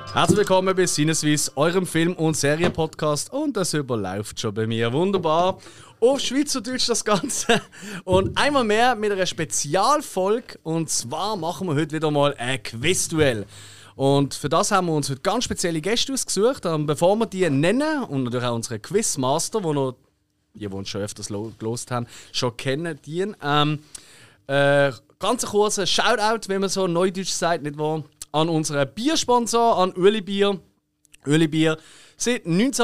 Herzlich willkommen bei Sinneswiss, eurem Film- und Serienpodcast. Und das überläuft schon bei mir. Wunderbar. Auf Schweizerdeutsch das Ganze. Und einmal mehr mit einer Spezialfolge. Und zwar machen wir heute wieder mal ein Quizduell. Und für das haben wir uns heute ganz spezielle Gäste ausgesucht. Bevor wir die nennen, und natürlich auch unsere Quizmaster, die noch, die uns schon öfters gelost haben, schon kennen, die ganz kurzer Shoutout, wenn man so neudeutsch sagt, nicht wahr? An unseren Biersponsor, an Ueli Bier. Ueli Bier seit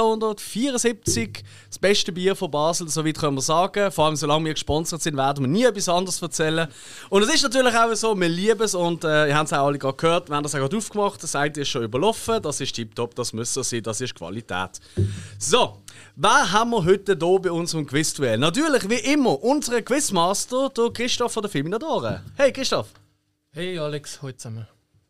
1974 das beste Bier von Basel, so weit können wir sagen. Vor allem, solange wir gesponsert sind, werden wir nie etwas anderes erzählen. Und es ist natürlich auch so, wir lieben es und ihr habt es auch alle gerade gehört, wir haben das auch gerade aufgemacht, das Seite ist schon überlaufen, das ist tipptopp, das muss sein, das ist Qualität. So, wer haben wir heute hier bei unserem Quizduell? Natürlich, wie immer, unsere Quizmaster, der Christoph von der Filminatoren. Hey Christoph! Hey Alex, heute zusammen.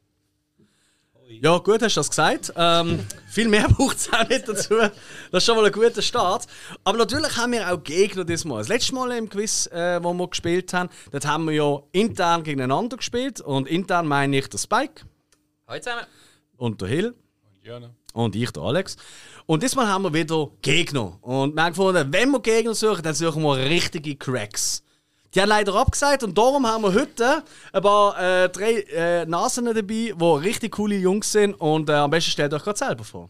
Ja, gut, hast du das gesagt. Viel mehr braucht es auch nicht dazu. Das ist schon mal ein guter Start. Aber natürlich haben wir auch Gegner diesmal. Das letzte Mal im Quiz, wo wir gespielt haben, dort haben wir ja intern gegeneinander gespielt. Und intern meine ich der Spike. Hallo zusammen. Und der Hill. Und Jana. Und ich, der Alex. Und diesmal haben wir wieder Gegner. Und wir haben gefunden, wenn wir Gegner suchen, dann suchen wir richtige Cracks. Die haben leider abgesagt und darum haben wir heute ein paar drei Nasen dabei, die richtig coole Jungs sind. Und am besten stellt euch gerade selber vor.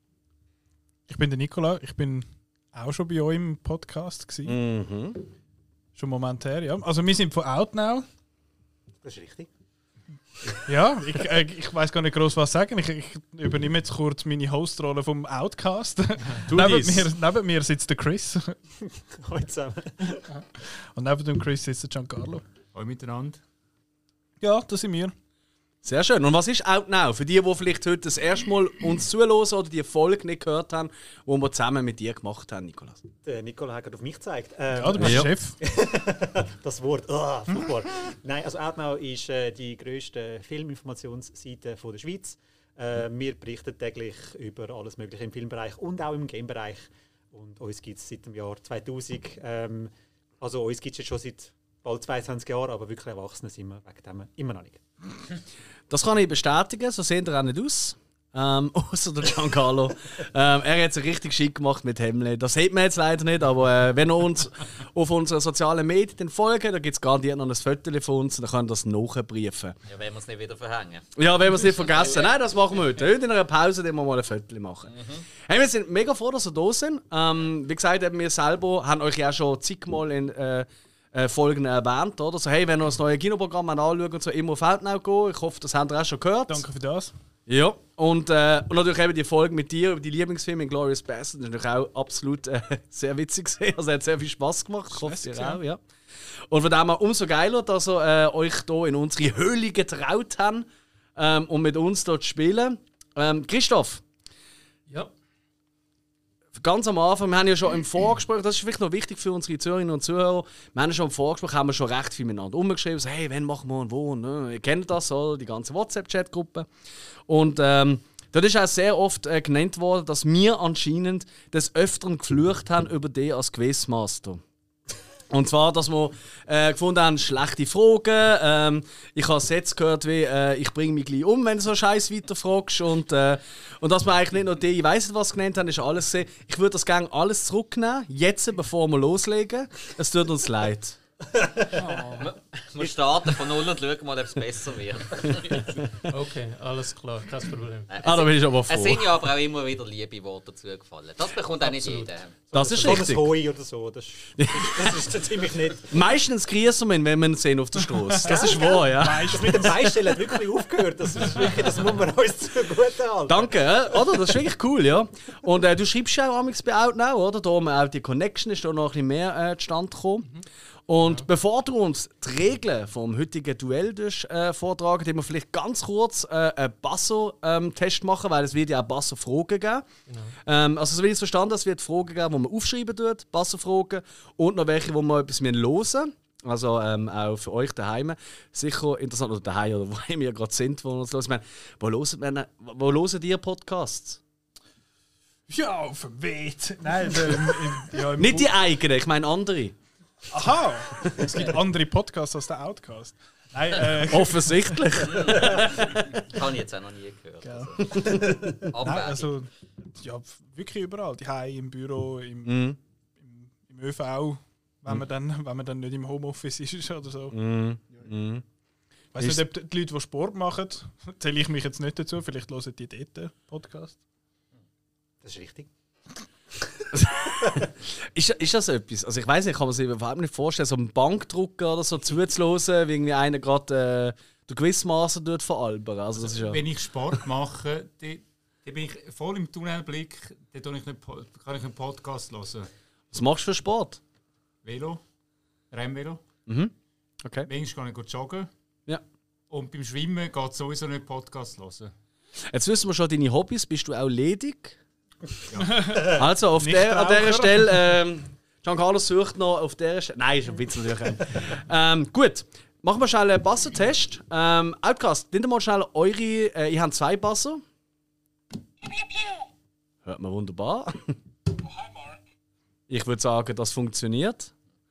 Ich bin der Nicola, ich bin auch schon bei euch im Podcast gewesen. Schon momentär, ja. Also wir sind von Outnow. Das ist richtig. Ja, ich weiß gar nicht groß was sagen. Ich übernehme jetzt kurz meine Hostrolle vom Outcast. Neben mir sitzt der Chris. Hallo zusammen. Und neben dem Chris sitzt der Giancarlo. Hallo miteinander. Ja, das sind wir. Sehr schön. Und was ist Outnow? Für die vielleicht heute das erste Mal uns zuhören oder die Folge nicht gehört haben, die wir zusammen mit dir gemacht haben, Nicolas. Der Nicola hat gerade auf mich gezeigt. Ja, du bist Chef. Das Wort. Furchtbar. Nein, also Outnow ist die grösste Filminformationsseite der Schweiz. Wir berichten täglich über alles Mögliche im Filmbereich und auch im Gamebereich. Und uns gibt es seit dem Jahr 2000. Also uns gibt es jetzt schon seit bald 22 Jahren, aber wirklich Erwachsene sind wir wegen dem immer noch nicht. Das kann ich bestätigen, so sehen ihr auch nicht aus. Außer der Giancarlo. Er hat es richtig schick gemacht mit Hemle. Das sieht man jetzt leider nicht, aber wenn ihr uns auf unseren sozialen Medien folgt, da gibt es garantiert noch ein Foto von uns und dann könnt ihr das nachbriefen. Ja, wenn wir es nicht wieder verhängen. Ja, wenn wir es nicht vergessen. Nein, das machen wir heute. Heute in einer Pause, dann wir mal ein Foto machen. Hey, wir sind mega froh, dass ihr da sind. Wie gesagt, wir selber haben euch ja schon zigmal in Folgen erwähnt, oder? So, hey, wenn ihr das neue Kinoprogramm anschaut und so, immer auf Outnow gehen. Ich hoffe, das habt ihr auch schon gehört. Danke für das. Ja, und natürlich eben die Folge mit dir über die Lieblingsfilme in Glorious Bastards. Das ist natürlich auch absolut sehr witzig gewesen. Also hat sehr viel Spass gemacht. Ich hoffe, ihr auch, ja. Und von dem her umso geiler, dass ihr euch hier in unsere Höhle getraut habt, um mit uns dort zu spielen. Christoph. Ja. Ganz am Anfang, wir haben ja schon im Vorgespräch, das ist vielleicht noch wichtig für unsere Zuhörerinnen und Zuhörer, wir haben ja schon im Vorgespräch haben wir schon recht viel miteinander umgeschrieben, so, hey, wann machen wir und wo, und, ihr kennt das, oder? Die ganze WhatsApp-Chat-Gruppe. Und dort ist auch sehr oft genannt worden, dass wir anscheinend des Öfteren geflucht haben über dich als Quizmaster. Und zwar, dass wir gefunden haben, schlechte Fragen. Ich habe Sätze gehört wie ich bringe mich gleich um, wenn du so Scheiß weiterfragst. Und dass wir eigentlich nicht nur die, ich weiss nicht, was genannt haben, ist alles gesehen. Ich würde das gerne alles zurücknehmen, jetzt, bevor wir loslegen. Es tut uns leid. Wir starten von null und schauen mal, ob es besser wird. Okay, alles klar, kein Problem. Da bin ich aber froh. Es sind ja aber auch immer wieder liebe Worte zugefallen. Das bekommt auch nicht jeder. Das ist so richtig. ein Hoi oder so, das ist so ziemlich nicht. Meistens grüßen wir ihn, wenn wir ihn sehen auf der Straße. Das ist wahr, ja. Das mit dem Beistellen hat wirklich aufgehört. Das muss man uns zu gut halten. Danke, oder? Das ist wirklich cool, ja. Und du schreibst ja auch amigs bei Outnow, oder? Da haben wir auch die Connection, ist da noch ein bisschen mehr zustande gekommen. Und bevor du uns die Regeln vom heutigen Duell vortragen, die wir vielleicht ganz kurz einen Basso-Test machen, weil es wird ja auch Basso-Fragen geben. Genau. Also so wie ich es verstanden habe, es wird Fragen geben, die man aufschreiben tut, Basso-Fragen, und noch welche, wo man etwas hören müssen. Also auch für euch daheim sicher interessant, oder daheim, oder wo wir gerade sind, wo wir uns los. Ich meine, wo hören ihr Podcasts? Ja, auf dem Weg. Nein, Nicht die eigenen, ich meine andere. Aha! Es gibt andere Podcasts als der Outcast. Nein, Offensichtlich. Das habe ich jetzt auch noch nie gehört. Nein, Also, also ja, wirklich überall. Die im Büro, im ÖV, wenn man dann nicht im Homeoffice ist oder so. Ich weiß nicht, ob die Leute, die Sport machen, zähle ich mich jetzt nicht dazu, vielleicht hören die dort den Podcast. Das ist richtig. Ist das etwas? Also ich weiß nicht, kann man sich überhaupt nicht vorstellen, so einen Bankdrucker oder so zuzuhören, wie irgendwie einer gerade den Quizmaster veralbern. Also das ist ja... Wenn ich Sport mache, dann bin ich voll im Tunnelblick, dann kann ich einen Podcast hören. Was machst du für Sport? Velo, Rennvelo. Okay. Manchmal gehe ich joggen. Ja. Und beim Schwimmen geht es sowieso nicht Podcast hören. Jetzt wissen wir schon deine Hobbys. Bist du auch ledig? Ja. Also an dieser Stelle, Giancarlo sucht noch auf dieser Stelle. Nein, ist ein Witz natürlich. Gut, machen wir schnell einen Bassentest. Outcast, nehmt mal schnell eure. Ihr habt 2 Basser. Hört man wunderbar. Ich würde sagen, das funktioniert.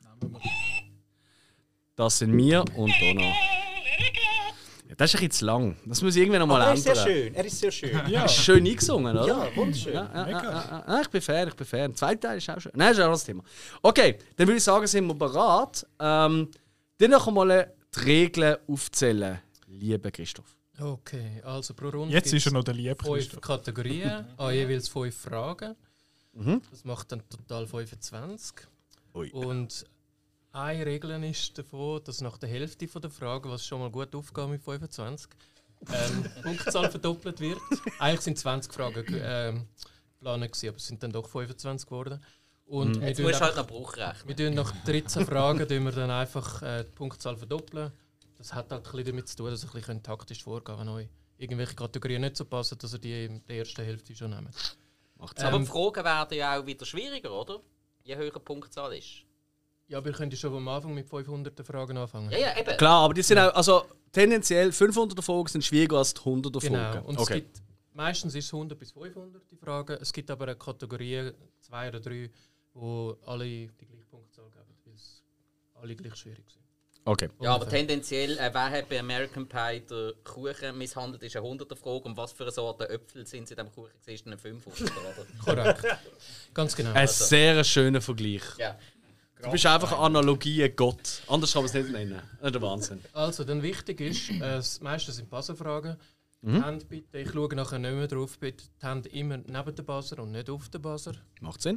Das sind wir und Donau. Ja, das ist ein bisschen zu lang. Das muss ich irgendwann noch mal Aber ändern. er ist sehr schön. Er ist schön eingesungen, oder? Ja, wunderschön. Ja, ich bin fair. Der zweite Teil ist auch schön. Nein, das ist auch das Thema. Okay, dann würde ich sagen, sind wir bereit. Dann noch einmal die Regeln aufzählen, lieber Christoph. Okay, also pro Runde Jetzt ist gibt's er noch der liebe 5 Christoph. Kategorien, jeweils 5 Fragen. Das macht dann total 25. Ui. Und eine Regel ist davon, dass nach der Hälfte der Fragen, was schon mal gut aufgeht mit 25, die Punktzahl verdoppelt wird. Eigentlich sind 20 Fragen geplant, aber es sind dann doch 25 geworden. Und jetzt musst du halt noch Bruch rechnen. wir tun nach 13 Fragen tun wir dann einfach die Punktzahl verdoppeln. Das hat halt ein bisschen damit zu tun, dass ihr ein bisschen taktisch vorgehen könnt, wenn euch irgendwelche Kategorien nicht so passen, dass ihr die in der ersten Hälfte schon nehmt. Aber die Fragen werden ja auch wieder schwieriger, oder? Je höher die Punktzahl ist. Ja, aber ihr könnt ja schon am Anfang mit 500 Fragen anfangen. Ja, eben. Klar, aber die sind auch, also tendenziell 500er Fragen sind schwieriger als die 100er Fragen. Genau. Und es gibt, meistens ist es 100 bis 500 die Fragen. Es gibt aber eine Kategorie, 2 oder 3, wo alle die gleiche Punktzahl geben, weil es alle gleich schwierig sind. Okay. Ja, aber tendenziell, wer hat bei American Pie den Kuchen misshandelt, ist eine 100er Frage. Und was für eine Sorte Äpfel sind in diesem Kuchen? Ist eine 500er, oder? Korrekt. Ganz genau. Ein sehr schöner Vergleich. Ja. Du bist einfach eine Analogie Gott. Anders kann man es nicht nennen. Das ist der Wahnsinn. Also, dann wichtig ist, meistens sind Buzzer-Fragen. Die Hände bitte, ich schaue nachher nicht mehr drauf, bitte die Hände immer neben dem Buzzer und nicht auf dem Buzzer. Macht Sinn.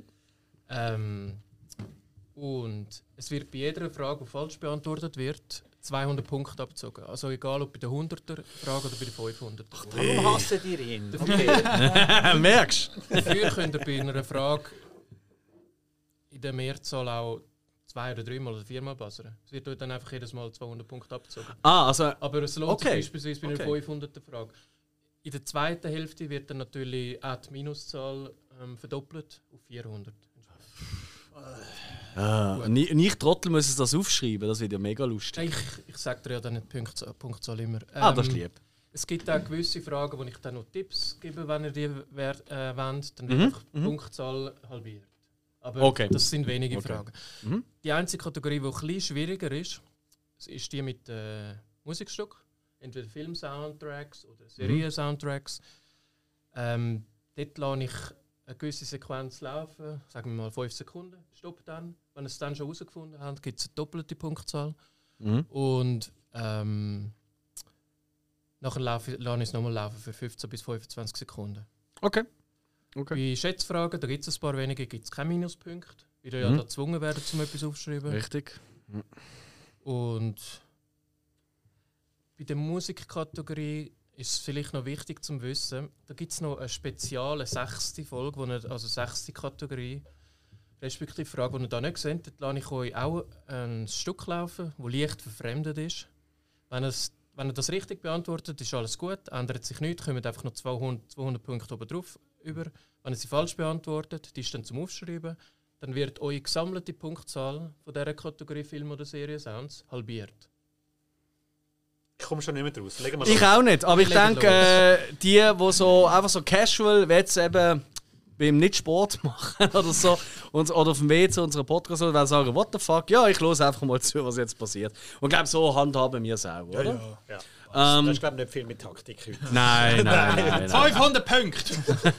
Und es wird bei jeder Frage, die falsch beantwortet wird, 200 Punkte abgezogen. Also egal ob bei der 100er-Frage oder bei der 500er. Warum hassen die ihn? Merkst du? Dafür könnt ihr bei einer Frage in der Mehrzahl auch 2 oder 3 Mal oder 4 Mal buzzern. Es wird euch dann einfach jedes Mal 200 Punkte abgezogen. Also. Aber es lohnt sich Okay. beispielsweise bei einer 500er-Frage. In der zweiten Hälfte wird dann natürlich auch die Minuszahl verdoppelt auf 400. Und ich Trottel muss das aufschreiben, das wird ja mega lustig. Ich sage dir ja dann nicht die Punktzahl immer. Das ist lieb. Es gibt auch gewisse Fragen, wo ich dann noch Tipps gebe, wenn ihr die wollt. Dann wird einfach die Punktzahl halbiert. Aber das sind wenige Fragen. Die einzige Kategorie, die ein bisschen schwieriger ist die mit Musikstück. Entweder Film-Soundtracks oder Serien-Soundtracks. Dort lasse ich eine gewisse Sequenz laufen, sagen wir mal 5 Sekunden, stopp dann. Wenn ihr es dann schon herausgefunden habt, gibt es eine doppelte Punktzahl. Und nachher lasse ich es nochmal laufen für 15 bis 25 Sekunden. Okay. Bei Schätzfragen, da gibt es ein paar wenige, gibt es keine Minuspunkte, weil ihr ja da gezwungen werden, um etwas aufzuschreiben. Richtig. Und bei der Musikkategorie ist es vielleicht noch wichtig zu wissen, da gibt es noch eine spezielle 6. Folge, also 6. Kategorie, respektive Frage, die ihr da nicht seht. Dort lasse ich euch auch ein Stück laufen, das leicht verfremdet ist. Wenn ihr das richtig beantwortet, ist alles gut, ändert sich nichts, kommt einfach noch 200 Punkte oben drauf über. Wenn ihr sie falsch beantwortet, die ist dann zum Aufschreiben, dann wird eure gesammelte Punktzahl von dieser Kategorie Film oder Serie Sounds halbiert. Ich komme schon nicht mehr draus. Legen wir Ich auch nicht, aber ich denke, die so einfach so casual, wie jetzt eben beim Nicht-Sport machen oder so, oder auf dem Weg zu unserem Podcast und werden sagen, what the fuck, ja, ich höre einfach mal zu, was jetzt passiert. Und ich glaube, so handhaben wir es auch, oder? Ja. Das ist, glaube ich, nicht viel mit Taktik heute. Nein. 500 Punkte!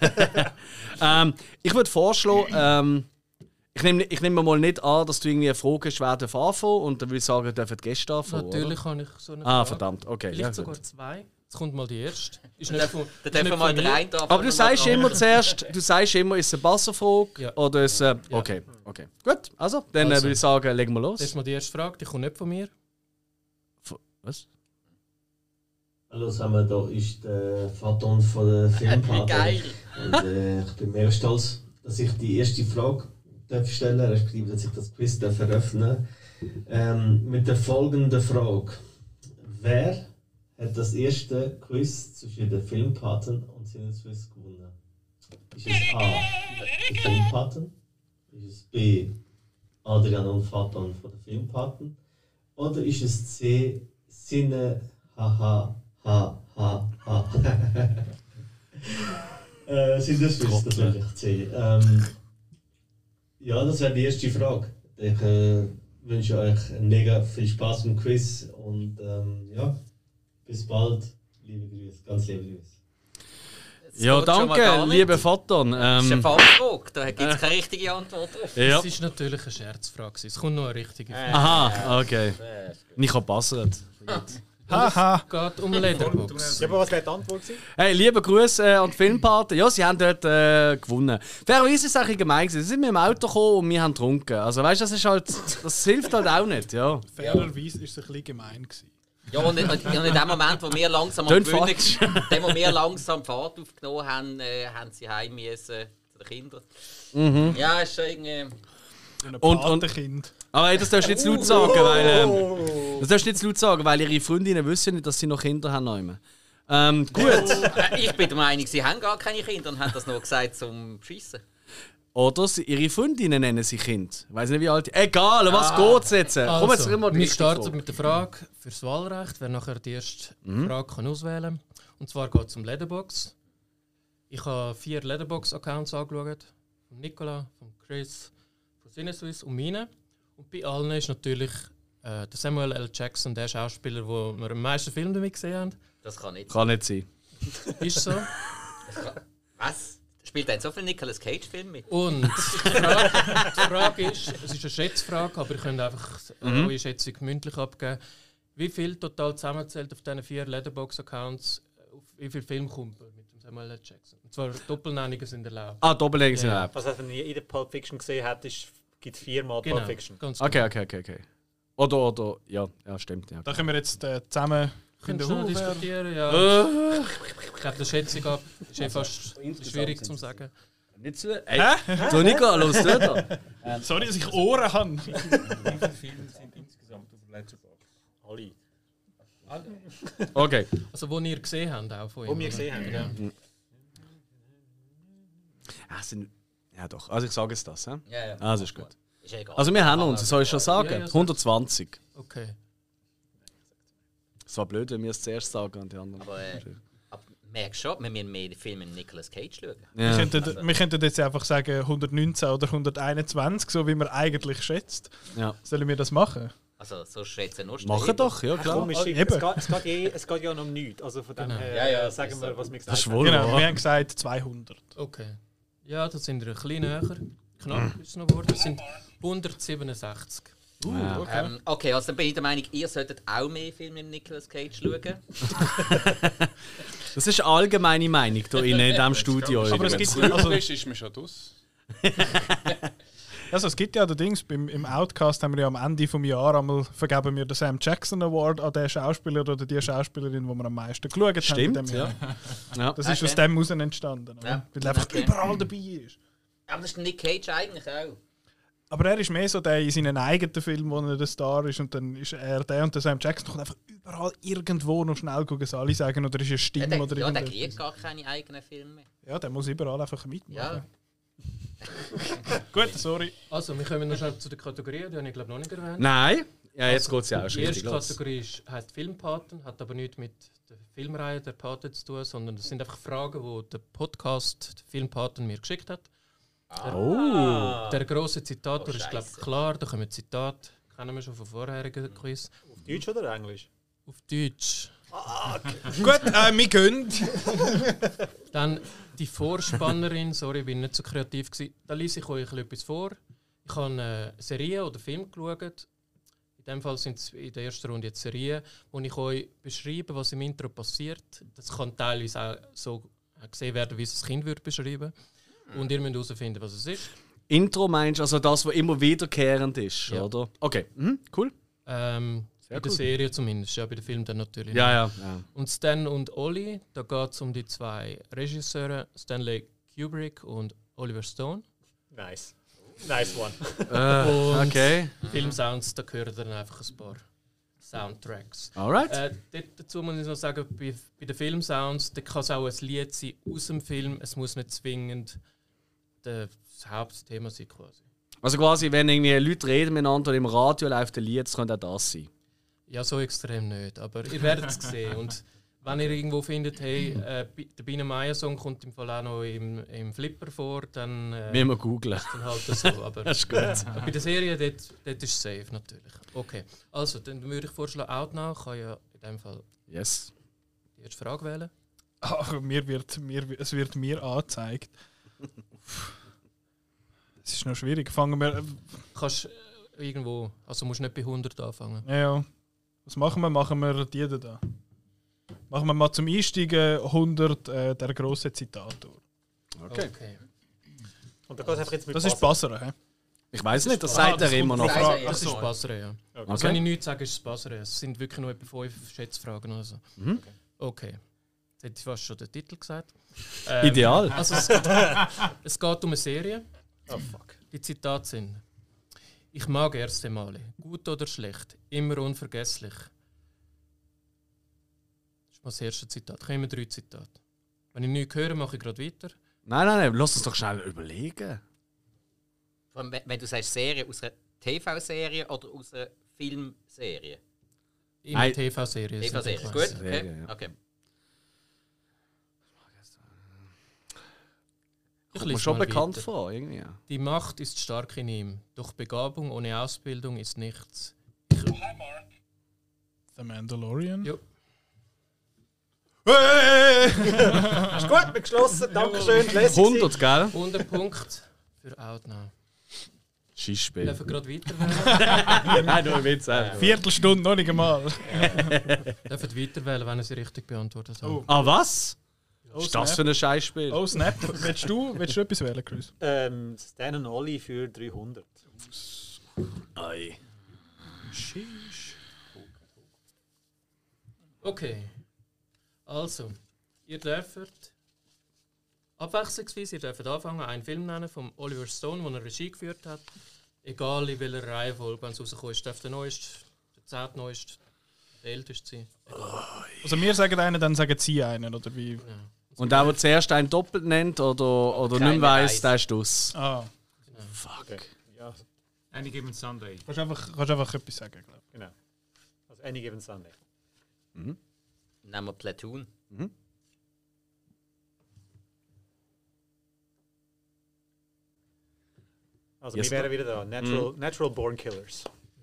Ich würde vorschlagen, ich nehme mal nicht an, dass du irgendwie eine Frage hast, wer darf anfangen, und dann würde ich sagen, dürfen die Gäste anfangen, Natürlich habe ich so eine Ah, Frage. verdammt, okay. Vielleicht Ja, sogar gut. 2. Jetzt kommt mal die erste. Ist nicht von, Dann dürfen wir mal den einen da. Aber du sagst immer zuerst, ist es eine Basserfrage Ja. oder ist es... Okay. Gut, also, dann würde ich sagen, legen wir los. Das ist mal die erste Frage, die kommt nicht von mir. Was? Hallo zusammen, da ist der Faton von der Filmpaten. Wie geil! Und ich bin mega stolz, dass ich die erste Frage stellen darf, respektive dass ich das Quiz eröffnen darf. Mit der folgenden Frage. Wer hat das erste Quiz zwischen den Filmpaten und Sinneswiss gewonnen? Ist es A. die Filmpaten? Ist es B. Adrian und Faton von den Filmpaten? Oder ist es C. Sinne Sinneswiss, das will ich C. Ja, das wäre die erste Frage. Ich wünsche euch mega viel Spaß im Quiz und ja, bis bald. Liebe Grüße, ganz liebe Grüße. Ja, danke, liebe Faton. Das ist eine Fachfrage, da gibt es keine richtige Antwort drauf. Ja. Das ist natürlich eine Scherzfrage. Es kommt noch eine richtige Frage. Aha, okay. Ich habe passert. Haha! Es geht um Letterboxd. Ja, aber was wäre die Antwort gewesen? Hey, liebe Grüße an die Filmpaten. Ja, sie haben dort gewonnen. Fairerweise ist es ein bisschen gemein gewesen. Sie sind mit dem Auto gekommen und wir haben getrunken. Also weißt du, das hilft halt auch nicht, ja. Fairerweise war es ein bisschen gemein gewesen. Ja, und in dem Moment, wo wir langsam am Tönt Gewinnen, falsch. dem, wo wir langsam Fahrt aufgenommen haben, haben sie heim müssen zu den Kindern. Ja, ist schon irgendwie... Ein Und- Patenkind. Aber hey, das darfst du nicht zu laut sagen, weil... das darfst du nicht zu laut sagen, weil ihre Freundinnen wissen nicht, dass sie noch Kinder haben. Gut. Ich bin der Meinung, sie haben gar keine Kinder und haben das nur gesagt zum Schiessen. Oder ihre Freundinnen nennen sie Kind. Ich weiss nicht, wie alt... Egal, um was geht's jetzt? Komm jetzt immer die wir richtige starten Frage. mit der Frage fürs Wahlrecht, wer nachher die erste Frage kann auswählen kann. Und zwar geht es um Letterboxd. Ich habe 4 Letterboxd-Accounts angeschaut. Von Nicola, von Chris, von Sinneswiss und meine. Und bei allen ist natürlich der Samuel L. Jackson der Schauspieler, wo wir am meisten Filme damit gesehen haben. Das kann nicht Kann nicht sein. Ist so. Was? Spielt er in so vielen Nicolas Cage-Filmen mit? Und die Frage ist, es ist eine Schätzfrage, aber ihr könnt einfach eure Schätzung mündlich abgeben. Wie viel total zusammenzählt auf diesen 4 Letterboxd-Accounts, auf wie viel Film kommt man mit dem Samuel L. Jackson? Und zwar Doppelnennungen sind erlaubt. Ah, Doppelhängen sind Ja. erlaubt. Was heißt, wenn ihr jeder Pulp Fiction gesehen habt, gibt es 4-mal Genau, Pulp Fiction. ganz Okay. Oder, ja, stimmt. Ja. Da können wir jetzt zusammen Könnt in ihr der noch Hu werden. diskutieren? Ja. Ich gebe die Schätzung ab. Ist fast schwierig zu sagen. Nicht zu... Hey, so Nicola, los, du da. Sorry, dass ich Ohren habe. Wie viele Filme sind insgesamt auf Letterboxd? Alle. Okay. Also, wo ihr gesehen habt, auch von ihm. Wo wir gesehen haben, Genau. Ja, doch. Also ich sage jetzt das. He? Ja. Also ist gut. Ist ja egal. Also wir haben uns, soll ich schon sagen? Ja, ja, 120. Okay. Es war blöd, wenn wir es zuerst sagen und die anderen. Aber merkst schon, wir müssen mehr Filme mit Nicolas Cage schauen. Ja. Wir könnten jetzt einfach sagen 119 oder 121, so wie man eigentlich schätzt. Ja. Sollen wir das machen? Also so schätzen nur Machen doch, ja klar. Komm, eben. es geht ja um nichts. Also von dem Genau. her Ja, sagen ist wir, so. was wir Das gesagt ist haben. wohl Genau, wahr. wir haben gesagt 200. Okay. Ja, da sind wir ein bisschen näher. Knapp ist es noch geworden. Es sind 167. Ja. Okay, also dann bin ich der Meinung, ihr solltet auch mehr Filme mit Nicolas Cage schauen. Das ist eine allgemeine Meinung hier in diesem Studio. Aber es übrigens. gibt, also, ist mir schon aus. also es gibt ja allerdings, im Outcast haben wir ja am Ende des Jahres einmal vergeben wir den Sam Jackson Award an den Schauspieler oder die Schauspielerin, die wir am meisten geschaut haben. Stimmt, in dem ja. Jahr. Ja. Das ist Okay. aus dem heraus entstanden. Oder? Ja. Weil er einfach Okay. überall dabei ist. Aber das ist Nick Cage eigentlich auch. Aber er ist mehr so der in seinen eigenen Filmen, wo er der Star ist, und dann ist er der und der Sam Jackson kommt einfach überall irgendwo noch schnell gucken, es alle sagen, oder ist eine Stimme oder der irgendetwas. kriegt gar keine eigenen Filme. Ja, der muss überall einfach mitmachen. Ja. Gut, sorry. Also, wir kommen noch schnell zu den Kategorien, die habe ich glaube noch nicht erwähnt. Nein. Ja, jetzt geht es ja auch Die schon erste richtig los. Kategorie heisst Filmpaten, hat aber nichts mit der Filmreihe der Paten zu tun, sondern es sind einfach Fragen, die der Podcast, der Filmpaten, mir geschickt hat. Der grosse Zitator ist, glaube ich, klar. Da kommen Zitate. Kennen wir schon von vorherigen Quiz. Auf Deutsch oder Englisch? Auf Deutsch. Gut, wir gehen. Dann die Vorspannerin. Sorry, ich bin nicht so kreativ gewesen. Da lese ich euch etwas vor. Ich habe eine Serie oder Film geschaut. In dem Fall sind es in der ersten Runde jetzt Serien, wo ich euch beschreibe, was im Intro passiert. Das kann teilweise auch so gesehen werden, wie es das Kind würde beschreiben. Und ihr müsst herausfinden, was es ist. Intro meinst du, also das, was immer wiederkehrend ist, Ja. oder? Okay, cool. Bei der Serie zumindest, ja, bei den Filmen dann natürlich Ja. nicht. Und Stan und Ollie, da geht es um die zwei Regisseure, Stanley Kubrick und Oliver Stone. Nice. Nice one. Und Okay. Filmsounds, da gehören dann einfach ein paar Soundtracks. Alright. Dazu muss ich noch sagen, bei den Filmsounds, da kann es auch ein Lied sein aus dem Film, es muss nicht zwingend das Hauptthema sein quasi. Also quasi, wenn irgendwie Leute reden miteinander oder im Radio läuft ein Lied, das könnte auch das sein. Ja, so extrem nicht, aber ihr werdet es sehen. Und wenn ihr irgendwo findet, hey, der Biene Meier Song kommt im Fall auch noch im Flipper vor, dann Wie wir googlen. dann halt das so. Aber Das ist gut. bei der Serie, dort ist es safe natürlich. Okay, also dann würde ich vorschlagen, Outnow kann ja in dem Fall Yes. die erste Frage wählen. Ach, es wird mir angezeigt. Es ist noch schwierig. Fangen wir. Kannst irgendwo, also musst nicht bei 100 anfangen. Ja. Was machen wir? Machen wir die da. Machen wir mal zum Einsteigen 100 der grosse Zitator. Okay. Und da geht einfach jetzt mit Das ist Basra, hä? Ich weiß nicht, das sagt er immer noch. Das ist Basra, ja. Also wenn ich nichts sage, ist es Basra. Es sind wirklich nur etwa 5 Schätzfragen oder so. Okay. Jetzt hätte ich fast schon den Titel gesagt. Ideal. Also es geht um eine Serie. Oh fuck. Die Zitate sind: Ich mag erste Male, gut oder schlecht, immer unvergesslich. Das ist mal das erste Zitat. Ich habe immer 3 Zitate. Wenn ich nichts höre, mache ich gerade weiter. Nein, lass uns doch schnell überlegen. Vor allem, wenn du sagst Serie, aus einer TV-Serie oder aus einer Filmserie? Immer Nein. TV-Serie. TV-Serie, sind gut? die Okay. Serie, ja. Okay. Ich Kommt mir lese schon mal bekannt weiter. vor, irgendwie. Die Macht ist stark in ihm, doch Begabung ohne Ausbildung ist nichts. The Mandalorian. Ja. Hey! Ist gut, wir geschlossen. Dankeschön. Lässig 100, gell? 100 Punkte für Outnow. Wir Schissspiel. dürfen gerade weiterwählen. Nein, nur ein Witz. Viertelstunde noch nicht einmal. Dürfen weiterwählen, wenn ihr sie richtig beantwortet habt. Oh. Ah, was? Oh, Was ist das Snap. für ein Scheißspiel? Oh, Snap. Willst du etwas wählen, Chris? Stan und Ollie für 300. Ei. Okay. Also, ihr dürft abwechslungsweise anfangen, einen Film nennen von Oliver Stone, den er Regie geführt hat. Egal in welcher Reihenfolge, wenn es rauskommt, ist der neueste, der 10. neueste, der älteste sein. Also wir sagen einen, dann sagen sie einen, oder wie? Ja. Und der, der zuerst einen doppelt nennt oder nicht Keiner mehr weiss, weiss. der ist aus. Ah, Fuck. Okay. Ja, Any Given Sunday. kannst einfach etwas sagen, glaube ich. genau. Also Any Given Sunday. Nehmen wir Platoon. Also Yes, wir wären wieder da. Natural Born Killers.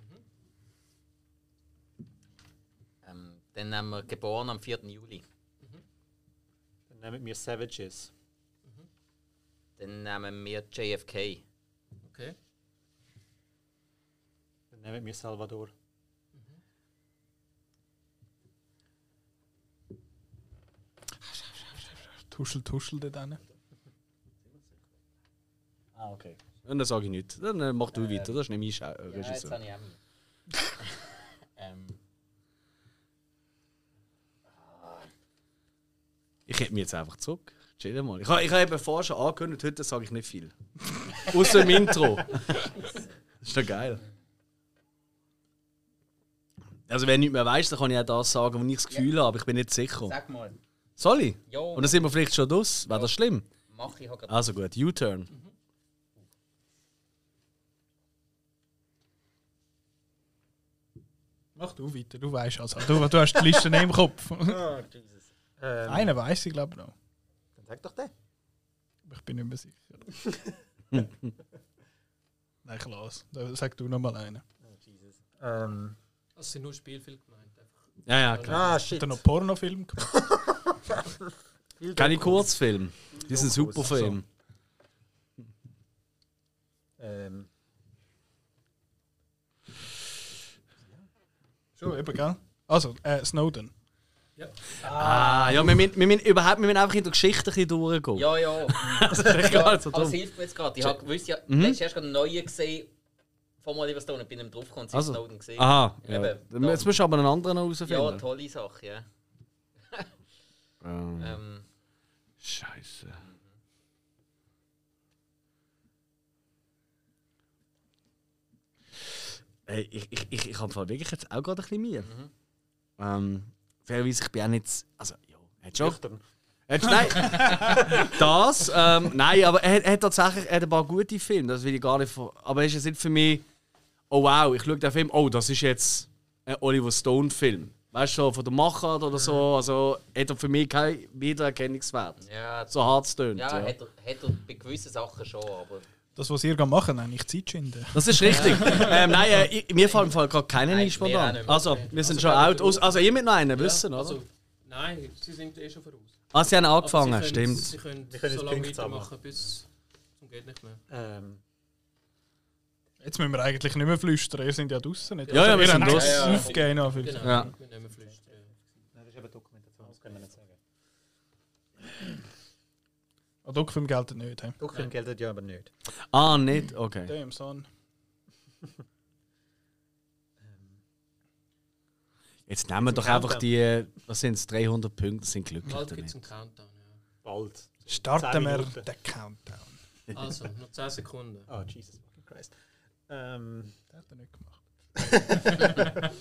Dann nehmen wir Geboren am 4. Juli. Dann nehmen wir Savages. Dann nehmen wir JFK. Okay. Dann nehmen wir Salvador. Tuschel dort hin. Ah, okay. Und dann sage ich nichts. Dann mach du weiter, das ist nicht mein Ja, jetzt Regisseur. habe ich auch Ich hätte mich jetzt einfach zurück. Chill mal. Ich habe eben vorher schon angekündigt, heute sage ich nicht viel. Außer im Intro. Das ist doch geil. Also wenn du nicht mehr weißt, dann kann ich auch das sagen, wo ich das Gefühl habe, aber ich bin nicht sicher. Sag mal. Soll ich? Ja, Und dann sind wir vielleicht schon draus. Wäre das schlimm? mach ich gerade. Also gut, U-Turn. Mach du weiter, du weißt also. Du hast die Liste nicht im Kopf. Oh, Jesus. Einen weiss ich, glaube ich noch. Dann sag doch den. Aber ich bin nicht mehr sicher. Nein, Klaas. Sag du noch mal einen. Das sind nur Spielfilme gemeint. Einfach. Ja, klar. Shit. Hat er noch Pornofilm gemacht? Keine Kurzfilme. Die sind super Filme. Schon, eben, gell? Also, Snowden. Ja. Ja, wir müssen einfach in der Geschichte ein bisschen durchgehen. Ja. Das ist gar nicht so Aber es dumm. hilft mir jetzt gerade. Ich habe gewusst, letztes Jahr gerade einen neuen gesehen von Oliver Stone und bin ihm draufgekommen, als ich Snowden gesehen. Aha. Ja. Eben, Jetzt musst du aber einen anderen herausfinden. Ja, tolle Sache, ja. Scheiße. Hey, ich habe wirklich jetzt auch gerade ein bisschen Mühe. Fairerweise, ich bin auch nicht. Also, ja, hat schon. Nein, das. Nein, aber er hat tatsächlich ein paar gute Filme, das will ich gar nicht. Aber es ist jetzt nicht für mich. Oh wow, ich schaue den Film, oh, das ist jetzt ein Oliver Stone-Film. Weißt du, von der Machart oder so. Also hat er für mich keinen Wiedererkennungswert. Ja, so hart es tönt. ja. Hat er bei gewissen Sachen schon, aber. Das, was ihr machen, eigentlich Zeit schinden. Das ist richtig. Nein, mir fallen gerade keinen ein spontan. Also, wir sind schon out. Also, ihr mit noch einen wissen, oder? Also, nein, sie sind schon voraus. Ah, sie haben angefangen, Aber stimmt. Sie können Wir können so jetzt lange Punkte weitermachen, bis zum geht nicht mehr. Jetzt müssen wir eigentlich nicht mehr flüstern, ihr seid ja draußen. Nicht? Ja, wir ihr sind habt draussen. aufgegeben. Genau, Ja. wir nehmen flüstern. Nein, das ist eben Dokumentation, das können wir nicht sagen. Doc-Film gelten nicht. He? Dokumentation gelten ja aber nicht. Ah, nicht? Okay. Damn, son. Jetzt nehmen wir doch einfach die, was sind es, 300 Punkte, das sind glücklich Bald gibt es damit. einen Countdown. Ja. Bald. Starten 10 wir Minuten. den Countdown. Also, noch 10 Sekunden. Oh, Jesus fucking Christ. Das hat er nicht gemacht.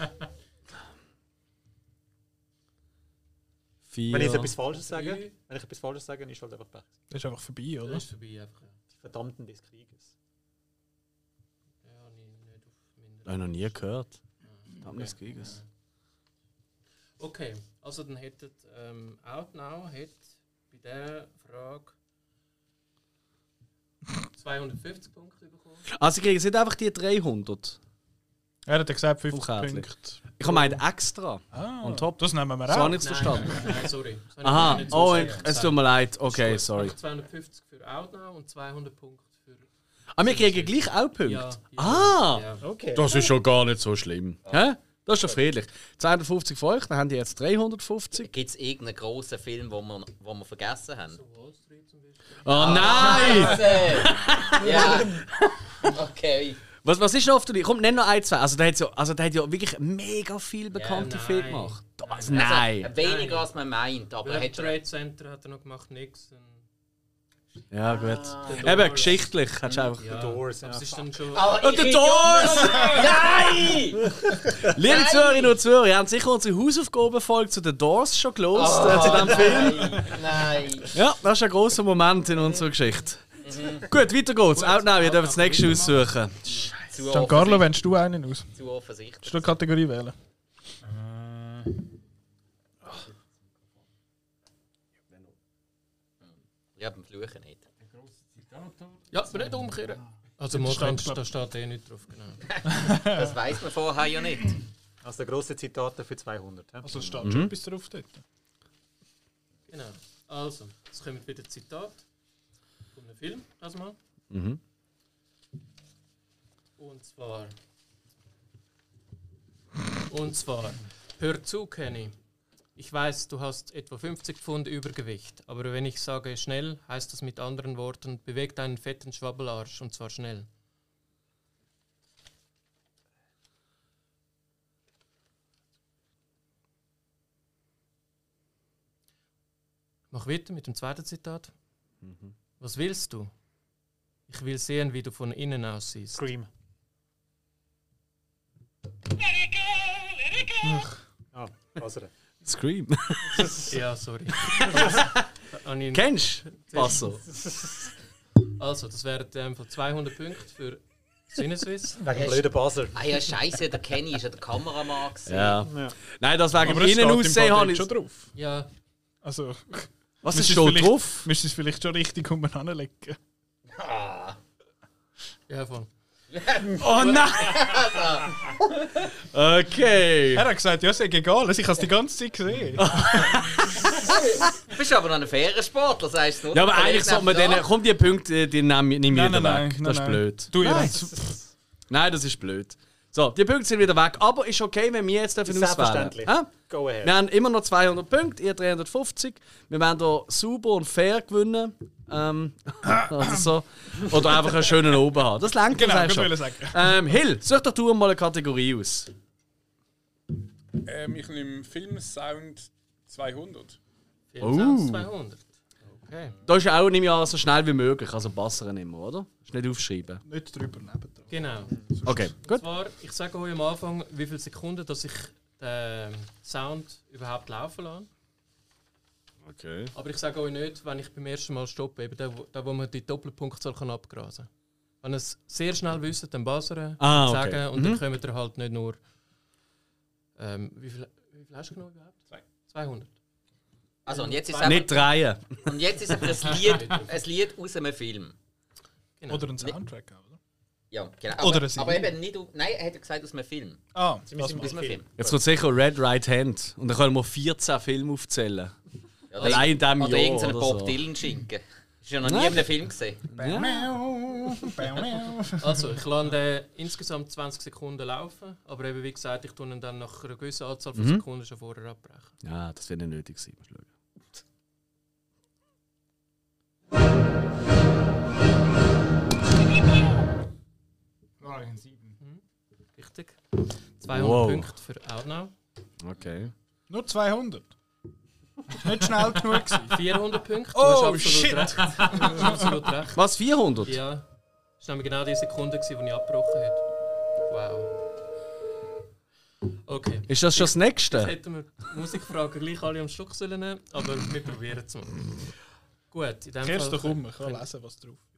4. Wenn ich jetzt etwas Falsches sage, ist halt einfach Pech. Das ist einfach vorbei, oder? Das ist vorbei einfach. Ja. Die Verdammten des Krieges. Ja, nicht auf minder. Habe ich noch nie gehört. Verdammt des Krieges. Okay, also dann hättet Outnow hat bei dieser Frage 250 Punkte bekommen. Also, sie kriegen nicht einfach die 300. Er hat ja gesagt 50 Kärtchen. Punkte. Ich habe meint extra. On top. Das nehmen wir Das war auch. nicht verstanden. Nein, sorry. Das habe ich Aha, nicht so oh, sagen. es tut mir leid. Okay, Gut, sorry. 250 für Outnow und 200 Punkte für. Ah, wir kriegen gleich auch Punkte? Ja, Ah! ja. Okay. Das ist schon gar nicht so schlimm. Hä? Das ist schon friedlich. 250 für euch, dann haben die jetzt 350. Gibt es irgendeinen grossen Film, wo wir vergessen haben? Wall Street zum Beispiel. Oh nein! Ja. Okay. Was ist noch auf der Liste? Komm, nenn noch ein, zwei. Also der hat ja wirklich mega viel bekannte nein. Filme gemacht. Das, Also, nein! weniger als man meint, aber er World hat schon. Trade Center hat er noch gemacht, Nixon. Ja, gut. The Eben, Doors. geschichtlich. Hättest du einfach... Ja, Doors, aber ja. es ist dann schon. Und The Doors! Nein! Liebe Zuhörerinnen und Zuhörer, ihr habt sicher unsere Hausaufgabenfolge zu The Doors schon gelost, zu diesem Film. Nein! Ja, das ist ein grosser Moment in unserer Geschichte. Gut, weiter geht's. Outnow, ihr dürft das nächste aussuchen. Zu Giancarlo, wendest du einen aus? Zu offensichtlich. Kannst du die Kategorie wählen? Ja, beim Fluchen nicht. Ja, aber nicht umkehren. Also, mal da steht eh nicht drauf, genau. Das weiss man vorher ja nicht. Also der grosse Zitate für 200. He? Also steht schon etwas drauf dort. Genau. Also, jetzt kommt wieder ein Zitat von einem Film, also mal. Mhm. Und zwar, hör zu, Kenny. Ich weiß, du hast etwa 50 Pfund Übergewicht, aber wenn ich sage schnell, heißt das mit anderen Worten, beweg deinen fetten Schwabbelarsch und zwar schnell. Mach weiter mit dem zweiten Zitat. Was willst du? Ich will sehen, wie du von innen aussiehst. Scream. Ah, also. Scream. Ja, sorry. Kennst du? Passo. Also, das wären von 200 Punkte für Sinneswiss. Wegen blöden Buzzer. Ah ja, scheiße, der Kenny ist ja der Kameramann gewesen. Ja. Ja. Nein, das wegen Aber dem es steht im Innenaussehen Fall habe dort ich... schon drauf. Ja, Also, Was müsstest ist schon vielleicht- drauf? müsstest du es vielleicht schon richtig umeinander legen. Ah. Ja, voll. Oh nein! Okay. Er hat gesagt, ja, ist egal, ich habe es die ganze Zeit gesehen. Du bist aber noch ein fairer Sportler, sagst du. Ja, aber eigentlich sollte man denen... Komm, die Punkte, die nehme ich wieder weg. Das ist blöd. Du, Nein, das ist blöd. So, die Punkte sind wieder weg. Aber ist okay, wenn wir jetzt auswählen. Selbstverständlich. Go ahead. Wir haben immer noch 200 Punkte, ihr 350. Wir werden hier sauber und fair gewinnen. Also so. Oder einfach einen schönen Oben haben. Das lenkt Genau, uns das schon. will ich sagen. Hill, such doch du mal eine Kategorie aus. Ich nehme Filmsound 200. 200. Okay. Da ist auch nicht mehr so schnell wie möglich, also passen immer, oder? Ist nicht aufschreiben. Nicht drüber nebendran. Genau. Okay, Und gut. zwar, ich sage euch am Anfang, wie viele Sekunden, dass ich den Sound überhaupt laufen lasse. Okay. Aber ich sage euch nicht, wenn ich beim ersten Mal stoppe, eben da wo man die Doppelpunktzahl abgrasen kann. Wenn ihr es sehr schnell wisst, dann buzzern, okay. sagen und dann kommt ihr halt nicht nur... wie viel hast du genommen überhaupt? 200. Also, und jetzt ist Nicht drehen. Und jetzt ist einfach ein Lied aus einem Film. Genau. Oder ein Soundtrack auch, oder? Ja, genau. Oder Aber, ein aber CD. eben nicht... Nein, er hat gesagt aus einem Film. Ah, Sie müssen Aus einem Film. Jetzt kommt sicher Red Right Hand. Und dann können wir 14 Filme aufzählen. Ja, Allein in diesem oder Jahr irgendeinen oder Bob so. Dylan-Schinken. Hast du ja noch nie in einem Film gesehen. Also, ich lasse insgesamt 20 Sekunden laufen, aber eben wie gesagt, ich tue ihn dann nach einer gewissen Anzahl von Sekunden schon vorher abbrechen. Ja, das wäre nicht nötig gewesen. Mal schauen. Varian 7. Richtig. 200 Wow. Punkte für Outnow. Okay. Nur 200. Ist nicht schnell genug gewesen. 400 Punkte. Du Oh, hast shit. Recht. Du hast absolut recht. Was, 400? Ja. Das war nämlich genau die Sekunde, die ich abgebrochen habe. Wow. Okay. Ist das schon das Nächste? Jetzt hätten wir die Musikfragen gleich alle am Stück sollen nehmen, aber wir probieren es mal. Gut, in dem Kehrst Fall... doch um, ich kann lesen, was drauf ist.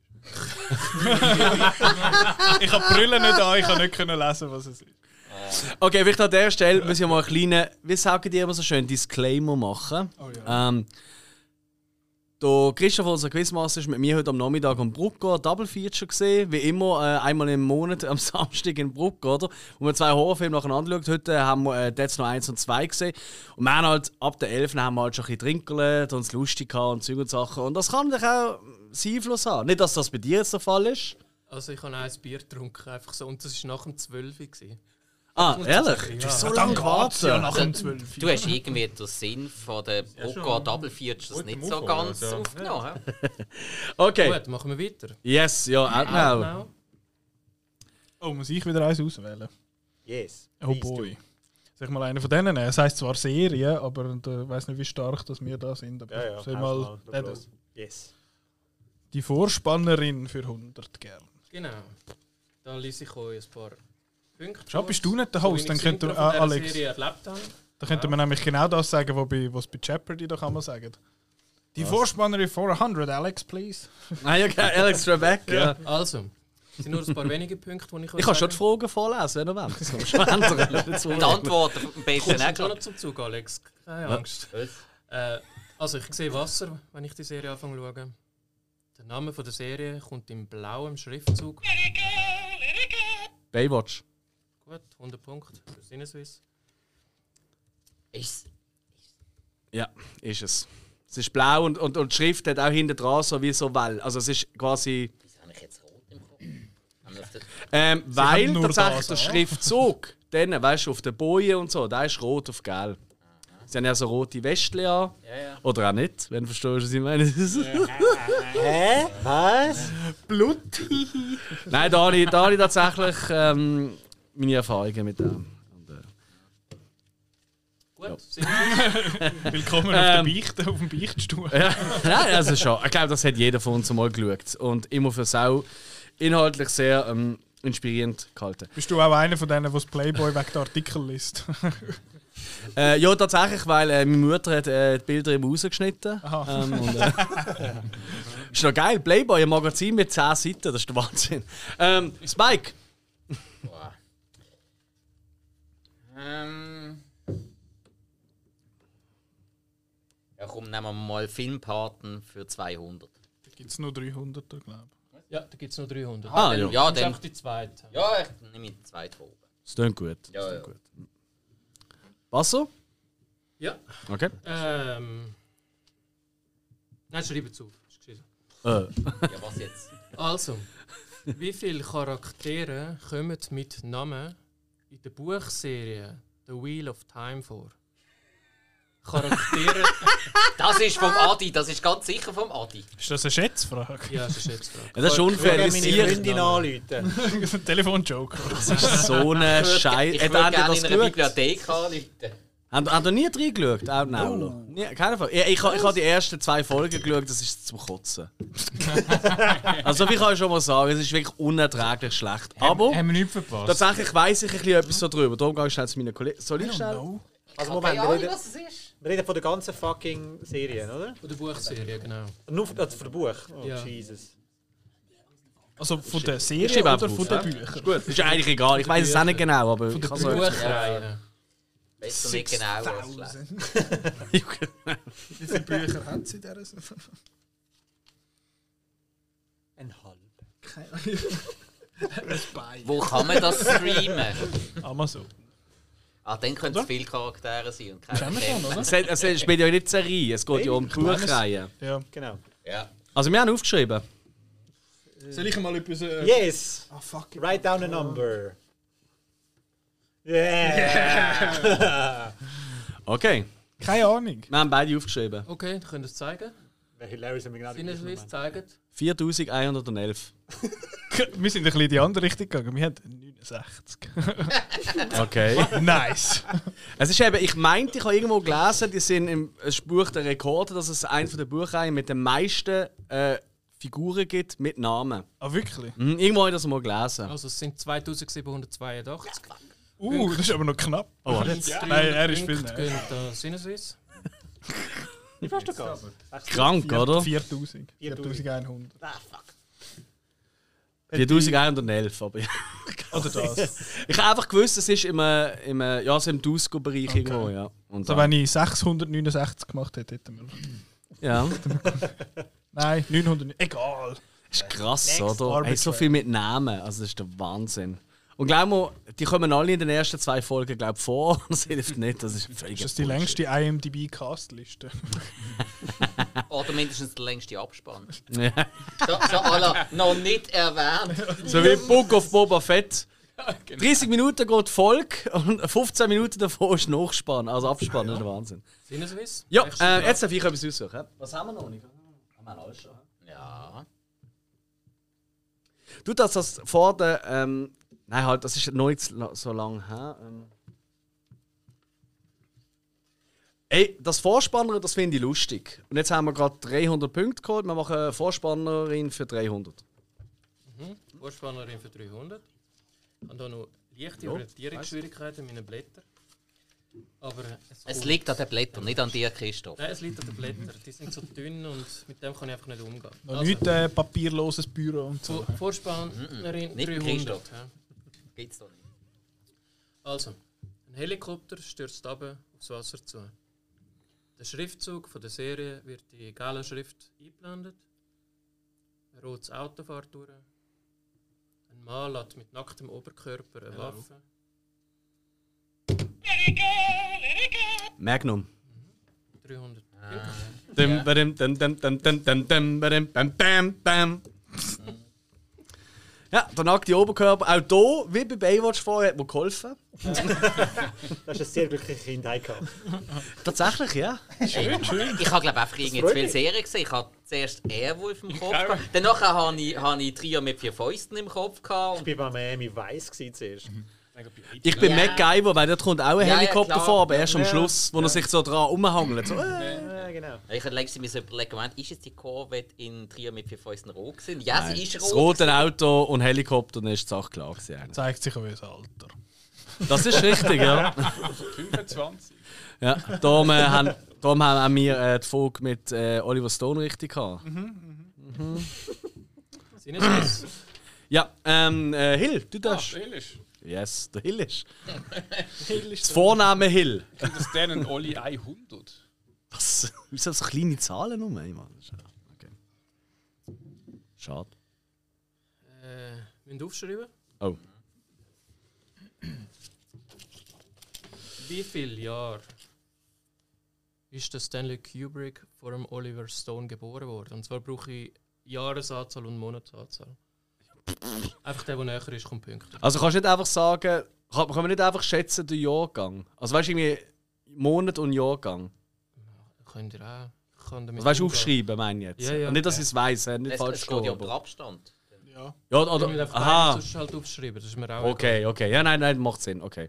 Ich habe die Brille nicht an, ich kann nicht lesen, was es ist. Okay, vielleicht an der Stelle muss ich mal einen kleinen, wie sagen die immer so schön, Disclaimer machen. Oh ja. Der Christoph, unser Quizmaster, ist mit mir heute am Nachmittag am Bruck Double Feature gesehen. Wie immer, einmal im Monat am Samstag in Bruck, oder? Wo wir 2 Horrorfilme nacheinander anschauen. Heute haben wir Dead noch 1 und 2 gesehen. Und wir haben halt, ab der 11. haben wir halt schon ein bisschen trinkeln, uns lustig gehabt und Zeug und Sachen. Und das kann natürlich auch seinen Einfluss haben. Nicht, dass das bei dir jetzt der Fall ist. Also ich habe ein Bier getrunken, einfach so, und das war nach dem 12 Uhr. Ah, ehrlich? Ja. So Dann lange geht's ja warten. nach dem 12. Du hast irgendwie den Sinn von der Brucker Double Features nicht so ganz aufgenommen. hä? Okay. Gut, machen wir weiter. Yes, ja, Outnow. Outnow. Oh, muss ich wieder eins auswählen? Yes. Oh boy. Soll ich mal einen von denen nehmen? Es heisst zwar Serie, aber ich weiß nicht, wie stark dass wir da sind. Aber Ja, ja. soll ich mal den- Yes. die Vorspannerin für 100 gern. Genau. Dann lese ich euch ein paar Punkte. Schau, vor, bist du nicht der so wie Host, ich dann das könnte Intro von dieser Alex. Serie erlebt habe. Da könnte man nämlich genau das sagen, was bei Jeopardy da kann man sagen. Die Vorspannerin for 100, Alex, please. Ah, ja, okay, Alex Trebek, ja. Also, es sind nur ein paar wenige Punkte, die ich euch Ich kann schon sagen. die Fragen vorlesen, wenn du willst. Das kannst du ändern. Die Antworten am besten Kommst du nicht. schon noch zum Zug, Alex? Keine Angst. Also, ich sehe Wasser, wenn ich die Serie anfange zu schauen. Der Name von der Serie kommt in blauem Schriftzug. Baywatch. Gut, 100 Punkte für Sinneswiss. Ist Ja, ist es. Es ist blau und die Schrift hat auch hinten dran so wie so Wellen. Also es ist quasi... Wieso habe ich jetzt rot im Kopf? Haben wir das dort- weil haben nur tatsächlich das, der ja. Schriftzug, dann, weißt du, auf den Bojen und so, der ist rot auf gelb. Sie haben ja so rote Westchen an. Ja, ja. Oder auch nicht, wenn du verstehst, was ich meine. Hä? Was? Nein, da habe ich tatsächlich meine Erfahrungen mit dem. Gut, Sinneswiss. Willkommen auf der Beichte, auf dem Beichtstuhl. Ja, nein, also schon. Ich glaube, das hat jeder von uns mal geschaut. Und immer für Sau inhaltlich sehr inspirierend gehalten. Bist du auch einer von denen, der das Playboy wegen der Artikel liest? Ja, tatsächlich, weil meine Mutter hat die Bilder immer rausgeschnitten. Ist noch geil, Playboy, ein Magazin mit 10 Seiten, das ist der Wahnsinn. Spike! Boah. Ja, komm, nehmen wir mal Filmpaten für 200. Da gibt es nur 300, glaube ich. Ja, da gibt es noch 300. Ah, ja. Ja, Das ist dann. auch die zweite. Ja, ich nehme die zweite oben. Das klingt gut. Ja, ja. Was so? Ja. Okay. Nein, schreib es auf. Ist geschissen. Ja, was jetzt? Also, wie viele Charaktere kommen mit Namen in der Buchserie The Wheel of Time vor? Charaktere. Das ist vom Adi, das ist ganz sicher vom Adi. Ist das eine Schätzfrage? Ja, das ist jetzt Frage. Ja, das ist Ich würde meine unfair. Freundin anrufen. Telefonjoker. Das ist so eine Scheiße. Ich würde gerne in einer Bibliothek anrufen. Habt ihr nie reingeschaut? Auch nein. Nie, keiner Fall. Ich habe die ersten 2 Folgen geschaut, das ist zum Kotzen. Also, wie kann ich schon mal sagen, es ist wirklich unerträglich schlecht. Aber Haben wir nichts verpasst? tatsächlich weiss ich ein bisschen etwas so drüber. Darum gehe ich schnell zu meinen Kollegen. Soll ich schnell? Also Keine Moment, Ahnung, was es ist. wir reden von der ganzen fucking Serie, oder? Von der Buchserie, genau. Nur von das Buch? Oh, Ja. Jesus. Also von der Ich Serie schreibe oder einfach von auf, den ja? Büchern? Gut, ist ja eigentlich egal. Ich weiß es auch nicht genau, aber ich kann so Buchreihe. Weißt du nicht genau, was es ist. Wie viele Bücher hat sie in dieser Serie? Ein halb. Keine Ahnung. Wo kann man das streamen? Amazon. Ah, dann können es viele Charaktere sein und keine Amazon, oder? Es spielt ja nicht Serie, es geht ja um die Buchreihe. Ja. Genau. Ja. Also wir haben aufgeschrieben. Soll ich mal etwas... Yes! Ah, fuck. Write down a number. Yeah! Okay, Keine Ahnung. wir haben beide aufgeschrieben. Okay, dann könnt ihr es zeigen. Wäre hilarious, wenn wir genau die gleichen Sinneswiss Nummer zeigen. 4111. Wir sind ein bisschen in die andere Richtung gegangen. Wir haben 69. Okay. Nice. Es ist eben, ich meinte, ich habe irgendwo gelesen, die sind im Buch der Rekorde, dass es eines der Buchreihen mit den meisten Figuren gibt mit Namen. Ah, wirklich? Irgendwo habe ich das mal gelesen. Also es sind 2782. Das ist aber noch knapp. Oh, warte. Nein, er ist viel Punkte näher. gehen da Sinneswiss. Wie viel hast du gehabt? Krank, oder? 4000. 4100. Ah, fuck. 4111, aber ja. Oder das. Ich habe einfach gewusst, es ist im Dusko-Bereich irgendwo, ja. Und Also wenn ich 669 gemacht hätte, hätten wir... ja. Nein, 900. Egal. Das ist krass, Next. oder? Hey, so Arbitrary. viel mit Namen, also das ist der Wahnsinn. Und glaub mir, die kommen alle in den ersten 2 Folgen glaub, vor. Das hilft nicht, das ist völlig Ist das die längste IMDb-Cast-Liste? Oder mindestens der längste Abspann. Ja. So alle noch nicht erwähnt. So wie Book of Boba Fett. 30 Minuten geht die Folge und 15 Minuten davor ist Nachspann, also Abspann, das ist der Wahnsinn. Sinneswiss? Ja, Nächste Frage. jetzt darf ich etwas aussuchen. Was haben wir noch nicht? Haben wir alles schon? Ja. Du, dass das vor der. Nein, halt, das ist noch nicht so lange her. Ey, das Vorspanner, das finde ich lustig. Und jetzt haben wir gerade 300 Punkte geholt. Wir machen eine Vorspannerin für 300. Vorspannerin für 300. Ich habe hier noch leichte Orientierungsschwierigkeiten in meinen Blättern. Aber Es liegt an den Blättern, nicht an dir, Christoph. Nein, es liegt an den Blättern. Die sind so dünn und mit dem kann ich einfach nicht umgehen. Noch nicht papierloses Büro und so. Vorspannerin Nicht 300. Christoph. Ja. Geht's doch nicht. Also, ein Helikopter stürzt runter aufs Wasser zu. Der Schriftzug von der Serie wird in gelber Schrift eingeblendet. Ein rotes Auto fährt durch. Ein Mann lädt mit nacktem Oberkörper eine Waffe. Magnum. 300 Ja, der nackte Oberkörper. Auch hier, wie bei Baywatch vorher, hat mir geholfen. Du hast eine sehr glückliche Kindheit gehabt. Tatsächlich, ja. Ich habe glaube einfach irgendwie zu viele Serien gesehen. Ich hatte zuerst Airwolf im Kopf. Gehabt. Danach habe ich Trio mit 4 Fäusten im Kopf. Gehabt. Ich war bei Miami Vice zuerst. Ich bin MacGyver, weil dort kommt auch ein Ja, Helikopter klar. vor, aber erst am Ja. Schluss, wo er sich so dran umhangelt. So, Ja, genau. Ich hätte längst mir überlegt, Moment, ist es die Corvette in Trio mit 4 Fäusten rot gewesen? Ja, sie ist das rot. rote Auto und Helikopter, dann ist die Sache klar gewesen. Zeigt sich auch das Alter. Das ist richtig, ja. 25. Ja, darum haben wir die Folge mit Oliver Stone richtig gehabt. Sinneswiss. Ja, Hill, du darfst. Ehrlich. Yes, der Hill ist. Das Vorname Hill. Gibt es denen Oli 100? Was? Wieso so kleine Zahlen nur? Okay. Schade. Müssen aufschreiben? Oh. Wie viele Jahre ist der Stanley Kubrick vor dem Oliver Stone geboren worden? Und zwar brauche ich Jahresanzahl und Monatsanzahl. Einfach der näher ist, kommt Punkte. Also kannst du nicht einfach sagen, kann man nicht einfach schätzen den Jahrgang? Also weißt du irgendwie Monat und Jahrgang? Könnt ihr auch. Kann damit Also weißt du, umgehen. aufschreiben, meine ich jetzt. Ja, ja. Und nicht, dass ich es weiss, nicht Es falsch geht ja um den aber- Abstand. Ja. Ja, Ich oder. will einfach Aha. beide sonst halt aufschreiben, das ist mir auch Okay, okay. Ja, nein, macht Sinn. Okay.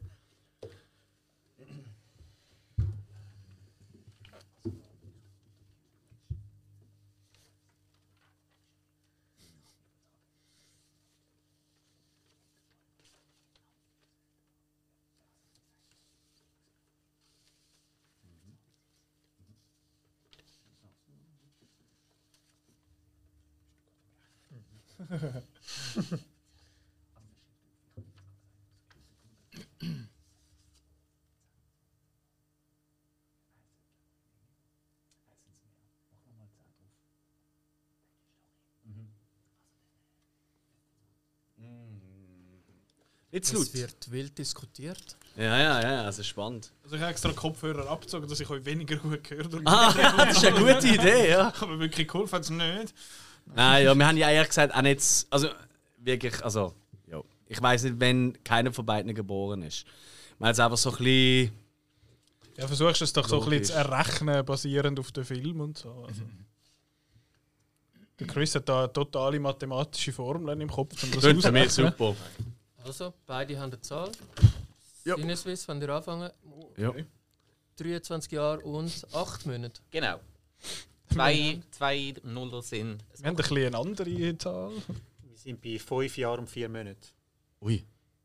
Nicht zu laut. Es wird wild diskutiert. Ja, es ist spannend. Also ich habe extra Kopfhörer abgezogen, dass ich euch weniger gut gehört habe. Ah, das ist eine gute Idee, ja. Aber wirklich cool, falls nicht. Nein, ja, wir haben ja ehrlich gesagt auch nicht. Also, wirklich, also, ja. Ich weiss nicht, wenn keiner von beiden geboren ist. Man hat es einfach so ein bisschen. Ja, versuchst du es doch so ein bisschen Logisch. zu errechnen, basierend auf dem Film und so. Also. Der Chris hat da totale mathematische Formeln im Kopf. Um das Klingt für mich auszurechnen. super. Also, beide haben eine Zahl. Ja. Sinneswiss, wenn wir anfangen. Ja. 23 Jahre und 8 Monate. Genau. Zwei Nuller sind. Wir haben ein bisschen eine andere Zahl. Wir sind bei 5 Jahren und 4 Monaten. Ui.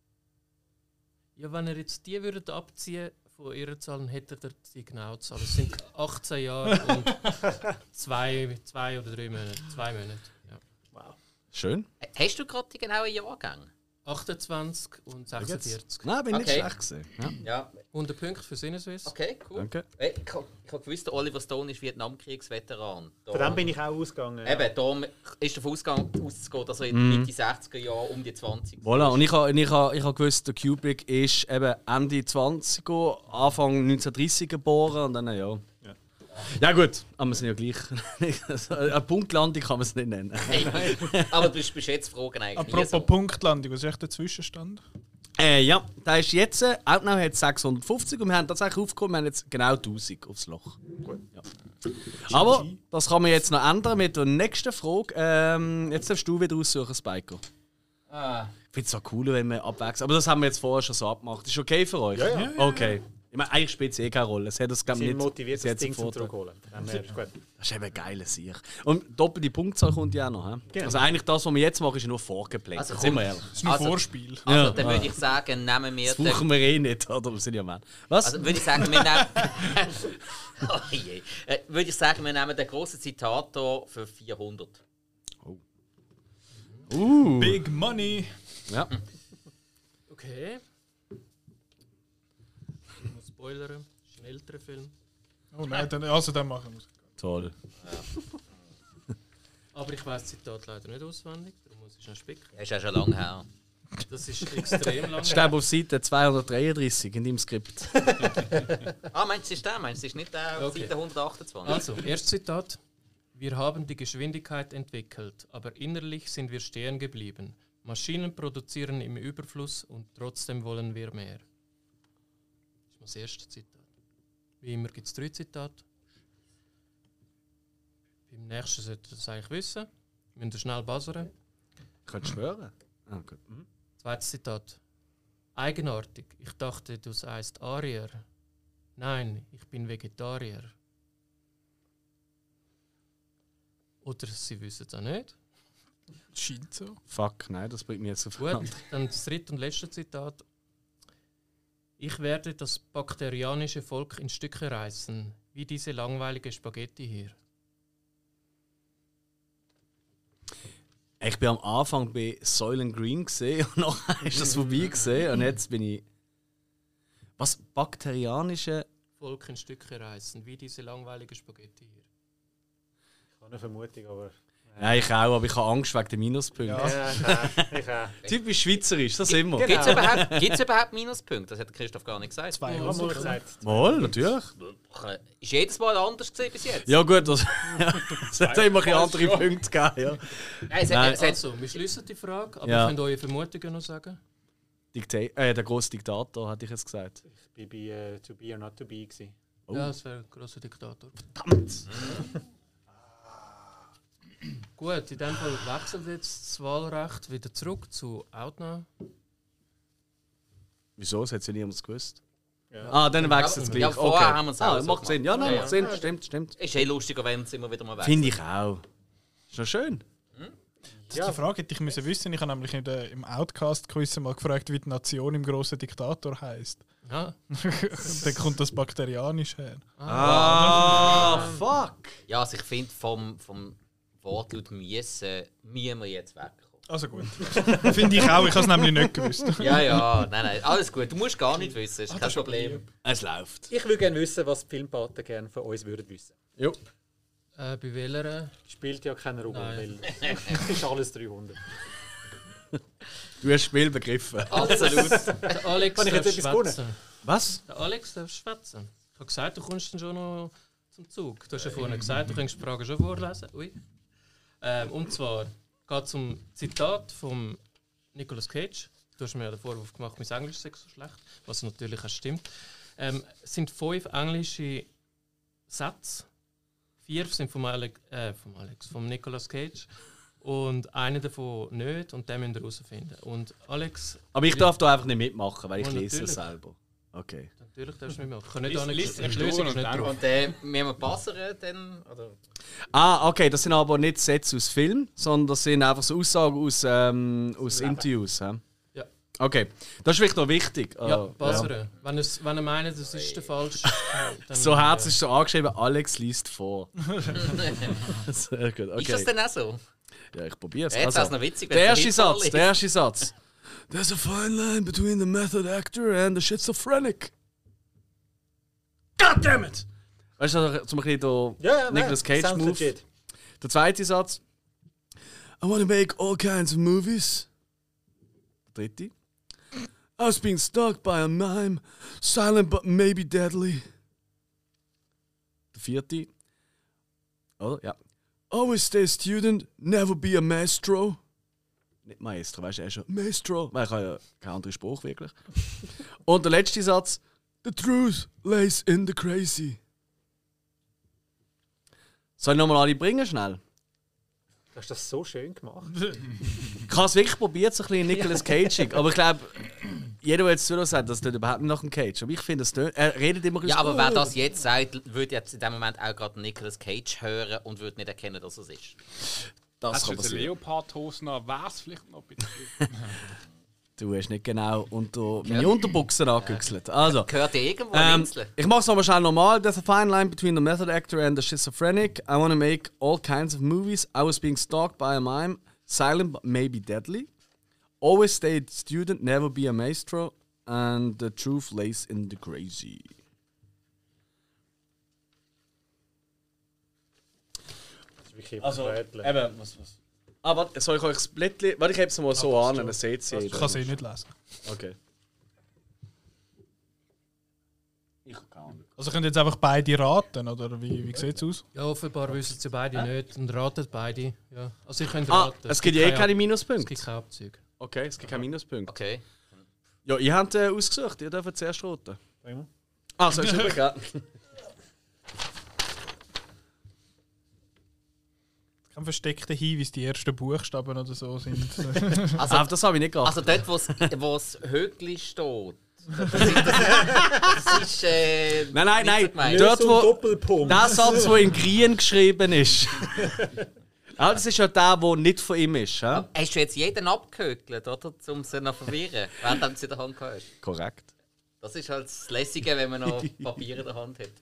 Ja, wenn ihr jetzt die würdet abziehen von ihrer Zahl, dann hättet ihr die genaue Zahl. Es sind 18 Jahre und 2 oder 3 Monate. 2 Monate. Ja. Schön. Hast du gerade die genauen Jahrgänge? 28 und 46. Nein, bin nicht Okay. schlecht gewesen. Ja. Ja. 100 Punkte für Sinneswiss. Okay, cool. Danke. Ich habe gewusst, der Oliver Stone ist Vietnamkriegsveteran. Von dem bin ich auch ausgegangen. Ja. Eben, darum ist davon auszugehen, dass er in Mitte 60er Jahre um die 20 Voilà. Und ich habe gewusst, der Kubrick ist eben Ende 20er, Anfang 1930 geboren und dann ja. Ja gut, aber wir sind ja gleich. Eine Punktlandung kann man es nicht nennen. Hey, aber du bist jetzt Fragen eigentlich nie Apropos so. Punktlandung, was ist echt der Zwischenstand? Ja, da ist jetzt, Outnow hat 650 und wir haben tatsächlich aufgekommen, wir haben jetzt genau 1000 aufs Loch. Ja. Aber das kann man jetzt noch ändern mit der nächsten Frage. Jetzt darfst du wieder aussuchen, Spiker. Ich finde es auch cool, wenn wir abwechseln. Aber das haben wir jetzt vorher schon so abgemacht. Ist okay für euch? Ja. Okay. Ich meine, eigentlich spielt es eh keine Rolle. Es hat das, glaube ich, sind nicht. motiviert, sie das hat Ding zum Vorteil. Zurückholen. Ist gut. Das ist eben ein geiler Sieg. Und doppelte Punktzahl kommt ja auch noch. He? Genau. Also eigentlich das, was wir jetzt machen, ist ja nur vorgeplant. Also sind wir komm. ehrlich. Das ist nur Also- Vorspiel. Also, Ja. dann würde ich sagen, nehmen wir Das den. brauchen wir eh nicht, oder? Wir sind ja Mann. Was? Also würde ich sagen, wir nehmen. Oh je. Würde ich sagen, wir nehmen den grossen Zitator für 400. Big Money. Ja. Okay. Ich muss spoilern. Das ist ein älterer Film. Oh nein, dann machen wir es. Toll. Aber ich weiß das Zitat leider nicht auswendig, darum muss ich noch spicken. Das ist ja schon lange her. Das ist extrem lang. Das steht auf Seite 233 in deinem Skript. Ah, meinst du, es ist der? Meinst du, es ist nicht der auf Okay. Seite 128? Also, erstes Zitat. Wir haben die Geschwindigkeit entwickelt, aber innerlich sind wir stehen geblieben. Maschinen produzieren im Überfluss und trotzdem wollen wir mehr. Das ist mal das erste Zitat. Wie immer gibt es 3 Zitate. Beim nächsten solltet ihr das eigentlich wissen. Wir müssen schnell buzzern. Könntest du schwören? Ah, gut. Zweites Zitat. Eigenartig. Ich dachte, du seist Arier. Nein, ich bin Vegetarier. Oder sie wissen es auch nicht. Scheint so. Fuck, nein, das bringt mich jetzt auf Gut, dann das dritte und letzte Zitat. Ich werde das bakterianische Volk in Stücke reißen, wie diese langweilige Spaghetti hier. Ich bin am Anfang bei Soylent Green gesehen und nachher ist das vorbei gesehen und jetzt bin ich. Was? Bakterianische. Volk in Stücke reißen, wie diese langweilige Spaghetti hier. Ich habe eine Vermutung, aber. Ja, ich auch, aber ich habe Angst wegen den Minuspunkten. Ich auch. Typisch schweizerisch, das immer. Genau. Gibt es überhaupt Minuspunkte? Das hat Christoph gar nicht gesagt. Zwei Ja, mal gesagt. Mal, natürlich. Ist jedes Mal anders gewesen bis jetzt? Ja gut, es hat immer ein bisschen andere Punkte gegeben. Ja. Nein, Nein. Also, wir schließen die Frage, aber Ja. ihr könnt eure Vermutungen noch sagen. Der grosse Diktator, hätte ich jetzt gesagt. Ich bin bei To Be or Not To Be gewesen. Oh. Ja, das wäre ein grosser Diktator. Verdammt! Gut, in dem Fall wechselt jetzt das Wahlrecht wieder zurück zu Outnow. Wieso? Das hat ja niemand gewusst. Ja. Ah, dann wechselt es gleich. Ja, vorher okay. haben wir es auch so macht Sinn. Ja, nein, Ja, macht Sinn. Stimmt. Ist lustiger, wenn es immer wieder mal weg Finde ich auch. Ist doch schön. Die Frage hätte ich müssen wissen. Ich habe nämlich im Outcast-Quiz mal gefragt, wie die Nation im grossen Diktator heisst. Ja. Dann kommt das Bakterianisch her. Fuck! Ja, also ich finde, vom Wortlaut müssen wir jetzt wegkommen. Also gut. Finde ich auch. Ich habe es nämlich nicht gewusst. Ja, nein, alles gut. Du musst gar nicht wissen, ist kein Problem. Es läuft. Ich würde gerne wissen, was die Filmpaten gerne von uns würden wissen. Jo. Bei welcher? Spielt ja keine Rolle, Nein. weil ist alles 300. Du hast das Spiel begriffen. Absolut. Der Alex Kann ich darf jetzt etwas schwätzen. Was? Der Alex darf schwätzen. Ich habe gesagt, du kommst dann schon noch zum Zug. Du hast ja vorhin gesagt, du kannst die Fragen schon vorlesen. Ui. Und zwar geht es um Zitat von Nicolas Cage. Du hast mir ja den Vorwurf gemacht, mein Englisch sei so schlecht, was natürlich auch stimmt. Es sind 5 englische Sätze. 4 sind vom Nicolas Cage. Und einer davon nicht, und den müsst ihr herausfinden. Und Alex... Aber ich darf da einfach nicht mitmachen, weil ich Ja, lese es natürlich. selber. Okay. Natürlich darfst du mitmachen. Ich kann nicht Lies- alle lies die es Lösung durch ist nicht und drauf. Und müssen wir passen dann? Oder? Ah, okay, das sind aber nicht Sätze aus Film, sondern das sind einfach so Aussagen aus Interviews. Hä? Ja. Okay, das ist vielleicht noch wichtig. Ja, passen. Wenn ihr meint, das ist der falsche, dann... So herzlich so angeschrieben, Alex liest vor. Sehr gut, okay. Ist das denn auch so? Ja, ich probiere es. Jetzt wäre es noch witzig, wenn der es erste Satz. There's a fine line between the method actor and the schizophrenic. God damn it! Weißt du, zum Beispiel der Nicolas Cage Move. Legit. Der zweite Satz. I want to make all kinds of movies. Der dritte. I was being stalked by a mime, silent but maybe deadly. Der vierte. Oder? Ja. Always stay a student, never be a maestro. Nicht Maestro, weißt du, er ist schon Maestro. Weil ich habe ja keinen anderen Spruch wirklich. Und der letzte Satz. The truth lays in the crazy. Soll ich nochmal alle bringen, schnell? Du hast das so schön gemacht. Ich habe es wirklich probiert, so ein bisschen Nicolas Cage. Aber ich glaube, jeder, der jetzt zuhört, sagt, das tut überhaupt nicht nach dem Cage. Aber ich finde es nicht. Er redet immer Ja, aber wer so. das jetzt sagt, würde jetzt in dem Moment auch gerade Nicolas Cage hören und würde nicht erkennen, dass es ist. Das Hast du kann jetzt eine passieren. Leopardhose noch? Wäre es vielleicht noch ein bisschen. Du hast nicht genau unter meine Unterbuchsen angegüchselt. Also, Gehört ihr irgendwo eine Insel? ich mache es nochmal schnell normal. There's a fine line between the method actor and the schizophrenic. I want to make all kinds of movies. I was being stalked by a mime. Silent but maybe deadly. Always stay a student, never be a maestro. And the truth lays in the crazy. Das ist wirklich Also, Rätsel. eben, was? Ah, warte, soll ich euch das Blättchen... Warte, ich habe es mal so an, dann seht ihr Ich kann es eh nicht lesen. Okay. Ich habe keine Ahnung. Also könnt ihr jetzt einfach beide raten, oder wie sieht es aus? Ja, offenbar wissen sie beide nicht und raten beide. Ja. Also ich könnte Ah, raten. es gibt ja eh keine Es Minuspunkte. gibt keine Abzüge. Okay, es gibt keine Minuspunkte. Okay. Ja, ihr habt ausgesucht, ihr dürft zuerst raten. Bringen Ah, so ist es ja. Kein versteckter Hinweis, die ersten Buchstaben oder so sind. Also, Ah, das habe ich nicht gehabt. also dort, wo es Högli steht, das ist Nein, nicht so gemeint. Dort, so ein wo Doppelpunkt. der Satz, der in grün geschrieben ist. Ah, das ist ja der, der nicht von ihm ist. He? Hast du jetzt jeden abgehökelt, oder? Um sie noch verwirren, während du sie in der Hand hast? Korrekt. Das ist halt das Lässige, wenn man noch Papier in der Hand hat.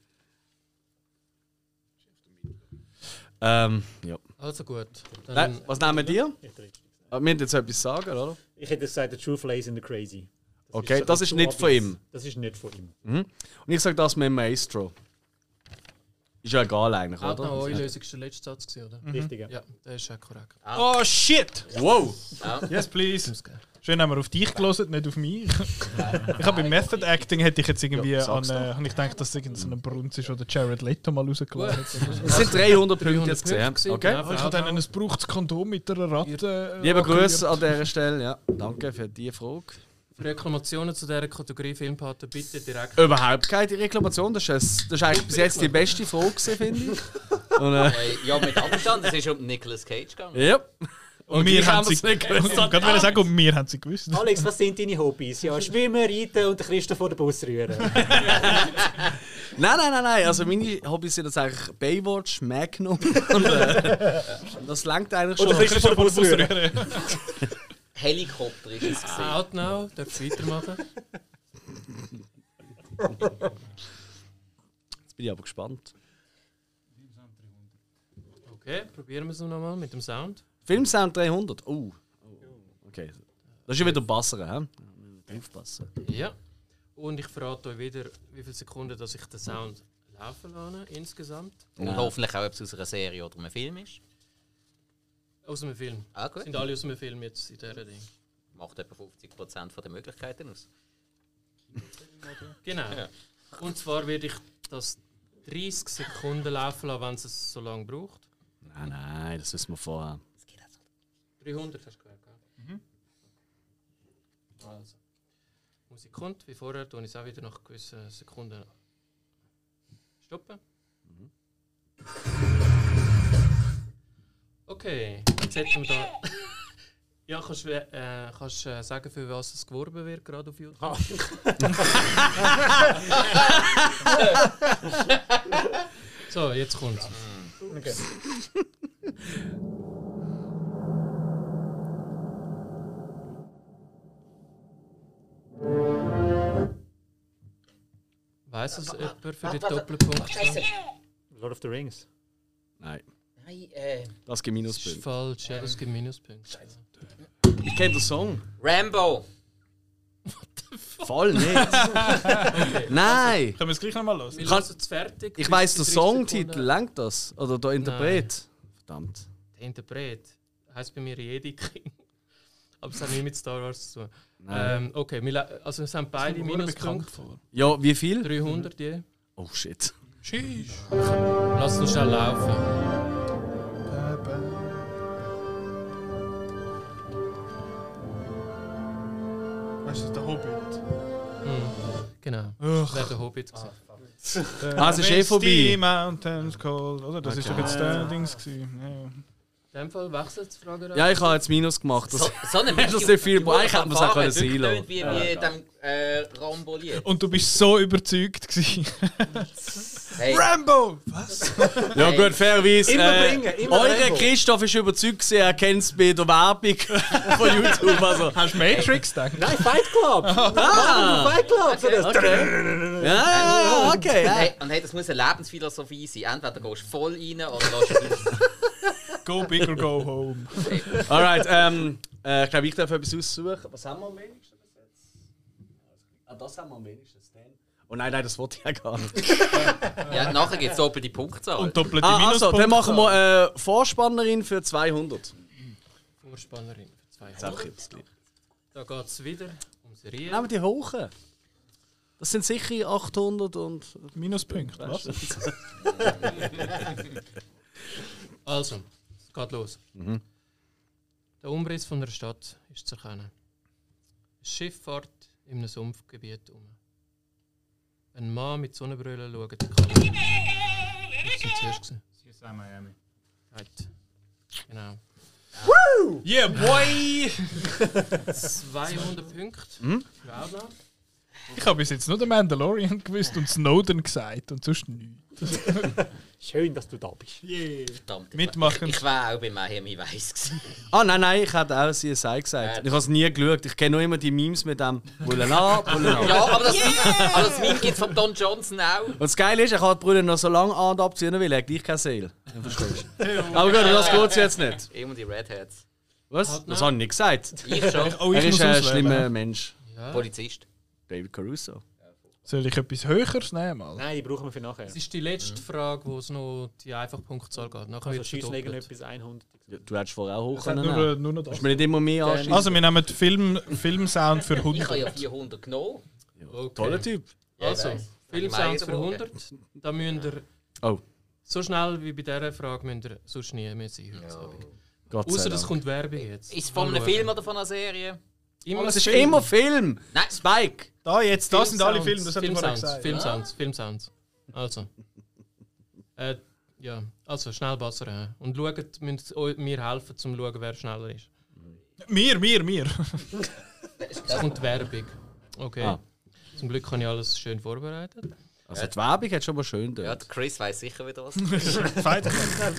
Ja. Also gut. Dann Nein, was nehmen wir? Ich drehe. Wir müssen jetzt etwas sagen, oder? Ich hätte gesagt, the truth lays in the crazy. Okay, so das ein ist nicht von Zuabis. ihm. Das ist nicht von ihm. Und ich sage das mit dem Maestro. Ist ja egal eigentlich, Out oder? Now Lösung ist der letzte Satz, oder? Richtig, ja. Ja, der ist ja korrekt. Oh shit! Wow! Yes, please. Schön haben wir auf dich gelesen, nicht auf mich. Ich habe beim Method Acting hätte ich jetzt irgendwie habe ich gedacht, dass es irgendein so ein Brunz ist, oder Jared Leto mal rausgelassen hat. Es sind 300 Punkte jetzt gesehen. Okay. Ja, Ich habe dann ein gebrauchtes Kondom mit einer Ratte. Liebe Grüße an dieser Stelle. Ja, danke für die Frage. Für Reklamationen zu dieser Kategorie Filmpaten bitte direkt. Überhaupt keine Reklamation. Das ist eigentlich bis jetzt die beste Frage, finde ich. Und, Ja, mit Abstand, es ist um Nicolas Cage gegangen. ja. Und wir haben sie es nicht gewusst. gerade wollte sagen, und wir haben sie gewusst. Alex, was sind deine Hobbys? Ja, schwimmen, reiten und den Christen vor den Bus rühren. Nein. Also meine Hobbys sind jetzt eigentlich Baywatch, Magnum. Und, das langt eigentlich schon. Oder Christen vor den Bus rühren. Helikopter ist es gesehen. Out Now, darfst du weitermachen? Jetzt bin ich aber gespannt. Okay, probieren wir es nochmal mit dem Sound. Filmsound 300. Okay. Das ist ja wieder Basser, hä? Aufpassen. Ja. Und ich verrate euch wieder, wie viele Sekunden dass ich den Sound laufen lasse insgesamt. Und hoffentlich auch, ob es aus einer Serie oder einem Film ist. Aus einem Film. Ah, gut. Sind alle aus einem Film jetzt in dieser Ding. Macht etwa 50% der Möglichkeiten aus. Genau. Ja. Und zwar werde ich das 30 Sekunden laufen lassen, wenn es so lange braucht. Nein, das wissen wir vorher. 300 hast du gehört, gell? Also. Musik kommt, wie vorher, tue ich es auch wieder nach gewissen Sekunden stoppen. Okay, jetzt hätten wir da. Ja, kannst du sagen, für was es geworben wird, gerade auf YouTube? So, jetzt kommt's. Okay. Weiss es jemand für die Doppelpunkte? Lord of the Rings. Nein, Nein, das gibt Das ist Minuspunkte. falsch, ja, das gibt Minuspunkte. Ich kenne den Song. Rambo! Voll nicht. Nein! Können wir es gleich nochmal los? Wir lassen es fertig. Ich weiss den bis die 30 Songtitel, Sekunden- lenkt das? Oder der Interpret? Verdammt. Der Interpret heisst bei mir Jedi King. Aber es hat nichts mit Star Wars zu tun. Nein. Okay, also es haben beide Minuspunkte. Ja, wie viel? 300 je. Oh shit. Sheesh. Lass es noch schnell laufen. Weißt du, der Hobbit? Genau. Ugh. Das wäre der Hobbit gewesen. Ah, es ist eh vorbei. Misty Mountains Cold, oder? Das ist doch Okay. jetzt der Dings gewesen. Ja. In dem Fall wechselt die Frage. Ja, ich habe jetzt Minus gemacht. Das, So eine das ist nicht viel. Eigentlich hätte man es auch können sein Wie lassen. dem Rambo-Lied. Und du bist so überzeugt gewesen. Hey, Rambo! Was? Ja gut, fairerweise. Immer bringen, immer Euer Rambo. Christoph ist überzeugt gewesen, er kennt es bei der Werbung von YouTube. Also. Hast du Matrix gedacht? Nein, Fight Club! Fight Club! So das. Ja, okay. Ja. hey, und hey, das muss eine Lebensphilosophie sein. Entweder gehst du voll rein oder lässt du Go big or go home. Alright, ich glaube, ich darf etwas aussuchen. Was haben wir am wenigsten bis jetzt? Ah, das haben wir am wenigsten. Oh nein, das wollte ich ja gar nicht. Ja, nachher gibt es doppelte Punktzahl. Und doppelte Also, Minuspunkte. dann machen wir Vorspannerin für 200. Vorspannerin für Jetzt einfach 200. jetzt gleich. Da geht es wieder um Serie. Nehmen wir die hoch. Das sind sicher 800 und... Minuspunkte, was? Also, es geht los. Der Umriss von einer Stadt ist zu erkennen. Eine Schifffahrt in einem Sumpfgebiet um. Ein Mann mit Sonnenbrille schaut in die Kamera. Das war zuerst. CSI Miami. Right. Genau. Yeah, boy! 200 Punkte für Outlaw. Ich habe bis jetzt nur den Mandalorian gewusst und Snowden gesagt und sonst nichts. Schön, dass du da bist. Verdammt, Mitmachen. Ich war auch bei Miami Vice gewesen. Ah, nein, ich hätte auch CSI gesagt. Ich habe es nie geschaut. Ich kenne nur immer die Memes mit dem Bullen an, Bullen an. Ja, aber das Meme gibt es von Don Johnson auch. Und das Geile ist, ich kann die Brille noch so lange an- und abziehen will, er hat gleich keine Seele. Du verstehst. Aber gut, das geht jetzt nicht. Immer die Redheads. Was? Das habe ich nicht gesagt. Ich schon. Oh, Er ich ist muss ein auswählen. schlimmer Mensch. Ja. Polizist. David Caruso. Soll ich etwas Höheres nehmen? Mal? Nein, die brauchen wir für nachher. Das ist die letzte Frage, wo es noch die Einfachpunktzahl geht. Nachher Also wird schiessen verdoppelt. irgendetwas 100. Ja, du hättest vorher auch hoch Es hat können. nur noch das. Hast du mir nicht immer mehr anschließen? Also wir nehmen Filmsound für Ich habe 100. ja 400 genommen. Okay. Toller Typ. Also, ich weiss. Filmsounds Ich für meine, 100. Da müsst ihr Oh, so schnell wie bei dieser Frage müsst ihr sonst nie mehr sein heute Abend. Gott sei Außer Dank. es kommt Werbung jetzt. Ist es von einem Mal schauen. Film oder von einer Serie? Immer Es ist Film. immer Film. Nein. Spike. Da jetzt, das sind alle Filme, das hat ich vorher Filmsounds, gesagt. Filmsounds. Also. Ja, also schnell bassern. Und schaut, müsst mir helfen, zum schauen, wer schneller ist. Mir. Es kommt Werbung. Okay. Ah. Zum Glück habe ich alles schön vorbereitet. Also die Werbung hat schon mal schön Ja, dort. der Chris weiß sicher wieder was. Feiter.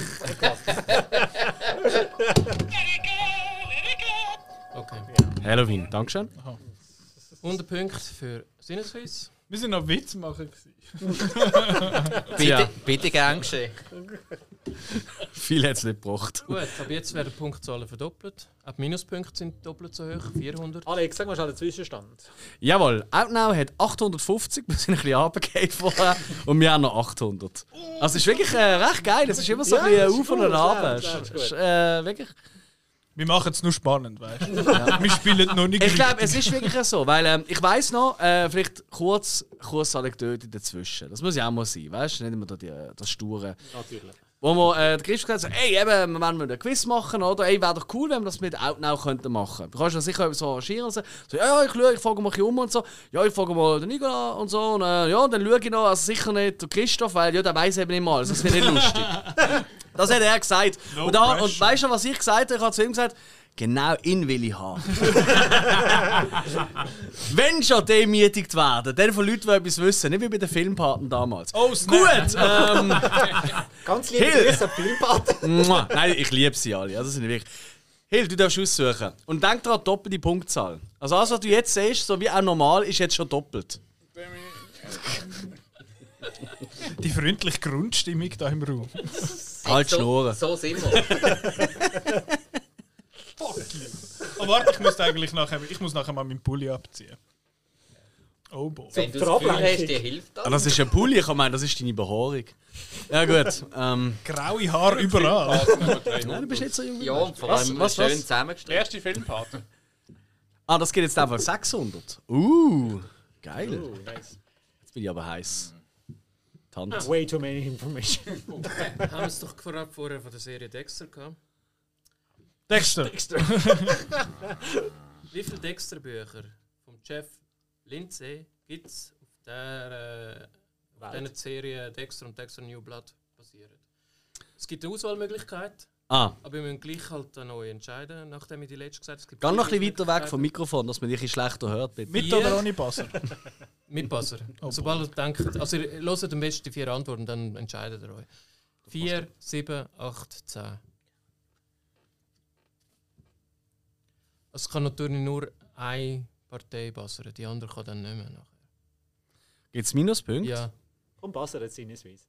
Okay. Halloween, Dankeschön. 100 Punkte für Sinneswiss. Wir sind noch Witz machen. Bitte, bitte gern geschehen. Viel hat es nicht gebracht. Gut, ab jetzt werden die Punktzahlen verdoppelt. Auch die Minuspunkte sind doppelt so hoch, 400. Alex, sag mal schnell den Zwischenstand. Jawohl, Outnow hat 850, wir sind ein bisschen runtergefallen vorher und wir haben noch 800. Also es ist wirklich recht geil, es ist immer so Ja, ein das bisschen ist auf und gut, ab. das Es ist ist gut. wirklich... Wir machen es nur spannend, weißt du? Wir spielen noch nicht Ich glaube, es ist wirklich so, weil ich weiss noch, vielleicht kurz Anekdote dazwischen. Das muss ja auch mal sein, weißt du? Nicht immer da das Sture. Natürlich. Wo wir der Chris gesagt hat, ey, eben, wir wollen einen Quiz machen, oder? Ey, wäre doch cool, wenn wir das mit Outnow könnten machen. Du kannst ja sicher so arrangieren und so, ja, ich frage mal ein bisschen um und so. Ja, ich frage mal den Nicola und so. Und ja, dann schaue ich noch, also sicher nicht den Christoph, weil ja, der weiß eben nicht mal, also das wird nicht lustig. Das hat er gesagt. Und weißt du, was ich gesagt habe? Ich habe zu ihm gesagt, genau ihn will ich haben. Wenn schon demütigt werden, dann von Leuten, die etwas wissen, nicht wie bei den Filmpartnern damals. Oh, Gut, Ganz liebe Hill. Grüße an Filmpaten. Mua. Nein, ich liebe sie alle. Also sind wirklich. Hill, du darfst aussuchen. Und denk daran, doppelte Punktzahl. Also alles, was du jetzt siehst, so wie auch normal, ist jetzt schon doppelt. die freundliche Grundstimmung da im Raum. Halt schnurren. So sind wir. Oh, warte, ich muss nachher mal meinen Pulli abziehen. Oh boy. Wenn du Zur das Gefühl Ablenkung. hast, dir hilft das. Ah, das ist ein Pulli, ich meine, das ist deine Behaarung. Ja gut. Graue Haare überall. Nein, du bist nicht so jung. Ja, und vor allem Was? schön zusammengestellt. Erste Filmpate. Ah, das geht jetzt einfach 600. Geil. Nice. Jetzt bin ich aber heiß. Tant. Way too many information. Haben wir es doch vorher von der Serie Dexter gehabt. Dexter. Wie viele Dexter-Bücher vom Jeff Lindsay gibt es auf der Serie Dexter und Dexter New Blood basiert? Es gibt eine Auswahlmöglichkeit, Ah, aber wir müssen gleich halt neu entscheiden, nachdem ich die letzte gesagt habe. Es gibt geh noch ein vier bisschen weiter weg vom Möglichkeiten. Mikrofon, dass man dich ein bisschen schlechter hört, bitte. Mit oder ohne Buzzer? Mit Buzzer. Sobald ihr denkt, also ihr hört am besten die 4 Antworten, dann entscheidet ihr euch. 4, 7, 8, 10. Also es kann natürlich nur eine Partei buzzern, die andere kann dann nicht mehr nachher. Gibt es Minuspunkte? Ja, Und Basser hat Sinnesweise.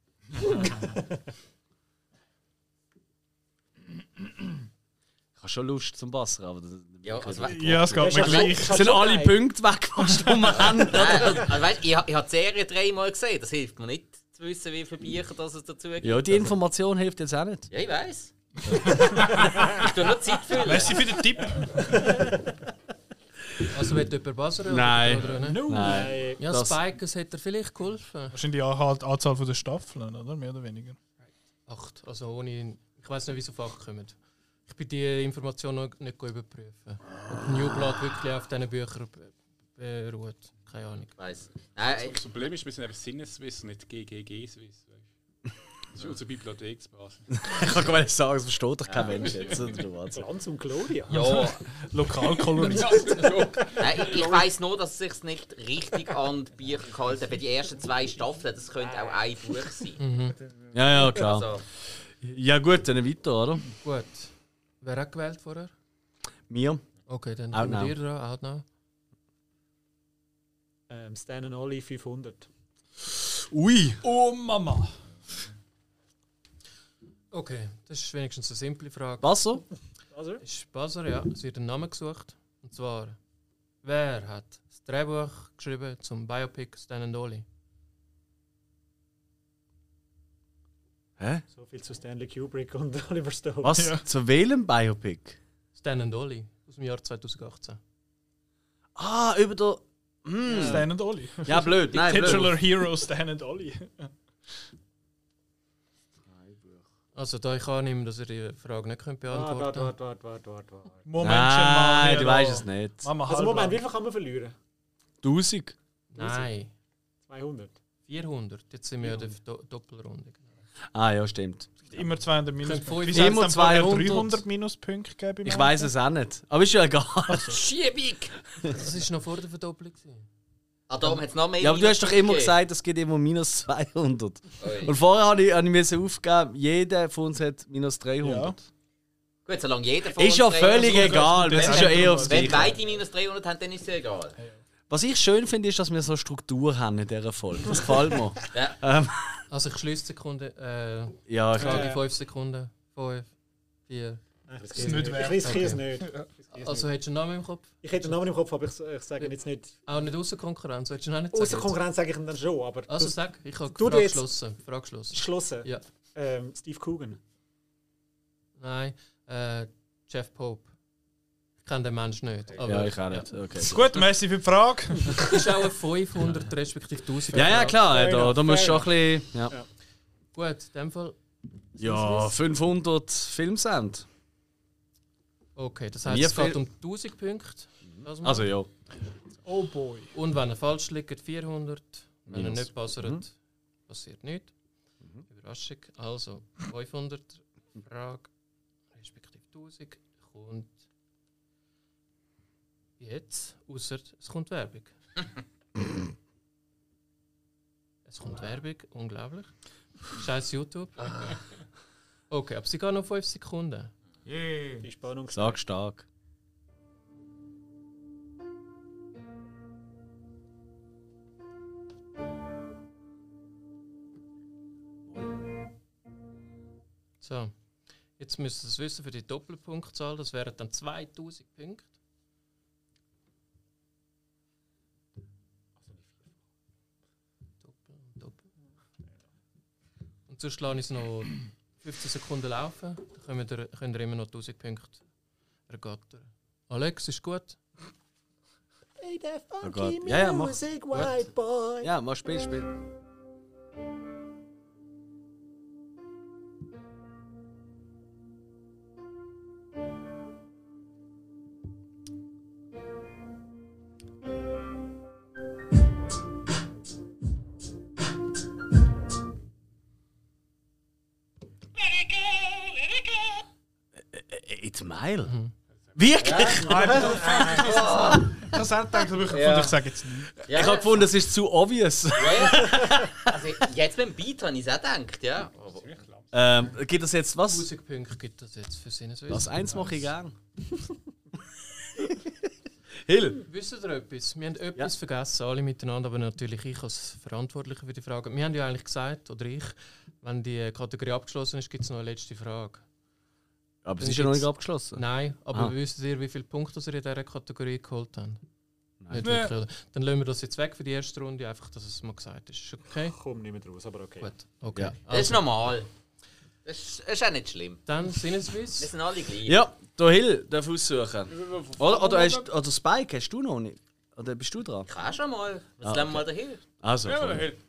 Ich habe schon Lust zum Bassen, aber Ja, also, Ja, es geht mir gleich. sind alle Punkte weg, was du mal haben. Nein, also, weißt, ich habe die Serie 3-mal gesehen. Das hilft mir nicht, zu wissen, wie viele Bücher das es dazu gibt. Ja, die Information hilft jetzt auch nicht. Ja, ich weiß. Ich tue nur Zeit füllen. Merci für den Tipp. also wird jemand buzzern? Nein. Oder nicht? Nein. Ja, Das- Spikes hat er vielleicht geholfen. Wahrscheinlich die Anzahl der Staffeln, oder? Mehr oder weniger. 8, also ohne... Ich weiß nicht, wie so Fach kommen. Ich bin die Information noch nicht überprüfen. Ob New Blood wirklich auf diesen Büchern beruht. Keine Ahnung. Ich weiss. Nein, Das Problem ist, wir sind einfach Sinneswiss, nicht GGG-Swiss. Das ist unsere Bibliotheksbasis. Ich kann gar nicht sagen, das versteht doch kein Mensch jetzt. Also. Franz und Claudia. ja. Lokalkolonie. Nein, ich weiss nur, dass es sich nicht richtig an die Bücher gehalten hat. Die ersten 2 Staffeln, das könnte auch ein Buch sein. Ja, ja, klar. Also, Ja gut, dann weiter, oder? Gut. Wer hat gewählt vorher? Mir. Okay, dann Out kommen now. wir dran. Out now. Stan and Ollie 500. Ui. Oh Mama. Okay, das ist wenigstens eine simple Frage. Wasser? Also? Ist Buzzer, ja. Es wird ein Name gesucht. Und zwar, wer hat das Drehbuch geschrieben zum Biopic Stan and Ollie. Hä? So viel zu Stanley Kubrick und Oliver Stone. Was? Ja. Zu welchem Biopic? Stan and Ollie aus dem Jahr 2018. Ah, über der. Stan und Ollie. Ja, blöd. Nein, Titular blöd. Hero Stan und Ollie. Also da ich annehme, dass ihr die Frage nicht könnt beantworten könnt. Warte. Momentchen Nein, mal. du weißt es nicht. Mama, Also Moment, wie viel kann man verlieren? 1000. Nein, 200. 400. Jetzt sind wir in der Doppelrunde. Ah, ja, stimmt. Immer 200 Minuspunkte. Könnt Wieso immer hat es dann vorher 200? 300 Minuspunkte gegeben? Ich weiß es auch nicht. Aber ist ja egal. Schiebig! Das war noch vor der Verdoppelung. Ah, darum hat es noch mehr. Ja, aber du hast doch immer gegeben. gesagt, es gibt immer minus 200. Ui. Und vorher habe ich müssen aufgeben, jeder von uns hat minus 300. Gut, solange jeder von Ist ja uns völlig 300 egal. Das ist ja eher aufs Wenn Gleiche. beide minus 300 haben, dann ist es ja egal. Was ich schön finde, ist, dass wir so Struktur haben in dieser Folge. Das gefällt mir. Ja. Also ich schließe Sekunden. Ja, Frage 5 Sekunden. 5, 4. Ich nicht wert. riskiere es nicht. Also hättest du einen Namen im Kopf? Ich hätte einen Namen im Kopf, aber ich sage jetzt nicht. Auch nicht außer Konkurrenz, willst du ihn auch nicht Außer sagen? Konkurrenz sage ich ihn dann schon, aber Also das sag, ich habe du Frage jetzt- geschlossen. Frage geschlossen. ist geschlossen. Ja. Steve Coogan. Nein, Jeff Pope. Ich kenne den Menschen nicht. Aber ja, ich auch nicht. Okay. Gut, merci für die Frage. ist auch eine 500 respektive 1000. Ja, ja, klar. Fair Da enough, musst du schon fair ein bisschen. Ja, Gut, in dem Fall. ja 500 Filmsend. Okay, das Wie heisst, es viel- geht um 1000 Punkte. Das mal. Also ja. Oh boy. Und wenn er falsch liegt, 400. Wenn er Minus. nicht passiert, passiert nichts. Überraschung. Also 500 Frage respektive 1000 kommt jetzt, außer es kommt Werbung. Es kommt Werbung, unglaublich. Scheiß YouTube. Okay, aber sie gehen noch 5 Sekunden. Yeah. Die Spannung. Sag stark. So, jetzt müsst ihr es wissen für die Doppelpunktzahl, das wären dann 2000 Punkte. Doppel. Und sonst lasse ich es noch 15 Sekunden laufen, dann könnt ihr immer noch 1000 Punkte ergattern. Alex, ist gut? Hey, der Oh Gott. funky Ja, ja, mach. music, white boy. Ja, mach Spiel. It's Mile. Wirklich? Ich habe es auch gedacht, aber ich sage jetzt nicht. Ja, Ich habe gefunden, es ist zu obvious. also jetzt beim Beat habe ich es auch gedacht, ja. Aber Gibt es jetzt was? 1000 Punkte gibt das jetzt für Sinneswissen. Das eins mache ich gern. Hill. Wisst ihr etwas? Wir haben etwas vergessen, alle miteinander, aber natürlich ich als Verantwortlicher für die Frage. Wir haben ja eigentlich gesagt, oder ich, wenn die Kategorie abgeschlossen ist, gibt es noch eine letzte Frage. Aber es ist ja noch nicht abgeschlossen. Nein, aber Ah. wisst ihr, wie viele Punkte ihr in dieser Kategorie geholt habt? Nein. Nicht wirklich, oder? Dann lassen wir das jetzt weg für die erste Runde, einfach, dass es mal gesagt ist. Ist okay? Komm nicht mehr raus, aber okay. Gut, okay. Ja. das ist normal. Das ist auch nicht schlimm. Dann Wir Sinneswiss. sind alle gleich. Ja, der Hill darf aussuchen. Oder Spike, hast du noch nicht? Oder bist du dran? Ich kann schon mal. Was Ah, lernen wir mal dahin? Also, Ja, komm. Hill.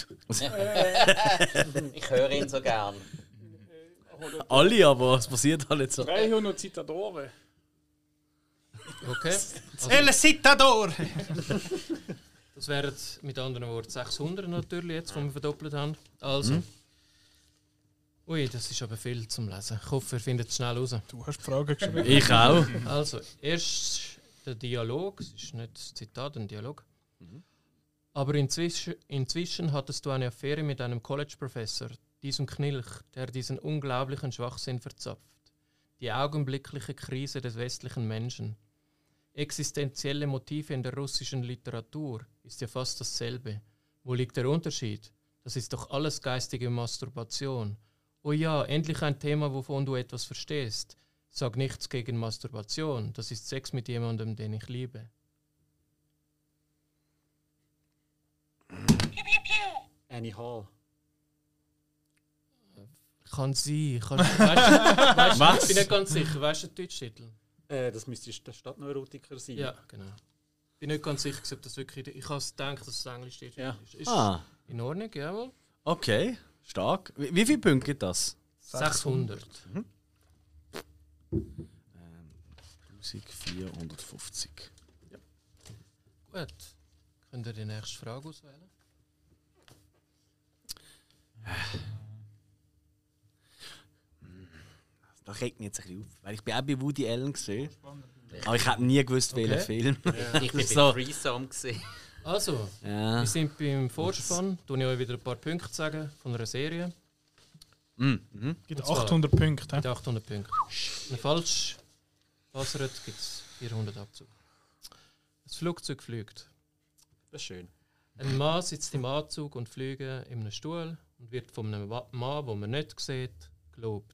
Ich höre ihn so gern. Alle, aber es passiert halt nicht so. 300 Zitadoren. Okay. Also, El Citador! das wären mit anderen Worten 600 natürlich jetzt, die wir verdoppelt haben. Also. Ui, das ist aber viel zum Lesen. Ich hoffe, ihr findet es schnell raus. Du hast die Frage geschrieben. Ich auch. Also, erst der Dialog, es ist nicht das Zitat, ein Dialog. Aber inzwischen hattest du eine Affäre mit einem College-Professor, diesem Knilch, der diesen unglaublichen Schwachsinn verzapft. Die augenblickliche Krise des westlichen Menschen. Existenzielle Motive in der russischen Literatur ist ja fast dasselbe. Wo liegt der Unterschied? Das ist doch alles geistige Masturbation. Oh ja, endlich ein Thema, wovon du etwas verstehst. Sag nichts gegen Masturbation. Das ist Sex mit jemandem, den ich liebe. Annie Hall. Kann sein. Weißt, ich bin nicht ganz sicher. Weißt du den deutschen Titel? Das müsste der Stadtneurotiker sein. Ja, genau. Ich bin nicht ganz sicher, ob das wirklich... Ich habe gedacht, dass es Englisch ist. Ja. Ist in Ordnung, jawohl. Okay, stark. Wie viele Punkte gibt das? 600. 1450. Ja. Gut. Könnt ihr die nächste Frage auswählen? Da regt mich jetzt ein bisschen auf. Weil ich bin auch bei Woody Allen gesehen. Aber ich habe nie gewusst, welchen Film. Ich bin so. bei Threesome gesehen. Also, wir sind beim Vorspann. Ich euch wieder ein paar Punkte sagen von einer Serie. Gibt 800 Punkte. Mit 800 Punkten. Wenn ihr falsch buzzert, gibt es 400 Abzug. Das Flugzeug fliegt. Das ist schön. Ein Mann sitzt im Anzug und fliegt in einem Stuhl und wird von einem Mann, den man nicht sieht, gelobt.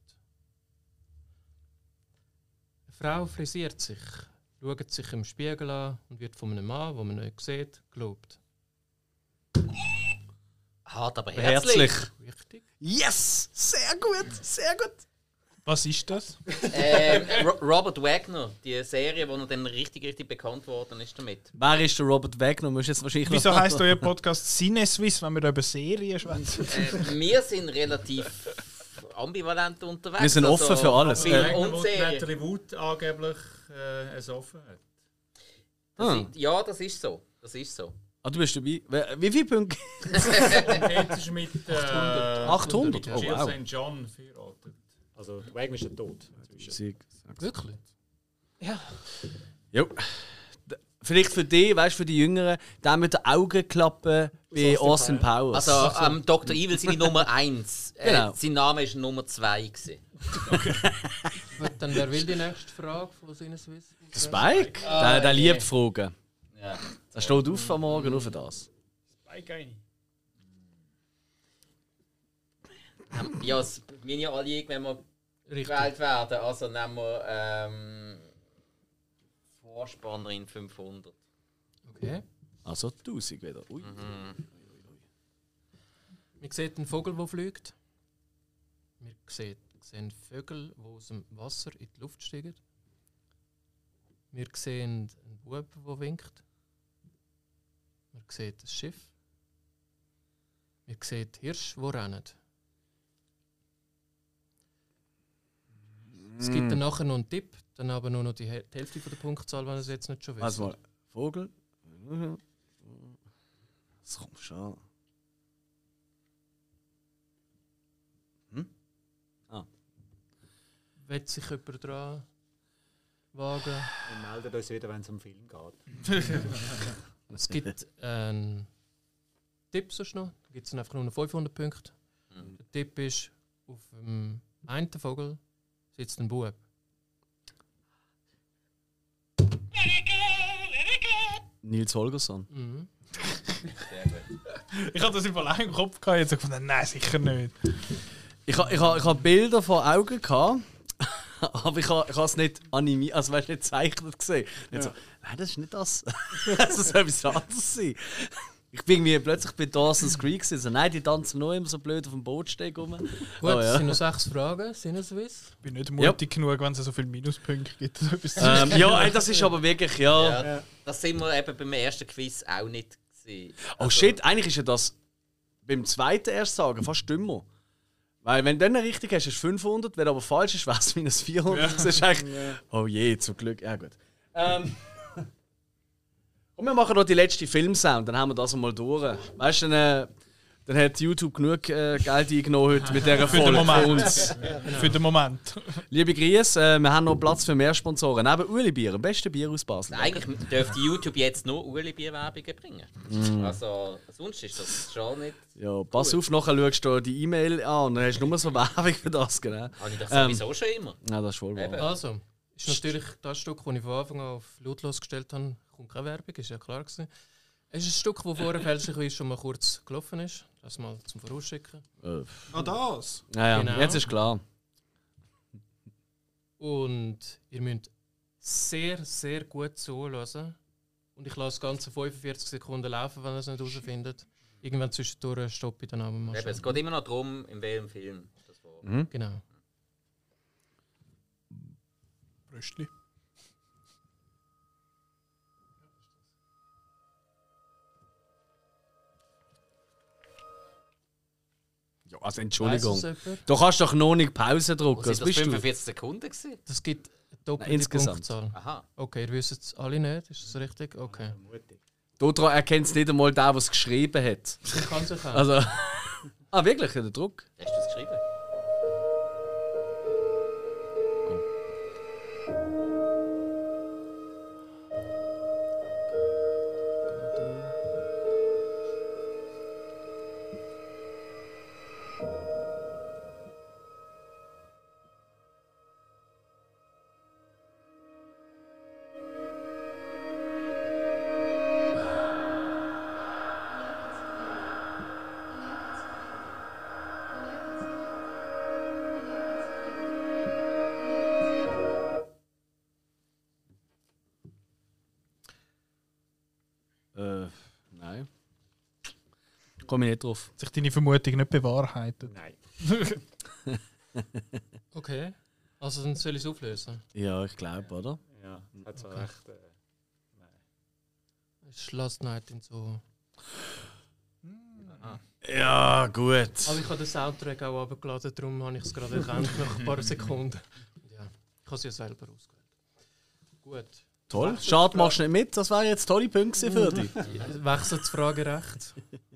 Eine Frau frisiert sich, schaut sich im Spiegel an und wird von einem Mann, den man nicht sieht, gelobt. Hart, aber Herzlich. Richtig. Yes! Sehr gut, sehr gut. Was ist das? Robert Wagner, die Serie, die noch dann richtig bekannt worden ist damit. Wer ist der Robert Wagner? Musst jetzt wahrscheinlich Wieso noch- heisst euer Podcast Cineswiss, wenn wir da über Serien schwätzen? Wir sind relativ ambivalent unterwegs. Wir sind offen für alles. Film und Serie. Natalie Wood angeblich es offen hat. Ja, das ist so. Das ist so. Ah, du bist dabei. Wie viele Punkte? Jetzt ist mit 800? Oh, Jill wow. St. John verheiratet. Also, Wagner ist ja tot. Wirklich? Jo. Vielleicht für dich, weißt du, für die Jüngeren, der mit den Augenklappen bei Austin Powers. Also, Dr. Evil seine Nummer 1. Genau. Sein Name war Nummer 2. gewesen. Gut, dann wer will die nächste Frage von Sinneswiss? Spike? Der liebt Fragen. Ja. Er steht auf am Morgen auf das. Spike eine. Ja, es müssen ja alle irgendwann mal gewählt werden. Also nehmen wir Vorspannerin 500. Okay. Also 1000 wieder. Ui. Wir sehen einen Vogel, der fliegt. Wir sehen Vögel, die aus dem Wasser in die Luft steigen. Wir sehen einen Bub, der winkt. Wir sehen ein Schiff. Wir sehen Hirsche, die rennen. Es gibt dann nachher noch einen Tipp, dann aber nur noch die Hälfte von der Punktzahl, wenn ihr es jetzt nicht schon wisst. Also mal, Vogel. Das kommt schon. Will sich jemand dran wagen? Wir melden uns wieder, wenn es um den Film geht. Es gibt einen Tipp sonst noch. Da gibt es einfach nur noch 500 Punkte. Der Tipp ist, auf dem einen Vogel sitzt ein Bub. Nils Holgersson. Mhm. Ich hatte das im Fall auch im Kopf gehabt, jetzt habe ich gefunden, nein, sicher nicht. Ich ha Bilder vor Augen gehabt, aber ich ha es nicht animiert, also weißt, nicht gezeichnet gesehen. Nicht so, nein, das ist nicht das. Das soll etwas anderes sein. Ich bin irgendwie plötzlich bei Dawson's Creek gewesen. Nein, die tanzen nur immer so blöd auf dem Bootsteg rum. Gut, Oh, ja. es sind noch 6 Fragen. Sinneswiss? Ich bin nicht mutig genug, wenn es so viele Minuspunkte gibt. So etwas zu Ja, ey, das ist aber wirklich, ja. Das sind wir eben beim ersten Quiz auch nicht gewesen. Oh shit, eigentlich ist ja das beim zweiten erst sagen fast dümmer. Weil wenn du dann richtig hast, ist es 500, wenn aber falsch ist, wäre es minus 400. Das ist eigentlich, oh je, zum Glück. Ja gut. Und wir machen noch die letzte Filmsound, dann haben wir das einmal durch. Weißt du, dann hat YouTube genug Geld eingenommen heute mit dieser Für den Folge Moment. von uns. Für den Moment. Liebe Grüße, wir haben noch Platz für mehr Sponsoren. Neben Uli Bier, dem besten Bier aus Basel. Eigentlich dürfte YouTube jetzt nur Uli-Bier-Werbungen bringen. Also, sonst ist das schon nicht. Ja, pass auf, nachher schaust du die E-Mail an und dann hast du nur so Werbung für das, genau. Habe ich das sowieso schon immer. Ja, das ist voll wahr. Eben. Also, ist natürlich das Stück, das ich von Anfang an auf lautlos gestellt habe, kommt keine Werbung, ist ja klar gewesen. Es ist ein Stück, das vorher fälschlicherweise schon mal kurz gelaufen ist. Das mal zum Vorausschicken. Ah, das? Ja, Genau. jetzt ist klar. Und ihr müsst sehr, sehr gut zuhören. Und ich lasse das Ganze 45 Sekunden laufen, wenn ihr es nicht herausfindet. irgendwann zwischendurch stoppe ich dann auch mal. Es geht immer noch darum, in welchem Film das war. Genau. Bröstli. Ja, also Entschuldigung. Weiss es jemand? Du kannst doch noch nicht Pause drücken. Was Was sind das bist du? 45 Sekunden gewesen? Das gibt eine doppelte Insgesamt. Punktzahl. Aha. Okay, ihr wisst es alle nicht, ist das richtig? Okay. Dotra erkennt es nicht einmal der, der es geschrieben hat. Ich kann es erkennen. Also. Wirklich? Der Druck? Hast du das geschrieben? Nein. Komme ich nicht drauf. Sich deine Vermutung nicht bewahrheitet. Nein. Okay. Also dann soll ich es auflösen. Ja, ich glaube, oder? Ja, hat so Okay. recht. Es ist Last Night in Soho. Ja, gut. Aber ich habe den Soundtrack auch runtergeladen, darum habe ich es gerade erkannt nach ein paar Sekunden. Ja, ich habe es ja selber ausgewählt. Gut. Toll. Schade, machst du nicht mit. Das wäre jetzt tolle Punkte für dich. Wechselt das Fragerecht.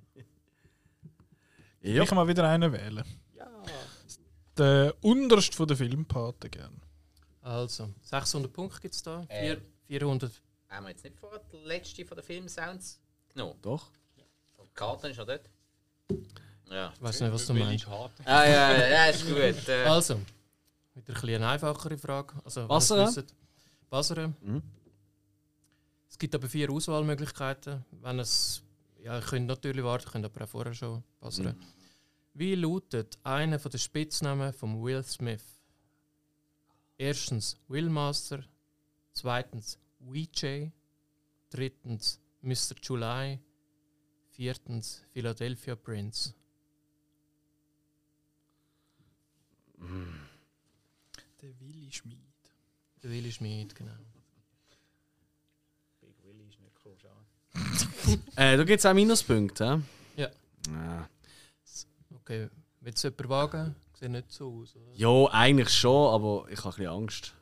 Ja. Ich kann mal wieder einen wählen. Ja. Der unterste von den Filmpaten gern. Also, 600 Punkte gibt es da. 400. 400. Haben wir jetzt nicht vorher die letzte von den Filmsounds genommen? Doch. Und die Karte ist noch dort? Ja. Ich weiß nicht, was du meinst. Ja, ist gut. Also, mit einer etwas einfachere Frage. Also, Wasser? Wasser. Es gibt aber 4 Auswahlmöglichkeiten. Wenn es, ja, ihr könnt natürlich warten, könnt aber auch vorher schon Wasser. Wie lautet einer der Spitznamen von Will Smith? Erstens Will Master, zweitens WJ, drittens Mr. July, viertens Philadelphia Prince. Der Willi Schmid. Der Willi Schmid, genau. Big Willy ist nicht cool, schau. Da gibt es auch Minuspunkte. Ja. Ja. Okay, willst du jemanden wagen? Sieht nicht so aus, oder? Ja, eigentlich schon, aber ich habe ein bisschen Angst.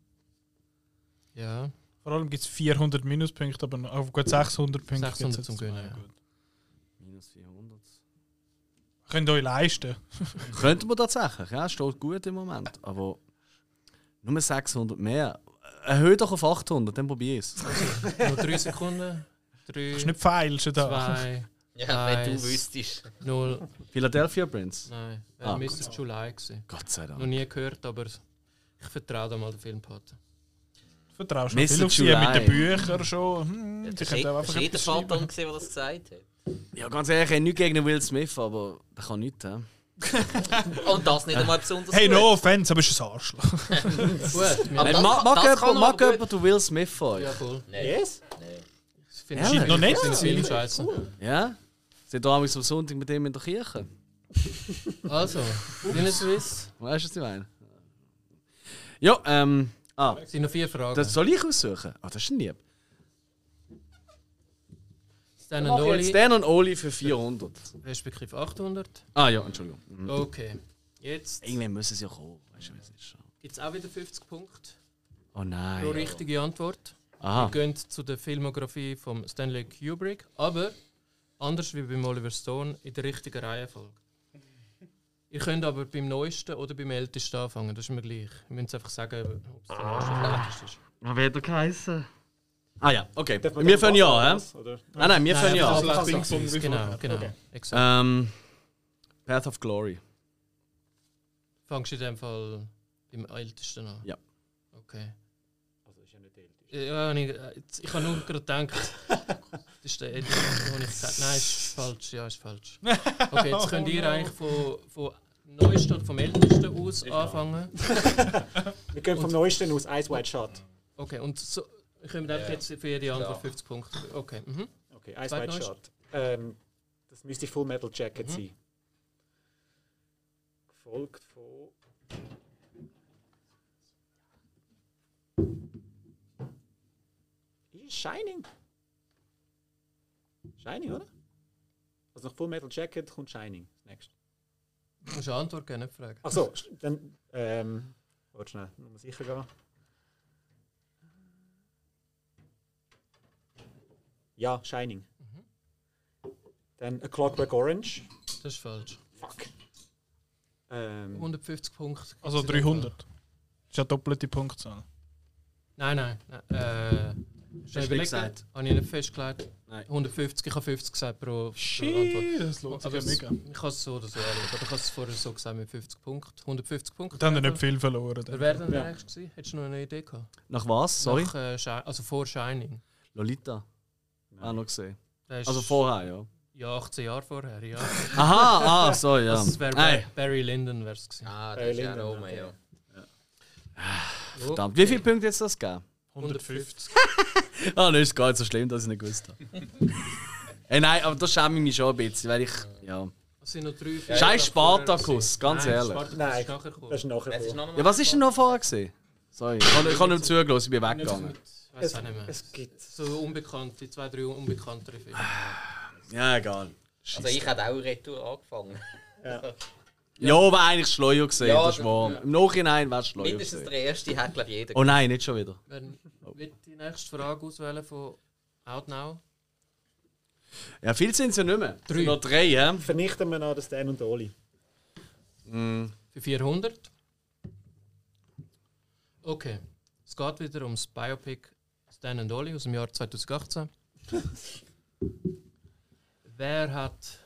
Ja, Vor allem gibt es 400 Minuspunkte, aber auf gut 600 Punkte. 600 gibt's zum jetzt. Gönnen, ja. Gut. Minus 400. Könnt ihr euch leisten. Könnten wir tatsächlich, ja, steht gut im Moment. Aber nur 600 mehr. Erhöht doch auf 800, dann probier es. Noch 3 Sekunden. 3, Das ist nicht feilschen da. 2, Ja, wenn du Eins. wüsstest. 0. Philadelphia Prince. Nein, Ah. Mr. July gewesen. Gott sei Noch Dank. nie gehört, aber ich vertraue da mal den Filmpaten. Du vertraust Mr. noch viel auf sie July. mit den Büchern schon. Die Das können auch war einfach jeder etwas Vater, schreiben. der das gesagt hat. Ja, ganz ehrlich, ich habe nichts gegen den Will Smith, aber der kann nichts. He? Und das nicht einmal besonders Hey, gut. no offense, aber es ist ein Arschloch. Gut, wir Aber das- Mag das kann jemand aber gut. den Will Smith von euch? ja, cool. Nein. Yes? Nein. Ich finde Ja, ich noch nicht den so. Film scheiße. Ja? Sind da am Sonntag mit dem in der Kirche? Also, Wiener Swiss. Weißt du, was ich meine? Ja, Es sind noch 4 Fragen. das soll ich aussuchen? Ah, das ist ein Lieb. Stan Mach und jetzt Oli, Dan und Oli für 400. respektive 800. Ah ja, Entschuldigung. Mhm. Okay, jetzt Irgendwann müssen sie ja kommen. Weißt du, wie es ist schon. gibt es auch wieder 50 Punkte Oh nein. pro richtige Antwort. Aha. Wir gehen zu der Filmografie von Stanley Kubrick, aber anders wie beim Oliver Stone in der richtigen Reihenfolge. Ihr könnt aber beim Neuesten oder beim Ältesten anfangen, das ist mir gleich. Wir müssen einfach sagen, ob es der Neueste oder der Älteste ist. Was wird er geheißen? Ah ja, okay. Darf man Wir dann fangen ja was an, was, oder? Nein, wir fangen ja einfach an. abwechslungsweise. Ping-Pong wie Genau, vorher. genau. Okay. Exakt. Path of Glory. Fangst du in dem Fall beim Ältesten an? Ja. Okay. Also ist ja nicht älter. Ja, ich habe nur gerade gedacht, das ist der Älteste, den ich gesagt habe. Nein, ist falsch. Ja, ist falsch. Okay, jetzt könnt ihr eigentlich von Neuesten oder vom Ältesten aus anfangen. Wir gehen vom Neuesten aus, Eyes Wide Shut. Okay, und so, ich komme einfach jetzt für jede Antwort 50 Punkte. Okay, Okay, Eyes Zweitneuest? Wide Shut. Der Das müsste Full Metal Jacket sein. Gefolgt von... Ist es Shining? Shining, oder? Also nach Full Metal Jacket kommt Shining. Das nächste. Du musst eine Antwort geben, nicht fragen. Achso, dann... warte schnell, muss sicher gehen. Ja, Shining. Dann A Clockwork Orange. Das ist falsch. Fuck. 150 Punkte. Also 300. Das ist ja doppelte Punktzahl. Nein. Hast du nicht gesagt? Habe ich nicht festgelegt. Nein. 150, ich habe 50 gesagt pro Antwort. Shit, das lohnt sich Aber ja mega. ich habe es so oder so erlebt. Aber ich habe es vorher so gesagt mit 50 Punkten. 150 Punkte. Dann haben wir nicht viel verloren. Wer wäre denn der nächste gewesen? Hättest du noch eine Idee gehabt? Nach was? Sorry? Also vor Shining. Lolita. Auch noch gesehen. Der ist- Also vorher, ja. Ja, 18 Jahre vorher, ja. Aha, so, ja. Das wäre Nein. Barry Lyndon wär's gewesen. Ah, das ist ja noch oben, ja. Verdammt, wie viele Punkte jetzt das gegeben? 150. Ah, nein, ist gar nicht so schlimm, dass ich nicht gewusst habe. Nein, aber das schäme ich mich schon ein bisschen, weil ich, ja... Es sind noch 3, 4 Scheiß Spartacus, ganz ehrlich. Spartacus Nein, ist nachher gekommen. das ist nachher Es ist gekommen. noch Ja, was ist denn noch vorher gesehen? Sorry, ich habe nicht zugelassen, ich bin weggegangen. Ich weiß auch nicht mehr. Es gibt... So unbekannte, 2, 3 unbekanntere Filme. Ja, egal. Also ich hätte auch Retour angefangen. Ja, aber eigentlich schleuer gesehen, Ja, das ist wahr. Im Nachhinein wäre es schleuer Mindestens gesehen. der erste hat, glaube ich, jeder. Oh nein, nicht schon wieder. Wer wird die nächste Frage auswählen von Outnow? Ja, viel sind es ja nicht mehr. Es sind 3. noch 3, ja. Vernichten wir noch den Stan und Oli. Für 400. Okay. Es geht wieder ums Biopic Stan and Ollie aus dem Jahr 2018. Wer hat...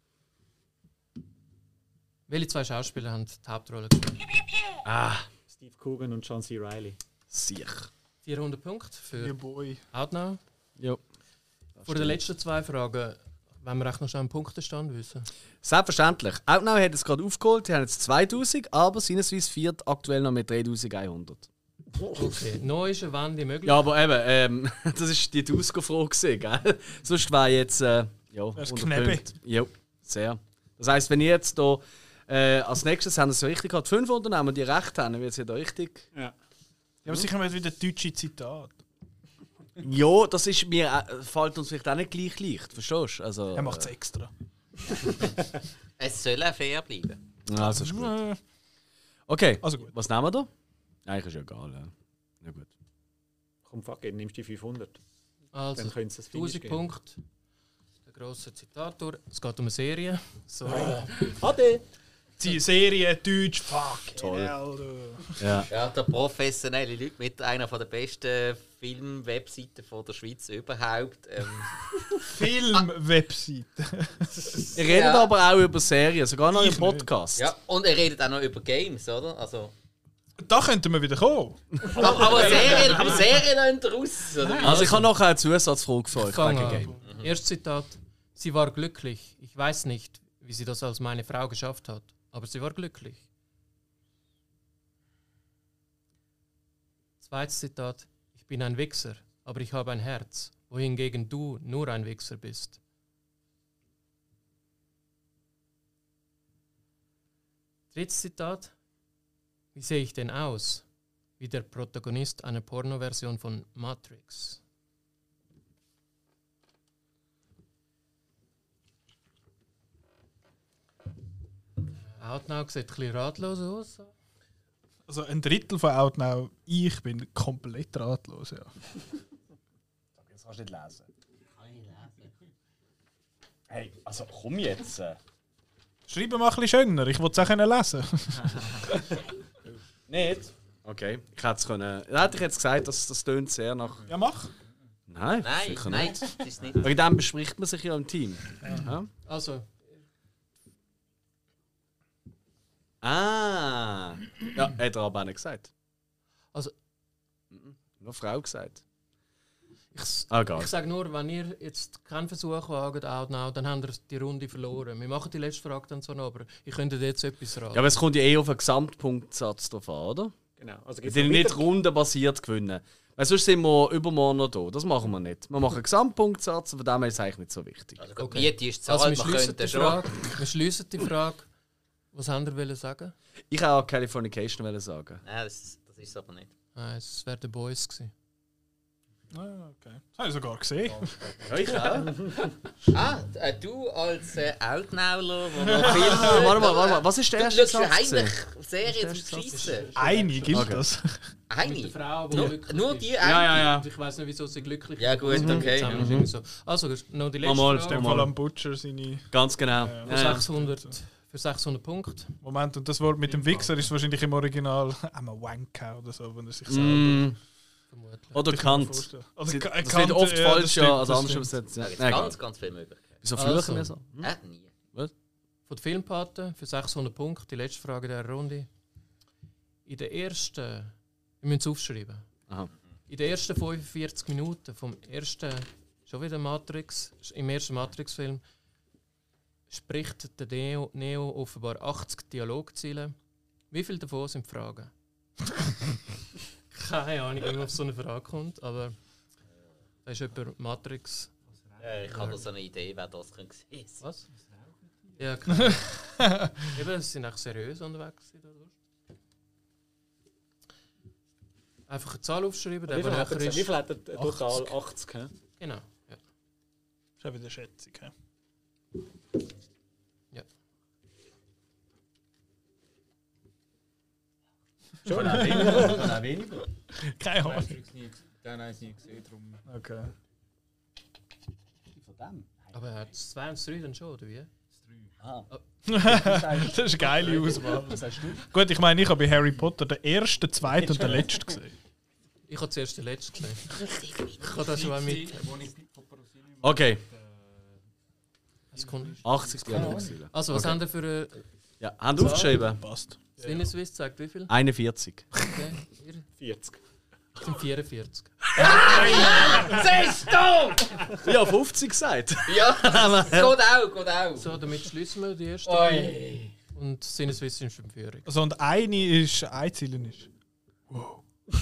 Welche 2 Schauspieler haben die Hauptrolle gespielt? Steve Coogan und John C. Reilly. Sicher. 400 Punkte Ja, für boy. Outnow. Ja. Vor den letzten 2 Fragen wollen wir echt noch schnell einen Punktestand wissen. Selbstverständlich. Outnow hat es gerade aufgeholt, die haben jetzt 2000, aber sinnesweise viert aktuell noch mit 3100. Okay, noch ist eine Wende möglich. Ja, aber eben, das war die Ausgefrage gewesen, gell? Sonst wäre jetzt, ja, Das 100 Knebbe. Punkte. Ja, sehr. Das heisst, wenn ihr jetzt hier als nächstes haben wir es so richtig gehabt, 5 Unternehmen, die recht haben, dann wird es ja da richtig. Ja, aber sicher mal wieder deutsche Zitat. Ja, das ist mir, fällt uns vielleicht auch nicht gleich leicht, verstehst du? Also, Er macht es extra. Es soll auch fair bleiben. Also ist gut. Okay, Also gut. was nehmen wir da? Eigentlich ist ja egal, ja. Ja gut. Komm, fuck it, nimmst die 500. Also, Dann können sie das Finish 1000 geben. Punkte. Der grosse Zitator. Es geht um eine Serie. So, Ade! Die Serie Deutsch, fuck. Toll. Hell, du. Ja. Ja, der professionelle Leute mit einer der besten Film-Webseiten der Schweiz überhaupt. Film-Webseite. Ihr redet Ja. aber auch über Serien, sogar noch im Ich nicht. Podcast. Ja, und er redet auch noch über Games, oder? Also, Da könnten wir wieder kommen. aber Serien lassen wir raus, oder? Also ich habe noch eine Zusatzfrage für euch Fang wegen an. Game. Erstes Zitat. Sie war glücklich. Ich weiß nicht, wie sie das als meine Frau geschafft hat, aber sie war glücklich. Zweites Zitat. Ich bin ein Wichser, aber ich habe ein Herz, wohingegen du nur ein Wichser bist. Drittes Zitat. Wie sehe ich denn aus? Wie der Protagonist einer Pornoversion von Matrix. Outnow sieht ein bisschen ratlos aus. Also ein Drittel von Outnow, ich bin komplett ratlos. Ja. Das kannst du nicht lesen. Hey, also komm jetzt. Schreiben mal ein bisschen schöner, ich wollte es auch lesen. Nicht? Okay, ich hätte es können. Hätte ich jetzt gesagt, dass das tönt sehr nach. Ja, mach. Nein, Nein, sicher nein, nicht. das ist nicht. Wegen dem bespricht man sich ja im Team. Ja. Also, Ah! Ja, hat er aber auch nicht gesagt. Also- Nur Frau gesagt. ich Egal. sage nur, wenn ihr jetzt keinen Versuch wagt, Outnow, dann habt ihr die Runde verloren. Wir machen die letzte Frage dann so noch, aber ich könnte jetzt etwas raten. Ja, aber es kommt ja eh auf einen Gesamtpunktsatz drauf an, oder? Genau. Also Die nicht rundenbasiert gewinnen. Weil sonst sind wir übermorgen noch da. Das machen wir nicht. Wir machen einen Gesamtpunktsatz, von dem her ist es eigentlich nicht so wichtig. Also gut, Miete ist Also zahlt, wir man schliessen könnte die schon. Frage. Wir schliessen die Frage. Was haben ihr sagen? Ich wollte auch Californication sagen. Nein, das ist es aber nicht. Nein, es wäre The Boys gewesen. Ah, okay. Das habe ich sogar gesehen. Ja, ich auch. Du als Outnauler, der noch Filme... Warte mal. Was ist der erste Du schaust Satz? eigentlich Serien zum Schiessen. Einig gilt das. Eine? Frau, die Nur die eine? Ja. Ich weiß nicht, wieso sie glücklich Ja, gut, okay. zusammen ist irgendwie so. Also, noch die letzte Mal, In Frage. dem Fall am Butcher seine... Ganz genau. Für 600 Punkte. Moment, und das Wort mit dem Wichser ist wahrscheinlich im Original einmal Wanker oder so, wenn er sich selber... Vermutlich. Oder Ich kann mir Kant. vorstellen. Oder Das wird Kant, oft ja, falsch, das stimmt, ja, als das anders stimmt. übersetzt. Da Ja. gibt Nein, es egal. ganz viele Möglichkeiten. Wieso fluchen Also. wir so? Nie. Von den Filmpaten für 600 Punkte, die letzte Frage der Runde. In der ersten, wir müssen es aufschreiben. Aha. In den ersten 45 Minuten vom ersten, schon wieder Matrix, im ersten Matrix-Film, spricht der Neo offenbar 80 Dialogziele. Wie viele davon sind Fragen? Keine Ahnung, wie man auf so eine Frage kommt, aber da ist jemand Matrix. Ich habe da so eine Idee, wer das könnte sehen. Was? Ja, klar. Eben, sie sind auch seriös unterwegs. Einfach eine Zahl aufschreiben, der Wie viel näher hat er, ist. wie viel hat er total? 80, hä? Genau. Ja. Das ist auch wieder eine Schätzung. He? Schon? Auch weniger. Keine Ahnung. Den habe ich nie gesehen, darum. Okay. Von dem? Aber er hat 2 und 3 dann schon, oder wie? Das ist eine geile Auswahl. Was hast du? Gut, ich meine, ich habe bei Harry Potter den ersten, zweiten und den letzten gesehen. Ich habe zuerst den letzten gesehen. Ich habe das schon mal mit. Okay, Eine Sekunde. 80 Dialogziele. Also, was haben wir für eine Ja, haben aufgeschrieben? Passt. Sinneswiss? Sagt wie viel? 41. Okay. 40. Das sind 44. Siehst du! Ja, 50 gesagt. Ja, geht auch. So, damit schließen wir die erste. Oi. Und Sinneswiss ist in Führung. Also, und eine ist einzielen ist. Wow.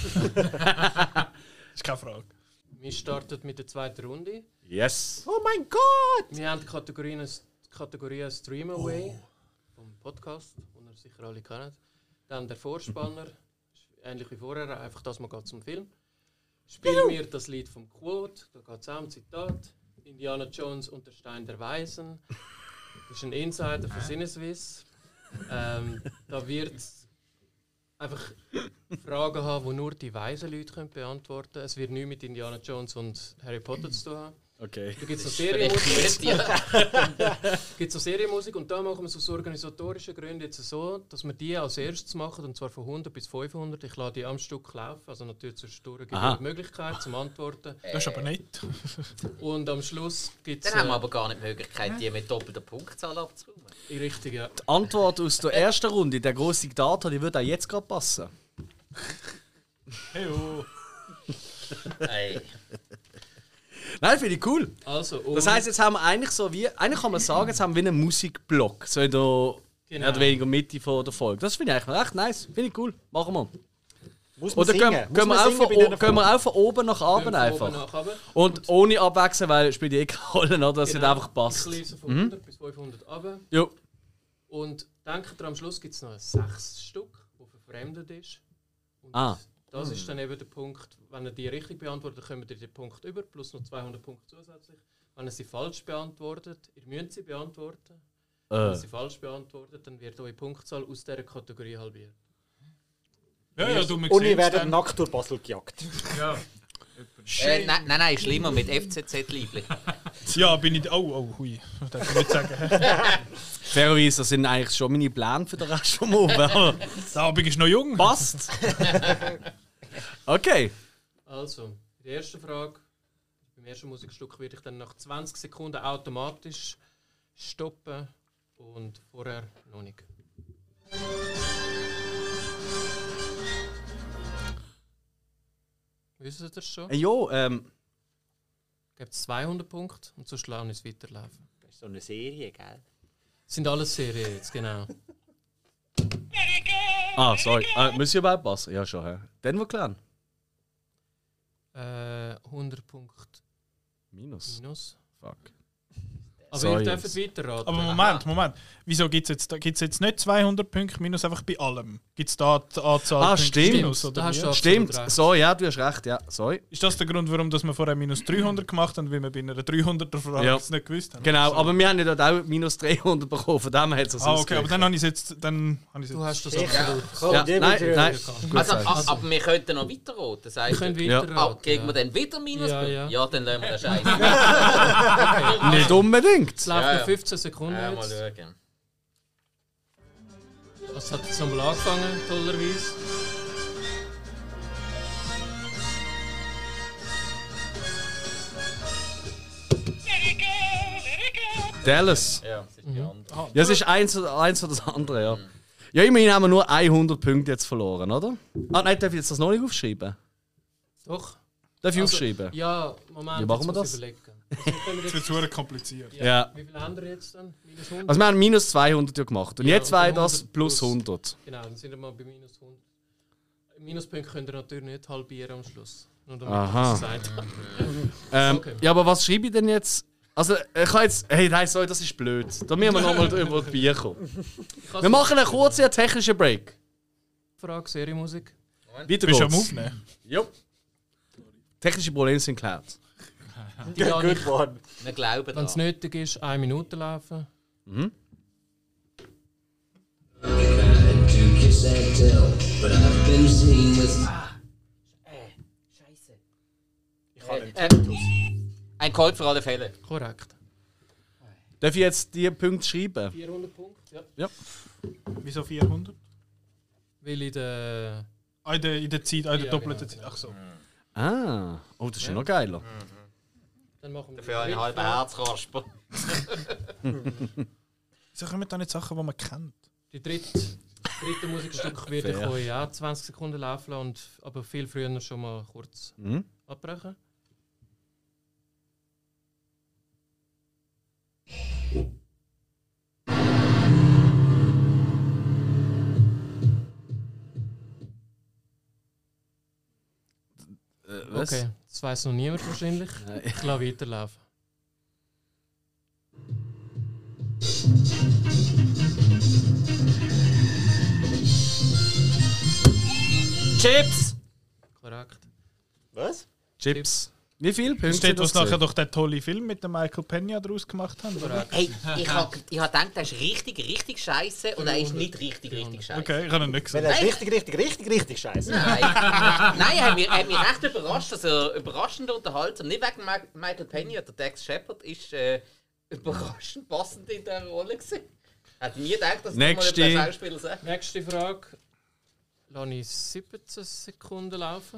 Ist keine Frage. Wir starten mit der zweiten Runde. Yes. Oh mein Gott! Wir haben die Kategorie Stream Away vom Podcast, den ihr sicher alle kennt. Dann der Vorspanner, ähnlich wie vorher, einfach das mal geht zum Film. Spielen wir das Lied vom Quote, da geht es auch um Zitat. Indiana Jones und der Stein der Weisen. Das ist ein Insider für Sinneswiss. Da wird es einfach Fragen haben, die nur die weisen Leute beantworten können. Es wird nichts mit Indiana Jones und Harry Potter zu tun haben. Okay. Da gibt es noch Vielleicht Serienmusik. ja. Gibt es noch Serienmusik und da machen wir es aus organisatorischen Gründen jetzt so, dass wir die als erstes machen, und zwar von 100 bis 500. Ich lasse die am Stück laufen, also natürlich zwischendurch gibt es die Möglichkeit zum Antworten. Das ist aber nicht. Und am Schluss gibt es... Dann haben wir aber gar nicht die Möglichkeit, die mit doppelter Punktzahl abzuräumen. Richtig, ja. Die Antwort aus der ersten Runde, der grosse Data, die würde auch jetzt gerade passen. Hey, oh. Hey. Nein, finde ich cool. Also, Das heisst, jetzt haben wir eigentlich so wie, eigentlich kann man sagen, jetzt haben wir wie einen Musikblock, so in der mehr oder weniger Mitte von der Folge. Das finde ich eigentlich recht nice, finde ich cool. Machen wir. Muss man Oder singen? gehen wir auch gehen wir auch von oben nach unten einfach. Nachher. Und ohne abwechseln, weil es spielt eh keine Rolle, oder? Dass es Genau. einfach passt. Ich lese von 100 bis 500 runter. Jo. Und denkt ihr, am Schluss gibt es noch ein 6 Stück, das verfremdet ist. Und das ist dann eben der Punkt, wenn ihr die richtig beantwortet, kommt ihr den Punkt über, plus noch 200 Punkte zusätzlich. Wenn ihr sie falsch beantwortet, ihr müsst sie beantworten. Wenn ihr sie falsch beantwortet, dann wird eure Punktzahl aus dieser Kategorie halbiert. Ja, du Und ihr werdet nackt durch Basel gejagt. Ja. Nein, schlimmer mit FCZ-Liebling. Ja, bin ich. Oh, hui. Das darf ich nicht sagen. Fairerweise, das sind eigentlich schon meine Pläne für den Rest vom Abend. aber Der Abend ist noch jung. passt. Okay. Also, die erste Frage. Beim ersten Musikstück werde ich dann nach 20 Sekunden automatisch stoppen und vorher noch nicht. Wisst ihr das schon? Jo, Gebt 200 Punkte und sonst lassen wir es weiterlaufen. Das ist so eine Serie, gell? Das sind alles Serien jetzt, genau. Ah, sorry. Müssen wir passen? Ja, schon. Ja. Dann wo klären? 100 Punkte Minus. Fuck. Aber So, ihr dürft weiterraten. Aber Moment. Wieso gibt es jetzt nicht 200 Punkte minus einfach bei allem? Gibt es da die Anzahl Punkte stimmt. minus? Oder Da hast wie? du Stimmt. recht. So, ja, du hast recht. Ja, sorry. Ist das der Grund, warum wir vorher minus 300 gemacht haben, weil wir bei einer 300er-Frage Ja. es nicht gewusst haben? Genau, aber wir haben ja dort auch minus 300 bekommen. Von dem her hat es Okay, aber dann habe ich es jetzt... Du hast das absolut. Ja, nein. Also, aber wir könnten noch weiterraten. Das Wir heisst, können Ja. weiterraten. kriegen wir dann wieder Minuspunkte? Ja. Ja, dann lassen wir den Scheiß. Nicht unbedingt. Es läuft Ja, noch ja. 15 Sekunden Mal jetzt. schauen. Das hat jetzt nochmal angefangen, tollerweise. Dallas. Ja, das ist die andere. Ja, es ist eins oder das andere, ja. Ja, immerhin haben wir nur 100 Punkte jetzt verloren, oder? Ah, nein, darf ich jetzt das noch nicht aufschreiben? Doch. Darf ich Also, aufschreiben? Ja, Moment. Wie machen jetzt wir muss das? ich überlegen. Also, wir können Es jetzt, wird sehr kompliziert. Ja. Wie viel haben wir jetzt dann? Minus 100? Also wir haben minus 200 ja gemacht. Und Ja, jetzt und wäre dann das 100 plus plus. 100. Genau, dann sind wir mal bei minus 100. Minuspunkte könnt ihr natürlich nicht halbieren am Schluss. Nur damit Aha. ich das gesagt habe. Okay. Ja, aber was schreibe ich denn jetzt? Also, ich kann jetzt... Hey, nein, sorry, das ist blöd. Da müssen wir nochmal über das Bier kommen. Wir machen einen kurzen technischen Break. Frage, Serienmusik. Weiter Bist du am geht's. Aufnehmen? Ja. Technische Probleme sind geklärt. Die lasse ich, one. Wir glauben wenn es daran. nötig ist, 1 Minute laufen. Ein Call für alle Fälle. Korrekt. Darf ich jetzt die Punkte schreiben? 400 Punkte, ja. Ja. Wieso 400? Weil in der... In der Zeit, in der Ja, doppelten genau. Zeit. Ach so. Ah. Oh, das ist ja noch geiler. Dann machen wir Dafür einen halben Herzkasper. Wieso kommen da nicht Sachen, die man kennt? Die dritte Musikstück werde ich Fair. euch auch 20 Sekunden laufen lassen, aber viel früher schon mal kurz Mhm. abbrechen. Was? Okay, das weiss noch niemand wahrscheinlich. Nein. Ich lasse weiterlaufen. Chips! Korrekt. Was? Chips. Wie viele Punkte Das steht, sind was das nachher gewesen? durch den tollen Film mit dem Michael Peña daraus gemacht haben. Oder? Hey, ich hab gedacht, der ist richtig scheiße und er ist nicht richtig scheiße. Okay, ich habe ihn nicht Wenn gesehen. er ist richtig scheiße. Nein, er hat mich recht überrascht, dass er überraschend unterhaltsam, nicht wegen Michael Peña, der Dax Shepard ist überraschend passend in dieser Rolle gewesen. Hätte nie gedacht, dass Nächste. mal ein Schauspieler sagt. Nächste Frage. Lasse ich 17 Sekunden laufen.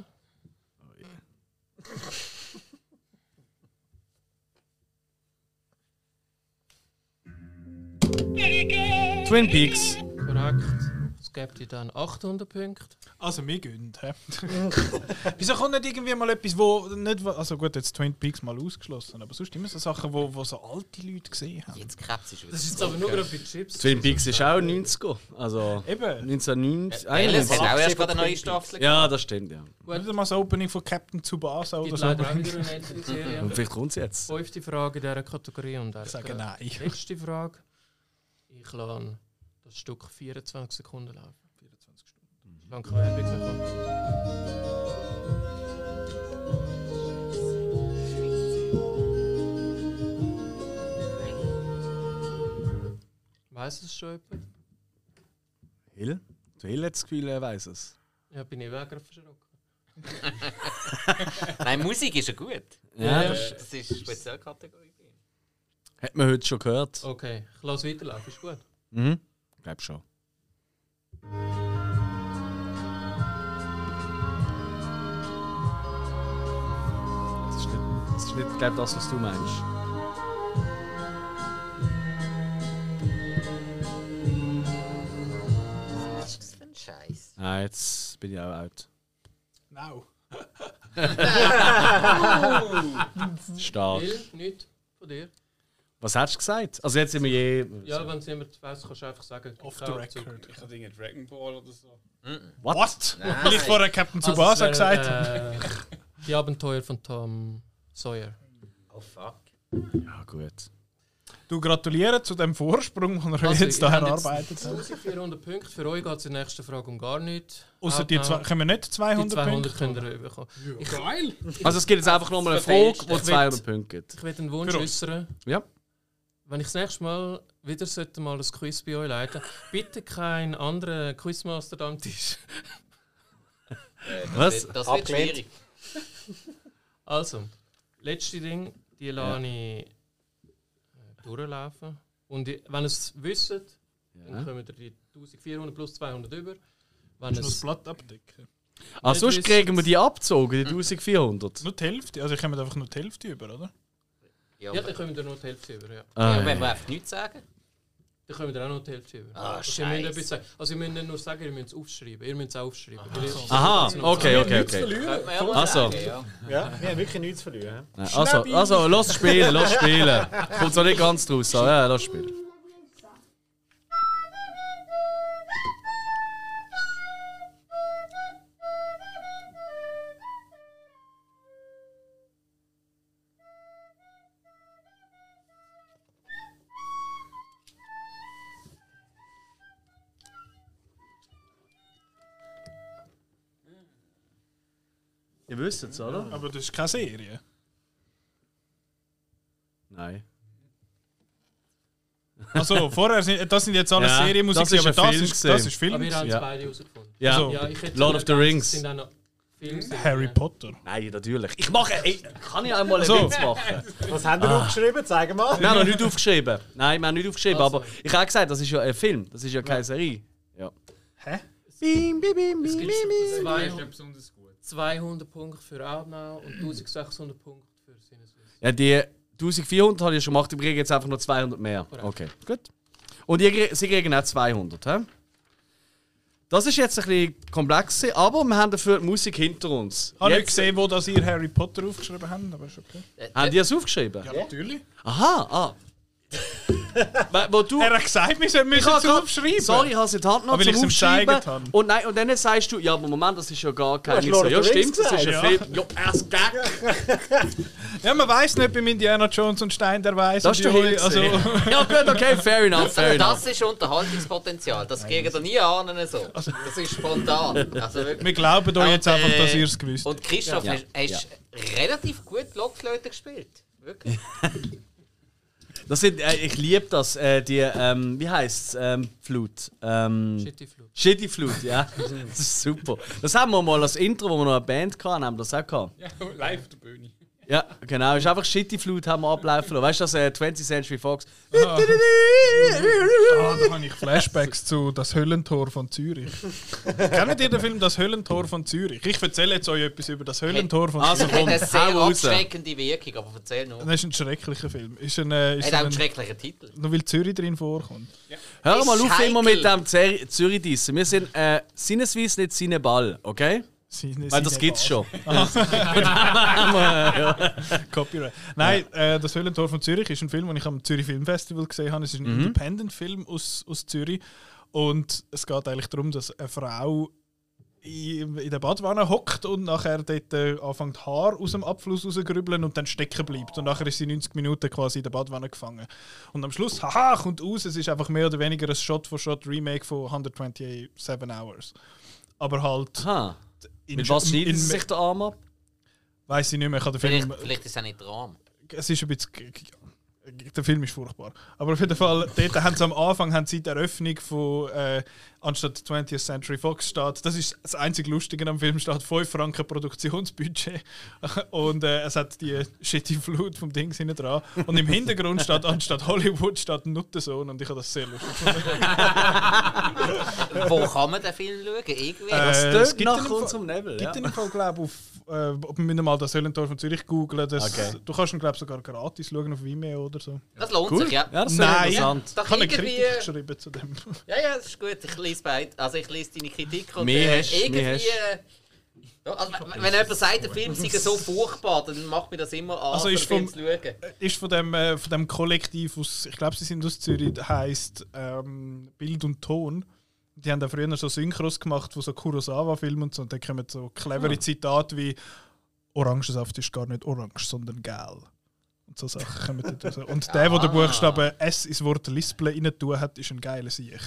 Twin Peaks. Korrekt. Das gibt ihr dann 800 Punkte. Also, wir gönnen. Wieso kommt nicht irgendwie mal etwas, wo nicht. Also, gut, jetzt Twin Peaks mal ausgeschlossen, aber sonst immer so Sachen, wo so alte Leute gesehen haben. Jetzt krebs ist wieder. Das ist jetzt aber nur gerade bei Chips. Twin Peaks ist auch 90er. Also Eben. 1990. Alice hat auch erst Abgesehen gerade eine von neue Staffel. Ja, das stimmt, ja. Nicht einmal das Opening von Captain Tsubasa oder Gibt so. leider auch wieder eine ältere Serie. Und vielleicht kommt es jetzt. 5. Frage in dieser Kategorie und Ich sage nein. letzte Frage. Ich lasse das Stück 24 Sekunden laufen. 24 Stunden. Solange keine Werbung mehr kommt. Weiss es schon jemand? Hill? Der Hill hat das Gefühl, er weiss es. Ja, bin ich auch gerade verschrocken. Nein, Musik ist ja gut. Ja, Das ist eine Spezialkategorie. hat man heute schon gehört. Okay, ich lasse weiterlaufen, ist gut. Mhm. Glaub schon. Das ist nicht glaub, das, was du meinst. Was ist das für ein Scheiß? Ah, jetzt bin ich auch alt. Now. Stark. Will, nicht von dir. Was hast du gesagt? Also jetzt sind wir Ja, wenn es jemand weiss, kannst du einfach sagen. Off the record. Ich hatte irgendwie Dragon Ball oder so. What? Weil ich vorher Captain Tsubasa gesagt habe. habe. Die Abenteuer von Tom Sawyer. Oh fuck. Ja, gut. Du gratuliere zu dem Vorsprung, den er jetzt da erarbeitet hat. 1400 Punkte. Für euch geht es in der nächsten Frage um gar nichts. Außer die können wir nicht 200 Die 200 Punkte? könnt ihr bekommen. Geil! Also es gibt jetzt einfach nochmal eine Frage, die 200 Punkte gibt. Ich will einen Wunsch Für äußern. Ja. Wenn ich das nächste Mal wieder sollte mal ein Quiz bei euch leiten, bitte kein anderer Quizmaster am Tisch. Was? Das wird schwierig. Also, letzte Ding, die lasse ich durchlaufen. Und wenn ihr es wisst, dann kommen ihr die 1400 plus 200 über. Wenn Muss es das Blatt abdecken. Ah, sonst wisst- kriegen wir die abgezogen, die 1400. Nur die Hälfte? Also ich komme einfach nur die Hälfte über, oder? Ja, ja, dann kommen wir nur die Hälfte über. Ja. Ah, wenn wir einfach nichts sagen. Dann kommen wir auch noch die Hälfte über. Ah, Also, ihr müsst Scheiße. etwas sagen. Also ihr müsst nicht nur sagen, ihr müsst es aufschreiben. Ihr müsst es auch aufschreiben. Aha, okay. Könnte man ja mal Ach so. sagen, ja. Ja, wir haben wirklich nichts zu verlieren. Also, lass spielen. Kommt so nicht ganz draus. Ja, lass spielen. Ihr wisst es, oder? Aber das ist keine Serie. Nein. Also vorher sind, das sind jetzt alles Ja, Serienmusik, das ist aber ein Film das ist Film. Aber wir haben es Ja. beide herausgefunden. Ja. Also, Ja, ich hätte Lord of the gedacht, Rings. es sind auch noch Filme. Harry Potter. Nein, natürlich. Ich mache. Kann ich einmal einen So. Witz machen? Was haben wir aufgeschrieben? Zeig mal. Wir haben noch nicht aufgeschrieben. Nein, wir haben nicht aufgeschrieben. Also. Aber ich habe gesagt, das ist ja ein Film. Das ist ja keine Serie. Ja. Hä? Bim, bim, bim, Es bim, gibt bim, bim. 200, besonders gut. 200 Punkte für Outnow und 1600 Punkte für Sinneswiss. Ja, die 1400 habe ich schon gemacht. Ich kriege jetzt einfach noch 200 mehr. Okay, gut. Und sie kriegen auch 200. He? Das ist jetzt ein bisschen komplex, aber wir haben dafür die Musik hinter uns. Habe ich Jetzt- gesehen, wo das ihr Harry Potter aufgeschrieben habt, aber ist okay. Haben die es aufgeschrieben? Ja, natürlich. Aha, wo du... Er hat gesagt, wir müssen Ich habe es grad- aufschreiben. Sorry, ich habe es in die Hand Aber weil genommen ich zum es ihm Aufschreiben. gezeigt habe. Und, nein, und dann sagst du, ja, aber Moment, das ist ja gar kein... hast Lord of Ja, the Rings stimmt, das ist ein gesagt, Film. Ja, erst Gag. Ja, man weiß nicht beim Indiana Jones und Stein der Weisen. Das ist der Hit. Also, Ja gut, okay, fair enough, fair enough. Das ist Unterhaltungspotenzial. Das kriegen ihr nie ahnen so. Das ist spontan. Also wirklich. wir glauben euch jetzt Und, einfach, dass ihr es gewusst habt. Und Christoph, Ja. hast relativ gut Blockflöte gespielt. Wirklich. Das sind, ich liebe das, die, wie heisst es, Flut? Shitty Flug. Shitty Flut, ja. Das ist super. Das haben wir mal als Intro, wo wir noch eine Band hatten, haben wir das auch gehabt. Ja, live auf der Bühne. Ja, genau. Ist einfach Shitty Flut haben wir ablaufen lassen. Weißt du, das 20th Century Fox? Ah, da habe ich Flashbacks zu Das Höllentor von Zürich. Kennt ihr den Film Das Höllentor von Zürich? Ich erzähle jetzt euch etwas über Das Höllentor von Also Hat komm, eine sehr hau raus. abschreckende Wirkung, aber erzähl nur. Das ist ein schrecklicher Film. Ist ein, ist Hat auch einen ein, schrecklichen Titel. nur weil Zürich drin vorkommt. Hör mal auf Ist immer mit heikel. dem Zürich-Dissen. Wir sind sinnesweise nicht Sineball, okay? Weil das gibt's schon. Copyright. Nein, Das Höllentor von Zürich ist ein Film, den ich am Zürich Film Festival gesehen habe. Es ist ein Independent-Film aus Zürich. Und es geht eigentlich darum, dass eine Frau in der Badwanne hockt und nachher dort anfängt Haar aus dem Abfluss rausgrübeln und dann stecken bleibt. Und nachher ist sie 90 Minuten quasi in der Badwanne gefangen. Und am Schluss, haha, kommt raus, es ist einfach mehr oder weniger ein Shot-for-Shot-Remake von 127 Hours. Aber halt... Aha. Mit was schneidet sie sich der Arm ab? Weiss ich nicht mehr, ich habe den Film... Vielleicht ist es auch nicht Drama. Es ist ein bisschen... Der Film ist furchtbar. Aber auf jeden Fall, dort haben sie am Anfang die Eröffnung von anstatt 20th Century Fox steht. Das ist das einzige Lustige am Film, steht 5 Franken Produktionsbudget. Und es hat die shitty Flut vom Ding hinten dran. Und im Hintergrund steht anstatt Hollywood steht Nuttensohn. Und ich habe das sehr lustig gefunden. Wo kann man den Film schauen? Irgendwie? Das geht nach ihn im unserem Nebel. Gibt Ja. ihn im Fall, glaube ich, ob wir mal das Höllentor von Zürich googlen. Okay. Du kannst ihn, glaube ich, sogar gratis schauen auf Vimeo oder so. Das lohnt Cool. sich, ja. Ja, das ist sehr Nein. interessant. Doch Ich habe eine irgendwie. Kritik geschrieben zu dem. Ja, das ist gut. Ich lese beide. Also ich lese deine Kritik und Mehr hast- irgendwie mehr hast- Ja, also, wenn jemand sagt, der Film sei so furchtbar, dann macht mir das immer an, Also den ist Film zu schauen. Ist von dem Kollektiv aus, ich glaube, sie sind aus Zürich, heisst Bild und Ton. Die haben da früher so Synchros gemacht von so Kurosawa-Filmen und so. Und dann kommen so clevere Zitate wie Orangensaft ist gar nicht orange, sondern gel. Und so Sachen kommen dort raus. Und der den Buchstaben S ins Wort Lispeln rein tun hat, ist ein geiler Sieg.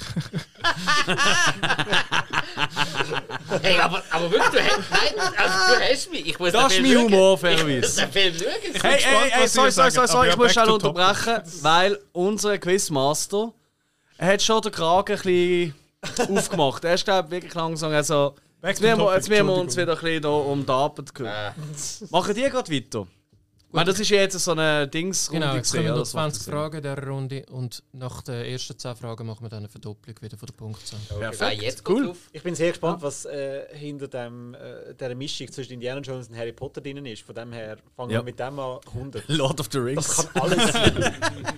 Hey, aber wirklich, du hast mich. Ich muss Das ist mein Humor, fairerweise. Ich muss den Film schauen. Hey, sorry, ich muss schnell back to unterbrechen, weil unser Quizmaster hat schon den Kragen ein bisschen aufgemacht. Er ist, glaube ich, wirklich langsam. Also, jetzt müssen wir uns wieder ein bisschen um die Arbeit kümmern. Machen die gerade weiter? Ich meine, das ist ja jetzt so eine Dingsrunde. Genau, jetzt kommen oder noch so 20 Fragen in dieser Runde und nach den ersten 10 Fragen machen wir dann eine Verdopplung wieder von der Punktzahl. Perfekt, Jetzt cool. auf. Ich bin sehr gespannt, was hinter dieser Mischung zwischen Indiana Jones und Harry Potter drin ist. Von dem her fangen wir mit dem an 100. Lord of the Rings. Das kann alles sein.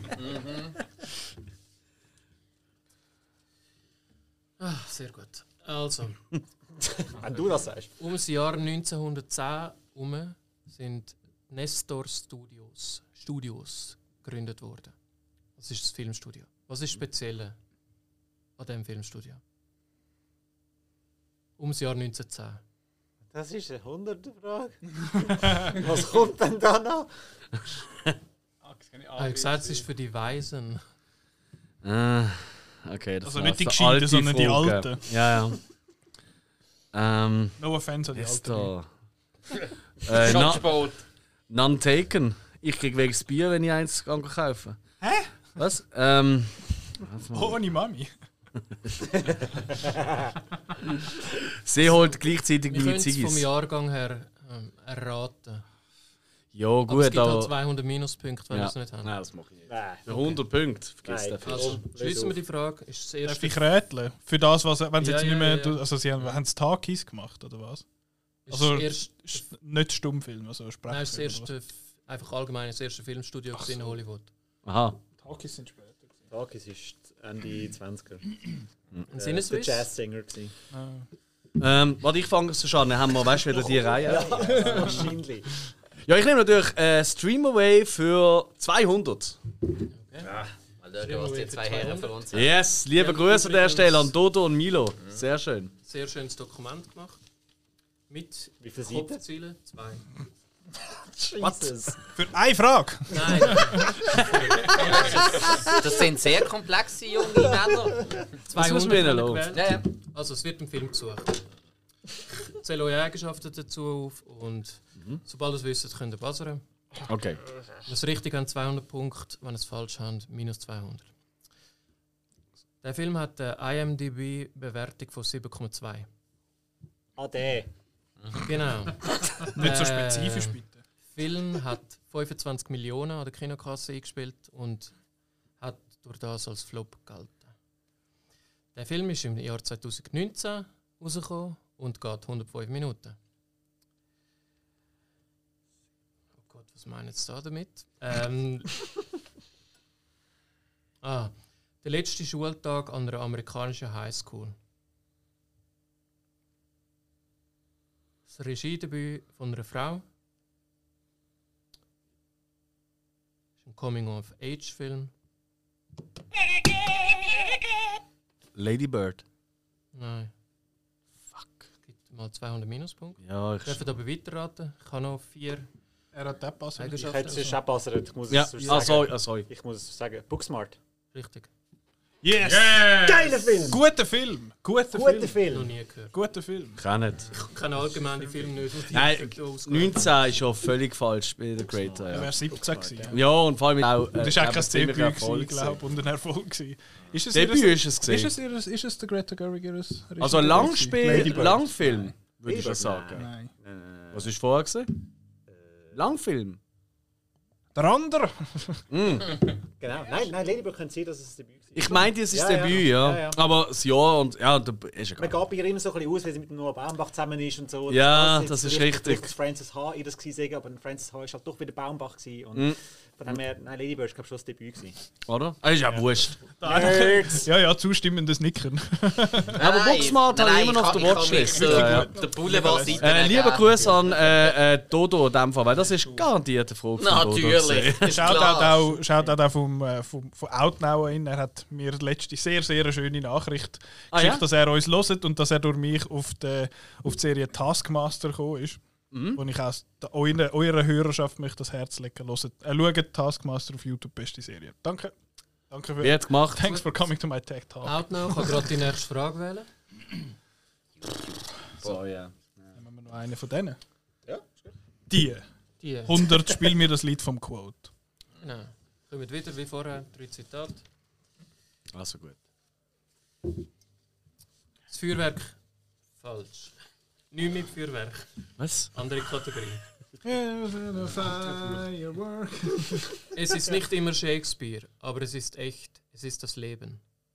Sehr gut. Also, Wenn du das sagst. um das Jahr 1910 herum sind Nestor Studios gegründet worden. Das ist das Filmstudio. Was ist speziell an diesem Filmstudio? Um das Jahr 1910. Das ist eine 100er-Frage. Was kommt denn da noch? Ich habe gesagt, es ist für die Weisen. Okay, das Also war's. nicht die Der Gescheiten, alte sondern die Frage. Alten. Ja. No offense an die Ist Alten. da. Shotspot. None taken. Ich krieg wegen das Bier, wenn ich eins kaufe. Hä? Was? Ohne Mami. Sie holt gleichzeitig Wir meine können es vom Ziggis. Jahrgang her erraten. Ja, Aber gut, es gibt aber... halt 200 Minuspunkte, wenn wir es nicht haben. Nein, das mache ich nicht. Nein. Für 100 Punkte, vergiss Nein. den Film. Also, schließen wir die Frage. Ist das Darf erste, ich rätseln? Für das, was wenn sie Ja, jetzt nicht ja, mehr. ja. Also sie haben es Takis gemacht, oder was? ist Also das erste, nicht Stummfilm, also nein, Sprechfilm. das erste, einfach allgemein das erste Filmstudio in Hollywood. Aha. Takis sind später. Takis ist Ende 20er. Und Der Sinneswiss? Jazzsänger gewesen. Warte, ich fange so an. Dann haben wir, weißt du, wieder die Reihe. Wahrscheinlich. Ja, ich nehme natürlich Stream Away für 200. Mal schauen, was die zwei Herren für uns haben. Yes, liebe Grüße an der Stelle an Dodo und Milo. Sehr schön. Sehr schönes Dokument gemacht. Mit Wie viele Seiten? Kopfzielen? 2. Jesus. Für eine Frage! Nein, Das sind sehr komplexe junge Männer. 200 muss man ihnen haben wir lassen. gewählt. Ja, ja. Also es wird im Film gesucht. Ich zähle eure Eigenschaften dazu auf und sobald ihr es wisst, könnt ihr buzzern. Okay. Wenn ihr es richtig habt, 200 Punkte, wenn ihr es falsch habt, minus 200. Der Film hat eine IMDb-Bewertung von 7,2. Ah, der. Genau. Nicht so spezifisch, bitte. Der Film hat 25 Millionen an der Kinokasse eingespielt und hat durch das als Flop gehalten. Der Film ist im Jahr 2019 rausgekommen und geht 105 Minuten. Oh Gott, was meinen jetzt da damit? Der letzte Schultag an einer amerikanischen Highschool. Das Regiedebüt von einer Frau. Das ist ein Coming-of-Age-Film. Lady Bird. Nein. Fuck. Gibt mal 200 Minuspunkte. Ja, Ich darf aber weiterraten. Ich habe noch 4 Er hat den Pass. Ich Eigenschaften. hätte es sonst auch passiert. Ich muss Ja, es sonst sagen. sorry. Ich muss sagen, Booksmart. Richtig. Yes! Geiler Film! Guter Film! Guter Guter Film! Noch Film! nie gehört. Guter Film! Kann nicht. Ich kenne allgemein die Filme nicht. Die Nein, ausgewählt. 19 ist schon völlig falsch bei The Creator. Er Ja, wäre 17 gewesen. ja und vor allem auch. Das war auch kein ziemlich Debüt, Erfolg glaube und ein Erfolg. Gewesen. Ist es Debüt ihres- ist es gesehen. Ist es der Greta Gerwig ihres Also Regiedebüt Langspiel, gewesen? Langfilm, würde ich schon Ladybird? sagen. Nein. Was ist vorher gesehen? Langfilm. Der andere! Genau. Nein, Ladybird könnte sein, dass es das Debüt war. Ich meinte, es ist das Debüt, ja. Aber das Jahr und ja, da ist egal. Man geht bei ihr immer so ein bisschen aus, weil sie mit Noah Baumbach zusammen ist und so. Ja, das ist richtig. Dass Frances H. ihr das gewesen, aber Frances H. war halt doch wieder Baumbach gewesen. Und von dem her, nein, Ladybird ist glaube ich schon das Debüt gewesen. Oder? Das ist ja wurscht. Ja, zustimmendes Nicken. Aber Booksmart habe ich immer noch auf der Watchlist. Der Boulevard-Seite. Lieber Gruß an Dodo in dem Fall, weil das ist garantiert eine Frage von Dodo. Natürlich. Schaut auch von Outnow in. Er hat mir letzte sehr eine schöne Nachricht geschickt, dass er uns hört und dass er durch mich auf die Serie Taskmaster gekommen ist. Wo ich auch eurer Hörerschaft möchte das Herz legen. Schaut Taskmaster auf YouTube, beste Serie. Danke für Wie hat's gemacht? Thanks for coming to my Tech Talk. Outnow, ich kann gerade die nächste Frage wählen. So, ja. Nehmen wir noch eine von denen. Ja, ist gut. Die. Die. 100, spiel mir das Lied vom Quote. Genau. Kommen wieder wie vorher, 3 Zitate. Also gut. Das Feuerwerk. Falsch. Nicht mit Feuerwerk. Was? Andere Kategorie. Es ist nicht immer Shakespeare, aber es ist echt. Es ist das Leben.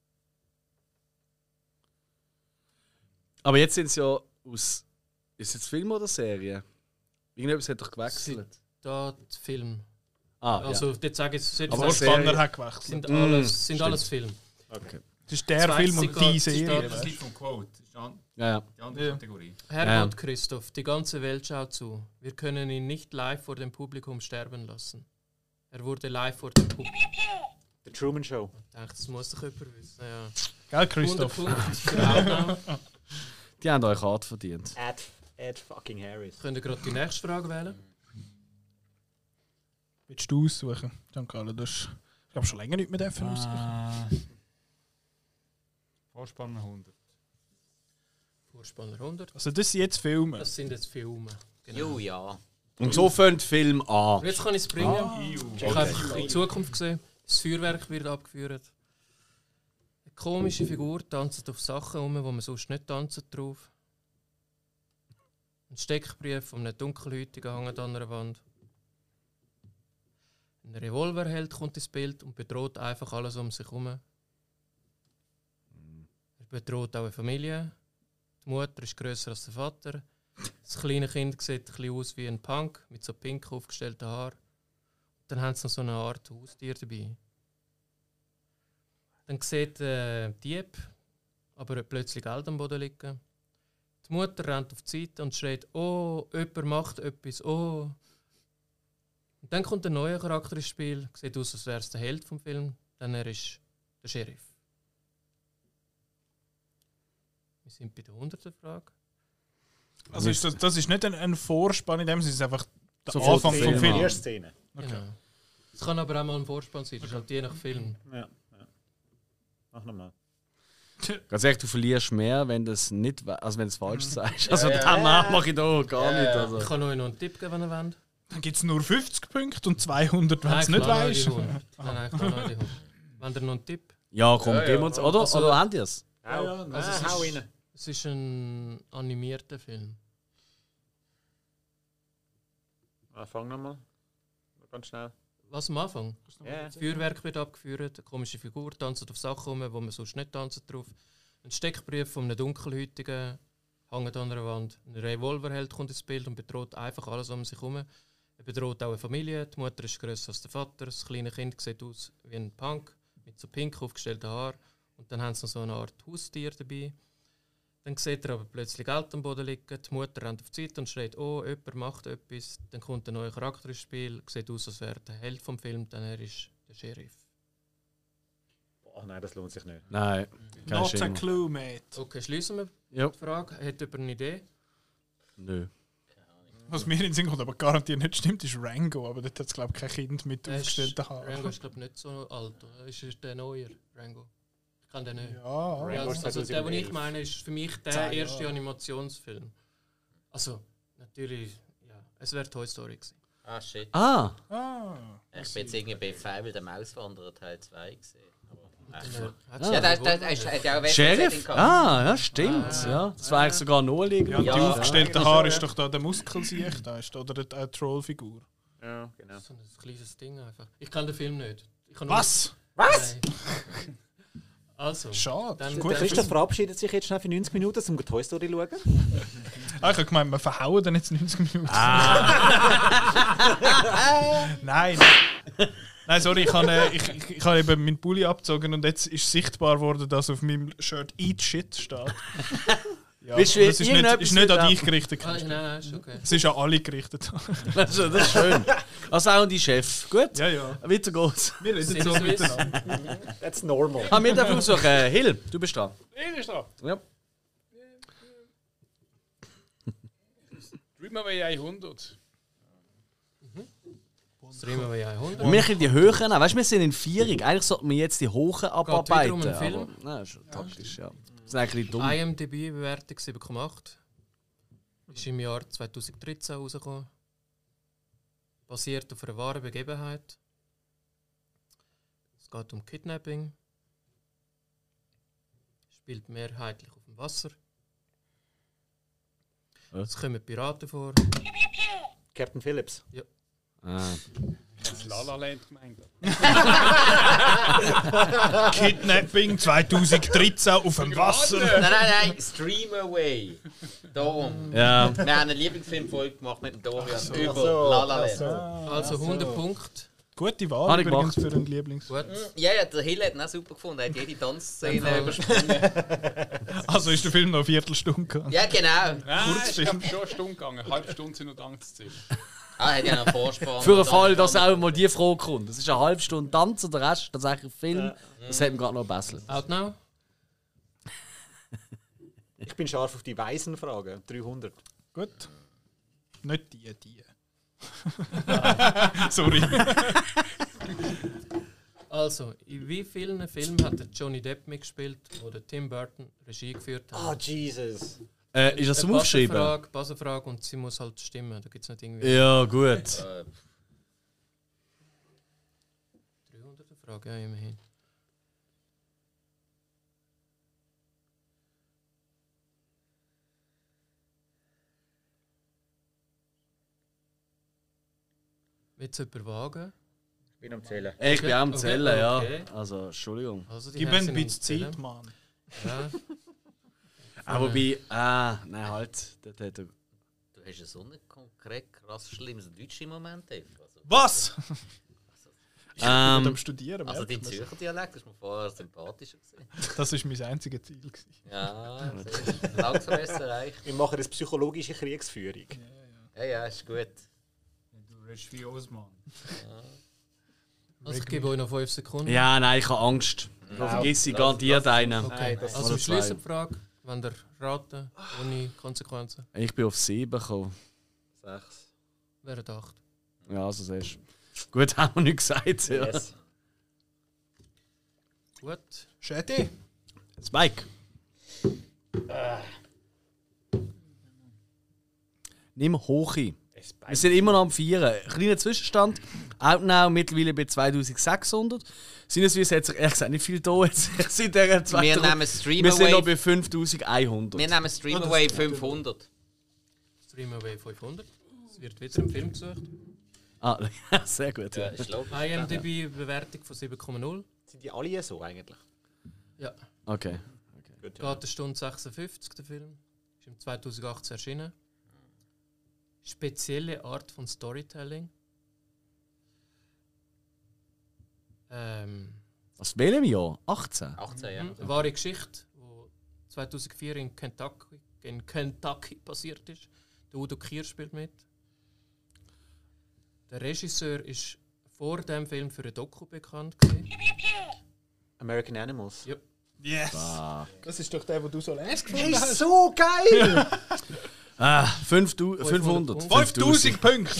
Aber jetzt sind es ja aus. Ist es jetzt Film oder Serie? Irgendetwas hat doch gewechselt. Film. Also, dort sage ich es. Aber Spanner hat gewechselt. Sind alles Filme. Okay. Das ist der Film und die Serie. Das Lied vom Quote. Die Ja. andere Kategorie. Herrgott Christoph, die ganze Welt schaut zu. Wir können ihn nicht live vor dem Publikum sterben lassen. Er wurde live vor dem Publikum. The Truman Show. Ich dachte, das muss doch jemand wissen. Ja. Gell, Christoph? 100 Punkte für Outnow. Die haben euch hart verdient. Ed fucking Harris. Könnt ihr gerade die nächste Frage wählen? Willst du aussuchen, Giancarlo? Du hast, ich glaube, schon länger nicht mehr aussuchen. Vorspanner 100. Vorspanner 100. Also das sind jetzt Filme. Das sind jetzt Filme. Genau. Jo, ja. Und so fängt der Film an. Und jetzt kann ich es bringen. Ich habe einfach in die Zukunft gesehen. Das Feuerwerk wird abgeführt. Eine komische Figur tanzt auf Sachen herum, wo man sonst nicht tanzt drauf. Ein Steckbrief von einem Dunkelhäutigen hängt an einer Wand. Ein Revolverheld kommt ins Bild und bedroht einfach alles um sich herum. Er bedroht auch eine Familie. Die Mutter ist grösser als der Vater. Das kleine Kind sieht ein bisschen aus wie ein Punk mit so pink aufgestellten Haaren. Dann haben sie noch so eine Art Haustier dabei. Dann sieht der Dieb aber plötzlich Geld am Boden liegen. Die Mutter rennt auf die Seite und schreit: «Oh, jemand macht etwas, oh!» Und dann kommt ein neuer Charakter ins Spiel. Sieht aus, als wäre es der Held vom Film. Dann er ist der Sheriff. Wir sind bei der 100. Frage. Also das ist nicht ein Vorspann in dem Sinne, es ist einfach der So Anfang vom Film. Film. Die erste Szene. Okay. Genau. Es kann aber auch mal ein Vorspann sein, das ist halt je nach Film. Ja. Mach nochmal. Ganz ehrlich, du verlierst mehr, wenn du es nicht, als wenn du es falsch sagst. Also den mache ich da gar nicht. Also. Ich kann euch noch einen Tipp geben, wenn ihr wollt. Dann gibt es nur 50 Punkte und 200, wenn du es nicht weißt. Nein, ich kann noch die 100. Wenn ihr noch einen Tipp? Ja, komm, geben wir uns. Oder? Also- Oder habt ihr es? Hau rein. Es ist ein animierter Film. Fang nochmal. Ganz schnell. Was am Anfang? Ja. Das Feuerwerk wird abgeführt, eine komische Figur tanzt auf Sachen herum, wo man sonst nicht tanzt drauf. Ein Steckbrief von einem Dunkelhäutigen hängt an einer Wand. Ein Revolverheld kommt ins Bild und bedroht einfach alles um sich herum. Er bedroht auch eine Familie. Die Mutter ist grösser als der Vater. Das kleine Kind sieht aus wie ein Punk mit so pink aufgestellten Haaren. Und dann haben sie noch so eine Art Haustier dabei. Dann sieht er aber plötzlich Geld am Boden liegen. Die Mutter rennt auf die Seite und schreit: «Oh, jemand macht etwas.» Dann kommt ein neuer Charakter ins Spiel. Sieht aus, als wäre der Held vom Film. Dann er ist der Sheriff. Oh nein, das lohnt sich nicht. Nein. Kein Not a Schimmer. clue, mate. Okay, schließen wir Ja. die Frage. Hat jemand eine Idee? Nö. Was mir in den Sinn kommt, aber garantiert nicht stimmt, ist Rango. Aber dort hat es, glaube ich, kein Kind mit Der ist- aufgestellten Haaren. Rango ist, glaube ich, nicht so alt. Oder? Ist der neuer Rango? Ich kann den nicht. Ja, Rango Ja, ist also der, den 2011. ich meine, ist für mich der 10 erste Jahre. Animationsfilm. Also, natürlich, ja, es wäre Toy Story gewesen. Ah, shit. Ah! Ich bin jetzt irgendwie bei Fabel der Mauswanderer Teil 2 gesehen. Ja, Ja, da ist ja auch ein Sheriff? Ah, ja, stimmt. Ja. Das war eigentlich sogar naheliegend. Ja, und die Ja, aufgestellten eigentlich Haare schon, ist doch da der Muskelsicht, da ist, oder die Trollfigur. Ja, genau. So ein kleines Ding einfach. Ich kann den Film nicht. Was? Was? Also, Schade. dann Gut, Christoph verabschiedet sich jetzt schnell für 90 Minuten, um Toy Story zu schauen. Ich habe gemeint, wir verhauen dann jetzt 90 Minuten. Nein. Nein, sorry, ich habe eben meinen Pulli abgezogen und jetzt ist sichtbar worden, dass auf meinem Shirt Eat Shit steht. Ja, Bist du das ist nicht an dich gerichtet. nein, ist okay. Es ist an alle gerichtet. Das ist schön. Also auch an die Chef. Gut? Ja. Weiter geht's. Wir reden so miteinander. That's normal. Wir dürfen aussuchen. Hill, du bist dran. Ich ist da. Ja. Dreamaway 100. Streamen wir 100. Und wir können die Höhen nehmen. Weißt du, wir sind in Vierung. Eigentlich sollten wir jetzt die Hohen abarbeiten. um einen Film? Aber, nein, ist schon taktisch, ja. Das ist eigentlich dumm. IMDb-Bewertung 7,8. Ist im Jahr 2013 rausgekommen. Basiert auf einer wahren Begebenheit. Es geht um Kidnapping. Spielt mehrheitlich auf dem Wasser. Was? Es kommen Piraten vor. Captain Phillips. Das La La Land gemeint. Kidnapping 2013 auf dem Wasser. Nein, Stream Away. Darum. Ja. Wir haben einen Lieblingsfilmfolge gemacht mit dem Dorian über La La Land. Also 100 Punkte. Gute Wahl Habe ich übrigens gemacht. für einen Lieblings. Gut. Ja, der Hill hat ihn auch super gefunden. Er hat jede Tanzszene übersprungen. Also ist der Film noch eine Viertelstunde gegangen. Ja, genau. Nein, ich glaube schon eine Stunde gegangen. Eine halbe Stunde sind noch Tanzszenen. Er hat ja noch einen Vorspann. Für den Fall, dass auch mal die Frage kommt. Das ist eine halbe Stunde Tanz und der Rest tatsächlich Film. Das hat mir gerade noch besser. Out now? Ich bin scharf auf die Waisenfrage. 300. Gut. Nicht die. Sorry. Also, in wie vielen Filmen hat der Johnny Depp mitgespielt, wo der Tim Burton Regie geführt hat? Oh, Jesus. Ist das zum Aufschreiben? Passenfrage und sie muss halt stimmen. Da gibt es nicht irgendwie Ja, gut. 300er Frage, ja, immerhin. Willst du jemanden wagen? Ich bin am Zählen. Ich bin auch am Zählen, ja. okay. Also, Entschuldigung. Also, die Gib Herren ein sind bisschen am Zeit, Mann. Zählen. Ja. Aber bei. Nein, halt. Dort hat er. Du hast ja so einen konkret krass schlimmen deutschen Moment. Also, Was? Ich bin am Studieren. also merkt dein man's. Zürcher Dialekt ist mir vorher sympathischer gewesen. Das war mein einziges Ziel. Gewesen. Ja, langsam besser erreicht. Wir machen eine psychologische Kriegsführung. Ja, ist gut. Du redest wie Osman. Also, ich gebe euch noch 5 Sekunden. Ja, nein, ich habe Angst. Da vergiss ich garantiert einen. Okay, das also oder zwei. schließen die Frage, wenn ihr raten, ohne Konsequenzen. Ich bin auf 7 gekommen. 6. Wer hat 8? Ja, also siehst du. Gut, haben wir nicht gesagt. Ja. Yes. Gut. Schädi? Spike. Nimm Hochi. Wir sind immer noch am 4. Kleiner Zwischenstand. Outnow mittlerweile bei 2600. Sinnesweise hat sich ehrlich gesagt nicht viel da jetzt. Seit der zweiten Wir Runde. nehmen Wir sind Streamaway. noch bei 5100. Wir nehmen Streamaway 500. Streamaway 500. Es wird wieder im Film gesucht. Ah, sehr gut. Ja. Ist logisch. IMDb-Bewertung von 7,0. Sind die alle so eigentlich? Ja. Okay. Gut. Geht eine Stunde 56, der Film. Ist im 2018 erschienen. Spezielle Art von Storytelling. Was welchem Jahr? 18? 18, ja. Eine wahre Geschichte, die 2004 in Kentucky passiert ist. Der Udo Kier spielt mit. Der Regisseur ist vor dem Film für ein Doku bekannt gewesen. American Animals. Ja. Yes! Das ist doch der, den du so lässt gefunden Ist hast. so geil! 500. 5000 Punkte!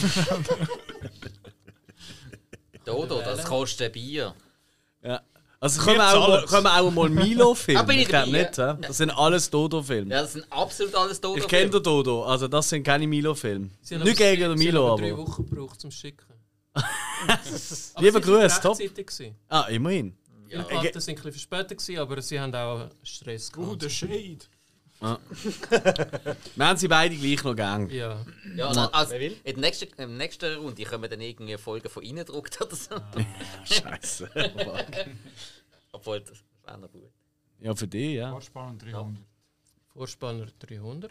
Dodo, das kostet ein Bier. Ja. Also können wir auch mal Milo-Filme? Ah, bin ich Ich glaube dabei, nicht. Ja? Das sind alles Dodo-Filme. Ja, das sind absolut alles Dodo. Ich kenne den Dodo, also das sind keine Milo-Filme. Sie haben Nicht aber- gegen den sie Milo, haben 3 aber. Wochen gebraucht zum Schicken. Lieber sie waren Grüß, top. rechtzeitig gewesen. Ah, immerhin. Viele Karten waren ein bisschen verspätet, gewesen, aber sie haben auch Stress gehabt. Der Shade. Ah. Wir haben sie beide gleich noch gern. Ja. Ja, also in der nächsten Runde kommen dann irgendwie Folgen von Ihnen gedruckt oder so. Scheiße. Obwohl, das wäre noch gut. Ja, für dich, ja. Vorspanner 300. Vorspanner 300.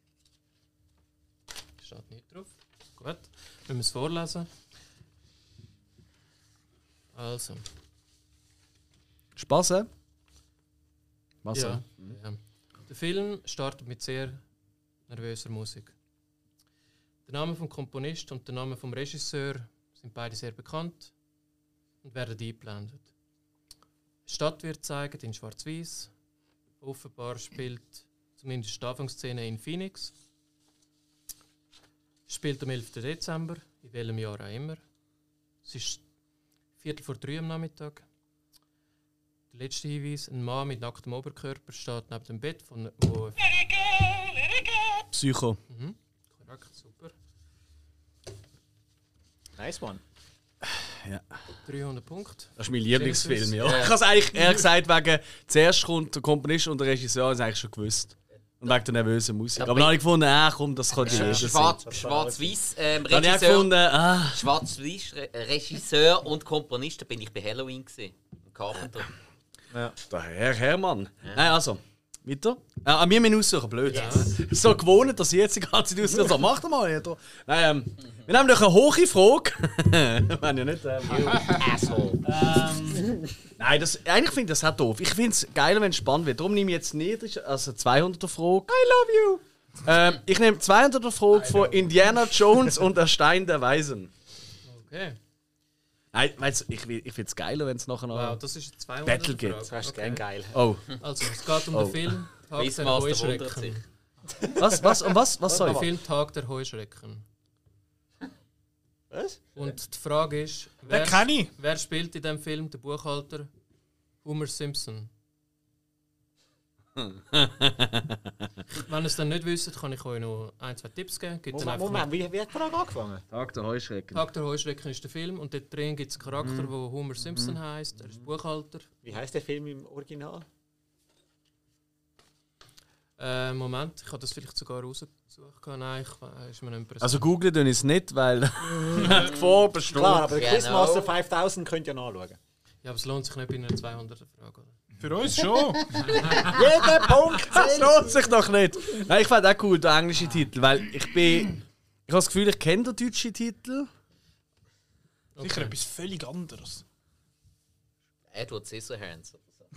Steht nicht drauf. Gut. Wenn wir es vorlesen. Also. Spaß, hä? Was? Ja. Ja. Der Film startet mit sehr nervöser Musik. Der Name vom Komponist und der Name vom Regisseur sind beide sehr bekannt und werden eingeblendet. Die Stadt wird gezeigt in Schwarz-Weiß. Offenbar spielt zumindest die Anfangsszene in Phoenix. Es spielt am 11. Dezember, in welchem Jahr auch immer. Es ist 2:45 am Nachmittag. Der letzte Hinweis: ein Mann mit nacktem Oberkörper steht neben dem Bett von wo. Psycho. Korrekt, super. Nice one. Ja. 300 Punkte. Das ist mein Lieblingsfilm, ja. Ja. Ich habe es eigentlich eher gesagt, wegen zuerst kommt der Komponist und der Regisseur, das eigentlich schon gewusst. Und wegen der nervösen Musik. Aber dann habe ich gefunden, komm, das kann jeder sein. Schwarz-Weiß Dann habe ich Regisseur. gefunden, Schwarz-Weiß Regisseur und Komponist, da bin ich bei Halloween gesehen. Im Carpenter. der Herr Hermann. Nein, also, weiter. An mir müssen aussuchen, blöd. So gewohnt, dass ich jetzt die ganze Zeit aussuche. So, mach doch mal. Nicht. Nein, wir nehmen doch eine hohe Frage. Wir haben ja nicht... Asshole. Nein, eigentlich finde ich das auch doof. Ich finde es geiler, wenn es spannend wird. Darum nehme ich jetzt niedrig, also 200er Frage. I love you! Ich nehme 200er Frage von Indiana Jones und der Stein der Weisen. Okay. Nein, weißt du, ich finde es geiler, wenn es nachher noch Wow, das ist 200 Battle gibt. Das wäre gern geil. Oh. Also, es geht um den Film Tag der Quizmaster wundert sich. Heuschrecken. Was soll Der ich? Film Tag der Heuschrecken. Was? Und die Frage ist, Den kenne ich. wer spielt in diesem Film den Buchhalter Homer Simpson? Wenn ihr es dann nicht wisst, kann ich euch noch 1-2 Tipps geben. Gibt dann einfach Moment, wie hat die Frage angefangen? Tag der Heuschrecken. Tag der Heuschrecken ist der Film und dort drin gibt es einen Charakter, der Homer Simpson heisst. Er ist Buchhalter. Wie heißt der Film im Original? Moment, ich habe das vielleicht sogar rausgesucht. Nein, ist mir nicht präsent. Also googeln tun ich es nicht, weil die Gefahr besteht. Klar, aber der Genau. Quizmaster 5000 könnt ihr nachschauen. Ja, aber es lohnt sich nicht bei einer 200er-Frage. Oder? Für uns schon. Jeder Punkt Das zählt! lohnt sich doch nicht. Nein, ich fand auch cool, der englische Titel, weil ich habe das Gefühl, ich kenne den deutschen Titel. Sicher etwas völlig anderes. Edward Scissorhands.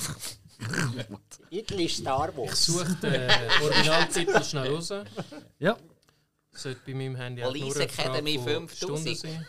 Titel ist Star Ich Wars. suche den Originaltitel schnell raus. Ja. Sollte bei meinem Handy auch Police nur eine Frage Academy von 5000. Stunden sein.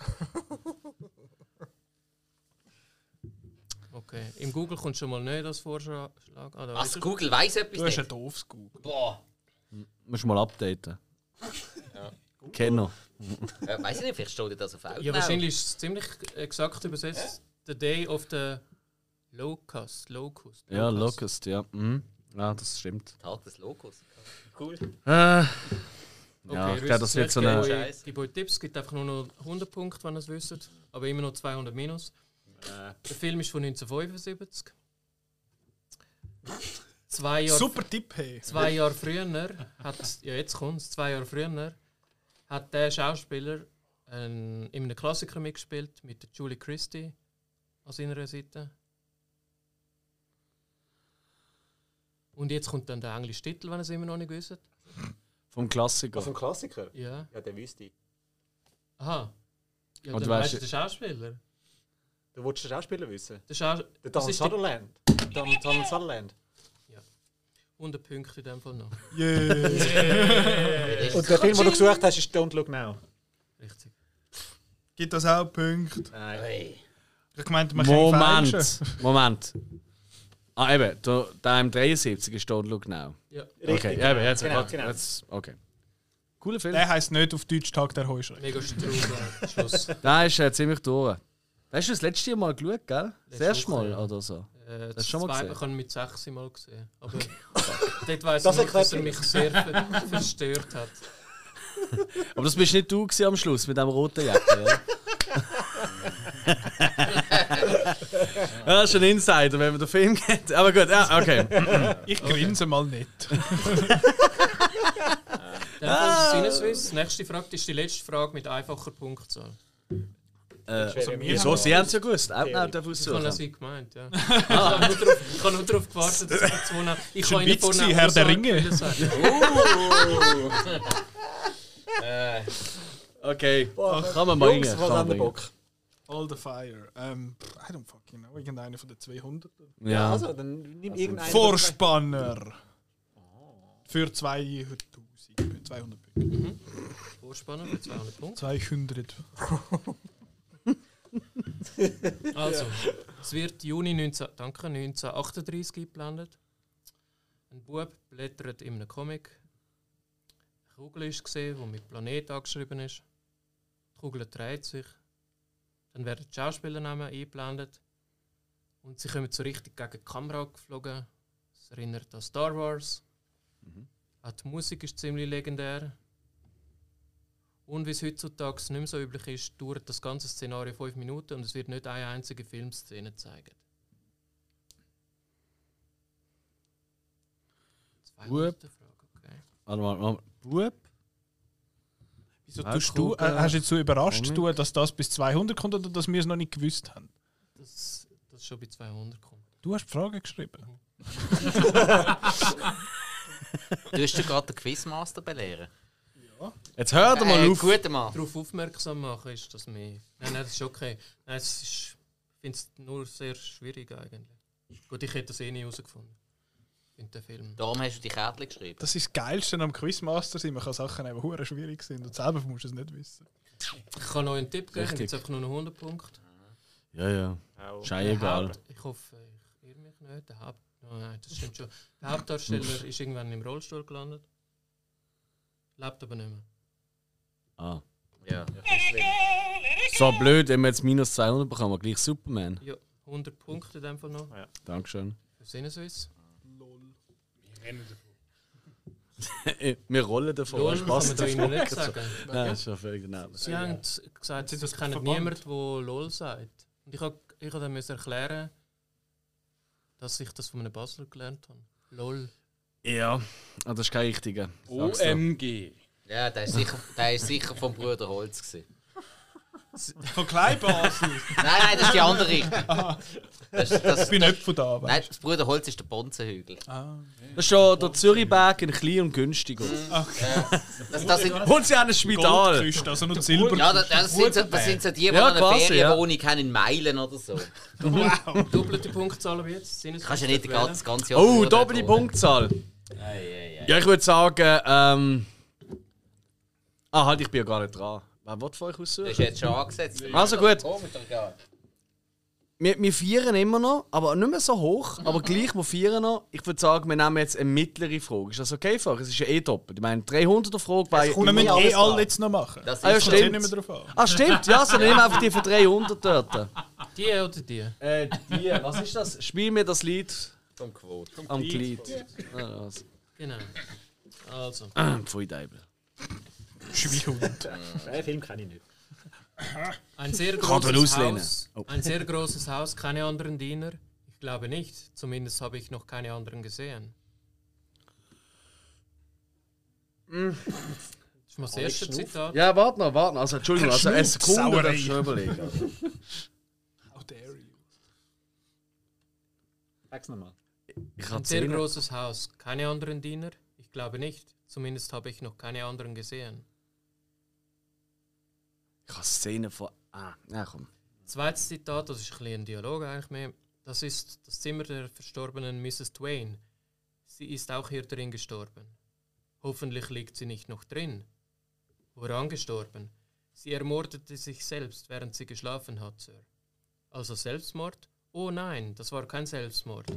Okay, im Google kommt schon mal nicht als Vorschlag. Ah, da ist Was? er. Google weiss etwas Du hast ein nicht? doofes Google. Boah. Musst du mal updaten. Kenner. Weiß ich nicht, vielleicht steht das auf Outnow. Ja, wahrscheinlich ist es ziemlich exakt übersetzt. The Day of the Locust. Ja, Locust, ja. Mhm. Ja, das stimmt. Tag des Locus. Cool. Ja, Okay, ich glaube, das wird so eine. Scheiße. Ich gebe euch Tipps, es gibt einfach nur noch 100 Punkte, wenn ihr es wisst. Aber immer noch 200 minus. Der Film ist von 1975. 2 Jahre, Super Tipp, hey. 2 Jahre früher hat, ja jetzt kommt's, 2 Jahre früher hat der Schauspieler in einem Klassiker mitgespielt mit der Julie Christie an seiner Seite. Und jetzt kommt dann der englische Titel, wenn ihr es immer noch nicht wisst. Vom Klassiker. Also ein Klassiker? Ja. Ja, der wüsste ich. Aha. Ja, Und dann du weißt- weißt du den Schauspieler. Du wolltest den Schauspieler wissen? Der Der das Donald ist die Sutherland. Donald Sutherland. 100 Punkte in dem Fall noch. Yeah. Und der Film, den du gesucht hast, ist Don't Look Now. Richtig. Gibt das auch Punkte? Nein. Hey. Ich meinte, man kann Moment. Ah, eben, der im 73 ist Don't Look Now. Ja. Okay, ja, eben, jetzt, Genau, okay, genau. jetzt, okay. Cooler Film. Der heisst nicht auf Deutsch Tag der Heuschrecken. Mega strauber Schluss. Der ist ziemlich durch. Hast du das letzte Mal geschaut, gell? Das erste Woche, Mal ja. oder so? Das hast du schon mal gesehen? Ich habe ihn mit 6 Mal gesehen. Aber dort weiss Das ich noch, dass er erklärt mich sehr verstört hat. Aber das bist nicht du gewesen am Schluss mit dem roten Jacke, ja? Ja, das ist ein Insider, wenn man den Film kennt. Aber gut, ja, okay. Ich grinse mal nicht. Sinneswiss. Nächste Frage ist die letzte Frage mit einfacher Punktzahl. Wieso? Sie haben es ja gewusst. Outnow darf Ich habe aussuchen. das gemeint, ja. Ich habe nur darauf gewartet, dass ich gewonnen habe. Ich kann Ihnen vorne Herr der Ringe. Okay, kann man mal Jungs, rein. was Kann haben man wir Bock? All the Fire. I don't fucking know. Irgendeiner von den 200. Ja. Also, dann nimm irgendeinen. Vorspanner. Für 200 Punkte. Vorspanner für 200 Punkte. 200. Also, es wird Juni 1938 eingeblendet. Ein Bub blättert in einem Comic. Eine Kugel ist gesehen, die mit Planet angeschrieben ist. Die Kugel dreht sich. Dann werden die Schauspielernamen eingeblendet. Und sie kommen so richtig gegen die Kamera geflogen. Es erinnert an Star Wars. Auch die Musik ist ziemlich legendär. Und wie es heutzutage nicht mehr so üblich ist, dauert das ganze Szenario 5 Minuten und es wird nicht eine einzige Filmszene zeigen. Bub. Okay. Warte. Bub? Wieso tust du? Hast du jetzt so überrascht, dass das bis 200 kommt oder dass wir es noch nicht gewusst haben? Das schon bei 200 kommt. Du hast die Frage geschrieben. Du hast gerade den Quizmaster belehren. Jetzt hört mal auf. Guten Mann. Darauf aufmerksam machen ist das mehr. Nein, das ist okay. Nein, ich finde es nur sehr schwierig eigentlich. Gut, ich hätte das eh nie herausgefunden. In den Film. Darum hast du die Kärtchen geschrieben. Das ist das Geilste am Quizmaster sein. Man kann Sachen nehmen, die hure schwierig sind und selber musst du es nicht wissen. Ich kann noch einen Tipp geben, jetzt einfach nur noch 100 Punkte. Ja. Scheißegal. Ich hoffe, ich irre mich nicht. Nein, das stimmt schon. Der Hauptdarsteller ist irgendwann im Rollstuhl gelandet. Lebt aber nicht mehr. Ah. Ja. So blöd, wenn wir jetzt minus 200 bekommen, wir gleich Superman. Ja, 100 Punkte in dem Fall noch. Ja. Dankeschön. Für Sinneswiss. Wir rollen davon. LOL kann man da Ihnen nicht sagen. Nein, das ist ja völlig genau. Sie haben gesagt, sie kennen niemanden, der LOL sagt. Und ich musste dann erklären, dass ich das von einem Basler gelernt habe. LOL. Ja, das ist kein richtiger. OMG. Ja, der ist sicher vom Bruder Holz gewesen. Von Kleinbasel? Nein, das ist die andere Richtung. Ich bin nicht von da. Nein, das Bruder Holz ist der Bonzenhügel. Das ist schon der Zürichberg in klein und günstig. Und sie haben ein Spital. Goldküste, also nur Silber. Ja, das sind so die, die Ja, eine quasi, Ferienwohnung haben in Meilen oder so. Wow. Doppelte Punktzahl aber jetzt. Kannst du ja nicht das ganze Jahr. Oh, doppelte Punktzahl. Ja, ich würde sagen, halt, ich bin ja gar nicht dran. Wer will von euch Das aussuchen? ist jetzt schon angesetzt. Also gut. Oh, ist doch egal. Wir feiern immer noch, aber nicht mehr so hoch. Aber gleich, wir feiern noch. Ich würde sagen, wir nehmen jetzt eine mittlere Frage. Ist das okay für euch? Es ist ja eh doppelt. Ich meine, 300er Frage bei... Wir müssen alle jetzt noch machen. Das Ah, ja, ist Kommt stimmt. nicht mehr drauf an. Ah, stimmt. Ja, so nehmen wir einfach die für 300 dort. Die oder die? Was ist das? Spiel mir das Lied vom Quote. am Glied. Ah, was? Genau. Also. Pfui Deibel. Schweinhund. Den Film kenne ich nicht. Ein sehr Kann man großes auslehnen. Haus. Oh. Ein sehr großes Haus, keine anderen Diener. Ich glaube nicht. Zumindest habe ich noch keine anderen gesehen. Das ist mal das erste Zitat. Ja, warte noch. Also, Entschuldigung, also eine Sekunde Sauerei. darfst du schon überlegen. How dare you. Sag's nochmal. Ich Ein habe sehr 10. großes Haus, keine anderen Diener. Ich glaube nicht. Zumindest habe ich noch keine anderen gesehen. Ich habe Szenen von... ja komm. Zweites Zitat, das ist ein bisschen ein Dialog eigentlich mehr. Das ist das Zimmer der verstorbenen Mrs. Twain. Sie ist auch hier drin gestorben. Hoffentlich liegt sie nicht noch drin. Woran gestorben? Sie ermordete sich selbst, während sie geschlafen hat, Sir. Also Selbstmord? Oh nein, das war kein Selbstmord.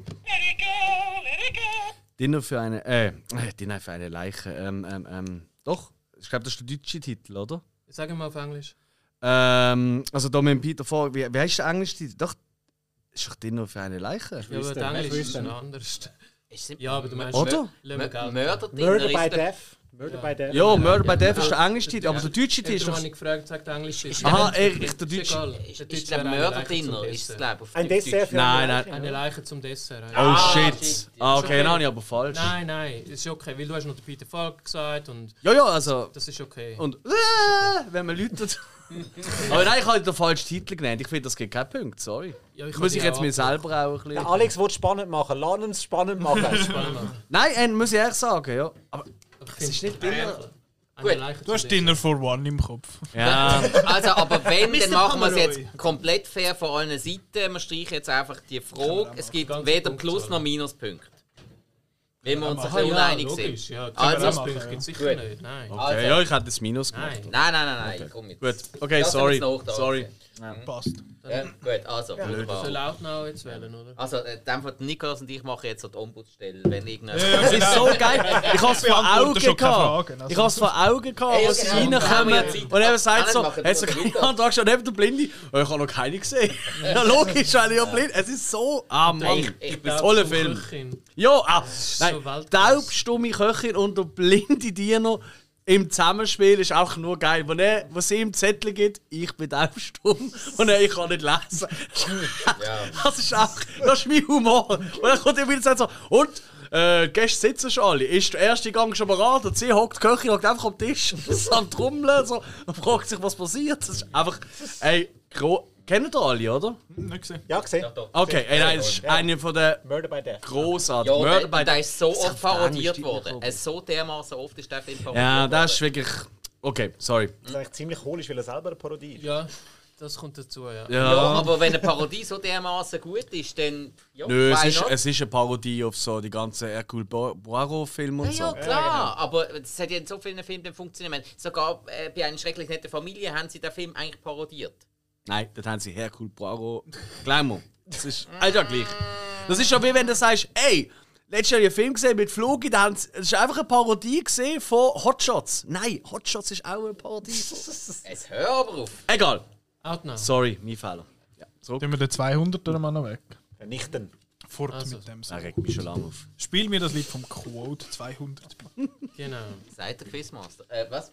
Dinner für eine... Dinner für eine Leiche. Doch, ich glaube, das ist der deutsche Titel, oder? Sag mal auf Englisch. Also da mit Peter vor... Wie heißt der englische Titel? Doch, ist doch Dinner für eine Leiche. Ja, aber der Englisch ist ein anders. Ja, aber du meinst Oder? Löwen gelten. Mörderdiener Murder by ist der... Death. Murder by Death. Ja, Murder by Death ist der englische Titel, aber der deutsche Titel ist Darum doch... habe ich gefragt, sagt der englische Titel. Aha, der Ist deutsche... egal. Ist der Mörder-Dinner? Ist es, glaube ich, auf Ein Deutsch. Dessert für Nein. Eine Leiche zum Dessert. Oh shit. shit. Ah, okay, dann habe ich aber falsch. Nein, ist okay, weil du hast noch den Peter Falk gesagt und Ja, also... das ist okay. Und wenn man läutet... Aber nein, ich habe den falschen Titel genannt. Ich finde, das gibt keinen Punkt, sorry. Ja, Muss ich jetzt mir selber auch ein bisschen... Der Alex will spannend machen, lass uns spannend machen. Nein, muss ich ehrlich sagen, ja. Aber es ist nicht Dinner... Eine Leiche Du zum hast Dessert. Dinner for One im Kopf. Ja. Also, aber wenn, dann machen wir es Pomeroy. jetzt komplett fair von allen Seiten. Wir streichen jetzt einfach die Frage. Es gibt Ganze weder Punktzahl. Plus- noch Minuspunkte. Wenn wir uns ein Ah, bisschen ja, uneinig sind. logisch. Ja, Also- Minuspunkte gibt es sicher Gut. nicht. Nein. Okay, ja, ich hätte das Minus gemacht. Nein. Nein, komm jetzt. Gut, okay, Das sorry. haben wir jetzt noch da, Sorry. okay. Passt. Ja, gut, also, Soll wunderbar. Outnow jetzt wählen, oder? Also, in dem Fall, Nikolaus und ich machen jetzt so die Ombudsstelle, wenn irgendein... Das ist so geil. Ich habe es vor Beantworten schon Augen keine gehabt. Fragen, also. Ich habe es vor Augen gehabt, Ja, als sie genau. reinkommen. Haben wir ja Zeit. Und er sagt Dann so, machen wir hat so weiter. keine Hand angeschaut, neben der Blinde. Oh, ich habe noch keine gesehen. Ja, logisch, weil ich ja blind. Es ist so... Ah, Mann. Ich bin Toller Film. Köchin. Ja, nein. so Weltklasse. Taubstumme Köchin und der blinde Diener im Zusammenspiel ist auch nur geil. Wo sie ihm Zettel gibt, ich bin taubstumm und ich kann nicht lesen. Das ist mein Humor. Und dann kommt er wieder und sagt so, und die Gäste sitzen schon alle. Ist der erste Gang schon bereit? Und sie hockt, die Köchin hockt einfach am Tisch und ist am Trommeln so, und fragt sich, was passiert. Das ist einfach, kennt ihr alle, oder? Nicht gesehen. Ja, gesehen. Okay, nein, das ist eine von der Murder by Death. grossartigen Ja, Murder by der ist so Das oft auf Englisch parodiert steht worden. nicht So dermaßen oft ist der Film parodiert Ja, das ist worden. wirklich... Okay, sorry. Das ist eigentlich ziemlich cool, weil er selber eine Parodie ist. Ja, das kommt dazu, ja. Ja, aber wenn eine Parodie so dermaßen gut ist, dann... Ja, Nö, why not? es ist eine Parodie auf so die ganzen Hercule Poirot-Filme und Ja, so. klar, aber das hat ja in so vielen Filmen funktioniert. Ich meine, sogar bei einer schrecklich netten Familie haben sie den Film eigentlich parodiert. Nein, dort haben sie Hercule Poirot. Glaub mir, das ist ja gleich. Das ist schon wie wenn du sagst, ey, letztes Jahr einen Film gesehen mit Flogi, das ist einfach eine Parodie gesehen von Hotshots. Nein, Hotshots ist auch eine Parodie. Es hör aber auf. Egal. Outnow. Sorry, mein Fehler. Ja, zurück. Tun wir den 200er mal noch weg. Vernichten. Fort Also. mit dem. Das regt mich schon lange auf. Spiel mir das Lied vom Quote 200. Genau. Seid der Quizmaster. Was?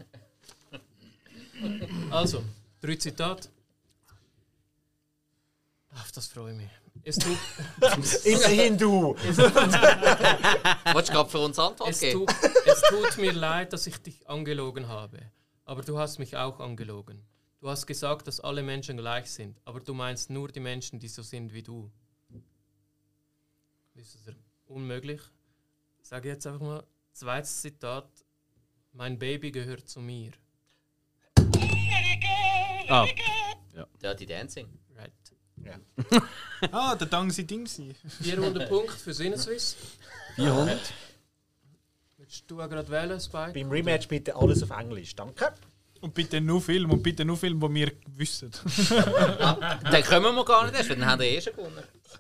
Also, 3 Zitate. Auf das freue ich mich. Es tut, Immerhin du! Wolltest du gerade für uns Antwort es, geben? es tut mir leid, dass ich dich angelogen habe. Aber du hast mich auch angelogen. Du hast gesagt, dass alle Menschen gleich sind. Aber du meinst nur die Menschen, die so sind wie du. Das ist unmöglich. Ich sage jetzt einfach mal, zweites Zitat. Mein Baby gehört zu mir. Ah, Dirty Dancing. Right. Ah, der Dangsi Dingsi. 400 Punkte für Sinneswiss. 400. Willst du auch gerade wählen, Spike? Beim Rematch bitte alles auf Englisch. Danke. Und bitte nur Film, die wir wissen. Dann kommen wir gar nicht erst, weil dann haben wir eh schon gewonnen.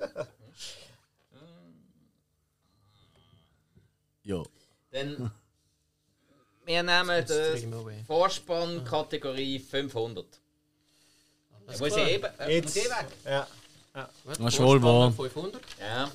Ja. Dann, wir nehmen die Stream away. Vorspann-Kategorie 500. Alles Wo ist klar. ich eben? Jetzt. Muss ich weg? Ja. Warte, Das ist wohl wahr. 500. Ja.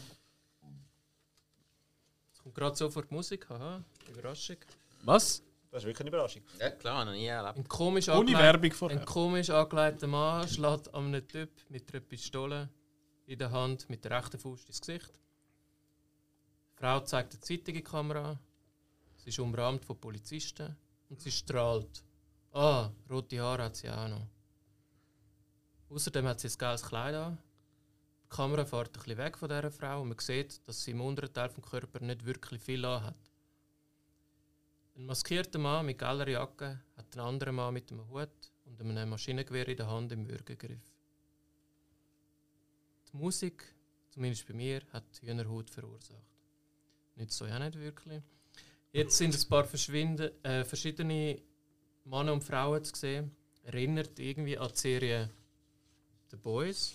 Jetzt kommt gerade sofort Musik. Haha, Überraschung. Was? Das ist wirklich eine Überraschung. Ja, klar, noch nie erlebt. Ein komisch, Ohne Werbung vorher. ein komisch angelegter Mann schlägt einem Typ mit einer Pistole in der Hand mit der rechten Faust ins Gesicht. Die Frau zeigt eine Zeitung in die Kamera. Sie ist umrahmt von Polizisten und sie strahlt. Ah, rote Haare hat sie auch noch. Außerdem hat sie ein geiles Kleid an. Die Kamera fährt ein bisschen weg von dieser Frau und man sieht, dass sie im unteren Teil des Körpers nicht wirklich viel anhat. Ein maskierter Mann mit geiler Jacke hat einen anderen Mann mit einem Hut und einem Maschinengewehr in der Hand im Würgegriff. Die Musik, zumindest bei mir, hat Hühnerhaut verursacht. Nicht so, ja nicht wirklich. Jetzt sind ein paar verschiedene Männer und Frauen zu sehen. Erinnert irgendwie an die Serie The Boys.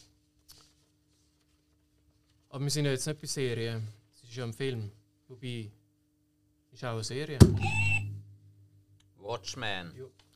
Aber wir sind ja jetzt nicht bei Serien. Es ist ja ein Film. Wobei, ist auch eine Serie. Watchmen.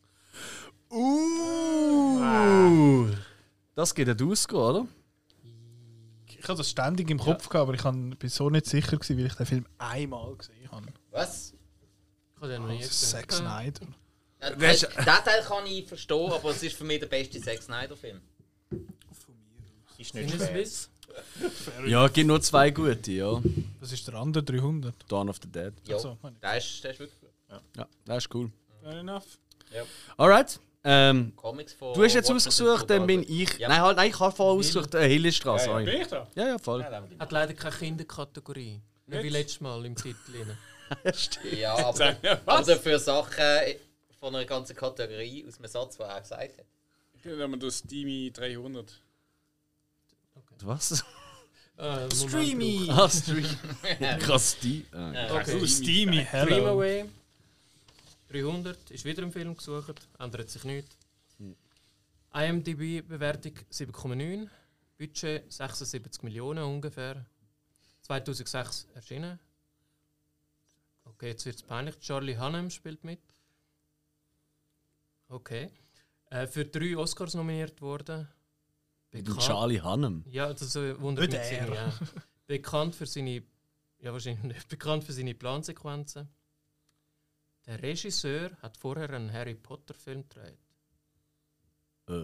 Das geht nicht ausgehen, oder? Ich habe das ständig im Kopf gehabt, aber bin so nicht sicher gewesen, weil ich den Film einmal gesehen habe. Was? Ich habe den noch nie gesehen. Zack Snyder. Den Teil kann ich verstehen, aber es ist für mich der beste Zack Snyder-Film. Ist nicht Sind es schwer. Wiss? Ja, es gibt nur 2 gute, ja. Was ist der andere? 300? Dawn of the Dead. Ja, Also, meine ich. der ist wirklich gut. Ja, das ist cool. Fair enough. Alright. Comics von Du hast jetzt Watchmen ausgesucht, sind dann bin gut. ich. Ja. Nein, ich habe vorher ausgesucht, Hillestraße. Bin sorry. ich da? Ja, voll. Ja, Hat leider keine Kinderkategorie. Nicht wie letztes Mal im Titel. Rein. ja, aber dafür Sachen von einer ganzen Kategorie aus einem Satz, den er gesagt hat. Ich nehme mal das Steamy 300. Was? Streamy! Ah, Stream. Krass, die. Okay. Steamy, Dream hello. Away 300 ist wieder ein Film gesucht, ändert sich nichts. IMDb-Bewertung 7,9, Budget 76 Millionen ungefähr. 2006 erschienen. Okay, jetzt wird es peinlich. Charlie Hunnam spielt mit. Okay. Für 3 Oscars nominiert worden. Charlie Hunnam. Ja, das wundert mich Nicht ziemlich. Ja. Bekannt für seine, ja wahrscheinlich nicht, bekannt für seine Plansequenzen. Der Regisseur hat vorher einen Harry Potter Film gedreht. Die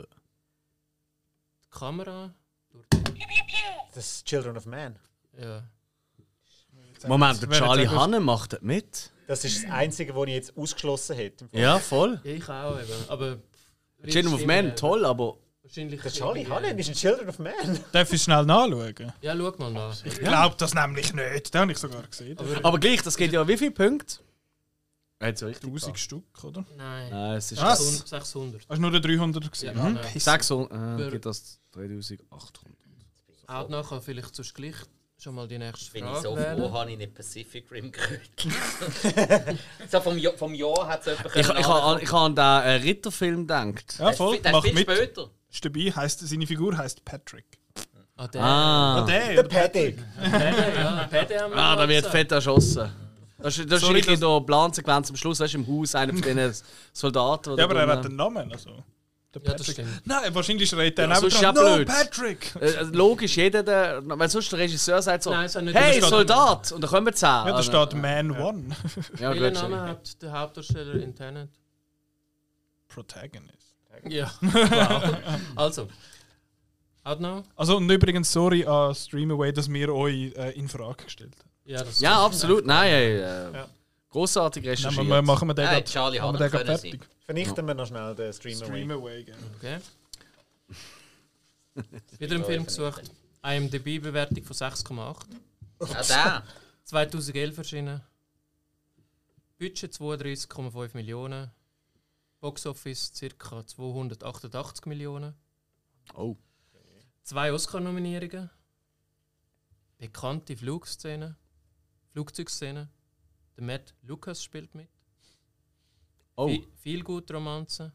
Kamera durch Das ist Children of Man. ja. Moment, der Charlie Hunnam macht das mit? Das ist das Einzige, was ich jetzt ausgeschlossen hätte. Ja, voll. Ja, ich auch eben. Aber Children of Man, toll, aber. Wahrscheinlich Der Charlie Hunnam ist ein Children of Man. Darf ich schnell nachschauen? Ja, schau mal nach. Ich glaube das nämlich nicht. Den habe ich sogar gesehen. Aber gleich, das geht ja wie viele Punkte? Jetzt so richtig. 1000 Stück, oder? Nein. Nein, es ist. Was? 600. Hast du nur den 300 gesehen? Ja, Hm? nein. 600. Geht das 3800. Auch nachher vielleicht sonst gleich schon mal die nächste Bin ich Frage so wählen. froh, habe ich nicht Pacific Rim gehört. So vom Jahr hat es jemand Ich habe an den Ritterfilm gedacht. Ja, voll. Der Mach spielt mit. später. Ist dabei, seine Figur heisst Patrick. Ah, der. Ah, Der Paddy. Ja, Paddy haben wir da mal wird gesagt. fett erschossen. Das ist Sorry, wirklich der Plansequenz am Schluss, weißt du, im Haus, einer von diesen Soldaten. Ja, aber er hat einen Namen. Also. Der Ja, das Patrick. stimmt. Nein, wahrscheinlich schreit er Ja, sonst ist ja no, blöd. Patrick! Logisch, jeder, weil sonst der Regisseur sagt so: Nein, es hat nicht- Hey, Da steht- Soldat! Und dann kommen 10. Ja, da steht Man One. Ja, Welchen gut, Namen sorry. hat der Hauptdarsteller in Tenet? Protagonist. Ja. Wow. Also. Out now? Also, und übrigens, sorry an Streamaway, dass wir euch in Frage gestellt haben. Ja, das Ja, absolut. Nein, Ja. großartig Nehmen recherchiert. wir, machen wir den Nein, grad- Charlie machen wir Hunnam den grad können fertig. Vernichten wir noch schnell den Streamer. Streamaway, genau. Okay. Wieder einen Film gesucht. IMDb-Bewertung von 6,8. Ja, der. 2011 erschienen. Budget 32,5 Millionen. Boxoffice ca. 288 Millionen. Oh. 2 Oscar-Nominierungen. Bekannte Flugszenen. Flugzeugszenen. Der Matt Lucas spielt mit. Oh. Viel gut Romanze.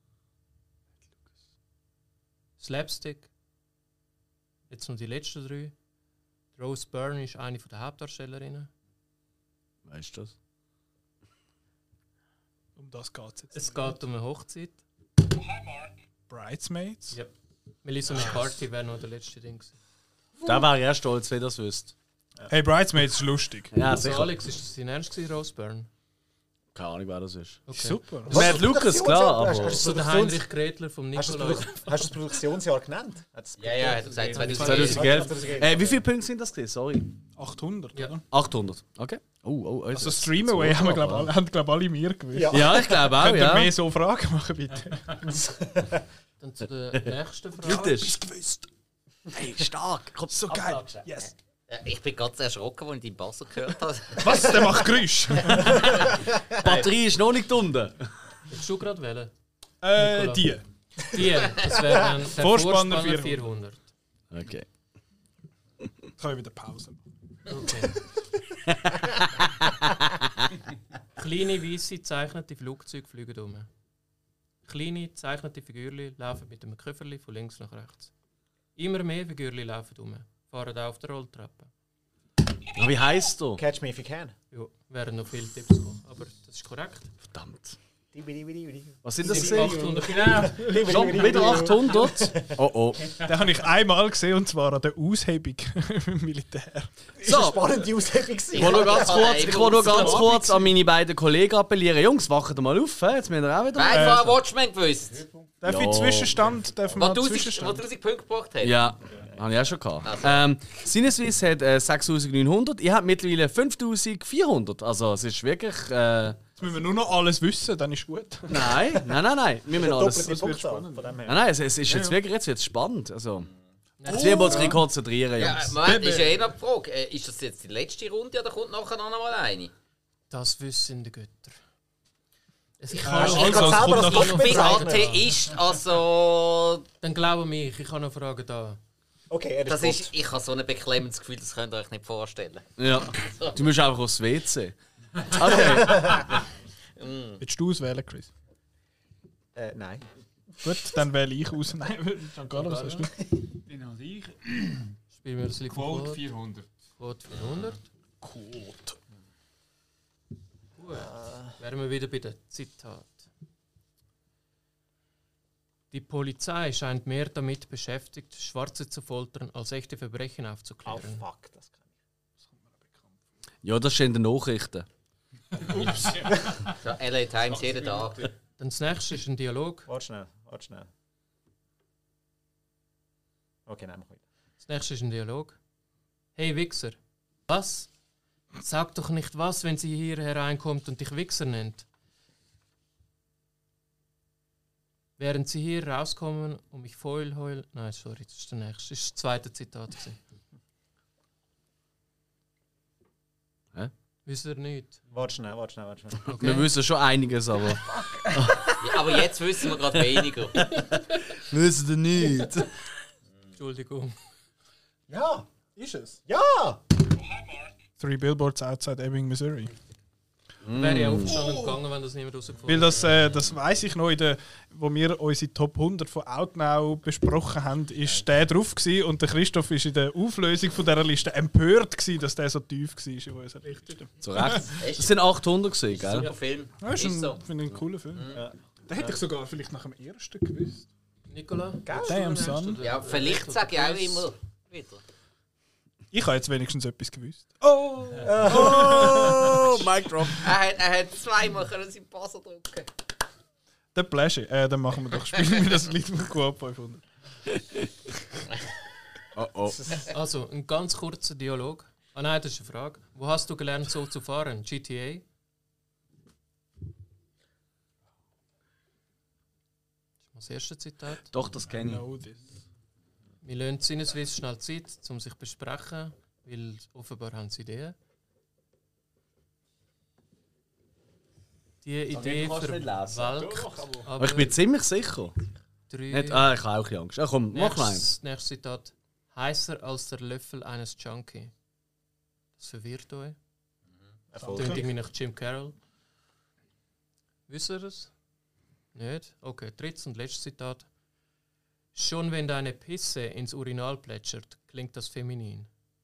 Slapstick. Jetzt noch die letzten 3. Rose Byrne ist eine der Hauptdarstellerinnen. Weißt du das? Um das geht es jetzt. Es geht um eine Hochzeit. Bridesmaids? Ja. Melissa McCarthy wäre noch der letzte Ding gewesen. Da wäre ich erst stolz, wenn ihr das wüsst. Hey, Bridesmaids ist lustig. Ja, Also sicher. Alex, ist das dein Ernst gewesen, Rose Byrne? Keine Ahnung, wer das ist. Okay. Super. Matt Lucas, klar, aber. So der Heinrich Gretler vom Hast du Nikolaus. das Produktionsjahr genannt? Ja, ja, hat er gesagt 2011. 2011. Wie viele Punkte sind das gewesen? Sorry. Ja. 800, oder? 800. Okay. Oh, Also Streamaway haben, glaub alle mir gewusst. Ja. Ja, ich glaube auch, Könnt ihr ja. mehr so Fragen machen, bitte? Dann zu der nächsten Frage. Kritisch. gewusst. Hey, stark. Komm, So geil. Yes. Ich bin ganz erschrocken, als ich deinen Basser gehört habe. Was? Der macht Geräusch. Die Batterie ist noch nicht unten. Willst du gerade wählen? Die. Die, das wäre dann der Vorspanner Vorspanner 400. 400. Okay. Kann ich wieder Pause machen. Okay. Kleine, weisse, gezeichnete Flugzeuge fliegen um. Kleine, gezeichnete Figürchen laufen mit einem Köfferli von links nach rechts. Immer mehr Figürchen laufen um, fahren auch auf der Rolltreppe. Aber wie heisst du? Catch me if you can. Ja, wären noch viele Tipps gekommen, aber das ist korrekt. Verdammt. Was sind das? 800, genau. Schon wieder 800? Oh. Den habe ich einmal gesehen, und zwar an der Aushebung im Militär. Ist eine spannende Aushebung. Ich will nur ganz kurz an meine beiden Kollegen appellieren. Jungs, wacht mal auf, jetzt müssen wir auch wieder... Wer hat von Watchmen gewusst? Darf ich Zwischenstand? Darf Wo man 1000 Punkte gebracht hat? Ja, habe ich auch schon gehabt. Sinneswiss hat 6'900, ich habe mittlerweile 5'400. Also es ist wirklich... Jetzt müssen wir nur noch alles wissen, dann ist gut. Nein. Wir müssen alles... Doppelte Punktzahl von dem her. Nein, es ist jetzt wirklich jetzt wird's spannend. Also, jetzt werden wir uns ein bisschen konzentrieren, Ja, Jungs. Moment, ist ja eh noch die Frage. Ist das jetzt die letzte Runde oder kommt nachher noch mal eine? Das wissen die Götter. Ich Ich kann kann selber das Ich bin bezeichnen. Atheist, also... Dann glaube mir, ich habe noch Fragen da. Okay, er Das ist ist, ich habe so ein beklemmendes Gefühl, das könnt ihr euch nicht vorstellen. Ja. Du musst einfach aufs WC. Okay. Willst du auswählen, Chris? Nein. Gut, dann wähle ich aus. Nein, Giancarlo, was hast du? Den habe ich. Spielen wir das Lied Quote 400. Quote 400. Quote. Gut. Wären wir wieder bei dem Zitat. Die Polizei scheint mehr damit beschäftigt, Schwarze zu foltern, als echte Verbrechen Oh aufzuklären. fuck, das kann ich. Ja, das steht in den Nachrichten. So, LA Times jeden Tag. Dann das nächste ist ein Dialog. Warte schnell. Okay, nein, mach weiter. Das nächste ist ein Dialog. Hey Wichser. Was? Sag doch nicht was, wenn sie hier hereinkommt und dich Wichser nennt. Während sie hier rauskommen und mich heulen... Nein, sorry, das ist der nächste. Das ist das zweite Zitat. Hä? Wisst ihr nicht? Warte schnell. Okay. Wir wissen schon einiges, aber... Ja, aber jetzt wissen wir gerade weniger. Wissen wir nicht. Entschuldigung. Ja! Ist es? Ja! 3 Billboards outside Ebbing, Missouri. Wäre ja aufgestanden und gegangen, wenn das niemand rausgefunden Weil das weiss ich noch, wo wir unsere Top 100 von Outnow besprochen haben, ist der drauf gewesen, und der Christoph ist in der Auflösung von dieser Liste empört gewesen, dass der so tief war in unserer Liste. Zu Recht. Das sind 800 gewesen, gell? Super Film. Ja, ist Ist so. finde ich einen coolen Film. Ja. Den hätte ich sogar vielleicht nach dem ersten gewusst. Nicola? Damn, son. Ja, vielleicht sage ich auch immer wieder. Ich habe jetzt wenigstens etwas gewusst. Oh, Mic Drop. Er hat zweimal können seinen Passer drücken. Der Pleasure. Dann machen wir doch, spielen wir das Lied von Coop 500. Oh. Also, ein ganz kurzer Dialog. Ah nein, das ist eine Frage. Wo hast du gelernt, so zu fahren? GTA? Das ist das erste Zitat. Doch, das kenne ich. Know this. Wir lassen Sinneswiss schnell Zeit, um sich zu besprechen, weil offenbar haben sie Ideen. Die Idee kannst für nicht lesen. Welk, Aber ich bin ziemlich sicher. Nicht, ich habe auch ein bisschen Angst. Komm, mach mal eins. Nächstes Zitat. Heißer als der Löffel eines Junkie. Das verwirrt euch. Klingt irgendwie nach Jim Carroll. Wisst ihr das? Nicht? Okay, drittes und letztes Zitat. Schon wenn deine Pisse ins Urinal plätschert, klingt das feminin.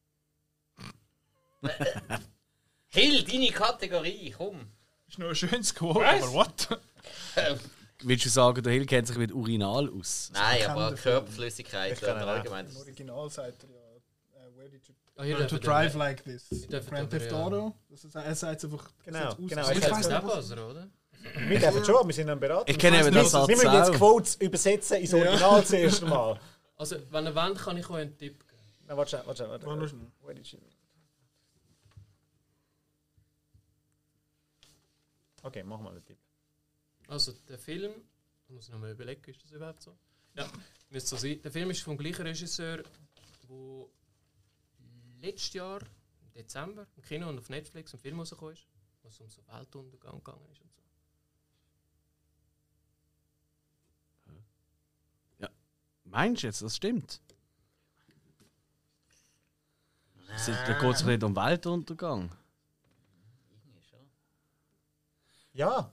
Hill, deine Kategorie, komm. Ist noch ein schönes Quote, aber what? Willst du sagen, der Hill kennt sich mit Urinal aus? Nein, aber Körperflüssigkeit Ich kann allgemein. Im Original sagt er ja, where did you Ah, hier learn to dürfen wir drive den- like this? dürfen Grand den Theft aber, ja. Auto? Er sagt es einfach... Genau, aus. genau. Das Ich ist weiss jetzt nicht, der was... Buzzer, oder? Wir dürfen schon, wir sind am Beraten. Ich kenne eben das Wir Satz müssen jetzt auch. Quotes übersetzen ins Original zuerst mal. Also, wenn ihr wollt, kann ich euch einen Tipp geben. Na, warte. Warte schnell. Where did you... Okay, mach mal einen Tipp. Also, der Film, ich muss noch mal überlegen, ist das überhaupt so? Ja, müsste so sein. Der Film ist vom gleichen Regisseur, der letztes Jahr, im Dezember, im Kino und auf Netflix ein Film rausgekommen ist, wo es um so Weltuntergang gegangen ist und so. Meinst du jetzt, das stimmt? Da geht es nicht um Weltuntergang. Ja,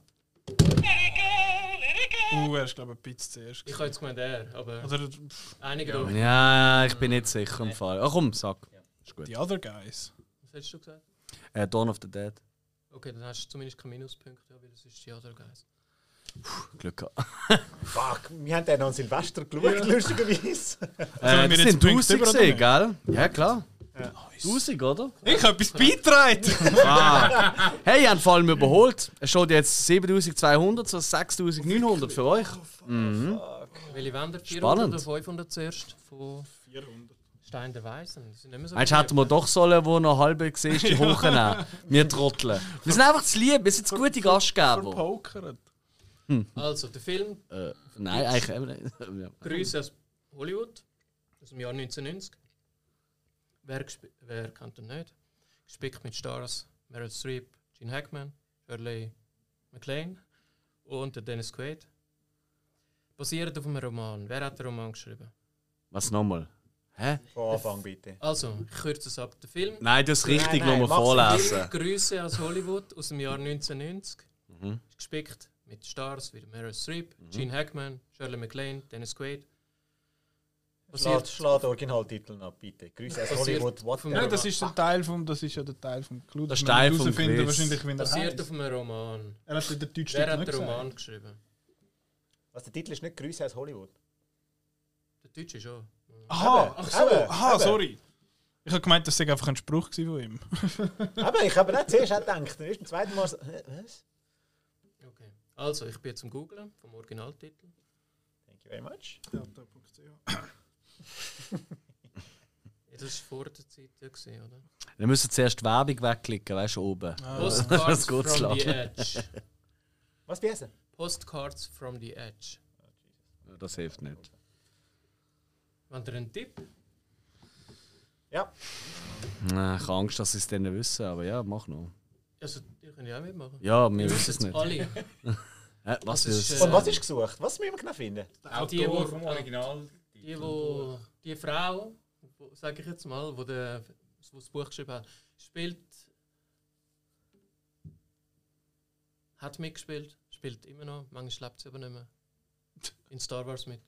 Er ist, glaube ich, ein bisschen zuerst. Ich habe jetzt gemeint, aber Oder einige Ja. ja. Ja, ich bin nicht sicher im Fall. Ach komm, sag. Ist gut. The Other Guys. Was hättest du gesagt? Dawn of the Dead. Okay, dann hast du zumindest keinen Minuspunkt, ja, weil das ist die Other Guys. Glück gehabt. Fuck, wir haben den an Silvester geschaut, lustigerweise. wir Das jetzt sind Punkte 1000 über, oder gesehen, gell? Ja, klar. 1000, oder? Ich habe etwas beigetragen. Hey, ihr habt vor allem überholt. Es steht jetzt 7200 zu 6900 für euch. Welche Wände? 400 Spannend. oder 500 zuerst? Von 400. Stein der Weisen. Das sind nicht mehr so Meinst du, hätten wir doch sollen, wo noch halbe gesehen ist, die Hochen nehmen? Wir Trotteln. Wir sind einfach zu lieb, wir sind zu gute Gastgeber. Verpokert. Also, der Film Nein, eigentlich eben nicht. Ja. Grüße aus Hollywood aus dem Jahr 1990. Wer kennt ihn nicht? Gespickt mit Stars Meryl Streep, Gene Hackman, Shirley MacLaine und der Dennis Quaid. Basiert auf einem Roman. Wer hat den Roman geschrieben? Was nochmal? Hä? Von Anfang bitte. Also, ich kürze es ab. Der Film Nein, das richtig Nein, nochmal mach's vorlesen. Grüße aus Hollywood aus dem Jahr 1990. Ist gespickt mit Stars wie Meryl Streep, Gene Hackman, Shirley MacLaine, Dennis Quaid. Schlag den Originaltitel ab, bitte. Grüße aus Hollywood. What Ja, das ist ja der Teil vom Clou. Das ist Teil vom herausfinden, Quiz. wahrscheinlich, wenn er Basiert heisst. auf einem Roman. Er hat den deutschen Wer Titel hat nicht den gesagt. Roman geschrieben? Was, der Titel ist nicht Grüße aus Hollywood. Der Deutsche schon. Aha, Ach so, aha, sorry. Ich habe gemeint, das sei einfach ein Spruch gewesen von ihm. Aber ich habe nicht zuerst auch gedacht, dann ist beim zweiten Mal so, was? Okay. Also, ich bin jetzt zum Googlen vom Originaltitel. Thank you very much. Ja, das war vor der Zeit, ja, gewesen, oder? Wir müssen zuerst die Werbung wegklicken, weißt du, oben. Postcards geht zu from the lang. Edge. Was wie heißen? Postcards from the Edge. Das hilft nicht. Habt ihr einen Tipp? Ja. Ich habe Angst, dass sie es dann nicht wissen, aber ja, mach noch. Also, ihr könnt ja auch mitmachen. Ja, wir Ihr wissen wisst es nicht. alle. Was Das ist ist, Und was ist gesucht? Was müssen wir genau finden? Der Autor vom Original. Die Frau, sage ich jetzt mal, wo das Buch geschrieben hat mitgespielt, spielt immer noch, manchmal lebt sie aber nicht mehr. In Star Wars mit.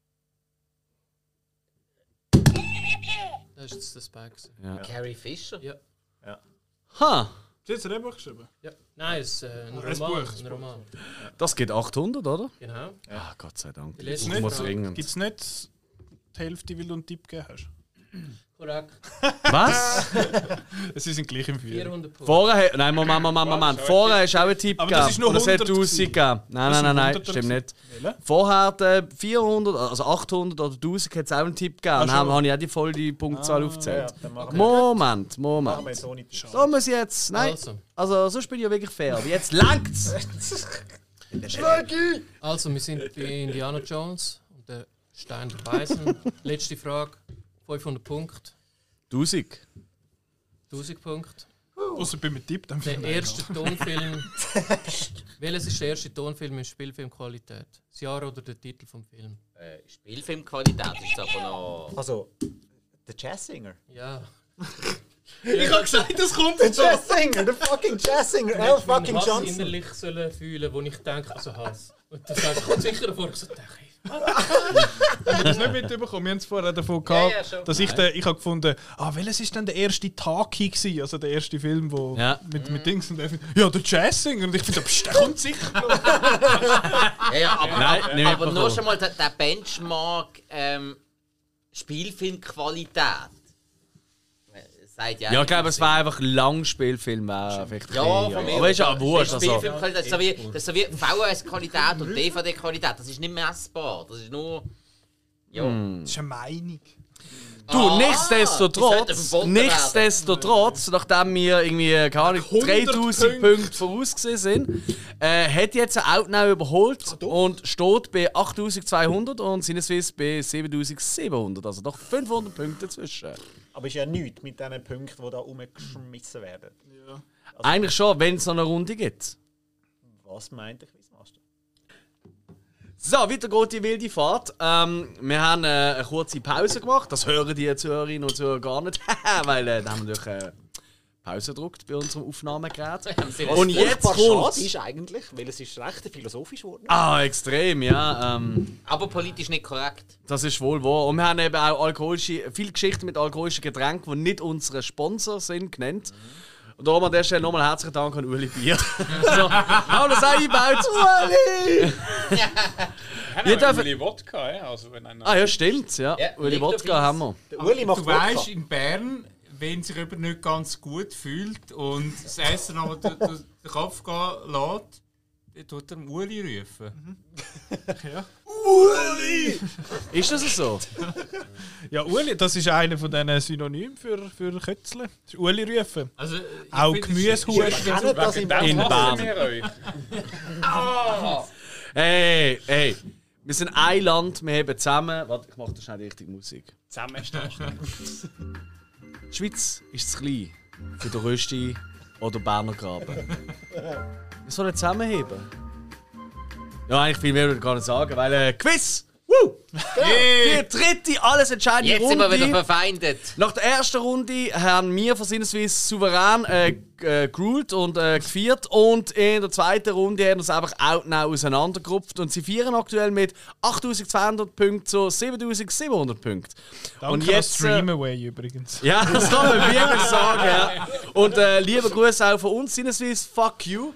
Das ist jetzt der Spike. Ja. Carrie Fisher? Ja. Ha! Hast du jetzt ein Buch geschrieben? Ja. Nein, es ist ein Ein Roman. Buch, Ein Roman. Das geht 800, oder? Genau. Ah, Gott sei Dank. Die letzte Ich muss Frage. dringend. Gibt es nicht die Hälfte, weil du einen Tipp gegeben hast? Korrekt. Was? Sie sind gleich im Führer. 400 Punkte. Vorher, nein, Moment. Vorher hast du auch einen Tipp Aber gegeben. das ist nur Und es hat 100 1000 gegeben. Nein, stimmt nicht. Welche? Vorher 400, also 800 oder 1000 hat es auch einen Tipp gegeben. Dann schon. habe ich auch die volle Punktzahl aufgezählt. Dann machen wir Moment. jetzt ohne Tipp. So muss ich jetzt. Nein. Also, sonst bin ich ja wirklich fair. Aber jetzt langt's! Also, wir sind bei Indiana Jones und der Stein der Weisen. Letzte Frage. 500 Punkte. 1000. 1000 Punkte. Außer bei einem Tipp, dann Der vielleicht erste Tonfilm. Welches ist der erste Tonfilm in Spielfilmqualität? Das Jahr oder der Titel vom Film? Spielfilmqualität ist aber noch. Also, der Jazzsinger. Ja. Ich habe gesagt, das kommt Der Jazzsinger, der fucking Jazzsinger, Al fucking Hass Johnson. innerlich sollen fühlen, wo ich denke, also Hass. Und das kommt sicher davor gesagt, Ich habe das nicht mitbekommen. Wir haben es vorher davon gehabt, ja, schon. dass ich habe gefunden, welches ist denn der erste Taki gewesen? Also der erste Film, wo Ja. mit Dings und der Jazzsinger. Und ich finde, der kommt sicher noch. Ja, aber, Nein, nicht aber mitbekommen. nur schon mal der Benchmark Spielfilmqualität. Sagt Ja, ich glaube, es war einfach ein Langspielfilm. Vielleicht Ja, okay, von mir. aber ist ja auch wurscht. Also, Spielfilmqualität, das ist so wie VHS-Qualität und DVD-Qualität. Das ist nicht messbar. Das ist nur. Ja. Das ist eine Meinung. du, die sollte verboten nichtsdestotrotz, nachdem wir irgendwie, keine Ahnung, 3000 Punkte vorausgesehen sind, hat jetzt Outnow überholt und steht bei 8200 und Sinneswiss bei 7700. Also doch 500 Punkte dazwischen. Aber ist ja nichts mit diesen Punkten, die da rumgeschmissen werden. Eigentlich schon, wenn es noch eine Runde gibt. Was meint der Quizmaster? So, weiter geht die wilde Fahrt. Wir haben eine kurze Pause gemacht. Das hören die Zuhörerinnen und Zuhörer gar nicht, weil da haben wir natürlich Pause gedrückt bei unserem Aufnahmegerät. Und jetzt Schade kommt... ist eigentlich, weil es ist recht philosophisch geworden. Ah, extrem, ja. Aber politisch nicht korrekt. Das ist wohl wahr. Und wir haben eben auch viele Geschichten mit alkoholischen Getränken, die nicht unsere Sponsor sind, genannt. Und darum an der Stelle nochmal herzlichen Dank an Uli Bier. So, auch das eingebaut. Uli! Wir dürfen Uli Wodka, ja. Also, ja, stimmt. Ja. Uli Wodka haben wir. Der Uli macht Du weißt, in Bern, wenn sich jemand nicht ganz gut fühlt und das Essen aber durch den Kopf gehen lässt, dann tut er Uli rufen. Ja. Uli! Ist das so? Ja, Uli, das ist einer von diesen Synonymen für Kötzle. Das ist Uli rufen. Also, auch Gemüsehuhn. In Bern. Hey, wir sind ein Land, wir haben zusammen. Warte, ich mache da schnell die richtige Musik. Zusammenstechen. Die Schweiz ist zu klein für den Rösti oder Berner Graben. Wir sollen zusammenheben. Ja, eigentlich viel mehr würde ich gar nicht sagen, weil Quiz! Woo! Die dritte, alles entscheidende Jetzt Runde. sind wir wieder verfeindet. Nach der ersten Runde haben wir von Sinnesweise souverän geruled und gefeiert. Und in der zweiten Runde haben wir uns einfach outnow auseinandergerupft. Und sie feiern aktuell mit 8200 Punkten zu 7700 Punkten. Danke und jetzt Streamaway übrigens. Ja, das kann man wirklich sagen. Ja. Und liebe Grüße auch von uns, Sinnesweise, fuck you.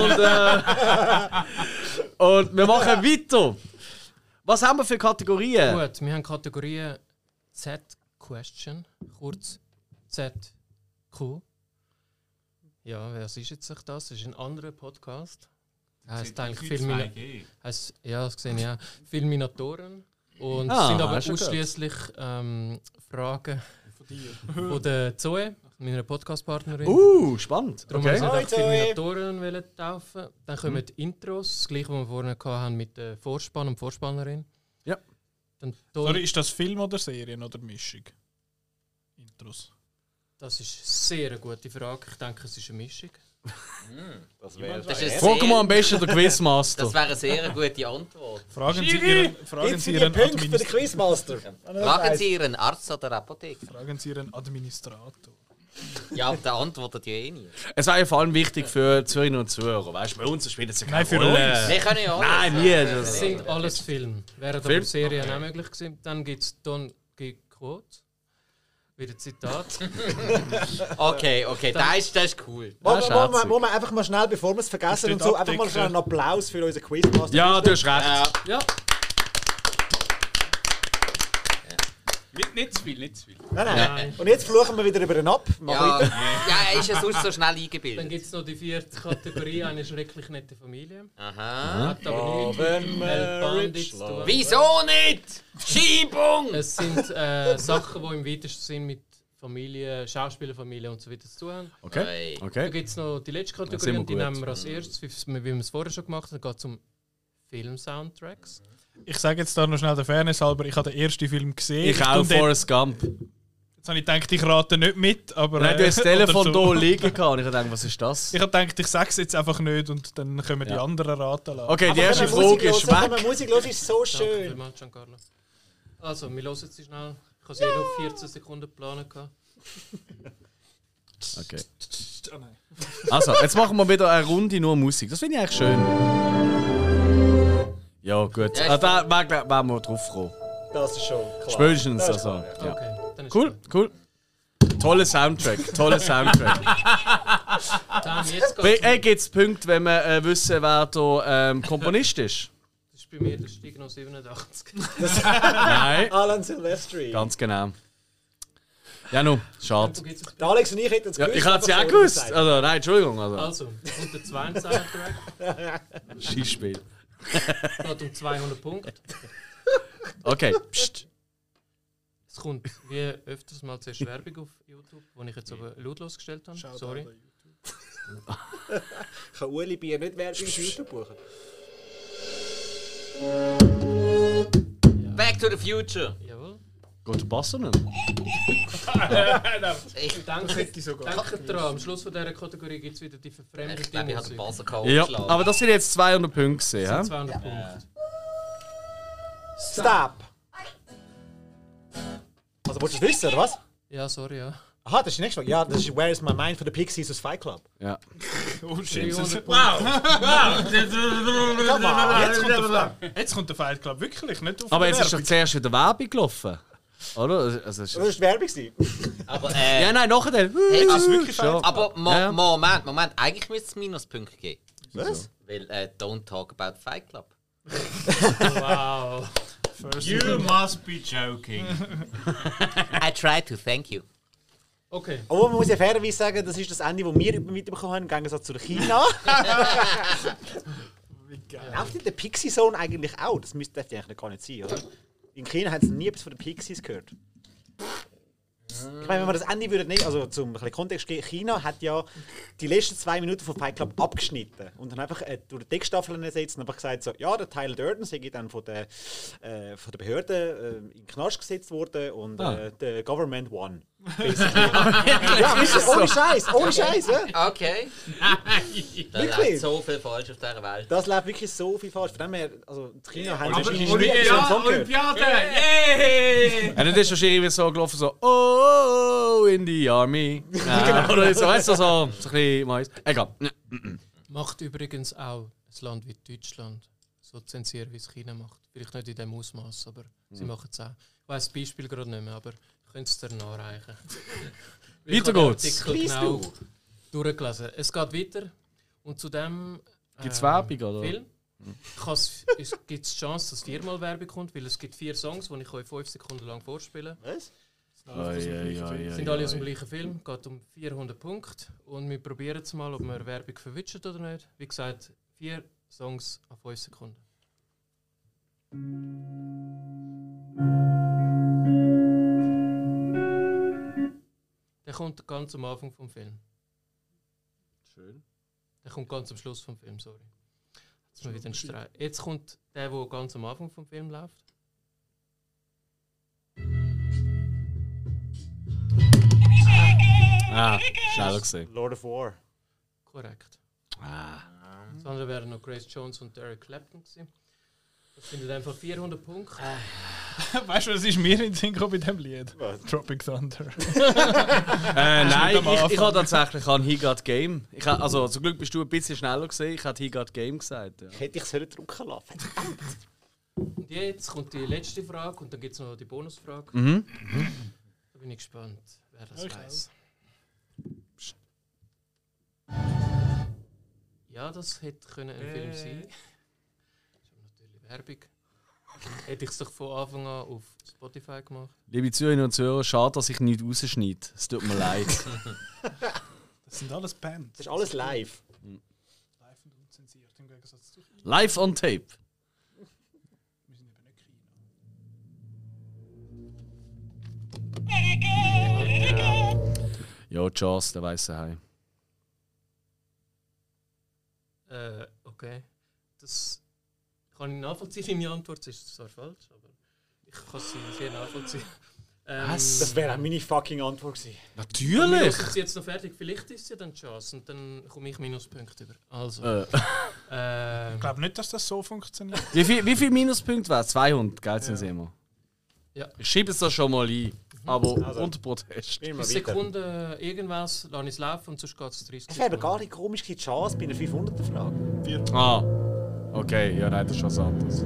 Und wir machen weiter. Was haben wir für Kategorien? Gut, wir haben Kategorien Z-Question, kurz ZQ. Ja, was ist jetzt das? Das ist ein anderer Podcast. Heißt eigentlich ja, das gesehen, ja. Filminatoren. Und es sind aber ausschließlich Fragen von der Zoe, meiner Podcast-Partnerin. Spannend. Darum Okay. wollen wir Filminatoren taufen. Dann kommen die Intros, das gleiche, was wir vorhin hatten mit der Vorspann und Vorspannerin. Ja. Dann Sorry, ist das Film oder Serien oder Mischung? Intros. Das ist eine sehr gute Frage. Ich denke, es ist eine Mischung. Frag mal am besten den Quizmaster. Das wäre eine sehr gute Antwort. Fragen Sie Ihren Punkt für den Quizmaster. Fragen Sie Ihren Arzt oder Apotheker. Fragen Sie Ihren Administrator. Ja, aber der antwortet ja eh nie. Es wäre ja vor allem wichtig für Zuhörerinnen und Zuhörer. Weißt du, bei uns spielt es ja keine Nein, für Rolle. uns. Wir können ja alles. Nein, nie. Das sind alles Filme. Wäre Film? aber Serien auch möglich gewesen. Dann gibt es Don Quixote. Wieder Zitat. Okay, das ist cool. Muss man einfach mal schnell, bevor wir es vergessen und so, einfach mal schnell einen Applaus für unseren Quizmaster. Ja, du hast recht. Ja. Nicht zu viel. Nein. Und jetzt fluchen wir wieder über den ab. Ja, er ist ja sonst so schnell Dann eingebildet. gibt es noch die vierte Kategorie, eine schrecklich nette Familie. Aha. Hat aber nichts mit El Bandit zu tun. Wieso nicht? Schiebung! Es sind Sachen, die im weitesten Sinn mit Familie, Schauspielerfamilie und so weiter zu tun haben. Okay. Dann Okay. gibt es noch die letzte Das Kategorie sind wir und die gut. nehmen wir als erstes, wie wir es vorher schon gemacht haben. Dann geht es um Film-Soundtracks. Ich sage jetzt da noch schnell der Fairness halber, ich habe den ersten Film gesehen. Ich auch, tue den- Forrest Gump. Jetzt habe ich gedacht, ich rate nicht mit, aber... Nein, du hast das Telefon oder so. hier liegen gehabt und ich dachte, was ist das? Ich habe gedacht, ich sage es jetzt einfach nicht und dann können die anderen raten lassen. Okay, die erste Frage ist Wenn man weg. Musik hört, ist so Danke schön. vielmals, Giancarlo. Also, wir hören sie schnell. Ich habe sie nur 14 Sekunden geplant. Okay. Oh nein. Also, jetzt machen wir wieder eine Runde nur Musik. Das finde ich eigentlich schön. Ja, gut. Ja, ist Da werden wir drauf kommen. Das ist schon klar. Spätestens. Das ist Also. klar, Ja. Okay, dann ist Cool, cool. Toller Soundtrack. Toller Soundtrack. Dann, jetzt geht's. Gibt es Punkte, wenn wir wissen, wer der Komponist ist? Das ist bei mir der Stigno 87. Nein. Alan Silvestri. Ganz genau. Ja, nun, schade. Der Alex und ich hätten es Ja, gewusst. ich hätte es ja auch aber vorher gewusst. gesagt. Also, nein, Entschuldigung. Also. Also, und der zweite Soundtrack Schießspiel. geht um 200 Punkte. Okay, pst. Es kommt wie öfters mal zuerst Werbung auf YouTube, die ich jetzt aber lautlos gestellt habe. Sorry. Ich kann Uli Bier nicht Werbung auf YouTube buchen. Back to the Future. Jawohl. Geht der Bass nicht? Denkt daran, am Schluss von dieser Kategorie gibt es wieder die Ich verfremdete glaube, ich habe den Musik. Buzzer kaum Ja, geschlagen. aber das sind jetzt 200 Punkte. Gewesen, Das ja? sind 200 Punkte. Stop! Also, wolltest du es wissen, oder was? Ja, sorry, ja. Aha, das ist die nächste Frage. Ja, das ist Where is my mind von den Pixies aus Fight Club. Ja. Oh shit. 300 Punkte. Jetzt kommt der Fight Club wirklich nicht auf Aber die jetzt ist doch Werbung. zuerst wieder Werbung gelaufen. Oder? Also, Das war Werbung. Aber, ja, nein, nachher dann. Hey, Das ist wirklich schon. aber Ja. Moment, eigentlich müsste es Minuspunkte geben. Was? Weil Don't Talk About Fight Club. Wow. You must be joking. I tried to, thank you. Okay. Aber man muss ja fairerweise sagen, das ist das Ende, das wir mitbekommen haben, im Gegensatz zu China. Läuft in der Pixie Zone eigentlich auch? Das dürfte eigentlich gar nicht sein, oder? In China haben sie nie etwas von den Pixies gehört. Ich meine, wenn man das Ende würde nicht, also zum ein bisschen Kontext geben, China hat ja die letzten 2 Minuten von Fight Club abgeschnitten und dann einfach durch die Texttafeln ersetzt und einfach gesagt so, ja, der Tyler Durden sei dann von der Behörden in den Knast gesetzt worden und der Government won. Ja, ist ohne Scheiß, ja. Okay. Da Wirklich? läuft so viel falsch auf dieser Welt. Das läuft wirklich so viel falsch. Von dem her, also die China haben Aber wahrscheinlich nie etwas davon gehört. Olympiade! Yay! Und dann ist wahrscheinlich so gelaufen, so, oh, in the army. Oder so, weißt du, so ein bisschen Mais. Egal. Macht übrigens auch ein Land wie Deutschland so zensieren, wie es China macht. Vielleicht nicht in dem Ausmaß, aber sie machen es auch. Ich weiss das Beispiel gerade nicht mehr, aber ich könnte es dir nachreichen. Weiter geht's. Genau durchgelesen. Es geht weiter und zu dem Gibt es Werbung, oder? Film es gibt die Chance, dass 4-mal Werbung kommt, weil es gibt 4 Songs, die ich euch 5 Sekunden lang vorspielen kann. Was? Sind alle aus dem gleichen Film, es geht um 400 Punkte und wir probieren es mal, ob wir Werbung verwischen oder nicht. Wie gesagt, 4 Songs an 5 Sekunden. Der kommt ganz am Anfang vom Film. Schön. Der kommt ganz am Schluss vom Film, sorry. Jetzt, mal wieder ein Streit. Jetzt kommt der ganz am Anfang vom Film läuft. Schneller gesehen. Lord of War. Korrekt. Das andere wären noch Grace Jones und Eric Clapton gewesen. Das sind einfach 400 Punkte. Weißt du, was ist mir in den Sinn gekommen bei diesem Lied? Tropic Thunder. Nein, ich habe tatsächlich an He Got Game. Also zum Glück bist du ein bisschen schneller gesehen. Ich habe He Got Game gesagt. Ja. Hätte ich es drucken lassen. Und jetzt kommt die letzte Frage und dann gibt es noch die Bonusfrage. Da bin ich gespannt, wer das weiß. Ja, das hätte ein Film sein. Das ist natürlich Werbung. Hätte ich es doch von Anfang an auf Spotify gemacht. Liebe Zuhörerinnen und Zuhörer, schade, dass ich nichts rausschneide. Es tut mir leid. Das sind alles Bands. Das ist alles live. Live und unzensiert im Gegensatz zu China. Live on tape. Wir sind eben nicht China. Ja, Jaws, der weiße Hai. Okay. Das kann ich nachvollziehen, meine Antwort ist zwar falsch, aber ich kann sie sehr nachvollziehen. Das wäre auch meine fucking Antwort gewesen. Natürlich! Ist sie jetzt noch fertig? Vielleicht ist sie dann Chance und dann komme ich Minuspunkte über. Also. Ich glaube nicht, dass das so funktioniert. Wie viele Minuspunkte wäre es? 200, gell? Sind sie immer. Ja. Ich schiebe es da schon mal ein. Aber Also, unter Protest. Spielen wir Bis weiter. Sekunde irgendwas, lasse ich es laufen und sonst geht es 30 Es wäre aber gar nicht komisch, die Chance bei einer 500er-Frage. Ah. Okay, ja, nein, das ist was anderes.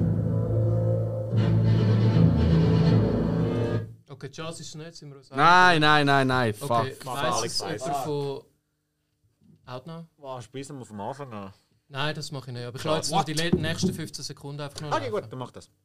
Okay, Chance ist es nicht, sind wir uns Nein. Fuck. Okay, Alex weiss es jemand von Outnow? Wow, spielen wir vom Anfang an. Nein, das mache ich nicht. Aber ich lasse jetzt noch die nächsten 15 Sekunden einfach noch Okay, laufen. gut, dann mach das.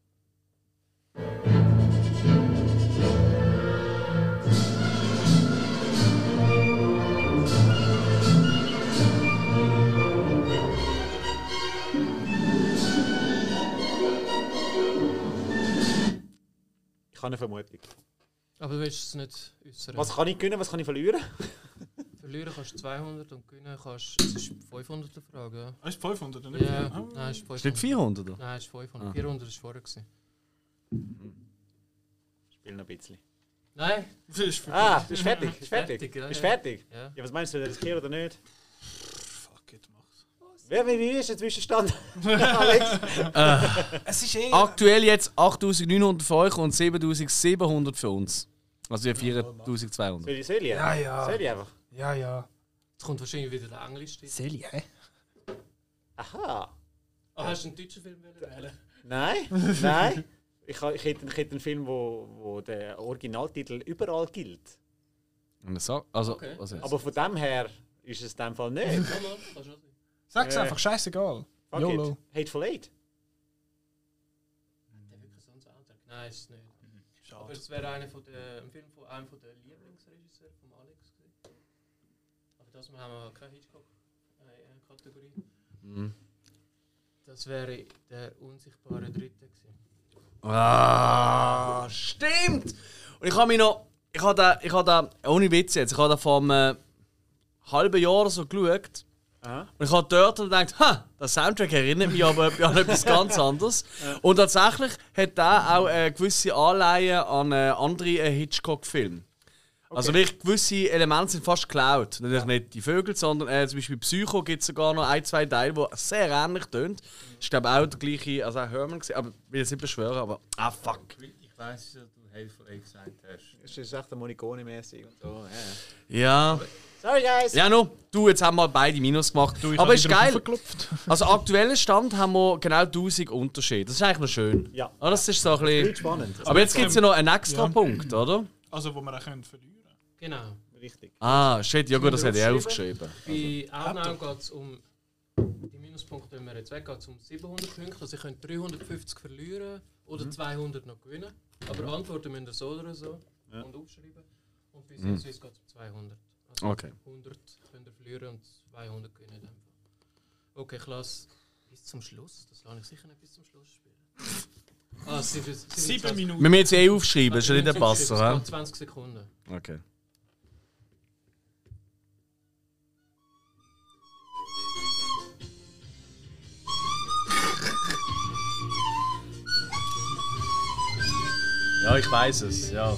Ich habe eine Vermutung. Aber du willst es nicht äußern. Was kann ich gewinnen, was kann ich verlieren? Verlieren kannst du 200 und gewinnen kannst du. Es ist 500 die Frage, ja. Das ist 500, oder? Ja, nein, es ist 500. Steht 400, oder? Nein, es ist 500. 400 war vorher. Spiel noch ein bisschen. Nein, Ist fertig. Ist fertig. ja, Ist ja. fertig. Ja. Ja, was meinst du, riskieren oder nicht? Fuck it, mach's. Wie ist der Zwischenstand? Alex? Es ist Aktuell jetzt 8.900 für euch und 7.700 für uns. Also 4.200. Soll ich? Ja. Soll ich einfach? Ja. Jetzt kommt wahrscheinlich wieder der Englisch. Seli, hä? Aha. Ah, hast du einen deutschen Film wählen? Nein. Ich hätte einen Film, wo der Originaltitel überall gilt. Also, Okay. Aber von dem her ist es in dem Fall nicht. Sag's einfach, scheißegal. Fuck YOLO. it. Hateful Eight. Der wirklich so ein Soundtrack? Nein, ist es nicht. Aber es wäre ein Film von einem der Lieblingsregisseure von Alex gewesen. Aber das haben wir keine Hitchcock-Kategorie. Das wäre der unsichtbare Dritte gewesen. Ah, stimmt! Und ich habe da, ohne Witz jetzt, ich habe da vor einem halben Jahr oder so geschaut. Aha. Und ich habe dort gedacht, der Soundtrack erinnert mich aber an etwas ganz anderes. Und tatsächlich hat der auch gewisse Anleihen an andere Hitchcock-Filme. Also wirklich gewisse Elemente sind fast geklaut. Natürlich nicht die Vögel, sondern zum Beispiel Psycho gibt es sogar noch 1-2 Teile, die sehr ähnlich tönt. Ich glaube auch der gleiche, also auch Herman gesehen, aber ich will jetzt nicht beschwören, aber fuck. Ich weiss, dass du Hateful Eight gesagt hast. Es ist echt Morricone-mäßig und so. Ja. Sorry, guys! Ja, no, du, jetzt haben wir beide Minus gemacht. Aber ist geil. Also aktueller Stand haben wir genau 1000 Unterschiede. Das ist eigentlich noch schön. Ja. Das ist so ein bisschen Spannend. Aber jetzt gibt es ja noch einen extra Punkt, oder? Also, wo man auch verlieren können. Genau. Richtig. Shit, ja gut, das hätte ich aufgeschrieben. Bei Outnow geht es um die Minuspunkte, wenn wir jetzt weg geht es um 700 Punkte. Also ich könnte 350 verlieren oder 200 noch gewinnen. Aber Antworten müssen so oder so und aufschreiben. Und bis jetzt geht es um 200. Also Okay. 100 könnt ihr verlieren und 200 gewinnen. Dann. Okay, ich lasse bis zum Schluss. Das lasse ich sicher nicht bis zum Schluss spielen. 7 Minuten. Wir müssen jetzt aufschreiben, das ist ja nicht der Passer, hä? 20 Sekunden. Okay. Ja, ich weiß es, ja.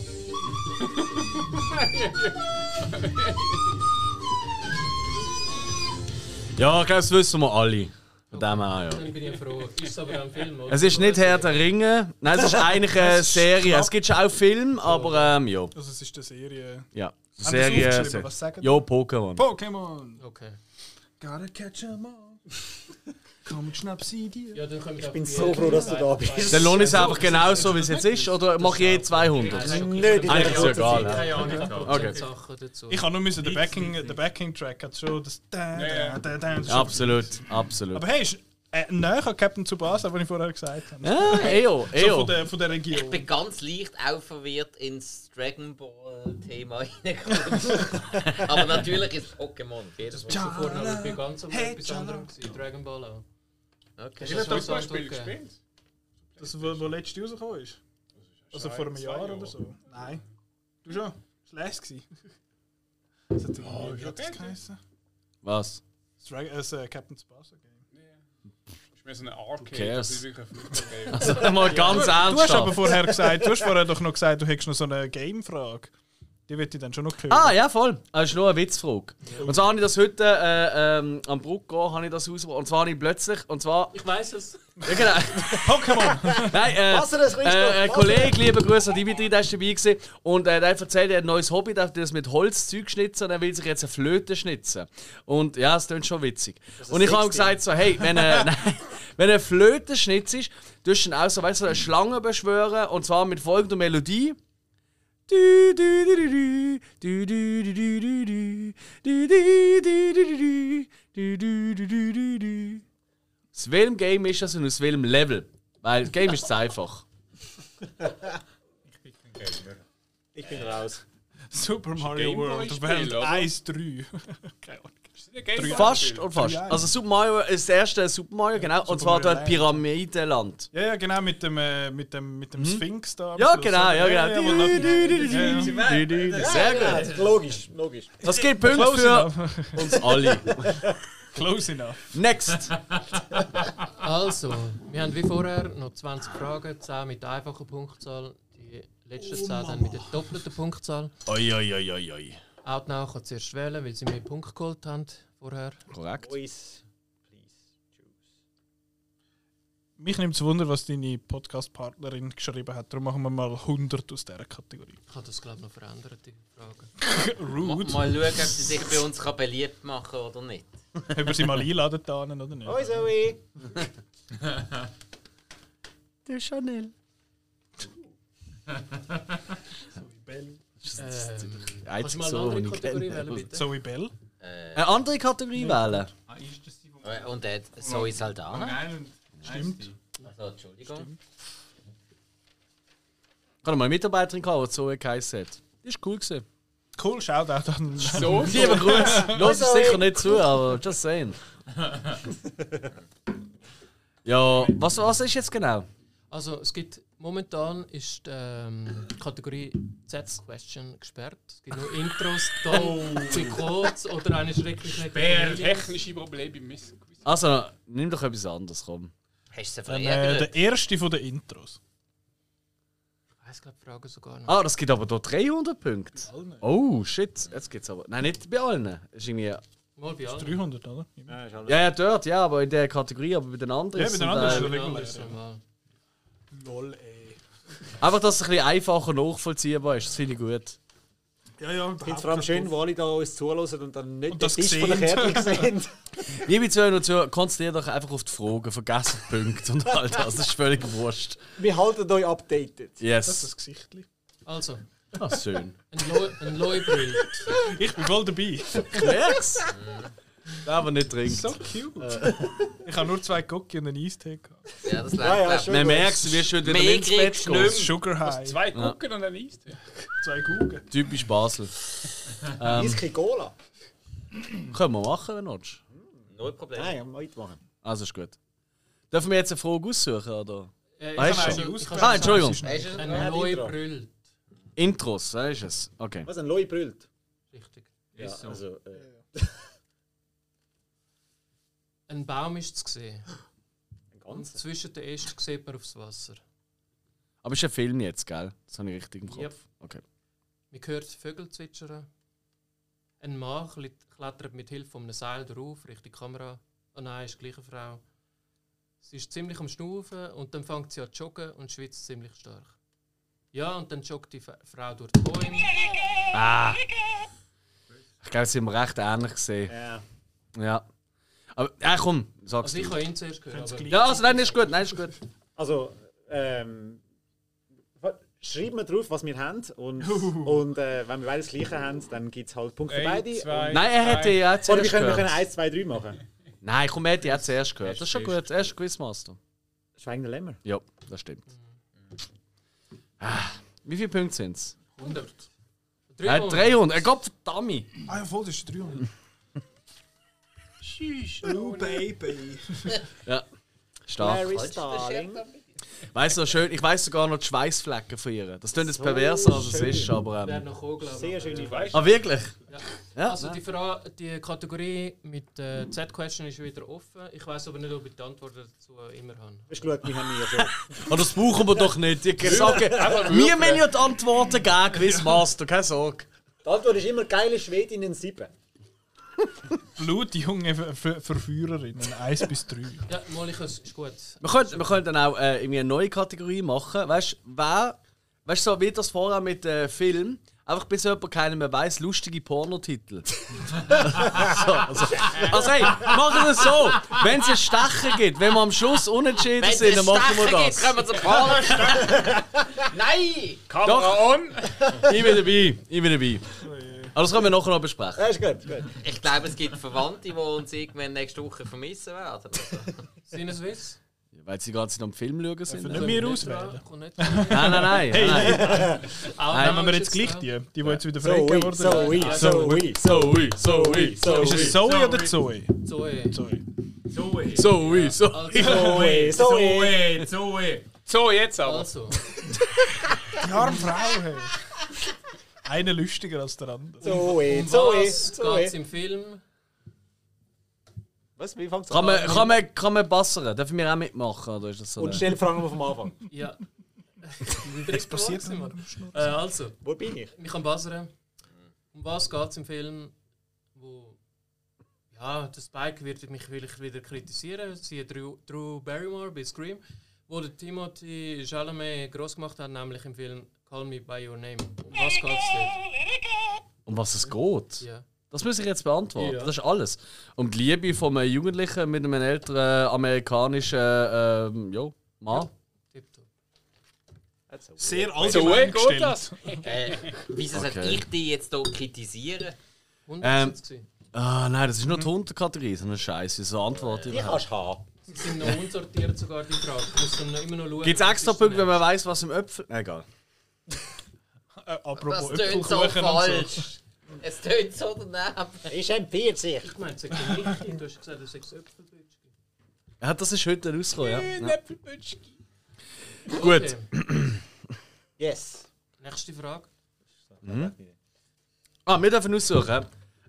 Ja, ich glaube, das wissen wir alle. Von dem her, ja. Dann bin ich froh. Ist es aber ein Film, oder? Es ist nicht Herr der Ringe. Nein, es ist eigentlich eine Serie. Es gibt schon auch Filme, aber ja. Also, es ist eine Serie. Ja. Haben wir es aufgeschrieben? Was sagen Jo, Pokémon. Pokémon! Okay. Gotta catch 'em all. Komm, schnapp sie dir. Ja, dann können wir Ich bin so froh, dass du da bist. Dann lohnt es einfach genau so, wie es jetzt ist, oder mach ich je 200? Nicht Eigentlich ist es egal. Ja. keine Ahnung, Okay. Sachen dazu. Ich habe nur müssen, der Backing-Track hat schon das Absolut, absolut. Aber hey, ist näher an Captain Tsubasa, was ich vorher gesagt habe. Ja, Eo, So Eo. von der Region. Ich bin ganz leicht auch verwirrt ins Dragon Ball-Thema hineingekommen. Aber natürlich ist Pokémon. Das war zuvor noch, ich bin ganz am etwas anderem gewesen. Dragon Ball auch. Okay. Ich habe das Beispiel gespielt. Das, wo letztes rausgekommen ist. Also vor einem Jahr oder so. Nein. Du schon? Das war last. Das hat wie hat das geheißen? Was? Das Captain Tsubasa Game. Ist mir so eine Arcade, cares? das ist wirklich ein Flugzeug. Also mal ganz Du hast aber ernsthaft. vorher gesagt, du hast vorher doch noch gesagt, du hättest noch so eine Game-Frage. Die wird ich dann schon noch hören. Ah, ja, voll. Das ist nur eine Witzfrage. Und zwar habe ich das heute am Bruckgau habe ich das ausgebracht. Und zwar habe ich plötzlich, und zwar... Ich weiß es. Ja, genau. Pokémon! Nein, Wasser, das Christoph, ein Wasser. Kollege, lieber Grüße an Dimitri, der ist dabei gewesen. Und der hat erzählt, er hat ein neues Hobby, der das mit Holzzeug schnitzen und er will sich jetzt eine Flöte schnitzen. Und ja, es klingt schon witzig. Und ich habe ihm gesagt, so, hey, wenn eine Flöte schnitzt ist, tust du dann auch so, weißt du, eine Schlange beschwören und zwar mit folgender Melodie. Aus welchem Game ist das und aus welchem Level? Weil das Game ist zu einfach. Ich bin raus. Super Mario World, Welt 1-3. Keine Ahnung. Fast und fast. Also Super Mario ist das erste Super Mario, genau. Und zwar Mario dort Pyramidenland. Ja, genau, mit dem Sphinx da. am Ja, Schluss. genau, ja, genau. wo noch- Sehr gut. Logisch, logisch. Das gibt Punkte Close für enough. uns alle. Close enough. Next. Also, wir haben wie vorher noch 20 Fragen, 10 mit der einfachen Punktzahl, die letzten 10 dann mit der doppelten Punktzahl. Oi, oi, oi, oi, oi. Outnow kann zuerst wählen, weil sie mehr Punkte geholt haben vorher. Korrekt. Boys, please choose. Mich nimmt es Wunder, was deine Podcast-Partnerin geschrieben hat. Darum machen wir mal 100 aus dieser Kategorie. Ich habe das, glaube ich, noch verändert, die Frage. Rude. Mal schauen, ob sie sich bei uns beliebt machen kann oder nicht. Ob wir sie mal einladen da oder nicht. Hoi Zoe! Der Chanel. Kannst du mal eine andere Kategorie wählen, bitte? Zoe Bell. Eine andere Kategorie wählen? Ah, ist das die, Und Zoe Saldana? Nein, Stimmt. Also, Entschuldigung. Ich hatte mal eine Mitarbeiterin, die so geheißen hat. Die war cool. Gewesen. Cool, schaut auch dann. So, Lieber Gruß. Los ist sicher nicht zu, aber just saying. Ja, was ist jetzt genau? Also es gibt momentan ist die Kategorie Z-Question gesperrt. Es gibt nur Intros, Codes oder eine schrecklich nette Comedians. technische Probleme beim Missquiz. Also, nimm doch etwas anderes, komm. Hast du sie Dann, verärgert? der erste von den Intros. Ich weiß glaube Fragen sogar noch. Ah, das gibt aber hier 300 Punkte. Oh, shit. Jetzt geht's aber... Nein, nicht bei allen. Ist irgendwie... Mal bei allen. 300, oder? Ja, dort, ja, aber in der Kategorie, aber bei den anderen... Ja, bei den sind, anderen ist es Bei regulär. anderen normal. Lol, ey. einfach, dass es ein bisschen einfacher nachvollziehbar ist. Das finde ich gut. Ja, ja. Ich finde es vor allem schön, wo alle da uns zuhören und dann nicht Und den das Tisch von der sehen. Kärtchen sehen. Liebe Zuhörer und Zuhörer, konzentriert euch einfach auf die Fragen, vergesst die Punkte und all das. Das ist völlig wurscht. Wir halten euch updated. Das ist Yes. das Gesichtli. Also, Ah, schön. ein Leubrüll. Ich bin voll dabei. Ich merk's. Aber nicht trinkt. So cute. Ich habe nur 2 Cookie und einen Eistee gehabt. Ja, das Ja, ja, läuft. schön. Man merkt, du wirst heute wieder Mehr ins Bett kriegst du gehen. nicht Sugar High. 2 gucken und ein Eis. 2 Guggen. Typisch Basel. Whisky Cola. Können wir machen, wenn du willst. Null Problem. Nein, am mitmachen. Also ist gut. Dürfen wir jetzt eine Frage aussuchen, oder? Ich Weißt habe du schon. schon? Ah, Entschuldigung. Hast du Ein Leubrüll. Intros, das ist es. Okay. Was, ein Loi brüllt? Richtig. Ja, so. also, Ein Baum ist zu sehen. ein Und ganzer. zwischen den Ästen sieht man aufs Wasser. Aber ist ein Film jetzt, gell? Das habe ich richtig im Kopf. Yep. Okay. Man hört Vögel zwitschern. Ein Mann klettert mit Hilfe von einem Seil drauf, Richtung Kamera. Oh nein, ist gleich eine Frau. Sie ist ziemlich am Schnaufen und dann fängt sie an zu joggen und schwitzt ziemlich stark. Ja, und dann joggt die Frau durch die Bäume. Ah! Ich glaube, es sind wir recht ähnlich gesehen. Ja. Ja. Aber, komm, sag's Also ich du. habe ihn zuerst gehört. Können's Aber gleich- Ja, also nein, ist gut, nein, ist gut. Also, schreiben wir drauf, was wir haben. Und wenn wir beide das Gleiche haben, dann gibt es halt Punkte für beide. zwei. Nein, er hätte ja Oder zuerst wir können gehört. 1, 2, 3 machen. Nein, komm, er hätte ja zuerst gehört. Das ist schon gut, er ist Quizmaster. Schweigende Lämmer. Ja, das stimmt. Ah, wie viele Punkte sind es? 100. 300. Gott verdammt! Ah ja, voll, das ist 300. Oh, Baby. Ja, stark. Larry Starling. Weißt du, schön, ich weiss sogar noch die Schweißflecken von ihr. Das klingt jetzt So perverser, als es schön. ist, aber. Wäre noch gekommen, glaube ich. Sehr schöne Ah, wirklich? Ja. Also die Kategorie mit Z-Question ist wieder offen. Ich weiß aber nicht, ob ich die Antworten dazu immer habe. Ist gut, wir haben ja schon. Aber das brauchen wir doch nicht. Ich sage, wir müssen ja die Antworten geben, Quizmaster, keine Sorge. Die Antwort ist immer geile Schwedinnen 7. Blutjunge Verführerinnen, 1 bis 3. Ja, mal ist gut. Wir können dann auch irgendwie eine neue Kategorie machen. Weißt du, so wie das vorher mit Film, einfach bis jemand keinen mehr weiss, lustige Pornotitel. also hey, machen wir es so. Wenn es ein Stechen gibt, wenn wir am Schluss unentschieden sind, dann machen wir das. Können wir zum Porno starten? Nein! Kamera on! Ich bin dabei. Aber das können wir nachher noch besprechen. Ja, ist gut, gut. Ich glaube, es gibt Verwandte, die uns irgendwann nächste Woche vermissen werden. Sinneswiss? Weil sie die ganze Zeit am Film schauen sind. Nicht wir auswählen. Nein. Nehmen wir jetzt gleich die jetzt wieder freigegeben wurden? Zoe. Ist es Zoe oder Zoe? Zoe. Zoe. Zoe! So, jetzt aber. Also, Die arme Frau, hey. Eine lustiger als der andere. Zoe. was geht's im Film? Was? Wie fängt es Kann man bassern? Dürfen wir auch mitmachen? Oder ist das so Und schnell fragen wir vom Anfang. Ja. Was passiert sind denn? wir. Also, Wo bin ich? ich kann buzzern. Um was geht es im Film, wo... Ja, der Spike wird mich vielleicht wieder kritisieren. Sie Drew Barrymore bei Scream, wo der Timothée Chalamet groß gemacht hat, nämlich im Film Call Me By Your Name. Um was geht es dort? Um was es geht? Ja. Das muss ich jetzt beantworten. Ja. Das ist alles. Um die Liebe von einem Jugendlichen mit einem älteren amerikanischen Mann. Tipptopp. Sehr So allgemein geht gestellt. das. Wieso soll ich dich jetzt hier kritisieren? 100 ist es. Nein, das ist nur die Hunderkategorie, so eine Scheiße, so Antwort Die überhaupt. kannst du haben. Sie sind noch unsortiert sogar, die Frage. Ich muss dann immer noch schauen. Gibt es extra Punkte, wenn man weiss, was im Äpfel... Egal. Das Apropos tönt so Äpfelkuchen und so. falsch. Es tönt so daneben. Ich empfehle sich. Ich meine, sag dir nicht, du hast gesagt, du sagst Äpfelbütschki. Ja, das ist heute rausgekommen, ja. Äpfelbütschki. Gut. Yes. Nächste Frage. Wir dürfen aussuchen.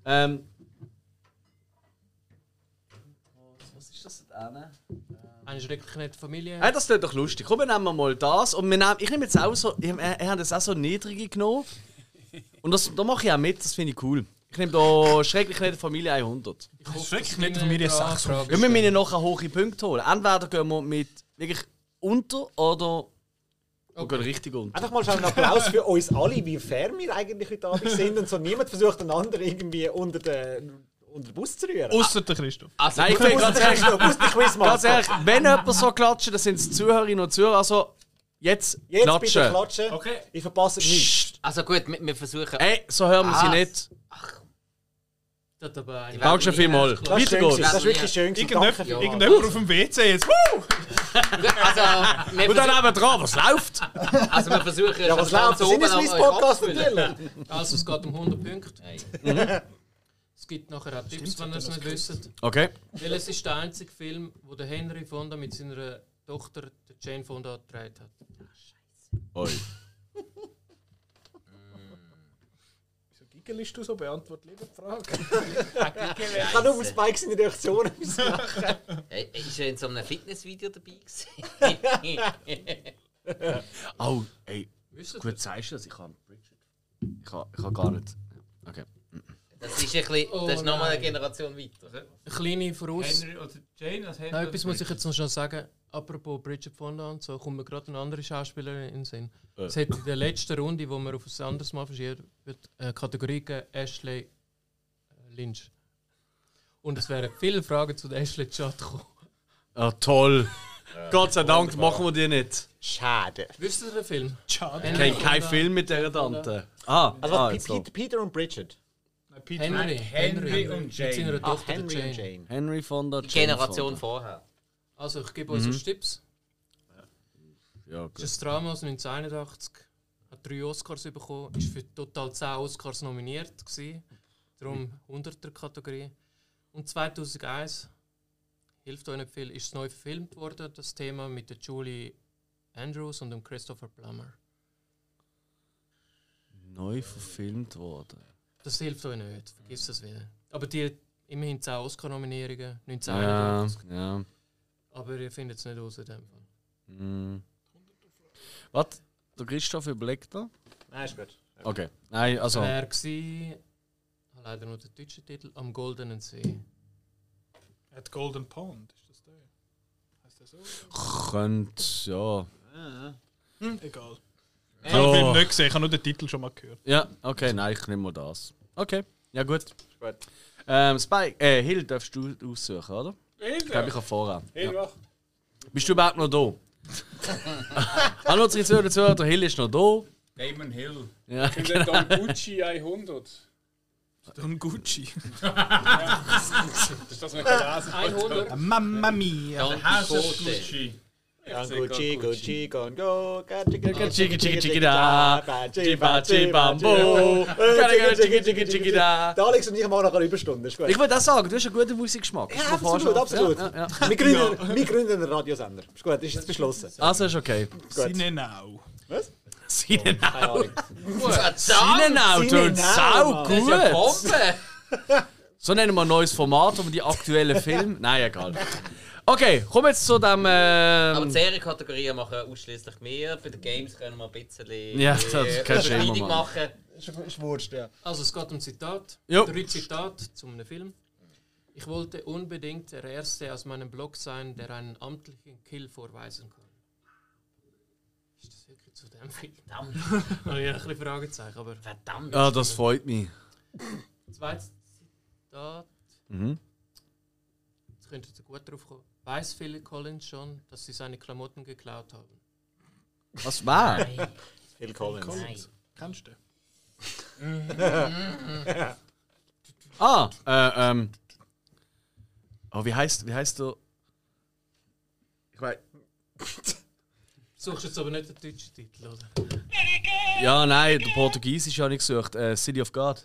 Was ist das denn? Eine schrecklich nette Familie. Hey, das klingt doch lustig. Komm, wir nehmen mal das. Und ich nehme jetzt auch so... Ich habe das auch so niedrige genommen. Und da mache ich auch mit, das finde ich cool. Ich nehme da schrecklich nette Familie 100. Ich hoffe, Schrecklich dass nette deine Familie Frage 600. Ja, wir müssen nachher hohe Punkte holen. Entweder gehen wir mit wirklich unter oder wir gehen richtig unter. Einfach mal schon einen Applaus für uns alle, wie fair wir eigentlich heute Abend sind und so niemand versucht, den anderen irgendwie unter den Bus zu rühren. Ausser der Christoph. Also, Nein, ich finde ganz ehrlich, Quizmaster. ganz ehrlich, wenn jemand so klatschen, dann sind es Zuhörerinnen und Zuhörer. Also, jetzt Jetzt klatschen. bitte klatschen. Okay. Ich verpasse nichts. also gut, wir versuchen... Ey, so hören wir sie nicht. Das hat aber eine Danke vielmals. Das ist Weiter schön gewesen. geht's. Das ist wirklich schön gewesen. Danke für Irgendjemand auf dem WC jetzt. Woo! Also, wir Und dann versuchen, eben dran, was läuft? also wir versuchen... Ja, was läuft? Das sind Swiss Podcast natürlich. Also, es geht um 100 Punkte. Es gibt nachher auch Tipps, wenn ihr es nicht wisst. Okay. Welches ist der einzige Film, wo der Henry Fonda mit seiner Tochter, der Jane Fonda, gedreht hat? Oi. Wieso giggelst du so? Beantwort lieber die Frage. Ich kann nur auf Spike seine Reaktionen ausmachen. Ist er in so einem Fitnessvideo dabei gewesen? Oh, ey. Wisst ihr Gut, sagst du das? Ich kann Bridget. Ich kann gar nicht. Okay. Das ist ein bisschen, das ist nochmal eine nein. Generation weiter. Eine kleine Voraus... Henry oder Jane? Was Nein, etwas muss ich jetzt noch schnell sagen. Apropos Bridget Fonda und so, kommt mir gerade eine andere Schauspielerin in den Sinn. Es hat in der letzten Runde, wo wir auf ein anderes Mal verschieben, wird eine Kategorie gegeben, Ashley Lynch. Und es wären viele Fragen zu der Ashley Judd gekommen. Ah, toll. Gott sei Dank machen wir die nicht. Schade. Wisst ihr den Film? Schade. Kein Film mit dieser Tante. Also jetzt so. Peter und Bridget. Henry und Mit Jane. seiner Ach, Tochter Henry Jane. und Jane. Henry Fonda, Die Jane Generation Fonda. vorher. Also, ich gebe euch so Tipps. Ja, Es gut. ist ein Drama aus 1981. Hat 3 Oscars bekommen. Ist für total 10 Oscars nominiert gewesen. Darum 100er-Kategorie. Und 2001, hilft euch nicht viel, ist es neu verfilmt worden. Das Thema mit der Julie Andrews und dem Christopher Plummer. Neu verfilmt worden. Das hilft euch nicht. Vergiss das wieder. Aber die hat immerhin 10 Oscar-Nominierungen. Ja, 1981. ja. Aber ihr findet es nicht aus in dem Fall. Was? Der Christoph überlegt noch? Nein, ist gut. Okay. Nein, also. Wer war, leider nur den deutschen Titel, am Goldenen See. At Golden Pond, ist das der? Heißt der so? Könnte, ja. Egal. Ich Ja. habe den Film nicht gesehen, ich habe nur den Titel schon mal gehört. Ja, okay, nein, ich nehme mal das. Okay, ja gut. Gut. Spike, Hill darfst du aussuchen, oder? Ich glaube, ich habe vorher. Ja. Bist du überhaupt noch da? Hallo, unsere Zuhörer, der Hill ist noch da. Damon Hill. Ja, Ich finde Don Gucci 100. Don Gucci. Das ist das mit der Lesen. 100. Mamma mia. Don House of Quixote. Gucci. Dann Gucci, Gucci, gone go. Chiki chiki da, chiba chibambo, chiki chiki da. Der Alex und ich machen noch eine Überstunde. Ist gut. Ich würde auch sagen, du hast einen guten Musikgeschmack. Ja, absolut, absolut. Ja, ja. Wir gründen einen Radiosender. Ist gut, ist jetzt beschlossen. Also ist okay. Sinenau. Sinenau. Keine Ahnung. Sinenau tut Sinenau, sau Mann. Das ist ja gut. Bombe! So nennen wir ein neues Format, um die aktuellen Filme. Nein, egal. Okay, kommen wir jetzt zu dem. Aber die Serienkategorien machen ausschließlich wir. Bei den Games können wir ein bisschen Ja, das kannst du immer Überschneidung machen. Ist Wurst, ja. Also es geht um Zitat. Jo. 3 Zitate zu einem Film. Ich wollte unbedingt der Erste aus meinem Blog sein, der einen amtlichen Kill vorweisen kann. Ist das wirklich zu dem Film? Verdammt. Ich habe ein bisschen Fragezeichen, aber... Verdammt. Ja, das freut mich. Zweites Zitat. Mhm. Jetzt könntet ihr gut drauf kommen. Weiß Phil Collins schon, dass sie seine Klamotten geklaut haben? Was war? Phil Collins. Nein. Kennst du den? Oh, wie heißt du? Ich weiß. Suchst jetzt aber nicht den deutschen Titel, oder? Ja, nein, der Portugiesische habe ich gesucht. City of God.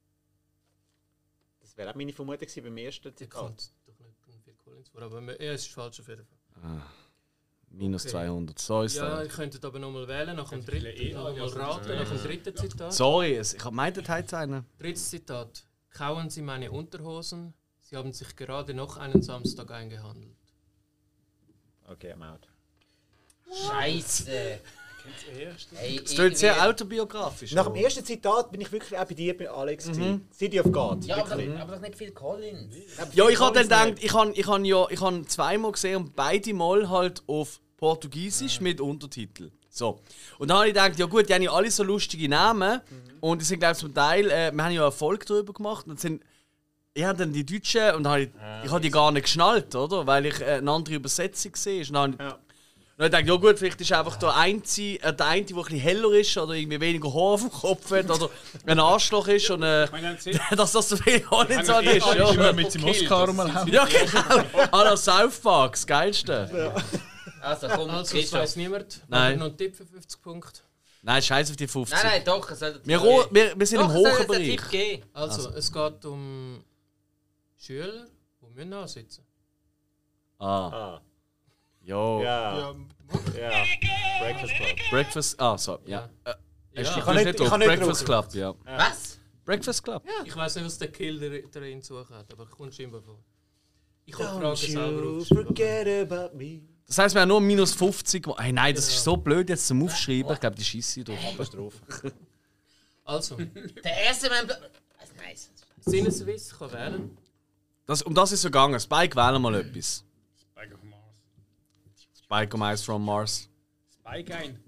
Das wäre auch meine Vermutung gewesen beim ersten Der Zitat. kommt doch nicht von Phil Collins vor, aber ja, es ist falsch auf jeden Fall. Minus Okay. 200. Sorry, Ja, ihr könntet aber nochmal wählen, nach dem dritten, nochmal raten, nach dem dritten Zitat. Sorry, ich habe gemeint, der Teil einen. Drittes Zitat. Kauen Sie meine Unterhosen, Sie haben sich gerade noch einen Samstag eingehandelt. Okay, I'm out. Scheiße. Hey, Das klingt sehr autobiografisch. Nach dem aber- ersten Zitat bin ich wirklich auch bei dir, bei Alex. gewesen. City of God. Ja, wirklich. aber das nicht Phil Collins. Ja, ich habe dann gedacht, ich habe zweimal gesehen und beide Mal halt auf Portugiesisch mit Untertitel. So. Und dann habe ich gedacht, ja gut, die haben ja alle so lustige Namen und die sind, glaube ich, zum Teil, wir haben ja Erfolg darüber gemacht und ich habe dann die Deutschen und ich habe die gar nicht geschnallt, oder? Weil ich eine andere Übersetzung sehe. Und dann habe ich gedacht, ja gut, vielleicht ist einfach der eine, der ein bisschen heller ist oder irgendwie weniger Haar auf dem Kopf hat oder ein Arschloch ist und dass das so viel Collins halt ist. Immer Ja, mit seinem Oscar rumlaufen. ja genau. À la South Park, das Geilste. Also komm, Also, das Christoph. weiss niemand. Nein. Aber noch ein Tipp für 50 Punkte. Nein, scheiß auf die 50. Nein, doch, es sollte Wir sind im Doch, es hohen soll jetzt einen Bereich. Tipp geben. Also, es geht um Schüler, die müssen ansitzen. Ah. Jo. Ja. Ja. Breakfast Club. Breakfast. So. Ja. Ja. Ich kann kann nicht- nicht ich drauf. kann nicht Breakfast drauf. Club, ja. Was? Breakfast Club. Ich weiß nicht, was der Kill darin suchen hat, aber kommt scheinbar vor. Ich habe die Don't Frage selber you aufgeschrieben. forget about me. Das heisst, wir haben nur minus 50 gemacht. Hey, nein, das ist so blöd jetzt zum Aufschreiben. Ich glaube, die schieße drauf. Katastrophe. Also, Der erste Mann. Nice. Sinneswiss kann wählen. Um das ist so gegangen. Spike, wählen mal etwas. Spike of Mars. Spike on Ice from Mars. Spike ein.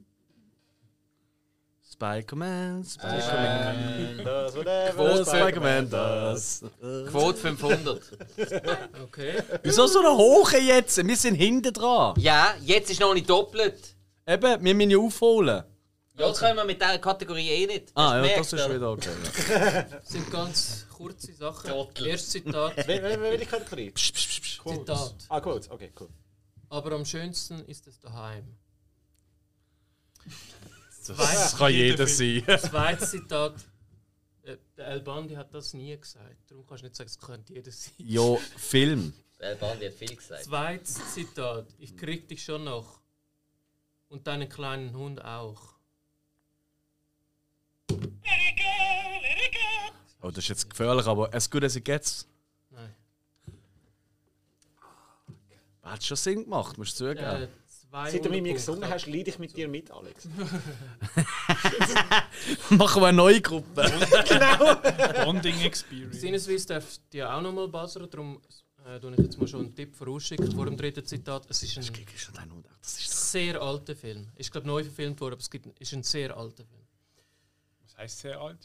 Spider-Man, Das whatever. Quote Spider-Man, das. Quote 500. Okay. Wieso so eine hohe jetzt? Wir sind hinten dran. Ja, jetzt ist noch nicht doppelt. Eben, wir müssen ja aufholen. Ja, das können wir mit dieser Kategorie eh nicht. Ah, ja, Hast du das ist gemerkt, wieder okay. Das sind ganz kurze Sachen. Trottel. Erstes Zitat. Will ich Kategorie? Zitat. Ah, Quotes. Okay, cool. Aber am schönsten ist es daheim. Das kann jeder sein. Zweites Zitat. Der El Bandi hat das nie gesagt. Darum kannst du nicht sagen, es könnte jeder sein. Ja, Film. Der Bandi hat viel gesagt. Zweites Zitat. Ich krieg dich schon noch. Und deinen kleinen Hund auch. Oh, das ist jetzt gefährlich, aber as good as it gets. Nein. Hat schon Sinn gemacht, musst du zugeben. 200 Seit du mit mir Punkte. gesungen hast, leide ich mit dir mit, Alex. Machen wir eine neue Gruppe. Bonding Experience. Sinneswiss darf die auch nochmal buzzern, darum tue ich jetzt mal schon einen Tipp vorausschicken vor dem dritten Zitat. Es ist ein Das ist sehr alter Film. Ist glaube neu verfilmt worden, aber ist ein sehr alter Film. Was heißt sehr alt?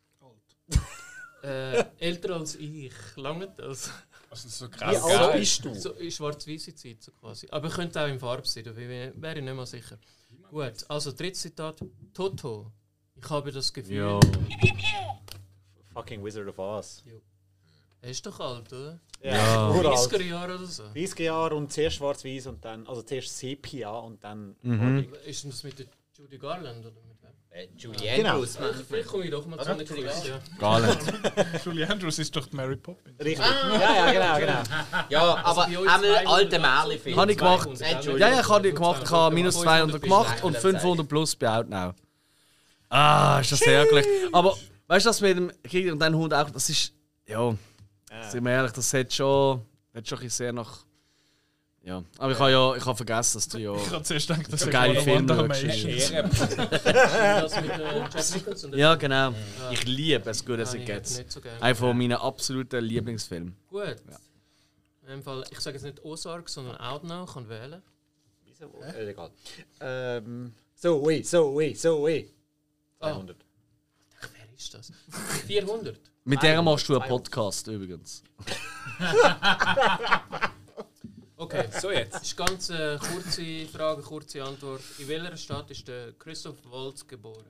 Älter als ich, lange das. Also so Wie krass alt geil. bist du? So in schwarz-weiße Zeit so quasi. Aber könnte auch in Farbe sein, da wäre ich nicht mal sicher. Gut, also drittes Zitat. Toto. Ich habe das Gefühl. Ja. Fucking Wizard of Oz. Er ist doch alt, oder? Ja. uralt. 30er Jahre oder so. 30er Jahre und zuerst schwarz-weiß und dann, also zuerst Sepia und dann. Ist das mit der Judy Garland oder mit wem? Julie Genau. Andrews, Mann. Vielleicht komme ich doch mal zu einer Quiz, ja. Gar nicht. Julie Andrews ist doch die Mary Poppins. Richtig. Ja, genau. Ja, aber bei euch einmal 200 alte Märchen-Film. Habe ich gemacht. 200. Entschuldigung. Ja, ich habe gemacht. Ich habe minus 200 gemacht und 500 plus bei Outnow. Ah, ist das ärgerlich. Aber weißt du, das mit dem Krieg und deinem Hund auch, das ist. Ja, sind wir ehrlich, das hat schon ein bisschen sehr nach. Ja, aber ich habe vergessen, dass du ja. Ich habe zuerst gedacht, das So ist geile One Filme Dalmatians. Das mit Jack Nicholson. Ja, genau. Ich liebe es gut, as it ich gets. nicht so gerne. Einer von meinen absoluten Lieblingsfilmen. Gut. In dem Fall, ich sage jetzt nicht Ozark, sondern Outnow, kann wählen. Wieso? Egal. So, weh. 200. Wer ist das? 400. Mit der machst du einen Podcast übrigens. Okay, So jetzt. das ist ganz kurze Frage, kurze Antwort. In welcher Stadt ist der Christoph Waltz geboren?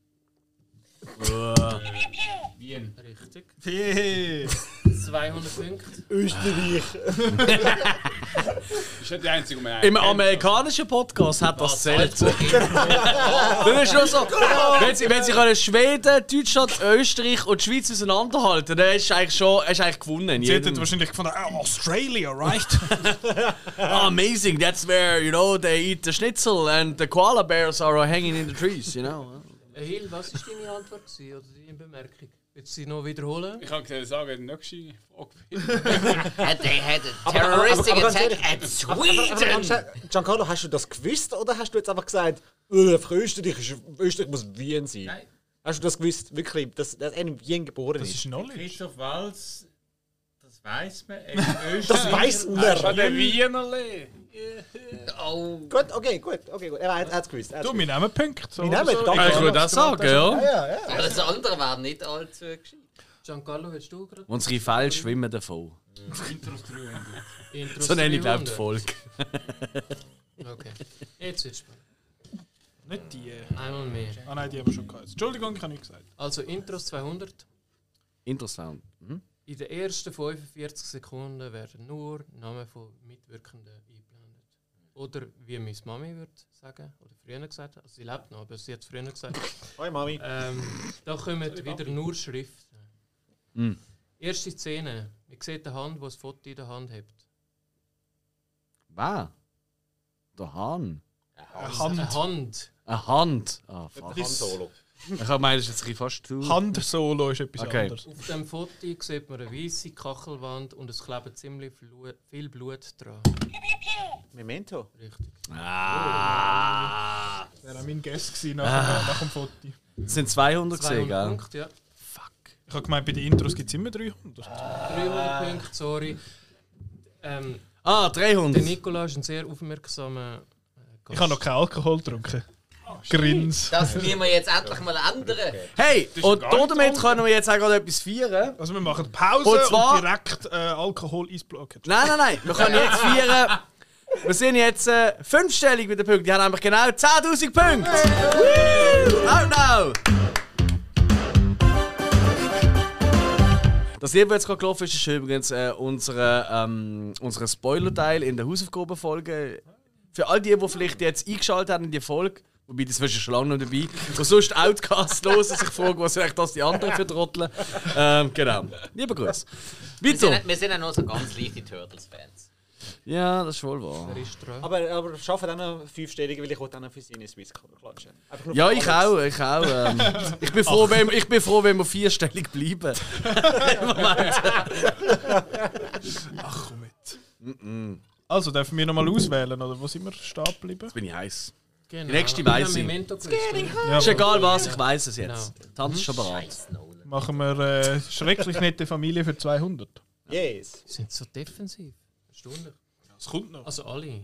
Wien. Richtig. Hey. 200 Punkte. Österreich. Das ist nicht die einzige, die man Im kennt. amerikanischen Podcast hat das zählt. Das ist nur so. Wenn sie können Schweden, Deutschland, Österreich und die Schweiz auseinanderhalten, dann ist eigentlich gewonnen. in Sie hätten jedem- wahrscheinlich gefunden, Australia, right? Amazing, that's where, they eat the schnitzel and the koala bears are hanging in the trees, Hill, was war deine Antwort gewesen, oder deine Bemerkung? Willst du sie noch wiederholen? Ich kann sagen, die nächste Frage. They had a terroristic aber ganz attack ehrlich, at Sweden! Giancarlo, hast du das gewusst oder hast du jetzt einfach gesagt, für Österreich muss Wien sein? Nein. Hast du das gewusst, wirklich, dass er in Wien geboren Das ist? ist Knowledge. Christoph Waltz, das weiß man. Er ist Das weiss man. Der Wienerle. Oh. Gut, okay. Er hat es gewusst. Du, wir nehmen Punkte. So Wir nehmen oder so. Danke. Ich würde das sagen, ja. Ja. Aber das andere wäre nicht allzu gescheit. Giancarlo, willst du gerade? Unsere Fälle schwimmen davon. Intros 300. Intros So nenne ich, glaube 300. die Folge. Okay, jetzt wird's spannend. Nicht die. Einmal mehr. Ah nein, die haben wir schon gehabt. Entschuldigung, ich habe nichts gesagt. Also Intros 200. Interessant. Mhm. In den ersten 45 Sekunden werden nur Namen von Mitwirkenden eingeblendet. Oder wie meine Mami würde sagen, oder früher gesagt hat, also sie lebt noch, aber sie hat es früher gesagt. Hoi Mami. Da kommen wieder nur Schriften. Mm. Erste Szene. Man sieht eine Hand, die ein Foto in der Hand hat. Wer? Der Hahn. Eine Hand. Eine Hand. Ah, fuck. Han Solo. Ich habe gemeint, das ist jetzt ein bisschen fast zu. Hand-Solo ist etwas Okay. anderes. Auf dem Foto sieht man eine weiße Kachelwand und es klebt ziemlich viel Blut dran. Memento. Richtig. Ah. Das wäre auch mein Guess gewesen nach dem Foto. Das sind 200 gesehen, 200 gell? Punkte, ja. Fuck. Ich habe gemeint, bei den Intros gibt es immer 300. 300 Punkte, sorry. Ah, Der 300. Nikola ist ein sehr aufmerksamer Gast. Ich habe noch keinen Alkohol getrunken. Grins. Das müssen wir jetzt endlich mal ändern. Hey, und gar nicht damit können wir jetzt auch gerade etwas feiern. Also wir machen Pause Und und, zwar- direkt Alkohol ins Block. Nein. Wir können jetzt feiern. Wir sind jetzt fünfstellig mit den Punkten. Die haben nämlich genau 10.000 Punkte. Woo! Out now! Das hier, was jetzt gerade gelaufen ist, ist übrigens unser Spoiler-Teil in der Hausaufgabenfolge. Für all die vielleicht jetzt eingeschaltet haben in die Folge, wobei das ist schon lange noch dabei, und sonst Outcast los sich fragen, was sind eigentlich das die anderen für Trotteln. Genau. Lieber Gruß. Weiter. Wir sind ja noch so ganz leichte Turtles-Fans. Ja, das ist wohl wahr. Der ist dran. Aber schaffen dann noch 5-stellige, weil ich wollte dann noch für seine Swiss klatschen. Einfach nur Ja, für ich Alex. auch. Ich bin froh, wenn wir vierstellig bleiben. Ach, komm mit. Also, dürfen wir nochmal auswählen, oder wo sind wir stehen geblieben? Jetzt bin ich heiß. Genau. Die nächste Wir weiss haben ich. Memento gewusst, oder? Ja, Ist egal was, ich weiß es jetzt. Genau. Tanz ist schon bereit. machen wir schrecklich nette Familie für 200. Yes. Sie sind so defensiv. Erstaunlich. Es kommt noch. Also alle.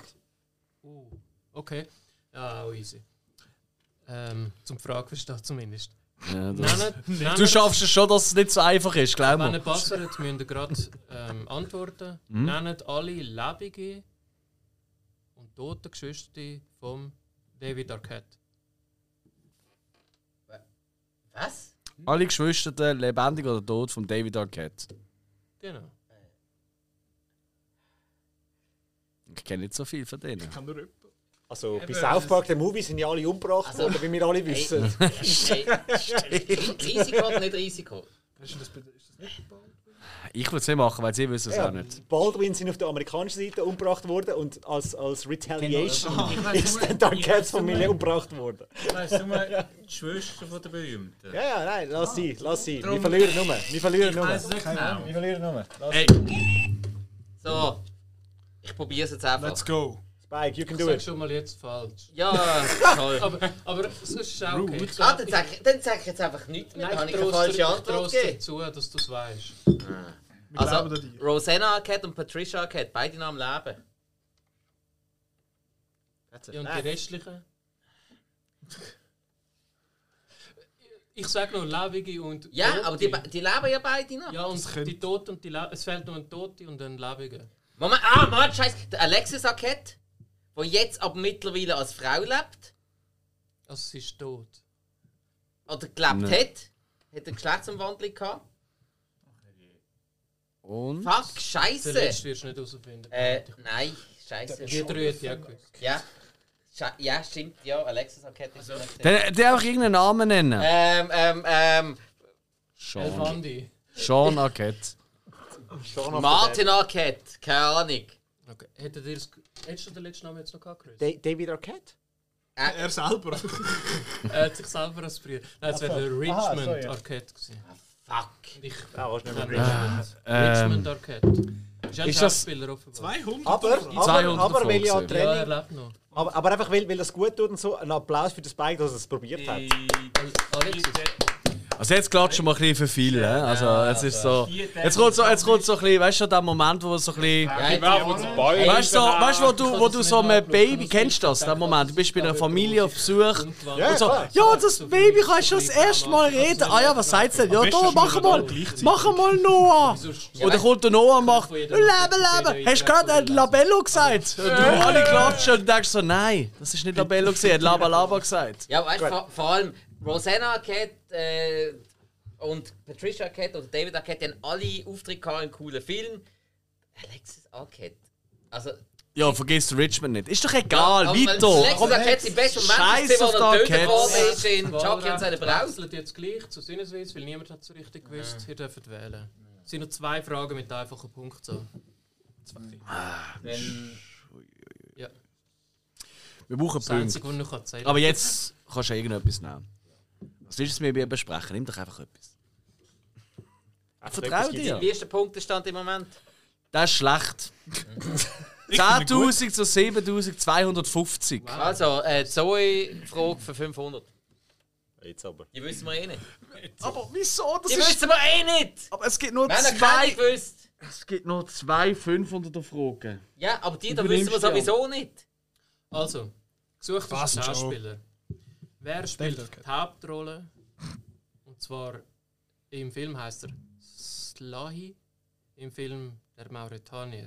Okay. Ja, auch easy. Zum Fragen verstehen zumindest. Ja, Nennt du schaffst es schon, dass es nicht so einfach ist, glaub Wenn mir. ihr passiert, müsst ihr gerade antworten. Nennt alle lebende und tote Geschwister von David Arquette. Was? Alle Geschwister, lebendig oder tot, von David Arquette. Genau. Ich kenne nicht so viel von denen. Kann nur jemand. Also bei South Park, der Movie, sind ja alle umgebracht worden, wie wir alle wissen. Risiko oder nicht Risiko? Ich würde es nicht machen, weil sie wissen es Ja, auch nicht. Baldwin sind auf der amerikanischen Seite umgebracht worden und als Retaliation Genau. ist dann die Arquette-Familie umgebracht worden. Weißt du mal, die Schwester von der Berühmten? Ja, nein, lass sie. Wir Darum- verlieren nur. Wir verlieren Ich nur. weiß es nicht genau. Wir verlieren nur. Lass Ey, So. Ich probiere es jetzt einfach. Let's go. Spike, you can Ich do sag it. schon mal jetzt falsch. Ja, toll. Aber es ist auch okay. Ah, dann sag ich jetzt einfach nichts mehr. Dann habe ich eine falsche Antwort gegeben. dazu, dass du es weißt. Wir Also, glauben an dich. Rosanna Arquette und Patricia Arquette, beide noch am Leben. Ja, und die restlichen? Ich sage nur Lebende und Ja, Tote. aber die leben ja beide noch. Ja, und Das könnte- die Toten und die es fehlt noch ein Tote und ein Lebende. Moment, scheiße. Der Alexis Arquette, der jetzt aber mittlerweile als Frau lebt. Also sie ist tot. Oder gelebt hat eine Geschlechtsumwandlung gehabt. Und? Fuck, Den scheiße. letzten wirst du nicht herausfinden. Nein, scheiße. Die drei hätte ich auch gewusst. Ja. Ja, stimmt, ja, Alexis Arquette ist Der auch irgendeinen Namen nennen. Sean. Elfandi. Sean Arquette. Martin Arquette, keine Ahnung. Okay. Hättest du den letzten Namen jetzt noch gehabt, Chris? David Arquette? Er selber. Er hat sich selber aspiriert. Nein, es wäre der Richmond sorry. Arquette gewesen. Fuck. Ich Hast du nicht mehr Richmond Arquette. Ist ein ist das- Schauspieler offenbar. 200? aber 200 weil ja Folgen. Ja, er Training. lebt noch. Aber einfach weil das gut tut und so. Ein Applaus für den Spike, dass er es probiert hat. Alexis. Also jetzt klatschen wir ein bisschen für viel, hä? Also es ist so... Jetzt kommt so ein bisschen, weißt du, der Moment, wo so ein bisschen... Die werfen zu Ball. Weißt du, wo du so ein Baby, kennst du das, der Moment? Du bist bei einer Familie auf Besuch und so, ja, das Baby kann schon das erste Mal reden. Ah ja, was sagt's denn? Ja, da, mach mal Noah. Und dann kommt der Noah und macht, Leben. Hast du gerade ein Labello gesagt? Und alle klatschen und denkst so, nein, das ist nicht Labello gewesen, er hat Laba Laba gesagt. Ja, weißt du, vor allem Rosanna Arquette und Patricia Arquette oder David Arquette, die haben alle Auftritte gehabt in coolen Filmen. Alexis Arquette. Also. Ja, vergiss Richmond nicht. Ist doch egal, aber weiter. Alexis Komm, Arquette im besten Moment, Scheiß wo auf er die getötet worden Arquette. ist in Chucky und seine Braut. wechselt jetzt gleich zu Sinneswiss, weil niemand hat so richtig gewusst. Ihr dürft wählen. Es sind noch 2 Fragen mit einfachen Punktzahl. Ja. Wir brauchen Das Punkte. Einzige, was ich noch erzählen kann. Aber jetzt kannst du irgendetwas nehmen. Was willst du mit mir besprechen? Nimm doch einfach etwas. Ich vertraue dir. Wie ist der Punktestand im Moment? Das ist schlecht. 10.000 zu 7.250. Also, Zoe-Frage für 500. Jetzt aber. Die wissen wir eh nicht. Aber wieso? Die wissen wir eh nicht! Aber es gibt nur Wir haben keine gewusst. Es gibt nur 2 500er Fragen. Ja, aber die da Du wissen wir nimmst die sowieso nicht. Also, gesucht ist ein Schauspieler. Wer spielt David die Hauptrolle? Und zwar im Film heißt er Slahi, im Film Der Mauretanier.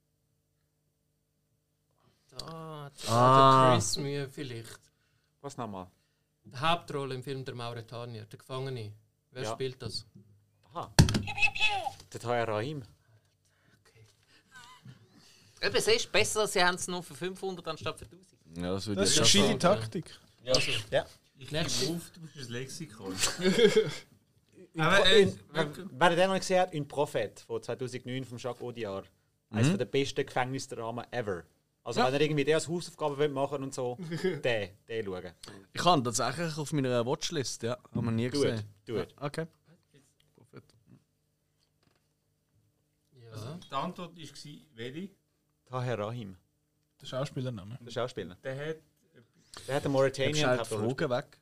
Da hat der Chris Mühe vielleicht. Was nochmal? Die Hauptrolle im Film Der Mauretanier, der Gefangene. Wer Ja. spielt das? Aha. Der Tahir Rahim. Eben, es ist besser, sie haben es nur für 500 anstatt für 1000. Ja, das würde Das ist ich eine schon gescheite sagen. Taktik. Also, Ich Nächste. auf, du bist das Lexikon. Wer den noch nicht gesehen hat, «Un Prophet» von 2009 von Jacques Audiard. Eines der besten Gefängnisdramen ever. Also wenn ihr irgendwie den als Hausaufgabe machen wollt und so, den schauen. Ich habe tatsächlich auf meiner Watchlist, ja. Haben wir nie gesehen. Do it. Okay. Ja. Die Antwort war, welche? Tahir Rahim, Der Schauspielername. der Schauspieler. Der hat Der hat eine Ich Mauritanian habe die Fragen weg.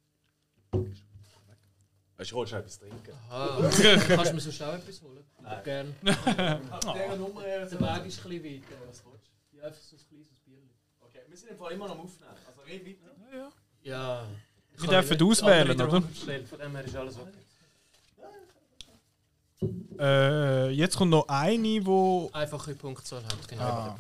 Ich hol schon etwas trinken. Aha. Kannst du mir sonst auch etwas holen? Gerne. Der Nummer, der Weg ist ein bisschen weiter. Was willst du? Ja, einfach so ein kleines Bier. Okay, wir sind im Fall immer noch am Aufnehmen. Also red weiter. Ja. Wir dürfen auswählen, oder? Von dem her ist alles okay. Jetzt kommt noch eine, die. Einfache Punktzahl hat, genau.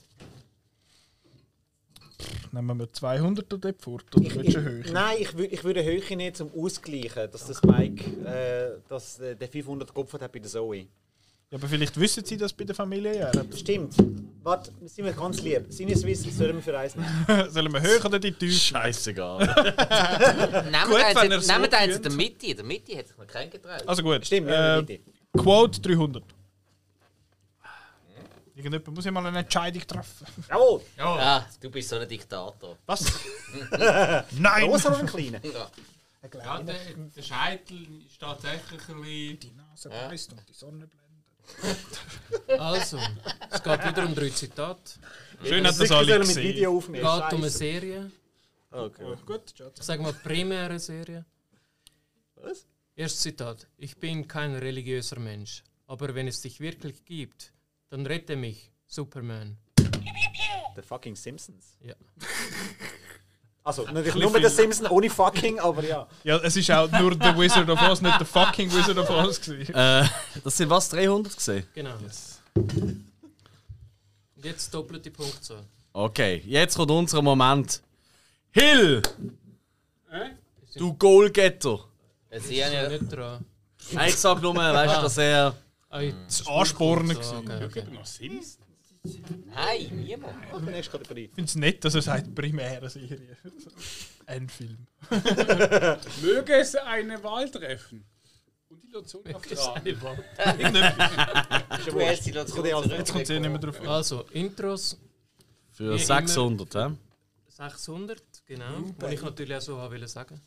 Nehmen wir 200er dort fort, oder willst du eine Höhe? Nein, ich würde eine Höhe nehmen, zum Ausgleichen, dass der Spike dass der 500 Kopf hat bei der Zoe. Ja, aber vielleicht wissen sie das bei der Familie, ja. Stimmt. Warte, sind wir ganz lieb. Sinneswiss sollen wir für eins nehmen. Sollen wir höher oder die Tiefe? Scheißegal. Nehmen wir jetzt in der Mitte. In der Mitte hat sich noch kein getraut. Also gut. Stimmt, ja, Mitte. Quote 300. Irgendjemand muss ja mal eine Entscheidung treffen. Jawohl! Ja, du bist so ein Diktator. Was? Nein! Großer oder ein kleiner? Ja. ja, der Scheitel ist tatsächlich ein bisschen. Die Nase beißt und die Sonne blendet. Also, es geht wieder um 3 Zitate. Schön, hat das Sicher alle sollen wir mit gesehen. Video Es aufnehmen. geht um eine Scheisse. Serie. Okay. Gut, Schatz. Ich sage mal primäre Serie. Was? Erstes Zitat. Ich bin kein religiöser Mensch. Aber wenn es dich wirklich gibt, dann rette mich, Superman. The fucking Simpsons. Ja. Also, natürlich nur mit den Simpsons ohne fucking, aber ja. Ja, es ist auch nur The Wizard of Oz, nicht der fucking Wizard of Oz gewesen. Das sind was, 300 gesehen? Genau. Jetzt doppelte Punktzahl. Okay, jetzt kommt unser Moment. Hill! Du Goalgetter! Sie haben ja Nicht dran. Nein, ich sag nur, weißt du, dass er. Das Anspornen war. Okay. Noch Sims? Nein, niemand. Die nächste Kategorie. Ich finde es nett, dass er sagt, primäre Serie. Ein Film. Möge es eine Wahl treffen. Und die Lotion auftragen. Jetzt kommt es ja nicht mehr drauf an. Also, Intros Für Wie 600, hä? 600, genau. Was ich natürlich auch so wollte sagen.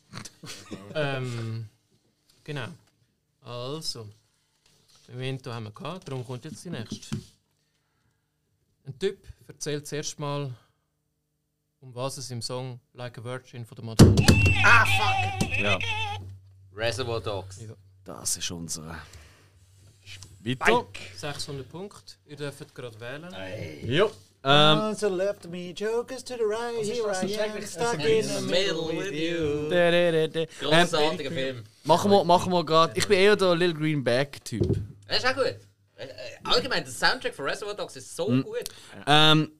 Genau. Also, Memento haben wir gehabt, darum kommt jetzt die nächste. Ein Typ erzählt zuerst mal, um was es im Song Like a Virgin von der Madonna geht. Ja. Reservoir Dogs. Ja. Das ist unsere. Weiter. 600 Punkte. Ihr dürft gerade wählen. Ja. To the left of me, jokers to the right, here I am, stuck in the middle with you. Grossartiger Film. Machen wir gerade. Ich bin eher der Little Green Bag Typ. Das ist auch gut. Allgemein, der Soundtrack von Reservoir Dogs ist so gut. Wenn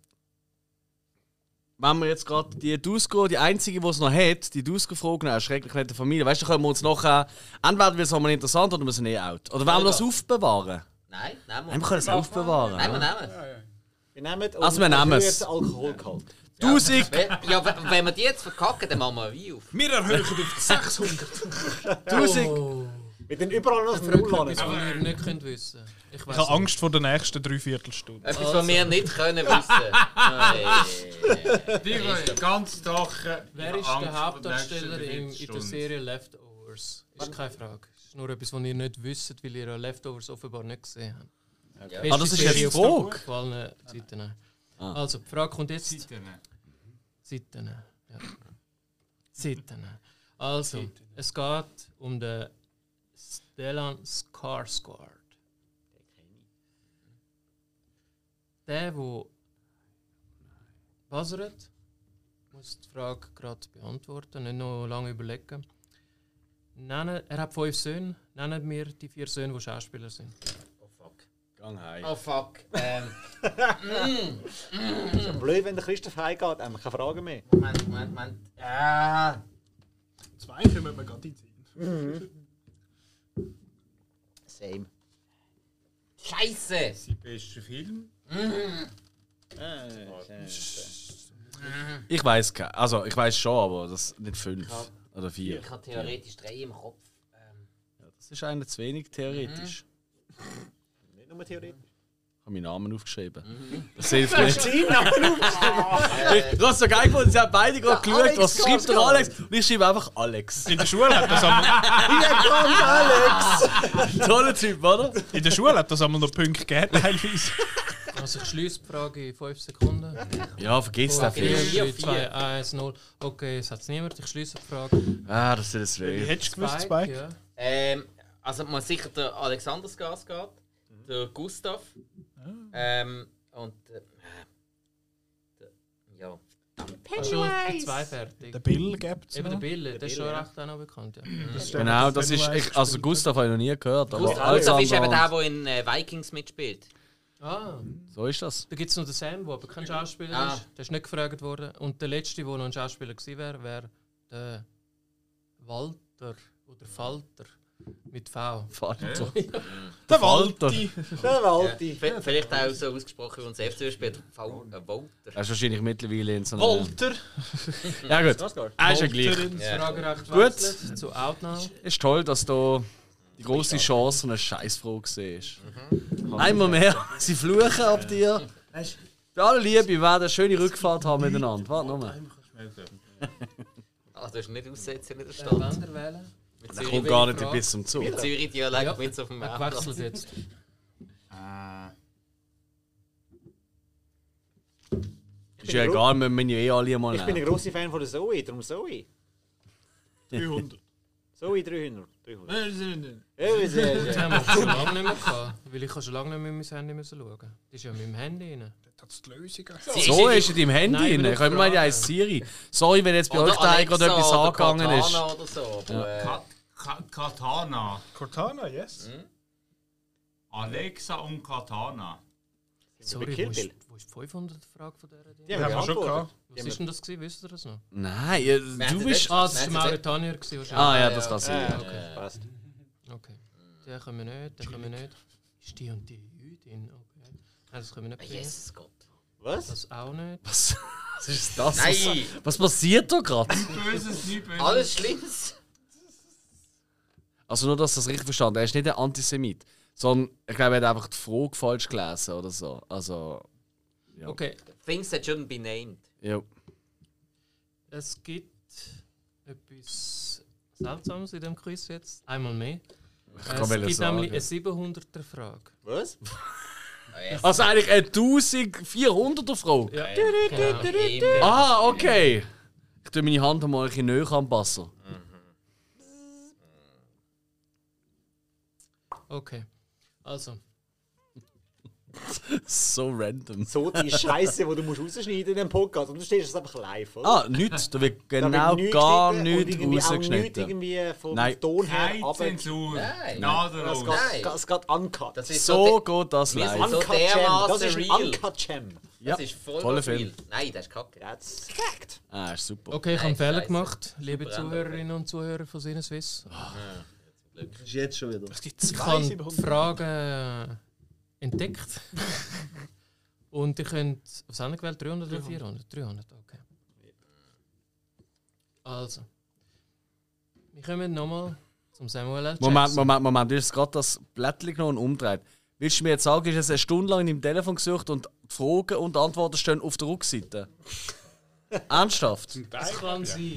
wir jetzt gerade die Dusko, die einzige, die es noch hat, die Dusko-Frage, eine schrecklich nette Familie, weißt du, können wir uns nachher, entweder wird es einmal interessant oder wir sind out. Oder wollen wir das aufbewahren? Nein, nehmen wir. Nein, wir können es aufbewahren. Nein, wir ja. nehmen. Wir nehmen Also wir nehmen es. Alkoholgehalt. 1000! Wenn wir die jetzt verkacken, dann machen wir ein Wein auf. Wir erhöhen auf 600. 1000! Wir den überall noch Für Null etwas, an. was ihr nicht könnt wissen. Ich Ich habe Angst vor der nächsten Dreiviertelstunde. Etwas, was wir nicht können wissen. Die ganz trocken. Wer ist der Hauptdarsteller in der Serie Leftovers? Ist keine Frage. Ist nur etwas, was ihr nicht wisst, weil ihr ja Leftovers offenbar nicht gesehen habt. Okay. Ah, das ist jetzt die Frage. Auf allen Seiten. Also, die Frage kommt jetzt. Seiten. Ja. Seiten. Also, es geht um den Stellan Skarsgård. Der buzzert, muss die Frage gerade beantworten, nicht noch lange überlegen. Er hat 5 Söhne. Nennen wir die 4 Söhne, die Schauspieler sind. Gang heim. Oh fuck. Ist ja blöd, wenn der Christoph heimgeht, haben wir keine Fragen mehr. Moment. Ja. 2 kommen wir gerade in den Sinn. Same. Scheiße. Sein bester Film. Ich weiß keine. Also, ich weiß schon, aber das nicht 5 oder 4. Ich habe theoretisch 3 im Kopf. Das ist einer zu wenig, theoretisch. Nicht nur theoretisch. Ich habe meinen Namen aufgeschrieben. Das hilft nicht. Du hast so geil gefunden, sie haben beide gerade geschaut, was schreibt der Alex? Und ich schreibe einfach Alex. In der Schule hat das einmal, Toller Typ, oder? in der Schule hat das einmal noch Punkte gegeben, teilweise. Also, ich schließe die Frage in 5 Sekunden. Ja, vergiss den Okay, Film. 3, 2, 1, 0. Okay, es hat niemand. Ich schließe die Frage. Ah, das ist das Wie weh. hättest du gewusst, Spike? Ja. Also man sicher der Alexander Skarsgård, der Gustav und ja. Hast du die 2 fertig? Der Bill gibt es Eben der noch. Bill, der ist schon recht auch noch bekannt. Ja. Genau, das ist. Also, Gustav habe ich noch nie gehört. Aber Gustav alles ist eben andere. der in Vikings mitspielt. So ist das. Da gibt es noch den Sam, der aber kein Schauspieler ist. Der ist nicht gefragt worden. Und der letzte, der noch ein Schauspieler gewesen wäre, wäre der Walter oder Falter mit V. Falter. Der Walter. Der Walti. Vielleicht auch so ausgesprochen wie unser FC spielt. Walter. Er ist wahrscheinlich mittlerweile in so einem. Walter. Ja, gut. Er ist ja gleich. Das Fragerecht Gut. wechselt zu Outnow. Ist toll, dass du die grosse Chance eine Scheißfrage siehst. Einmal mehr, sie fluchen ab dir. Bei aller Liebe, wir werden eine schöne Rückfahrt haben miteinander. Warte nochmal. Also du hast nicht aussetzen in der Stadt. Wander wählen. Mit Der kommt gar nicht bis zum Zug. Mit Zürich-Dialekt Ja. mit auf dem Er Map. wechselt jetzt. Ist ja egal, wir müssen ja eh alle mal Ich bin ein nehmen. grosser Fan von der Zoe, darum Zoe. 300. Zoe 300. 300. Das haben wir schon lange nicht mehr gehabt. Weil ich schon lange nicht mehr in mein Handy müssen schauen. Das ist ja mit dem Handy rein. Das ist die Lösung. So ist in deinem Handy Nein, drin. Ich habe immer ja als Siri. Sorry, wenn jetzt bei euch da gerade etwas angegangen ist. Oder so. Aber, Katana. Cortana, yes. Alexa und Katana. Sorry, Kill wo Bill. ist die 500 Frage von dieser? Die haben wir schon gehabt. Was ist denn das gewesen? Wisst ihr das noch? Nein, du bist... Ah, das war Mauretanier gewesen wahrscheinlich. Ah ja, das kann sein. Okay, passt. Okay. Den können wir nicht, den können wir nicht. Ist die und die Jüdin? Okay. Nein, das können wir nicht bringen. Jesus Gott. Was? Das auch nicht. Was ist das? Nein! Was passiert da gerade? Böses, nie böses. Alles Schlimmes. Also nur, dass das richtig verstanden. Er ist nicht ein Antisemit, sondern ich glaube, er hat einfach die Frage falsch gelesen oder so. Also ja. Okay. Things that shouldn't be named. Ja. Es gibt etwas Seltsames in diesem Quiz jetzt. Einmal mehr. kann Es wollte gibt sagen. nämlich eine 700er-Frage. Was? Also eigentlich eine 1400er Frage. Ja, Genau. Ah, okay. Ich tue meine Hand mal ein bisschen näher anpassen. Okay. Also. So random. So die Scheiße, die du musst rausschneiden in dem Podcast. Und du stehst es einfach live, oder? Ah, nichts. Da wird Da genau wird gar geschnitten und nichts irgendwie auch rausgeschnitten. nichts irgendwie vom Nein. Ton her. Keine Aber Zensur. Nein. Gnadenlos. es geht uncut. Das ist So geht das Wir sind live. so Uncut Gem. Das dermaßen ist ein real. Uncut Gem. Ja, Das ist voll toller real. Film. Nein, das ist kacke. That's fact. Ah, ist super. Okay, ich habe einen Nein, Fehler Scheisse. gemacht, liebe Super Zuhörerinnen und Zuhörer von Sinneswiss. Das ist jetzt schon wieder. Es gibt Ich zwei habe die 700. Fragen entdeckt. Und ihr könnt. Was haben wir gewählt? 300 oder 400? 300, okay. Also. Wir kommen nochmal zum Samuel L. Jackson. Moment. Du hast gerade das Blättchen genommen und umgedreht. Willst du mir jetzt sagen, du hast eine Stunde lang in deinem Telefon gesucht und die Fragen und Antworten stehen auf der Rückseite? Ernsthaft? Das kann sein.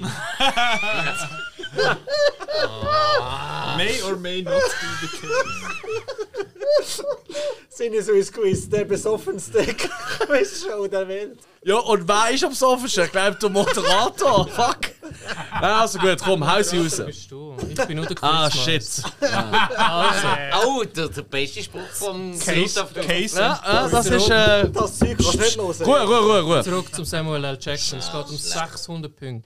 May or may not be the case. Sinneswiss Quiz, der besoffenste Quizshow der Welt. Ja, und wer ist am besoffensten? Ich glaube, der Moderator. Fuck. Ja, also gut, komm, hau sie raus. Bist du. Ich bin nur der Ah, Quizmaster. shit. Also, Oh, der beste Spruch vom Case. Ja, das ist... Das Zeug kannst du nicht hören. Ruhe. zurück zum Samuel L. Jackson. Es geht um 600 Punkte.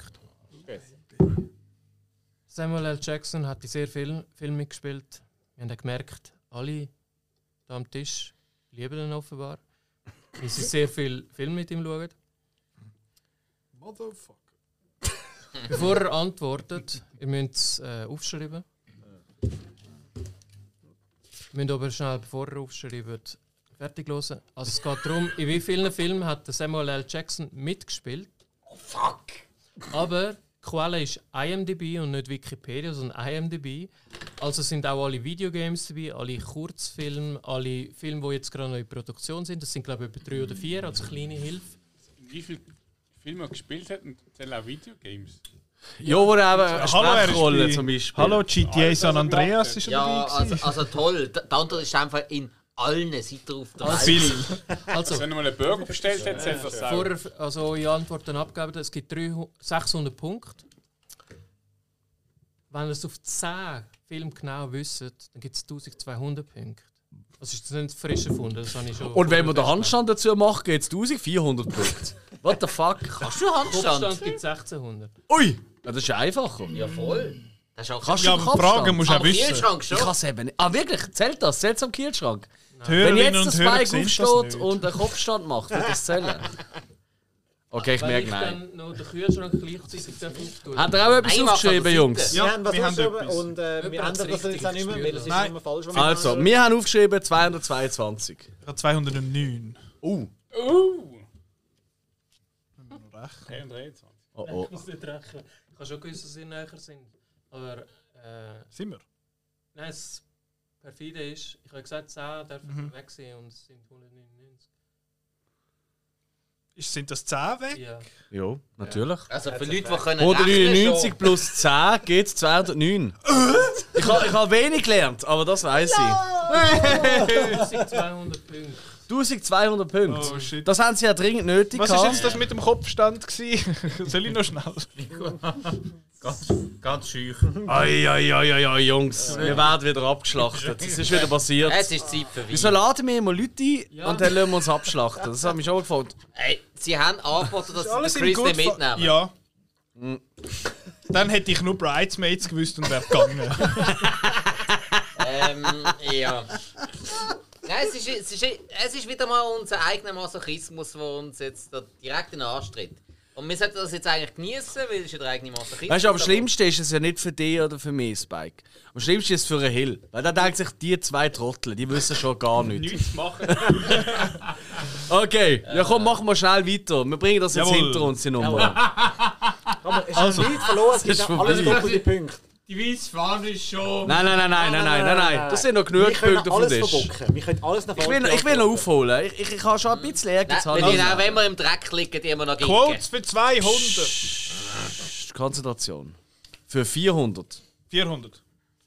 Samuel L. Jackson hat in sehr vielen Filmen mitgespielt. Wir haben gemerkt, alle da am Tisch lieben ihn offenbar. Weil sie sehr viele Filme mit ihm schauen. Motherfucker. Bevor er antwortet, ihr müsst es aufschreiben. Ihr müsst aber schnell, bevor ihr aufschreibt, fertig hören. Also es geht darum, in wie vielen Filmen hat der Samuel L. Jackson mitgespielt. Oh, fuck! Aber die Quelle ist IMDb und nicht Wikipedia, sondern IMDb. Also sind auch alle Videogames dabei, alle Kurzfilme, alle Filme, die jetzt gerade noch in Produktion sind. Das sind glaube ich etwa 3 oder 4 als kleine Hilfe. Wie viele Filme er gespielt hat und zählen auch Videogames? Ja, wo er eben eine Hallo, er ist Sprechrolle bei- zum Beispiel. Hallo, GTA San Andreas ist er Ja, dabei gewesen. also toll. Der Antwort ist einfach in allen Seiten auf der Welt. Viel. Also, Wenn er mal einen Burger bestellt hat, zählt das auch. vorher also eure Antworten abgeben, es gibt 600 Punkte. Wenn ihr es auf 10 Filme genau wisst, dann gibt es 1200 Punkte. Das ist nicht frisch erfunden, das habe ich schon. Und wenn wir den Handstand dazu machen, geht es 1400 Punkte. What the fuck? Kannst du Handstand? Kopfstand gibt es 1600. Ui! Ja, das ist ja einfacher. Ja, voll. Das ist auch Kannst Ja, du aber die Frage musst du auch am wissen. Kühlschrank Ich schon. kann es eben nicht. Ah, wirklich? Zählt das? Zählt es am Kühlschrank? Die Wenn Hörerinnen jetzt und der Hörer Spike sehen das aufsteht nicht. und einen Kopfstand macht, wird das zählen? Okay, ich Wenn merke ich nein. dann noch den Kühlschrank gleichzeitig auftue. Habt ihr auch etwas Nein, mach aufgeschrieben, das Jungs? Wir haben was wir haben aufgeschrieben etwas. und wir Jemand hat's ändern das jetzt auch nicht mehr, weil es ist Nein. immer falsch. Also, wir haben aufgeschrieben 222. Ich habe 209. Oh. Recht. 23. Oh, Ich oh. muss nicht rechnen. Ich habe schon gewusst, dass sie näher sind. Aber Sind wir? nein, das perfide ist, ich habe gesagt, 10 dürfen weg sein und es sind 199. Sind das 10 weg? Ja. Ja, natürlich. Also für Leute, die können 199 plus 10 geht 209. Ich habe wenig gelernt, aber das weiß ich. 1200 Punkte. 1200 Punkte. Oh, shit. Das haben sie ja dringend nötig Was war gehabt. jetzt das mit dem Kopfstand gewesen? Soll ich noch schnell? Ganz schüch. Ai, Jungs. Wir werden wieder abgeschlachtet. Das ist wieder passiert. Es ist Zeit für Wieso Wein. laden wir immer Leute ein und dann lassen wir uns abschlachten? Das hat mich schon gefallen. Ey, sie haben angeboten, dass Alles sie in den Chris gut nicht mitnehmen. Ja. Dann hätte ich nur Bridesmaids gewusst und wäre gegangen. Ja. Nein, es ist wieder mal unser eigener Masochismus, der uns jetzt da direkt in den Arsch tritt. Und wir sollten das jetzt eigentlich genießen, weil es ist ja der eigene Masochismus. Weißt du, aber das Schlimmste ist es ja nicht für dich oder für mich, Spike. Am schlimmsten ist es für einen Hill. Weil da denkt sich, die zwei Trottel, die wissen schon gar nichts. Nichts machen. Okay, ja komm, machen wir schnell weiter. Wir bringen das jetzt hinter uns, die Nummer. Es ist nichts verloren, es gibt ist alles vorbei. doppelte Punkte. Die weiße Fahne ist schon... Nein. Das sind noch genug Wir können Punkte auf dem alles Tisch. verbocken. Wir können alles nach Ich will noch aufholen. Ich kann schon ein bisschen Ehrgeiz haben. Auch wenn wir im Dreck liegen, die immer noch gegen. Quotes für 200. Konzentration. Für 400. 400.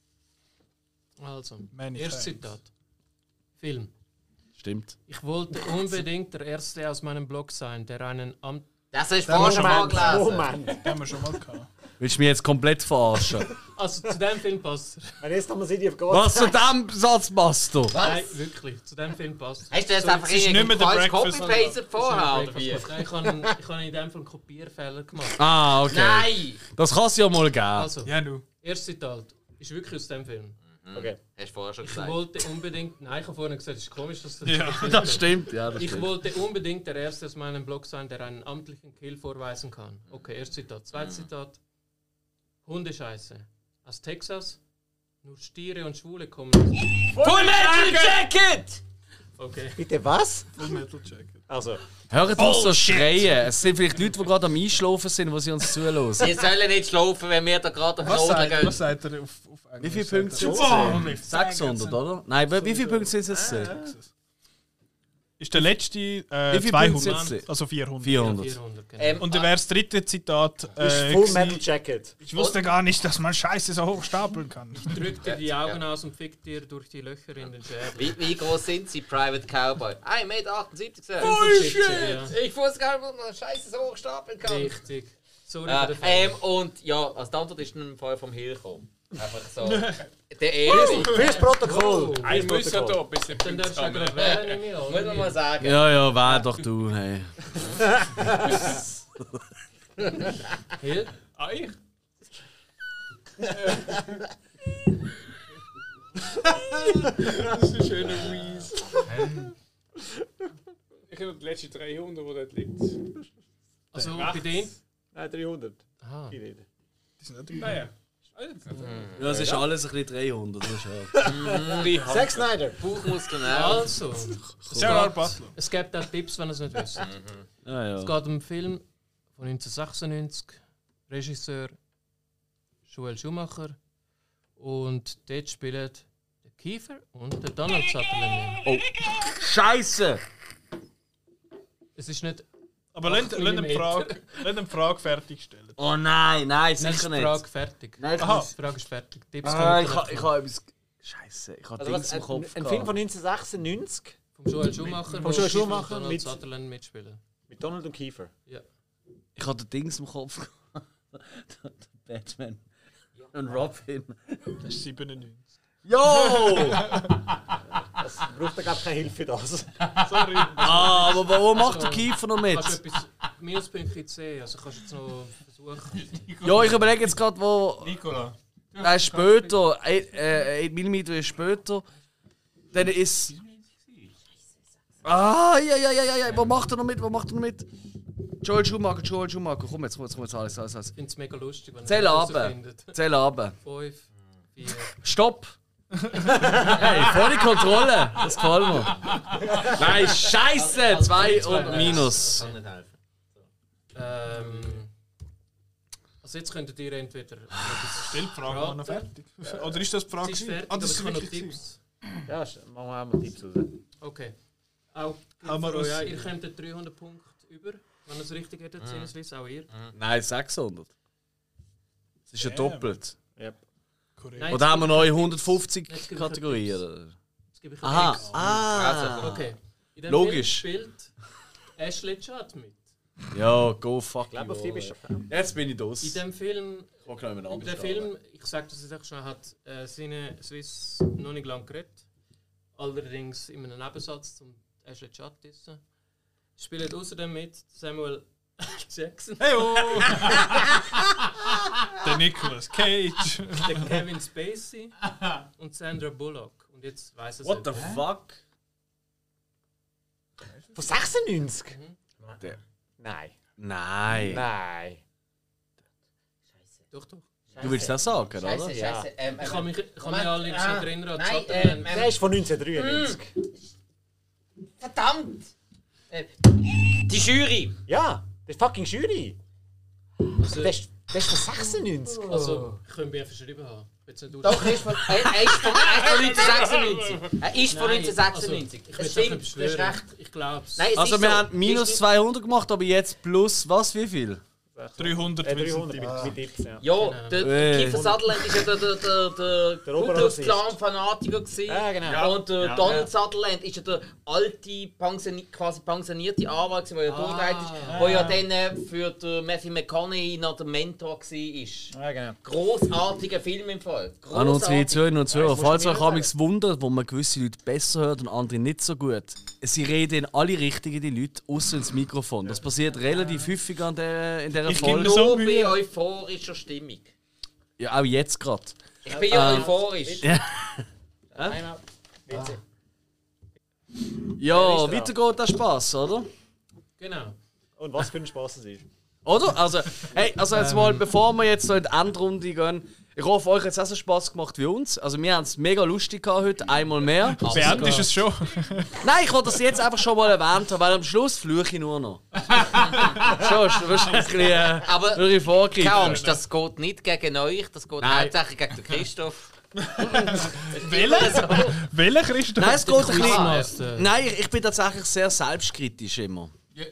Also, Many erstes thanks. Zitat. Film. Stimmt. Ich wollte unbedingt der Erste aus meinem Blog sein, der einen Amt... Das hast du vorher schon mal gelesen. Moment. Den haben wir schon mal gehabt. Willst du mich jetzt komplett verarschen? Also, zu dem Film passt er. Wenn jetzt nochmal City of God Was zu dem Satz passt du? Nein, wirklich. Zu dem Film passt er. Hast du jetzt So, einfach es ist nicht mehr der falsch Breakfast. copy-pasted vorher, oder wie? Nein, ich habe in dem Fall einen Kopierfehler gemacht. Ah, okay. Nein! Das kann es ja mal geben. Also, Ja, du. erstes Zitat. Ist wirklich aus dem Film. Okay. Hast du vorher schon Ich gesagt. wollte unbedingt... Nein, ich habe vorhin gesagt, es ist komisch, dass das... Das stimmt. Ja, das Ich stimmt. wollte unbedingt der Erste aus meinem Blog sein, der einen amtlichen Kill vorweisen kann. Okay, erstes Zitat. Zweites Zitat. Hundescheiße. Aus Texas. Nur Stiere und Schwule kommen. Full Metal Jacket! Okay. Bitte was? Full Metal Jacket. Also, Hört auf so schreien. Es sind vielleicht Leute, die gerade am Einschlafen sind, die sie uns zuhören. Sie sollen nicht schlafen, wenn wir da gerade auf den Knoten gehen. Was sagt er auf Englisch? Wie viele Punkte sind es? 600, oder? Nein, wie viele Punkte sind es? Ist der letzte Wie viele 200, Punkte sind's? also 400. 400. 400, genau. Und dann wäre das dritte Zitat. Full Metal Jacket. Ich wusste gar nicht, dass man Scheiße so hoch stapeln kann. Drück dir die Augen aus und fick dir durch die Löcher in den Schädel. Wie groß sind sie, Private Cowboy? 1,78 Meter. 75, ja. Ich wusste gar nicht, dass man Scheiße so hoch stapeln kann. Richtig. Sorry für den Fehler. Und ja, als Antwort ist dann im Fall vom Hill gekommen. Einfach so. Der Erste. Fürs Protokoll. Wir müssen da ein bisschen Dann darfst du ja Punkte gerade sammeln. wählen, nehme ich an, Muss man oder? mal sagen. Ja, wär doch du, hey. Hill? Ah, ich? Das ist ein schöner Wheeze. Ich habe die letzten 300, die dort liegt. Also bei denen? Nein, 300. Aha. Die nicht. Naja. Ja, es ist alles ein bisschen 300. Das ist ja. Zack Snyder. Bauchmuskeln auch. Also, Gerard Butler. es gibt auch Tipps, wenn ihr es nicht wisst. Ja, Es ja. geht um einen Film von 1996, Regisseur Joel Schumacher. Und dort spielen der Kiefer und der Donald Sutherland mit. Scheiße! Es ist nicht Aber lass 8 eine Frage fertigstellen. Oh nein, sicher sicher die nicht. Frage fertig. Nein, Aha. Die Frage ist fertig. Tipps Ah, kommen ich habe etwas. Scheiße, ich habe Also Dings was, im Kopf. Ein Film von 1996 vom Joel Schumacher, Von wo Joel Kiefer und Schumacher Donald mit- Sutherland mitspielen. mit Donald und Kiefer. Ja. Ich habe den Dings im Kopf. Der Batman. Und Robin. Das ist 97. Jo! Das braucht ja, glaube ich, keine Hilfe für das. Sorry. Ah, aber warum macht der Kiefer noch mit? Kannst du etwas Minuspunkte sehen? Also kannst du jetzt noch versuchen. Ja, ich überlege jetzt gerade, wo. Nicola. Nein, später. 8mm ist später. Dann ist. Ah, ja. Wo macht er noch mit? Joel Schumacher. Komm jetzt, alles. Ich finde es mega lustig, wenn Zähl ihr ab. herausfindet. Zähl ab. 5, 4. Stopp! Hey, volle Kontrolle! Das gefällt mir. Nein, Scheiße! 2 und Minus. Kann nicht helfen. Also jetzt könntet ihr entweder... Stell die Frage mal noch fertig. Oder ist das die Frage? Es ist fertig, Ah, aber das ich ist habe noch wirklich Tipps. Ja, machen wir auch mal Tipps raus. Okay. Auch Haben wir für euch, was- ja, ihr kommt 300 Punkte über, wenn ihr es richtig hättet, sinnesweise auch ihr. Nein, 600. Das ist ja doppelt. Yep. korrekt. Nein, Oder haben wir jetzt neue gebe ich- 150 jetzt gebe ich Kategorien? Tipps. oder? Jetzt gebe ich Aha, Tipps. Okay. In dem Logisch. Film spielt Ashley Judd mit. Ja, go fuck Ich glaube, auf you, die bist du Alter. Jetzt bin ich dos. In dem Film, Ich mag noch jemand über anderes den Film, ich sage das jetzt auch schon, hat seine Swiss noch nicht lange geredet. Allerdings in einem Nebensatz zum Ashley Judd dissen. Spielt außerdem mit Samuel Jackson, Hey, oh. Der Nicolas Cage. der Kevin Spacey und Sandra Bullock. Und jetzt weiss es What the jemand. fuck? Von 96? Der- Nein. Nein. Nein. Doch. Du willst das sagen, oder? Scheiße. Ich kann mich allerdings noch erinnern an Nein, Sutherland. Der ist von 1993. Verdammt! Die Jury! Ja, das ist fucking Jury. Also, Das ist von 96. also ich könnte mich verschrieben haben. Jetzt nicht Doch, er ist von 1996. Er ist von 1996. Ich Das will stimmt, es du hast recht. Ich glaube es. Nein, es Also ist wir so. haben minus 200 gemacht, aber jetzt plus was, wie viel? 300 300 mit Tipps, ja. Ja, der Kiefer Sutherland ist ja der Oberrassist. Clan-Fanatiker gewesen. Ja, genau. Und der Donald Sutherland ist ja der alte, quasi pensionierte Anwalt gewesen, der ja durchgeleitet ist, der ja dann für den Matthew McConaughey noch der Mentor war. Ja, genau. Grossartiger Film im Fall. An unsere Zuhörerinnen und Zuhörer, musst falls du euch mir amigs wundert, wo man gewisse Leute besser hört und andere nicht so gut. Sie reden in alle Richtungen, die Leute, außer ins Mikrofon. Das passiert relativ häufig in dieser Ich Folge. gebe so Nur Mühe. bei euphorischer Stimmung. Ja, auch jetzt gerade. Ich bin ja euphorisch. Ja, weiter geht der Spaß, oder? Genau. Und was für ein Spaß es ist. Oder? Also, hey, also jetzt mal, bevor wir jetzt noch in die Endrunde gehen, ich hoffe, euch hat es auch so Spass gemacht wie uns. Also wir haben es mega lustig gehabt heute, einmal mehr. Bernd ist es schon. Nein, ich wollte das jetzt einfach schon mal erwähnt haben, weil am Schluss fluche ich nur noch. Schon, du wirst ein bisschen Aber wirklich vorgreifen. keine Angst, das geht nicht gegen euch, das geht Nein. hauptsächlich gegen den Christoph. Welcher Christoph? Nein, es geht ein bisschen... Quizmaster. Nein, ich bin tatsächlich sehr selbstkritisch immer.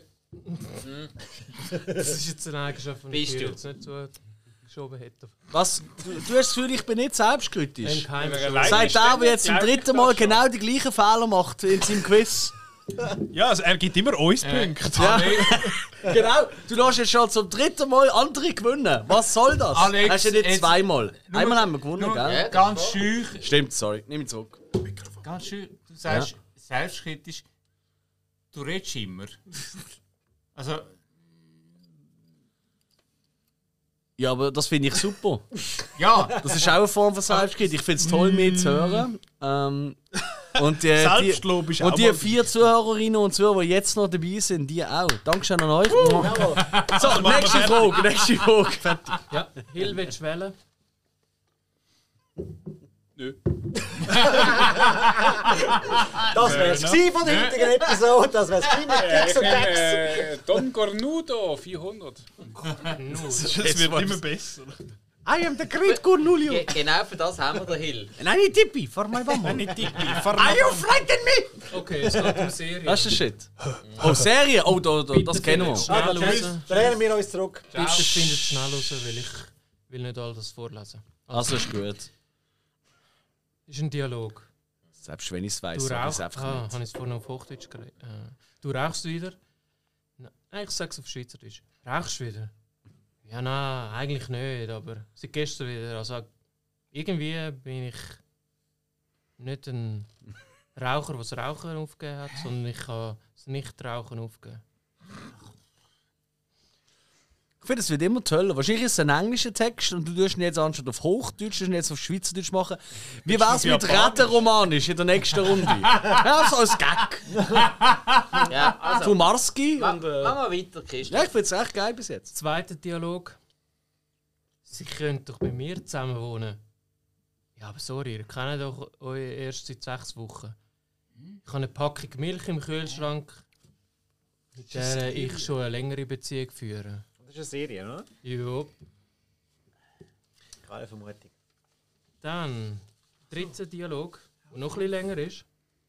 Das ist jetzt eine Eigenschaft, die Bist ich du? jetzt nicht so geschoben hätte. Was? Du hast das Gefühl, ich bin nicht selbstkritisch? Kein Sagt der, der jetzt zum dritten Mal genau die gleichen Fehler macht in seinem Quiz. Ja, also er gibt immer uns Punkte. Ja. Genau, du lässt jetzt schon zum dritten Mal andere gewinnen. Was soll das? Alex, Hast du nicht jetzt- zweimal? Einmal haben wir gewonnen, Nur gell? ganz schüch, Stimmt, sorry, nimm ihn zurück. ganz schüch. Du sagst selbstkritisch, du redest immer. Also, Ja, aber das finde ich super. ja, Das ist auch eine Form von Selbstkritik. Ich finde es toll, mehr zu hören. Und Selbstlob ist auch und die mal- 4 Zuhörerinnen und Zuhörer, die jetzt noch dabei sind, die auch. Dankeschön an euch. So, nächste Frage. Fertig. Ja, Hill, willst du wählen? Nö. Das wär's gewesen von der heutigen Episode. Das wär's gewesen mit Keks Ich und Keks. nehme Don Cornuto 400. Es wird immer besser. I am the great Cornulio. Genau für das haben wir den Hill. Nein, nicht Tippi, for my mama. Nicht Tippi. Are you frightened me? Okay, es geht um Serie. Das ist der Shit. Oh, Serie? Oh, das kennen wir. Schnell Dann raus. drehen wir uns zurück. Bitte findet schnell raus, weil ich will nicht all das vorlesen. Also ist gut. Ist ein Dialog. Selbst wenn ich es weiss, Du sage ich es rauchst. einfach Habe nicht. ich es vorhin auf Hochdeutsch geredet? Du rauchst wieder? Nein, ich sage es auf Schweizerdeutsch. Rauchst du wieder? Ja, nein, eigentlich nicht, aber seit gestern wieder. Also irgendwie bin ich nicht ein Raucher, der das Rauchen aufgegeben hat, sondern ich habe das Nichtrauchen aufgegeben. Ich finde, es wird immer toller. Wahrscheinlich ist es ein englischer Text und du tust ihn jetzt anstatt auf Hochdeutsch, du jetzt auf Schweizerdeutsch machen. Wie wär's mit Rätoromanisch in der nächsten Runde? Ja, so als Gag. Ja, also. Tumarski Mach und... mal weiter, Christoph. Ja, ich finde es echt geil bis jetzt. Zweiter Dialog. Sie können doch bei mir zusammen wohnen. Ja, aber sorry, ihr kennt doch euch erst seit 6 Wochen. Ich habe eine Packung Milch im Kühlschrank, mit der ich schon eine längere Beziehung führe. Das ist eine Serie, oder? Ja. Keine Vermutung. Dann, dritter Dialog, der noch ein bisschen länger ist.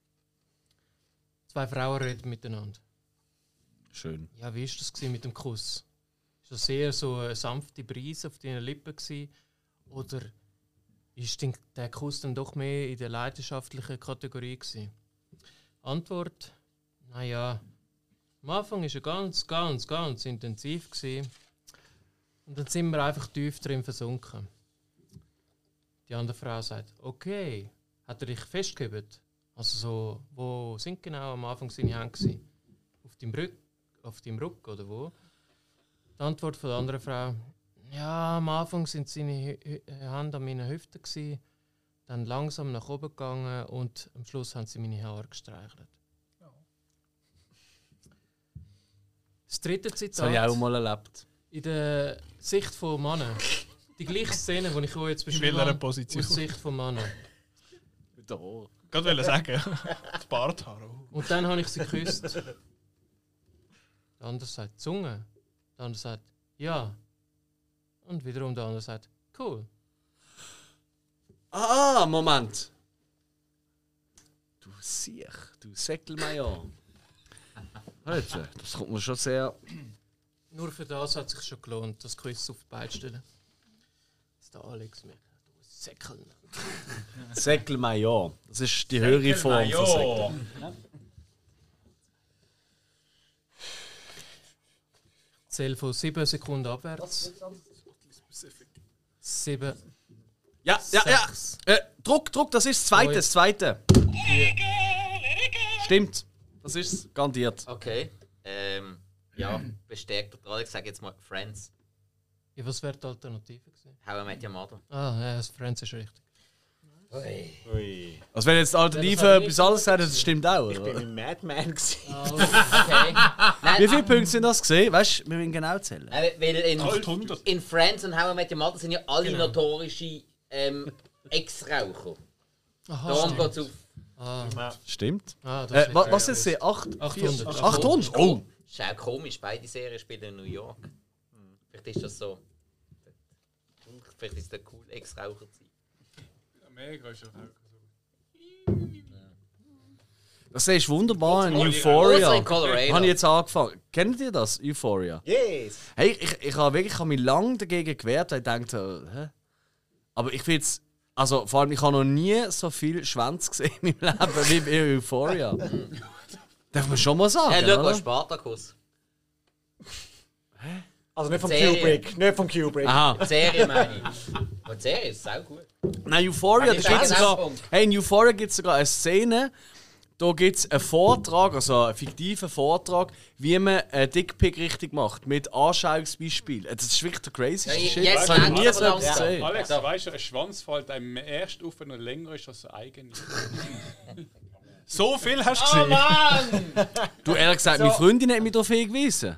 2 Frauen reden miteinander. Schön. Ja, wie war das mit dem Kuss? Ist das eher so eine sanfte Brise auf deinen Lippen gewesen? Oder ist der Kuss dann doch mehr in der leidenschaftlichen Kategorie gewesen? Antwort: Naja, am Anfang war er ganz intensiv gewesen. Und dann sind wir einfach tief drin versunken. Die andere Frau sagt: Okay, hat er dich festgehoben? Also so, wo sind genau am Anfang seine Hände gewesen? Auf deinem Rücken oder wo? Die Antwort von der anderen Frau: Ja, am Anfang sind seine Hände an meinen Hüften gewesen, dann langsam nach oben gegangen und am Schluss haben sie meine Haare gestreichelt. Das dritte Das habe ich auch Zitat. mal erlebt. In der Sicht von Männern. Die gleiche Szene, die ich euch jetzt beschrieben welcher habe, Position? aus Sicht von Männern. Mit den Haaren. Ich wollte sagen, das Barthaar. Und dann habe ich sie geküsst. Der andere sagt Zunge. Der andere sagt ja. Und wiederum der andere sagt cool. Ah, Moment. Du Siech, du Säckelmeier. Alter, das kommt mir schon sehr... Nur für das hat es sich schon gelohnt, das Quiz auf die Beine zu stellen. Dass der Alex mich du Säckeln. Säckelmeier. Das ist die höhere Form von Säckel. Zähl von 7 Sekunden abwärts. 7. Ja. Druck, das ist das zweite. Stimmt. Das ist garantiert. Okay. Ja, bestärkt der Alex, sag jetzt mal Friends. Ja, was wäre die Alternative gewesen? How I Met Your Mother. Ah, ja, das Friends ist richtig. Ui. Also wenn jetzt die Alternative Ja, das etwas anderes sagt, das stimmt auch, Ich bin oder? mit Madman gewesen. Okay. Nein, Wie viele Punkte sind das gesehen? Weißt du, wir müssen genau zählen. weil 800. in Friends und How I Met Your Mother sind ja alle Genau. notorische Ex-Raucher. Aha, Darum stimmt. geht es auf. Stimmt. Das ist Was ist es? 800? 800. Oh! Ist auch komisch, beide Serien spielen in New York. Vielleicht ist das so. Vielleicht ist der cool Ex-Raucher zu sein. Amerika ist ja auch Das ist wunderbar in Außer Euphoria. in Colorado. Habe ich jetzt angefangen. Kennt ihr das? Euphoria? Yes! Hey, ich habe mich lange dagegen gewehrt, weil ich dachte, hä? Aber ich finde es. Also vor allem, ich habe noch nie so viel Schwänze gesehen in meinem Leben wie bei Euphoria. Darf man schon mal sagen, Hey, schau mal, oder? Spartacus. Also nicht vom Serie. Kubrick. Nicht vom Kubrick. Aha. Die Serie meine ich. Aber die Serie ist auch gut. Nein, Euphoria, da Das ist gibt's auch sogar. ein Punkt. Hey, in Euphoria gibt es sogar eine Szene, da gibt es einen Vortrag, also einen fiktiven Vortrag, wie man einen Dickpick richtig macht, mit Anschauungsbeispielen. Das ist wirklich der crazy Ja, Shit. jetzt Das habe ich nie langsam so etwas langsam. gesehen. Alex, weißt du, ein Schwanz fällt einem erst auf, wenn er länger ist als der eigene. So viel hast du Oh gesehen? Mann! Du, ehrlich gesagt, meine Freundin hat mich darauf hingewiesen.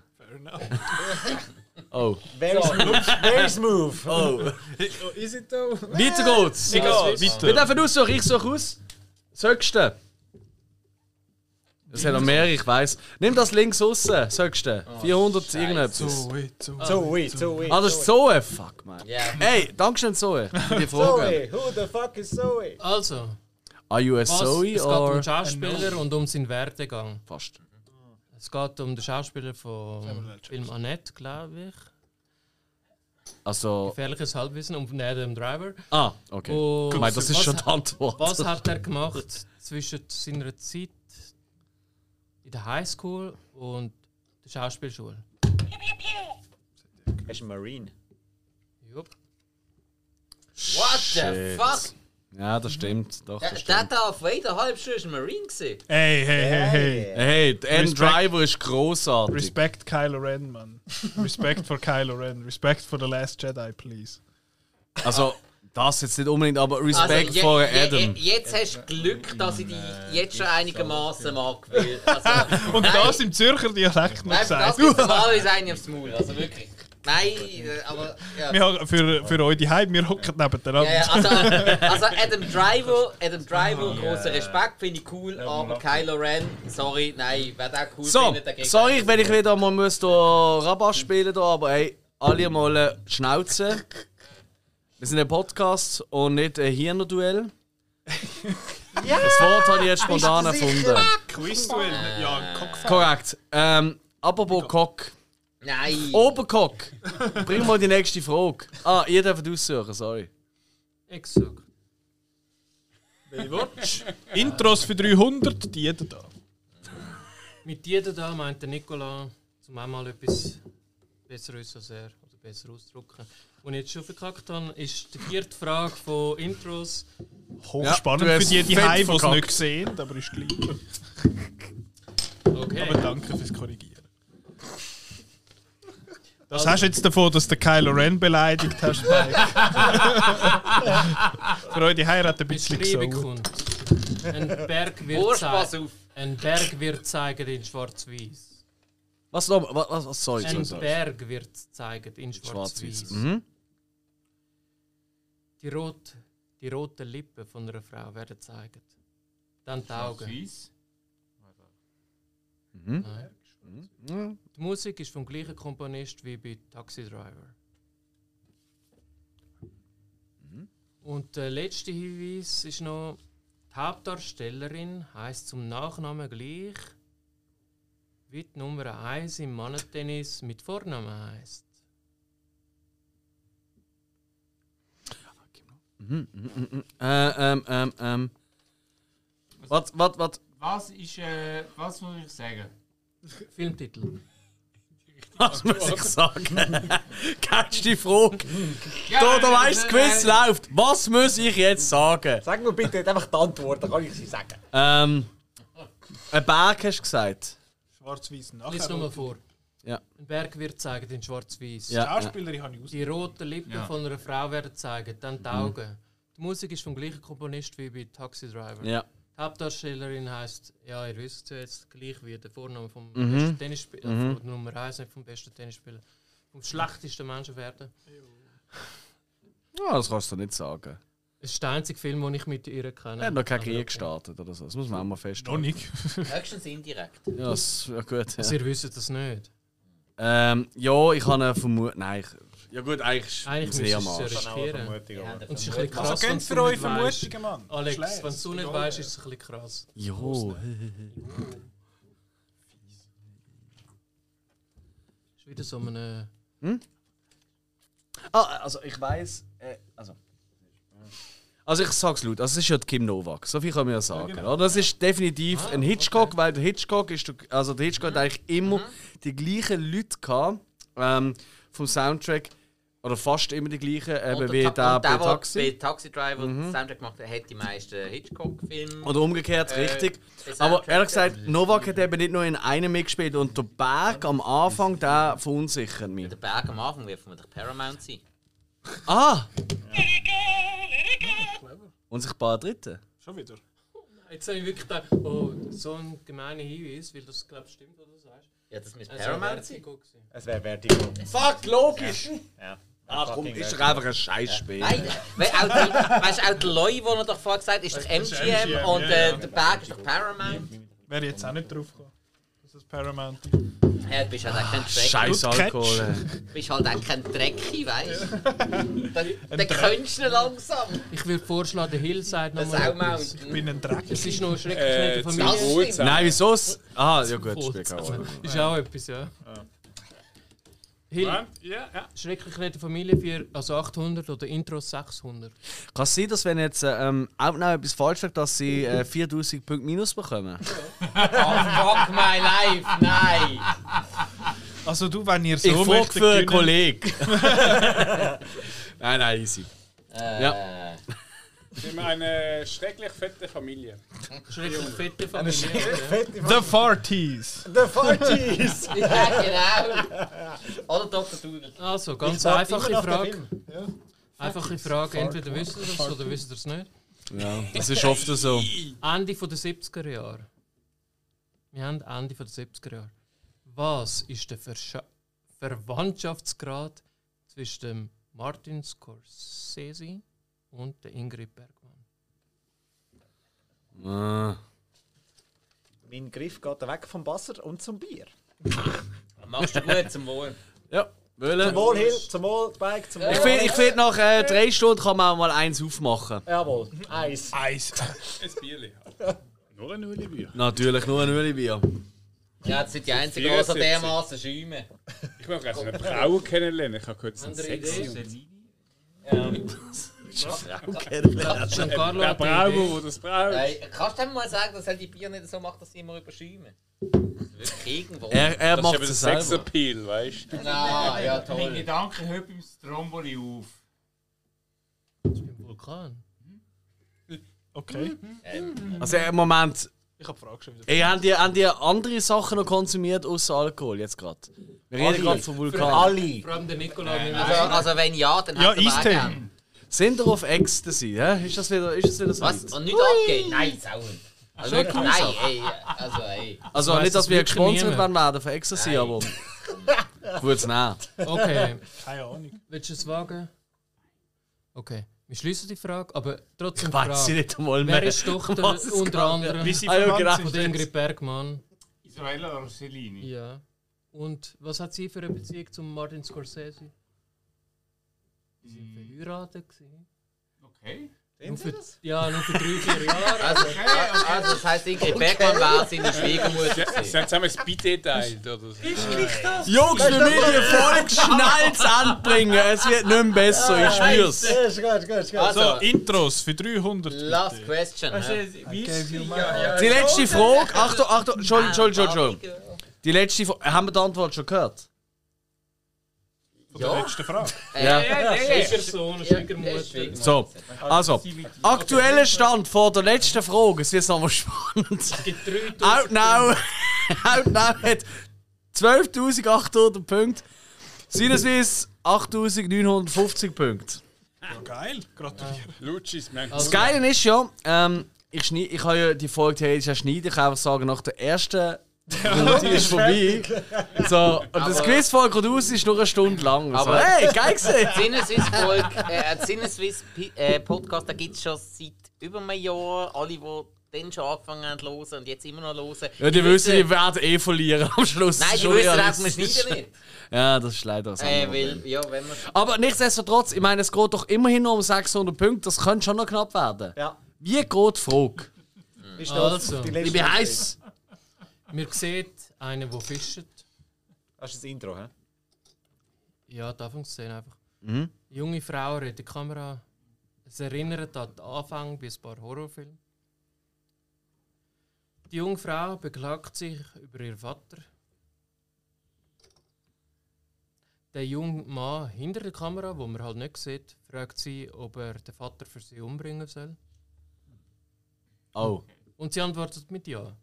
Oh. Very smooth. Oh. Is it though? Weiter geht's. Egal, Wir weiter. dürfen aussuchen, ich suche aus. Das höchste. Das hat noch mehr, ich weiss. Nimm das links raus, das höchste. 400 irgendetwas. Zoe. Ah, das ist Zoe. Fuck, man. Ja. Hey, dankeschön Zoe für die Frage. Zoe. Who the fuck is Zoe? Also, Are you a es Zoe geht um or... den Schauspieler und um seinen Werdegang. Fast. Es geht um den Schauspieler vom Film Annette, glaube ich. Also... Gefährliches Halbwissen, um Adam Driver. Ah, okay. Und Ich meine, das ist was schon die Antwort. Was hat er gemacht zwischen seiner Zeit in der Highschool und der Schauspielschule? Er ist ein Marine. Jupp. What the fuck? Ja, das stimmt. Doch, das Der stimmt. Darth Vader halb Stunde ist ein Marine gewesen. Hey. Hey, der Adam Respekt. Driver ist grossartig. Respect Kylo Ren, Mann. Respect for Kylo Ren. Respect for the Last Jedi, please. Also, das jetzt nicht unbedingt, aber Also, Respekt vor Adam. jetzt hast du Glück, dass ich dich jetzt schon einigermaßen mag. Weil, also, Und nein, das im Zürcher Dialekt noch nein, für das gesagt. gibt normalerweise einen aufs Maul. Also wirklich. Nein, aber. Ja. Wir haben für euch die Heim, wir hocken nebeneinander. Ja, also Adam Driver, großer Respekt, finde ich cool, aber Kylo Ren, sorry, nein, wer das cool So, findet, dagegen. sorry, wenn ich wieder mal muss Rabatt spielen da, aber hey, alle mal Schnauze. Wir sind ein Podcast und nicht ein Hirnduell. Das Wort habe ich jetzt spontan erfunden. Quizduell. Ja, Kopf. Korrekt. Apropos Cock. Nein! Obercock. Bring mal die nächste Frage. Ah, ihr dürft aussuchen, sorry. Exakt. Intros für 300, die jeder da. Mit jedem da meint der Nicola, zum einmal etwas Besseres als er, oder besser ausdrücken. Und jetzt schon verkackt habe, ist die vierte Frage von Intros. Hochspannend Ja, du für die hast Heim, die fett es verkackt. nicht sehen, aber ist gleich. Okay. Aber danke fürs Korrigieren. Das hast du jetzt davon, dass du Kylo Ren beleidigt hast, Mike. Für euch die Heim hat ein bisschen Beschreibung gesaut. kommt. Ein Berg wird Wurst, pass zeigen. auf! Ein Berg wird zeigen in schwarz-weiß. Was noch? Was soll Ein ich sagen? Berg wird gezeigt in Schwarz-Weiß. Mhm. Die roten Lippen von einer Frau werden gezeigt. Dann die Augen. Schwarz-Weiß. Mhm. Nein. Mhm. Die Musik ist vom gleichen Komponist wie bei Taxi Driver. Und der letzte Hinweis ist noch, die Hauptdarstellerin heisst zum Nachnamen gleich, wie die Nummer 1 im Mannentennis mit Vornamen heisst. Was? Was muss ich sagen? Filmtitel. Was muss ich sagen? Kennst du die Frage? Du weißt, das Quiz läuft. Was muss ich jetzt sagen? Sag mir bitte einfach die Antwort, dann kann ich sie sagen. Ein Berg hast du gesagt. Schwarz-Weiß. Lies nochmal vor. Ja. Ein Berg wird gezeigt in Schwarz-Weiß. Ja. Schauspielerin habe ich Die roten Lippen von einer Frau werden gezeigt, dann die Augen. Die Musik ist vom gleichen Komponist wie bei Taxi Driver. Ja. Die Hauptdarstellerin heisst, ja, ihr wisst es jetzt, gleich wie der Vorname vom besten Tennisspieler, von Nummer 1, nicht vom besten Tennisspieler, vom schlechtesten Menschen werden. Ja, das kannst du nicht sagen. Es ist der einzige Film, den ich mit ihr kenne. Er hat noch keinen Krieg gestartet oder so. Das muss man auch mal feststellen. noch nicht. Höchstens indirekt. Ja, ja gut. Also Ja, ihr wisst das nicht. ja ich habe vermutet. Nein, ja gut, eigentlich Eigentlich sehr müsstest du es Marsch. riskieren. Wir haben Und es ist ein bisschen Vermutung. krass, Was wenn gehen du für euch nicht weisst. Vermutungen, Mann? Alex, Schlägst. wenn du nicht weißt, ist es ein bisschen krass. Jo. Ist wieder so eine... Also ich weiß. Also ich sag's laut, also es ist ja die Kim Novak, so viel kann man ja sagen. Oder? Das ist definitiv ein Hitchcock, weil der Hitchcock hat eigentlich immer die gleichen Leute gehabt, vom Soundtrack, oder fast immer die gleichen, eben wie der bei Taxi. Bei Taxi Driver den Soundtrack gemacht hat, hat die meisten Hitchcock-Filme. Oder umgekehrt, richtig. der Aber Soundtrack- ehrlich gesagt, Novak hat eben nicht nur in einem mitgespielt und der Berg am Anfang, der verunsichert mich. Der Berg am Anfang wird vermutlich Paramount sein. Ah! Unsichtbarer Dritte. Schon wieder. Jetzt habe ich wirklich gedacht, oh, so ein gemeiner Hinweis, weil das, glaube ich, stimmt, was du sagst. Ja, das müsste Also, Paramount sein. Vertigo gewesen. Es wäre Vertigo. Fuck, logisch! Ja. Ah, komm, ist doch einfach ein Scheißspiel. Nein, weil auch der Loi, den er doch vorher gesagt hat, ist doch MGM und der Berg ist doch Paramount. Wäre jetzt auch nicht drauf gekommen, dass es Paramount ist. Ja, du bist halt auch kein Dreck. Scheiß Alkohol. Du bist halt auch kein Drecki, weißt du? Dann könntest du ihn langsam. Ich würde vorschlagen, der Hillside Das nochmal. auch Mountain. Ich bin ein Dreck. Es ist noch schrecklich nette Familie. Das Nein, wieso? Ah, ja gut, spielt keine Rolle. Ist auch etwas, ja. Hill, Ja. schrecklich nette Familie für also 800 oder Intro 600. Kann es sein, dass wenn jetzt Outnow etwas falsch sagt, dass sie 4000 Punkte minus bekommen? Oh, fuck my life, nein! Also du, wenn ihr so Ich frage möchtet für einen gewinnen- Kollegen. Nein, easy. Ja. Wir sind eine schrecklich fette Familie. Schrecklich fette Familie. The Farties. The Farties! Ja, genau! Oder Dr. Doodle. Also, ganz Ich warte einfache immer auf den Frage. Film. Ja. Einfache Frage, entweder wisst ihr das oder wisst ihr es nicht. Ja, das ist oft so. Ende der 70er Jahre. Wir haben Ende der 70er Jahre. Was ist der Verwandtschaftsgrad zwischen dem Martin Scorsese und der Ingrid Bergman? Mein Griff geht weg vom Wasser und zum Bier. Machst du gut zum Wohl. Ja, wollen. Zum Wohl, Hill, zum Wohl, Bike, zum Wohl. Ich finde, nach 3 Stunden kann man auch mal eins aufmachen. Jawohl, Eis. Eis. Ein Bierli. Nur ein Ueli-Bier. Natürlich, nur ein Ölibier. Ja, das sind die einzigen, die so dermaßen schäumen. Ich möchte also eine Frau kennenlernen. Ich habe gehört, sie sind Andere sexy. Idee? Giancarlo Der hat die Brauer, Idee. der das braucht. Kannst du dem mal sagen, dass er die Bier nicht so macht, dass sie immer überschäumen? Wirklich irgendwo. Er Das macht ist eben es der selber. Sexappeal, weißt du? Ah, ja, Mein toll. Gedanke hört beim Stromboli auf. Das ist beim Vulkan. Okay. Also im Moment, Ich habe die Frage schon wieder. ey, haben die andere Sachen noch konsumiert außer Alkohol jetzt gerade? Wir reden gerade von Vulkan. Alle. Vor allem der Nikola. Also wenn ja, dann Ja, hat er Eistee. gern. Sind ihr auf Ecstasy? Hä? Ist das wieder so? Was? Und nicht abgehen? Nein, sauer. Also, nein, ey, Also weiss nicht, dass das wir wirklich gesponsert niemand. werden von Ecstasy, aber ich würde es nehmen. Okay, Keine Ahnung. willst du es wagen? Okay, wir schließen die Frage, aber trotzdem Ich weiß sie Frage. nicht einmal mehr. Wer ist Tochter was es unter geht. anderem Wie sie Ah, ja, verwandt genau. sind. von der Ingrid Bergmann? Israela Rossellini. Ja. Und was hat sie für eine Beziehung zum Martin Scorsese? Sie sind verheiratet gewesen. Okay. Nur für 3-4 Jahre. also das heisst, Ingrid Bergmann war seine Schwiegermutter. Sie gewesen. haben zusammen ein Bitte geteilt, oder so. Jungs, wir müssen die Folge schnell zu Ende bringen. Es wird nicht mehr besser, ich schwör's. Gut. So, Also, Intros für 300. last question. Die letzte Frage. Achtung, Entschuldigung. Die letzte Frage. Haben wir die Antwort schon gehört? Von der letzten Frage. Schwiegersohn, Schwiegermutter. So, also, aktueller Stand vor der letzten Frage. Es wird nochmal spannend. Es gibt 3000 Outnow hat 12.800 Punkte. Sinneswiss 8.950 Punkte. Ja, geil. Gratuliere. Lutschis, merkt Das Geile ist ja, ich habe ja die Folge theoretisch ja schneiden. Ich kann einfach sagen, nach der ersten Runde ist vorbei. So, und das Quizfolge kommt raus, ist nur eine Stunde lang. Aber- So, hey, geil gesehen! Sinneswiss-Podcast, da gibt es schon seit über einem Jahr. Alle, die dann schon angefangen haben zu hören und jetzt immer noch hören. Ja, die wissen, die werden eh verlieren am Schluss. Nein, Das ist die schon wissen auch, wir realistisch. schneiden nicht. Ja, das ist leider so. Weil, ja, wenn wir... Aber nichtsdestotrotz, ich meine, es geht doch immerhin noch um 600 Punkte. Das könnte schon noch knapp werden. Ja. Wie geht die Frage? Wie steht's Also, auf die letzte Ich bin heiß. Man sieht einen, der fischt. Hast du das Intro, hä? Ja, die Anfangsszene einfach. Eine junge Frau redet in die Kamera. Es erinnert an den Anfang bei ein paar Horrorfilmen. Die junge Frau beklagt sich über ihren Vater. Der junge Mann hinter der Kamera, wo man halt nicht sieht, fragt sie, ob er den Vater für sie umbringen soll. Oh. Und sie antwortet mit Ja.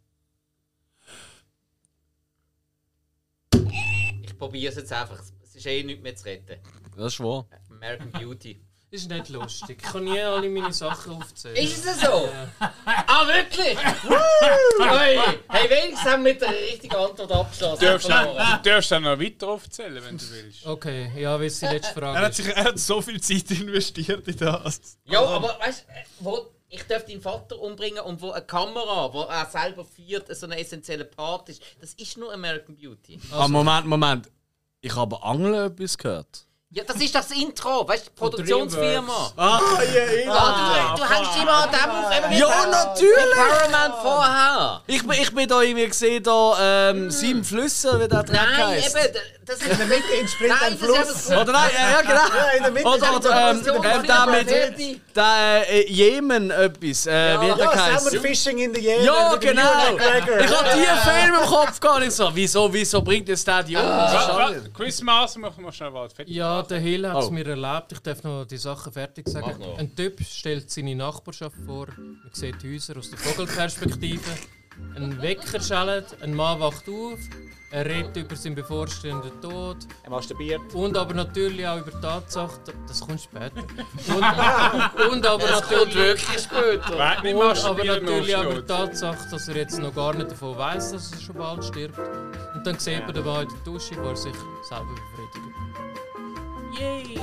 Ich probiere es jetzt einfach. Es ist eh nichts mehr zu retten. Das ist wahr. American Beauty. Das ist nicht lustig. Ich kann nie alle meine Sachen aufzählen. Ist es so? Ah, wirklich? Ui. Hey, wenigstens haben wir mit der richtigen Antwort abgeschlossen. Du darfst dann noch weiter aufzählen, wenn du willst. Okay, ja, wie ist die letzte Frage? Er hat so viel Zeit investiert in das. Ja, aber weißt du, ich darf deinen Vater umbringen und wo eine Kamera, wo er selber führt, so ein essentieller Part ist, das ist nur American Beauty. Ah, Moment. Ich habe Angeln etwas gehört. Ja, das ist das Intro, weißt du, die Produktionsfirma. Ah, Ja, du hängst immer an dem auf. Eben Ja, mit natürlich! Paramount vorher. Ich bin da irgendwie gesehen, da 7 Flüsse, wie der Track Nein, heisst. eben, das ist... In der Mitte entspringt ein Fluss. Oder nein, ja genau. Ja, in der Mitte Oder der mit der Jemen etwas. Wie hat der Ja, geheißen? Salmon Fishing in the Yemen. Ja, mit dem genau! Ewan McGregor. Ich habe die Film im Kopf gar nicht so. Wieso bringt jetzt der die um? Quizmaster machen wir schnell was fertig. Ja, der Hill hat es Oh. mir erlaubt. Ich darf noch die Sachen fertig sagen. Mach noch. Ein Typ stellt seine Nachbarschaft vor. Man sieht die Häuser aus der Vogelperspektive. Ein Wecker schellt, ein Mann wacht auf. Er redet über seinen bevorstehenden Tod. Er masturbiert. Und aber natürlich auch über die Tatsache, das kommt später. Und aber natürlich, Wirklich später. Warte, nicht und aber masturbieren, natürlich auch über Lust, die Tatsache, dass er jetzt noch gar nicht davon weiss, dass er schon bald stirbt. Und dann sieht man den Mann in der Dusche, wo er sich selber befriedigt. Yay!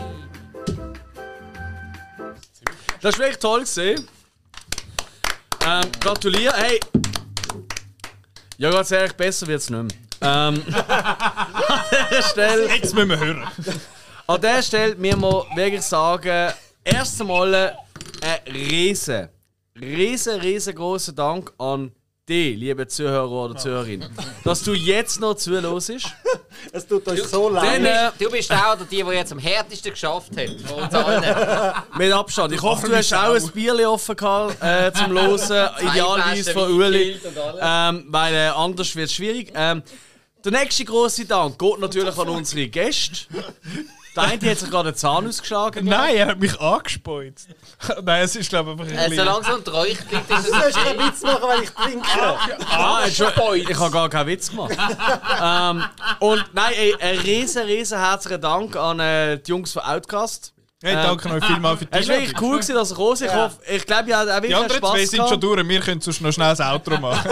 Das war wirklich toll gesehen. Gratuliere. Hey! Ja, ganz ehrlich, besser wird es nicht mehr. An dieser Stelle. Jetzt müssen wir hören. An dieser Stelle müssen wir wirklich sagen, erst einmal ein riesengroßen Dank an dich, liebe Zuhörer oder Zuhörerin, dass du jetzt noch zuhörst. Es tut euch so leid. Dann, Du bist auch der, der jetzt am härtesten geschafft hat von uns allen. mit Abstand. Ich hoffe, du hast auch ein Bierchen offen gehabt, zum Hören. Idealerweise von Uli. Weil anders wird es schwierig. Der nächste grosse Dank geht natürlich an unsere Gäste. Der eine hat sich gerade den Zahn ausgeschlagen. Nein, er hat mich angespeuzt. Nein, es ist glaube ich einfach ein bisschen... Solange so ein Treucht gibt, ist Du es sollst keinen okay. Witz machen, weil ich trinke. Ich habe gar keinen Witz gemacht. Und nein, ein riesen herzlichen Dank an die Jungs von Outcast. Hey, danke euch vielmals für die Es war wirklich cool, dass ihr gekommen seid. Ich glaube, ihr habt auch Die wirklich anderen Spaß zwei sind schon durch. Wir können sonst noch schnell das Outro machen.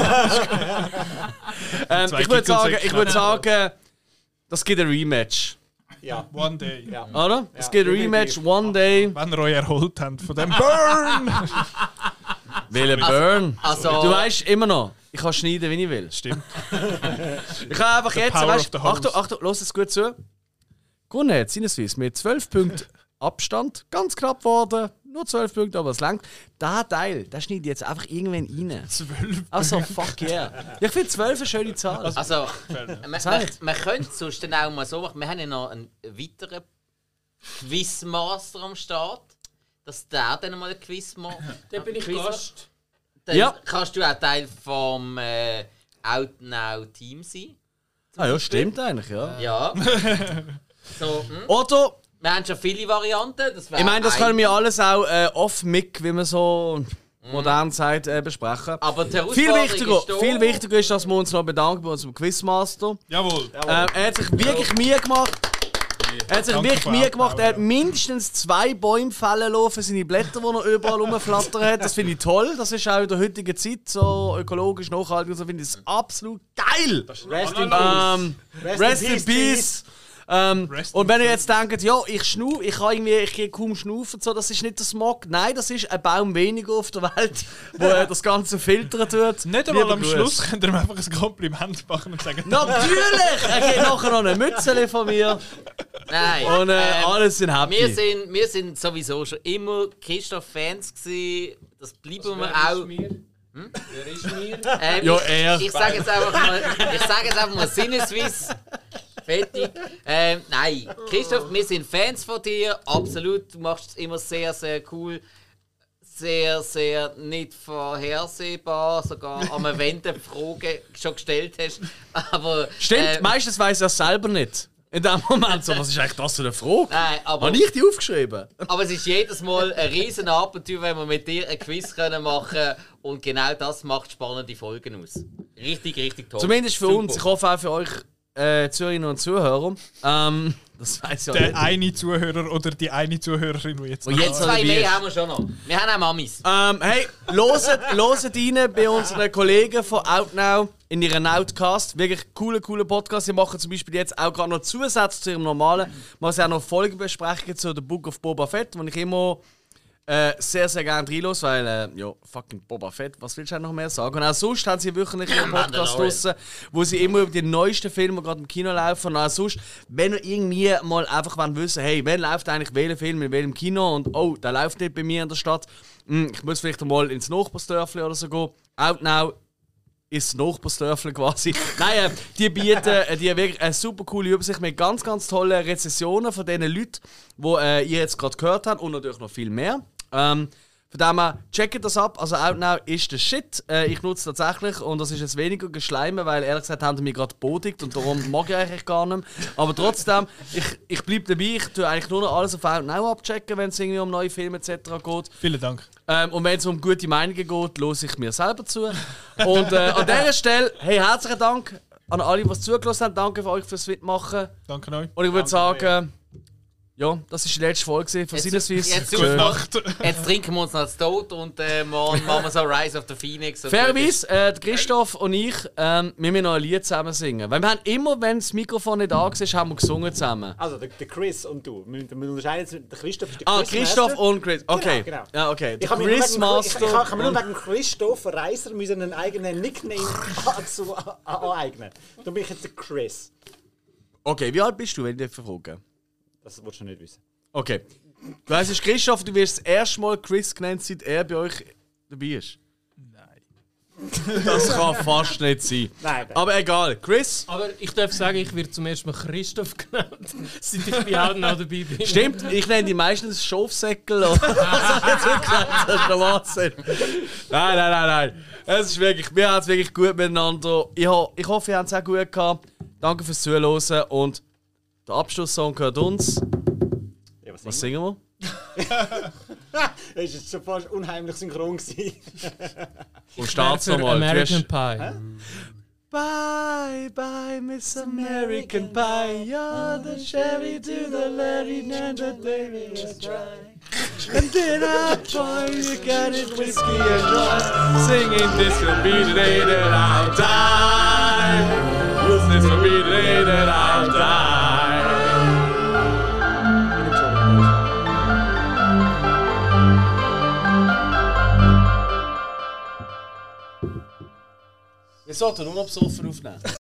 Ich würde sagen, das gibt ein Rematch. Ja. One day. Ja. Oder? Es gibt ein Rematch, one day. Wenn ihr euch erholt habt von dem Burn! Welcher Burn? Also, Du weißt immer noch, ich kann schneiden, wie ich will. Stimmt. Ich kann einfach jetzt, power weißt, of the hose. Achtung, los es gut zu. Gewonnen hat Sinneswiss mit 12 Punkten Abstand. Ganz knapp geworden. Nur 12 Punkte, aber es langt. Der Teil, der schneidet jetzt einfach irgendwann rein. 12. Also, fuck yeah. Ich finde 12 eine schöne Zahl. also Zeit. man könnte es sonst dann auch mal so machen. Wir haben ja noch einen weiteren Quizmaster am Start. Dass der dann mal ein Quiz macht. Dann bin ich Gast. Dann Ja. kannst du auch Teil vom Out-Now-Team sein. Ah ja, stimmt eigentlich, ja. Ja. So, Oder, wir haben schon viele Varianten. Das ich meine, das können wir alles auch off-mic, wie man so modern sagt, besprechen. Aber die Viel Herausforderung ist da. wichtiger ist, dass wir uns noch bedanken bei unserem Quizmaster. Jawohl. Er hat sich wirklich Mühe gemacht. Er hat sich Danke wirklich für Mühe Outnow, gemacht. Er hat ja. mindestens 2 Bäume fallen lassen für seine Blätter, die er überall rumflattern hat. Das finde ich toll. Das ist auch in der heutigen Zeit so ökologisch nachhaltig und so finde ich das absolut geil. Rest in peace. Rest in peace. Und wenn ihr jetzt denkt, ja, ich gehe kaum schnaufen, so, das ist nicht der Smog. Nein, das ist ein Baum weniger auf der Welt, wo das Ganze filtern tut. Nicht einmal Lieber am Gruß. Schluss könnt ihr ihm einfach ein Kompliment machen und sagen, Natürlich! Er gibt nachher noch eine Mütze von mir. Nein. Und alles sind happy. Wir sind sowieso schon immer Christoph-Fans gewesen. Das bleiben wir auch. Wer ist mir? Ja, er. Ich sage jetzt einfach mal Sinneswiss. Fertig. Nein, Christoph, wir sind Fans von dir. Absolut. Du machst es immer sehr, sehr cool. Sehr, sehr nicht vorhersehbar. Sogar am Event eine Frage schon gestellt hast. Aber, Stimmt, meistens weiss er selber nicht. In dem Moment so, was ist eigentlich das für eine Frage? Nein, aber, Habe ich die aufgeschrieben? aber es ist jedes Mal ein riesen Abenteuer, wenn wir mit dir ein Quiz machen können. Und genau das macht spannende Folgen aus. Richtig, richtig toll. Zumindest für Super. uns. Ich hoffe auch für euch Zuhörerinnen und Zuhörer. Das weiss ja der nicht. eine Zuhörer oder die eine Zuhörerin, die jetzt Und jetzt Zwei dabei mehr ist. haben wir schon noch. Wir haben auch Mamis. Hey, loset rein bei unseren Kollegen von Outnow in ihren Outcast. Wirklich cooler Podcast. Sie machen zum Beispiel jetzt auch gerade noch Zusatz zu ihrem normalen. Machen sie auch noch Folgenbesprechungen zu The Book of Boba Fett, wo ich immer sehr, sehr gerne reinlasse, weil, ja, fucking Boba Fett, was willst du noch mehr sagen? Und auch sonst haben sie wöchentlich einen Podcast draussen, wo sie immer über die neuesten Filme, die gerade im Kino laufen, und auch sonst, wenn ihr irgendwie mal einfach wissen wollt, hey, wann läuft eigentlich welcher Film in welchem Kino und oh, der läuft nicht bei mir in der Stadt, ich muss vielleicht mal ins Nachbarsdörfli oder so gehen. Outnow ist das Nachbarsdörfli quasi. Nein, die bieten die wirklich eine super coole Übersicht mit ganz, ganz tollen Rezensionen von den Leuten, die ihr jetzt gerade gehört habt und natürlich noch viel mehr. Von dem her, checkt das ab. Also Outnow ist der Shit. Ich nutze es tatsächlich und das ist jetzt weniger geschleimen, weil ehrlich gesagt haben die mich gerade bodigt und darum mag ich eigentlich gar nicht mehr. Aber trotzdem, ich bleibe dabei. Ich tue eigentlich nur noch alles auf Outnow abchecken, wenn es irgendwie um neue Filme etc. geht. Vielen Dank. Und wenn es um gute Meinungen geht, höre ich mir selber zu. Und an dieser Stelle, hey, herzlichen Dank an alle, die zugelassen haben. Danke für euch fürs Mitmachen. Danke euch. Und ich würde sagen, ja, das war die letzte Folge von Sinneswiss. Jetzt trinken wir uns noch das Tod und morgen machen wir so Rise of the Phoenix. Fairerweise, der Christoph und ich, wir müssen noch ein Lied zusammen singen. Weil wir haben immer, wenn das Mikrofon nicht an ist, haben wir gesungen zusammen. Also, der Chris und du. Wir unterscheiden, der Christoph ist der Christoph Quizmaster. und Chris. Okay. Genau. Ja, okay. Ich Der habe mir Quizmaster. nur wegen Christoph Reiser müssen einen eigenen Nickname aneignen. Dann bin ich jetzt der Chris. Okay, wie alt bist du, wenn ich dich frage? Das willst du nicht wissen. Okay. Du heisst Christoph, du wirst das erste Mal Chris genannt, seit er bei euch dabei ist. Nein. Das kann fast nicht sein. Nein. Aber egal. Chris? Aber ich darf sagen, ich werde zum ersten Mal Christoph genannt, seit ich bei Outnow dabei bin. Stimmt, ich nenne die meistens Schafsäckel. Das ist der Wahnsinn. Nein. Es ist wirklich, wir haben es wirklich gut miteinander. Ich hoffe, ihr habt es auch gut gehabt. Danke fürs Zuhören und der Abschlusssong gehört uns. Ja, Was singen wir? Das war jetzt schon fast unheimlich synchron gewesen. Und start's Für nochmal. American Pie. Bye, bye, Miss American Pie. You're the Chevy to the Larry and the Davy is dry. And then I pour you got it whiskey and rye. Singing this will be the day that I'll die. This will be the day that I'll die. Wir sollten nur noch besoffen aufnehmen.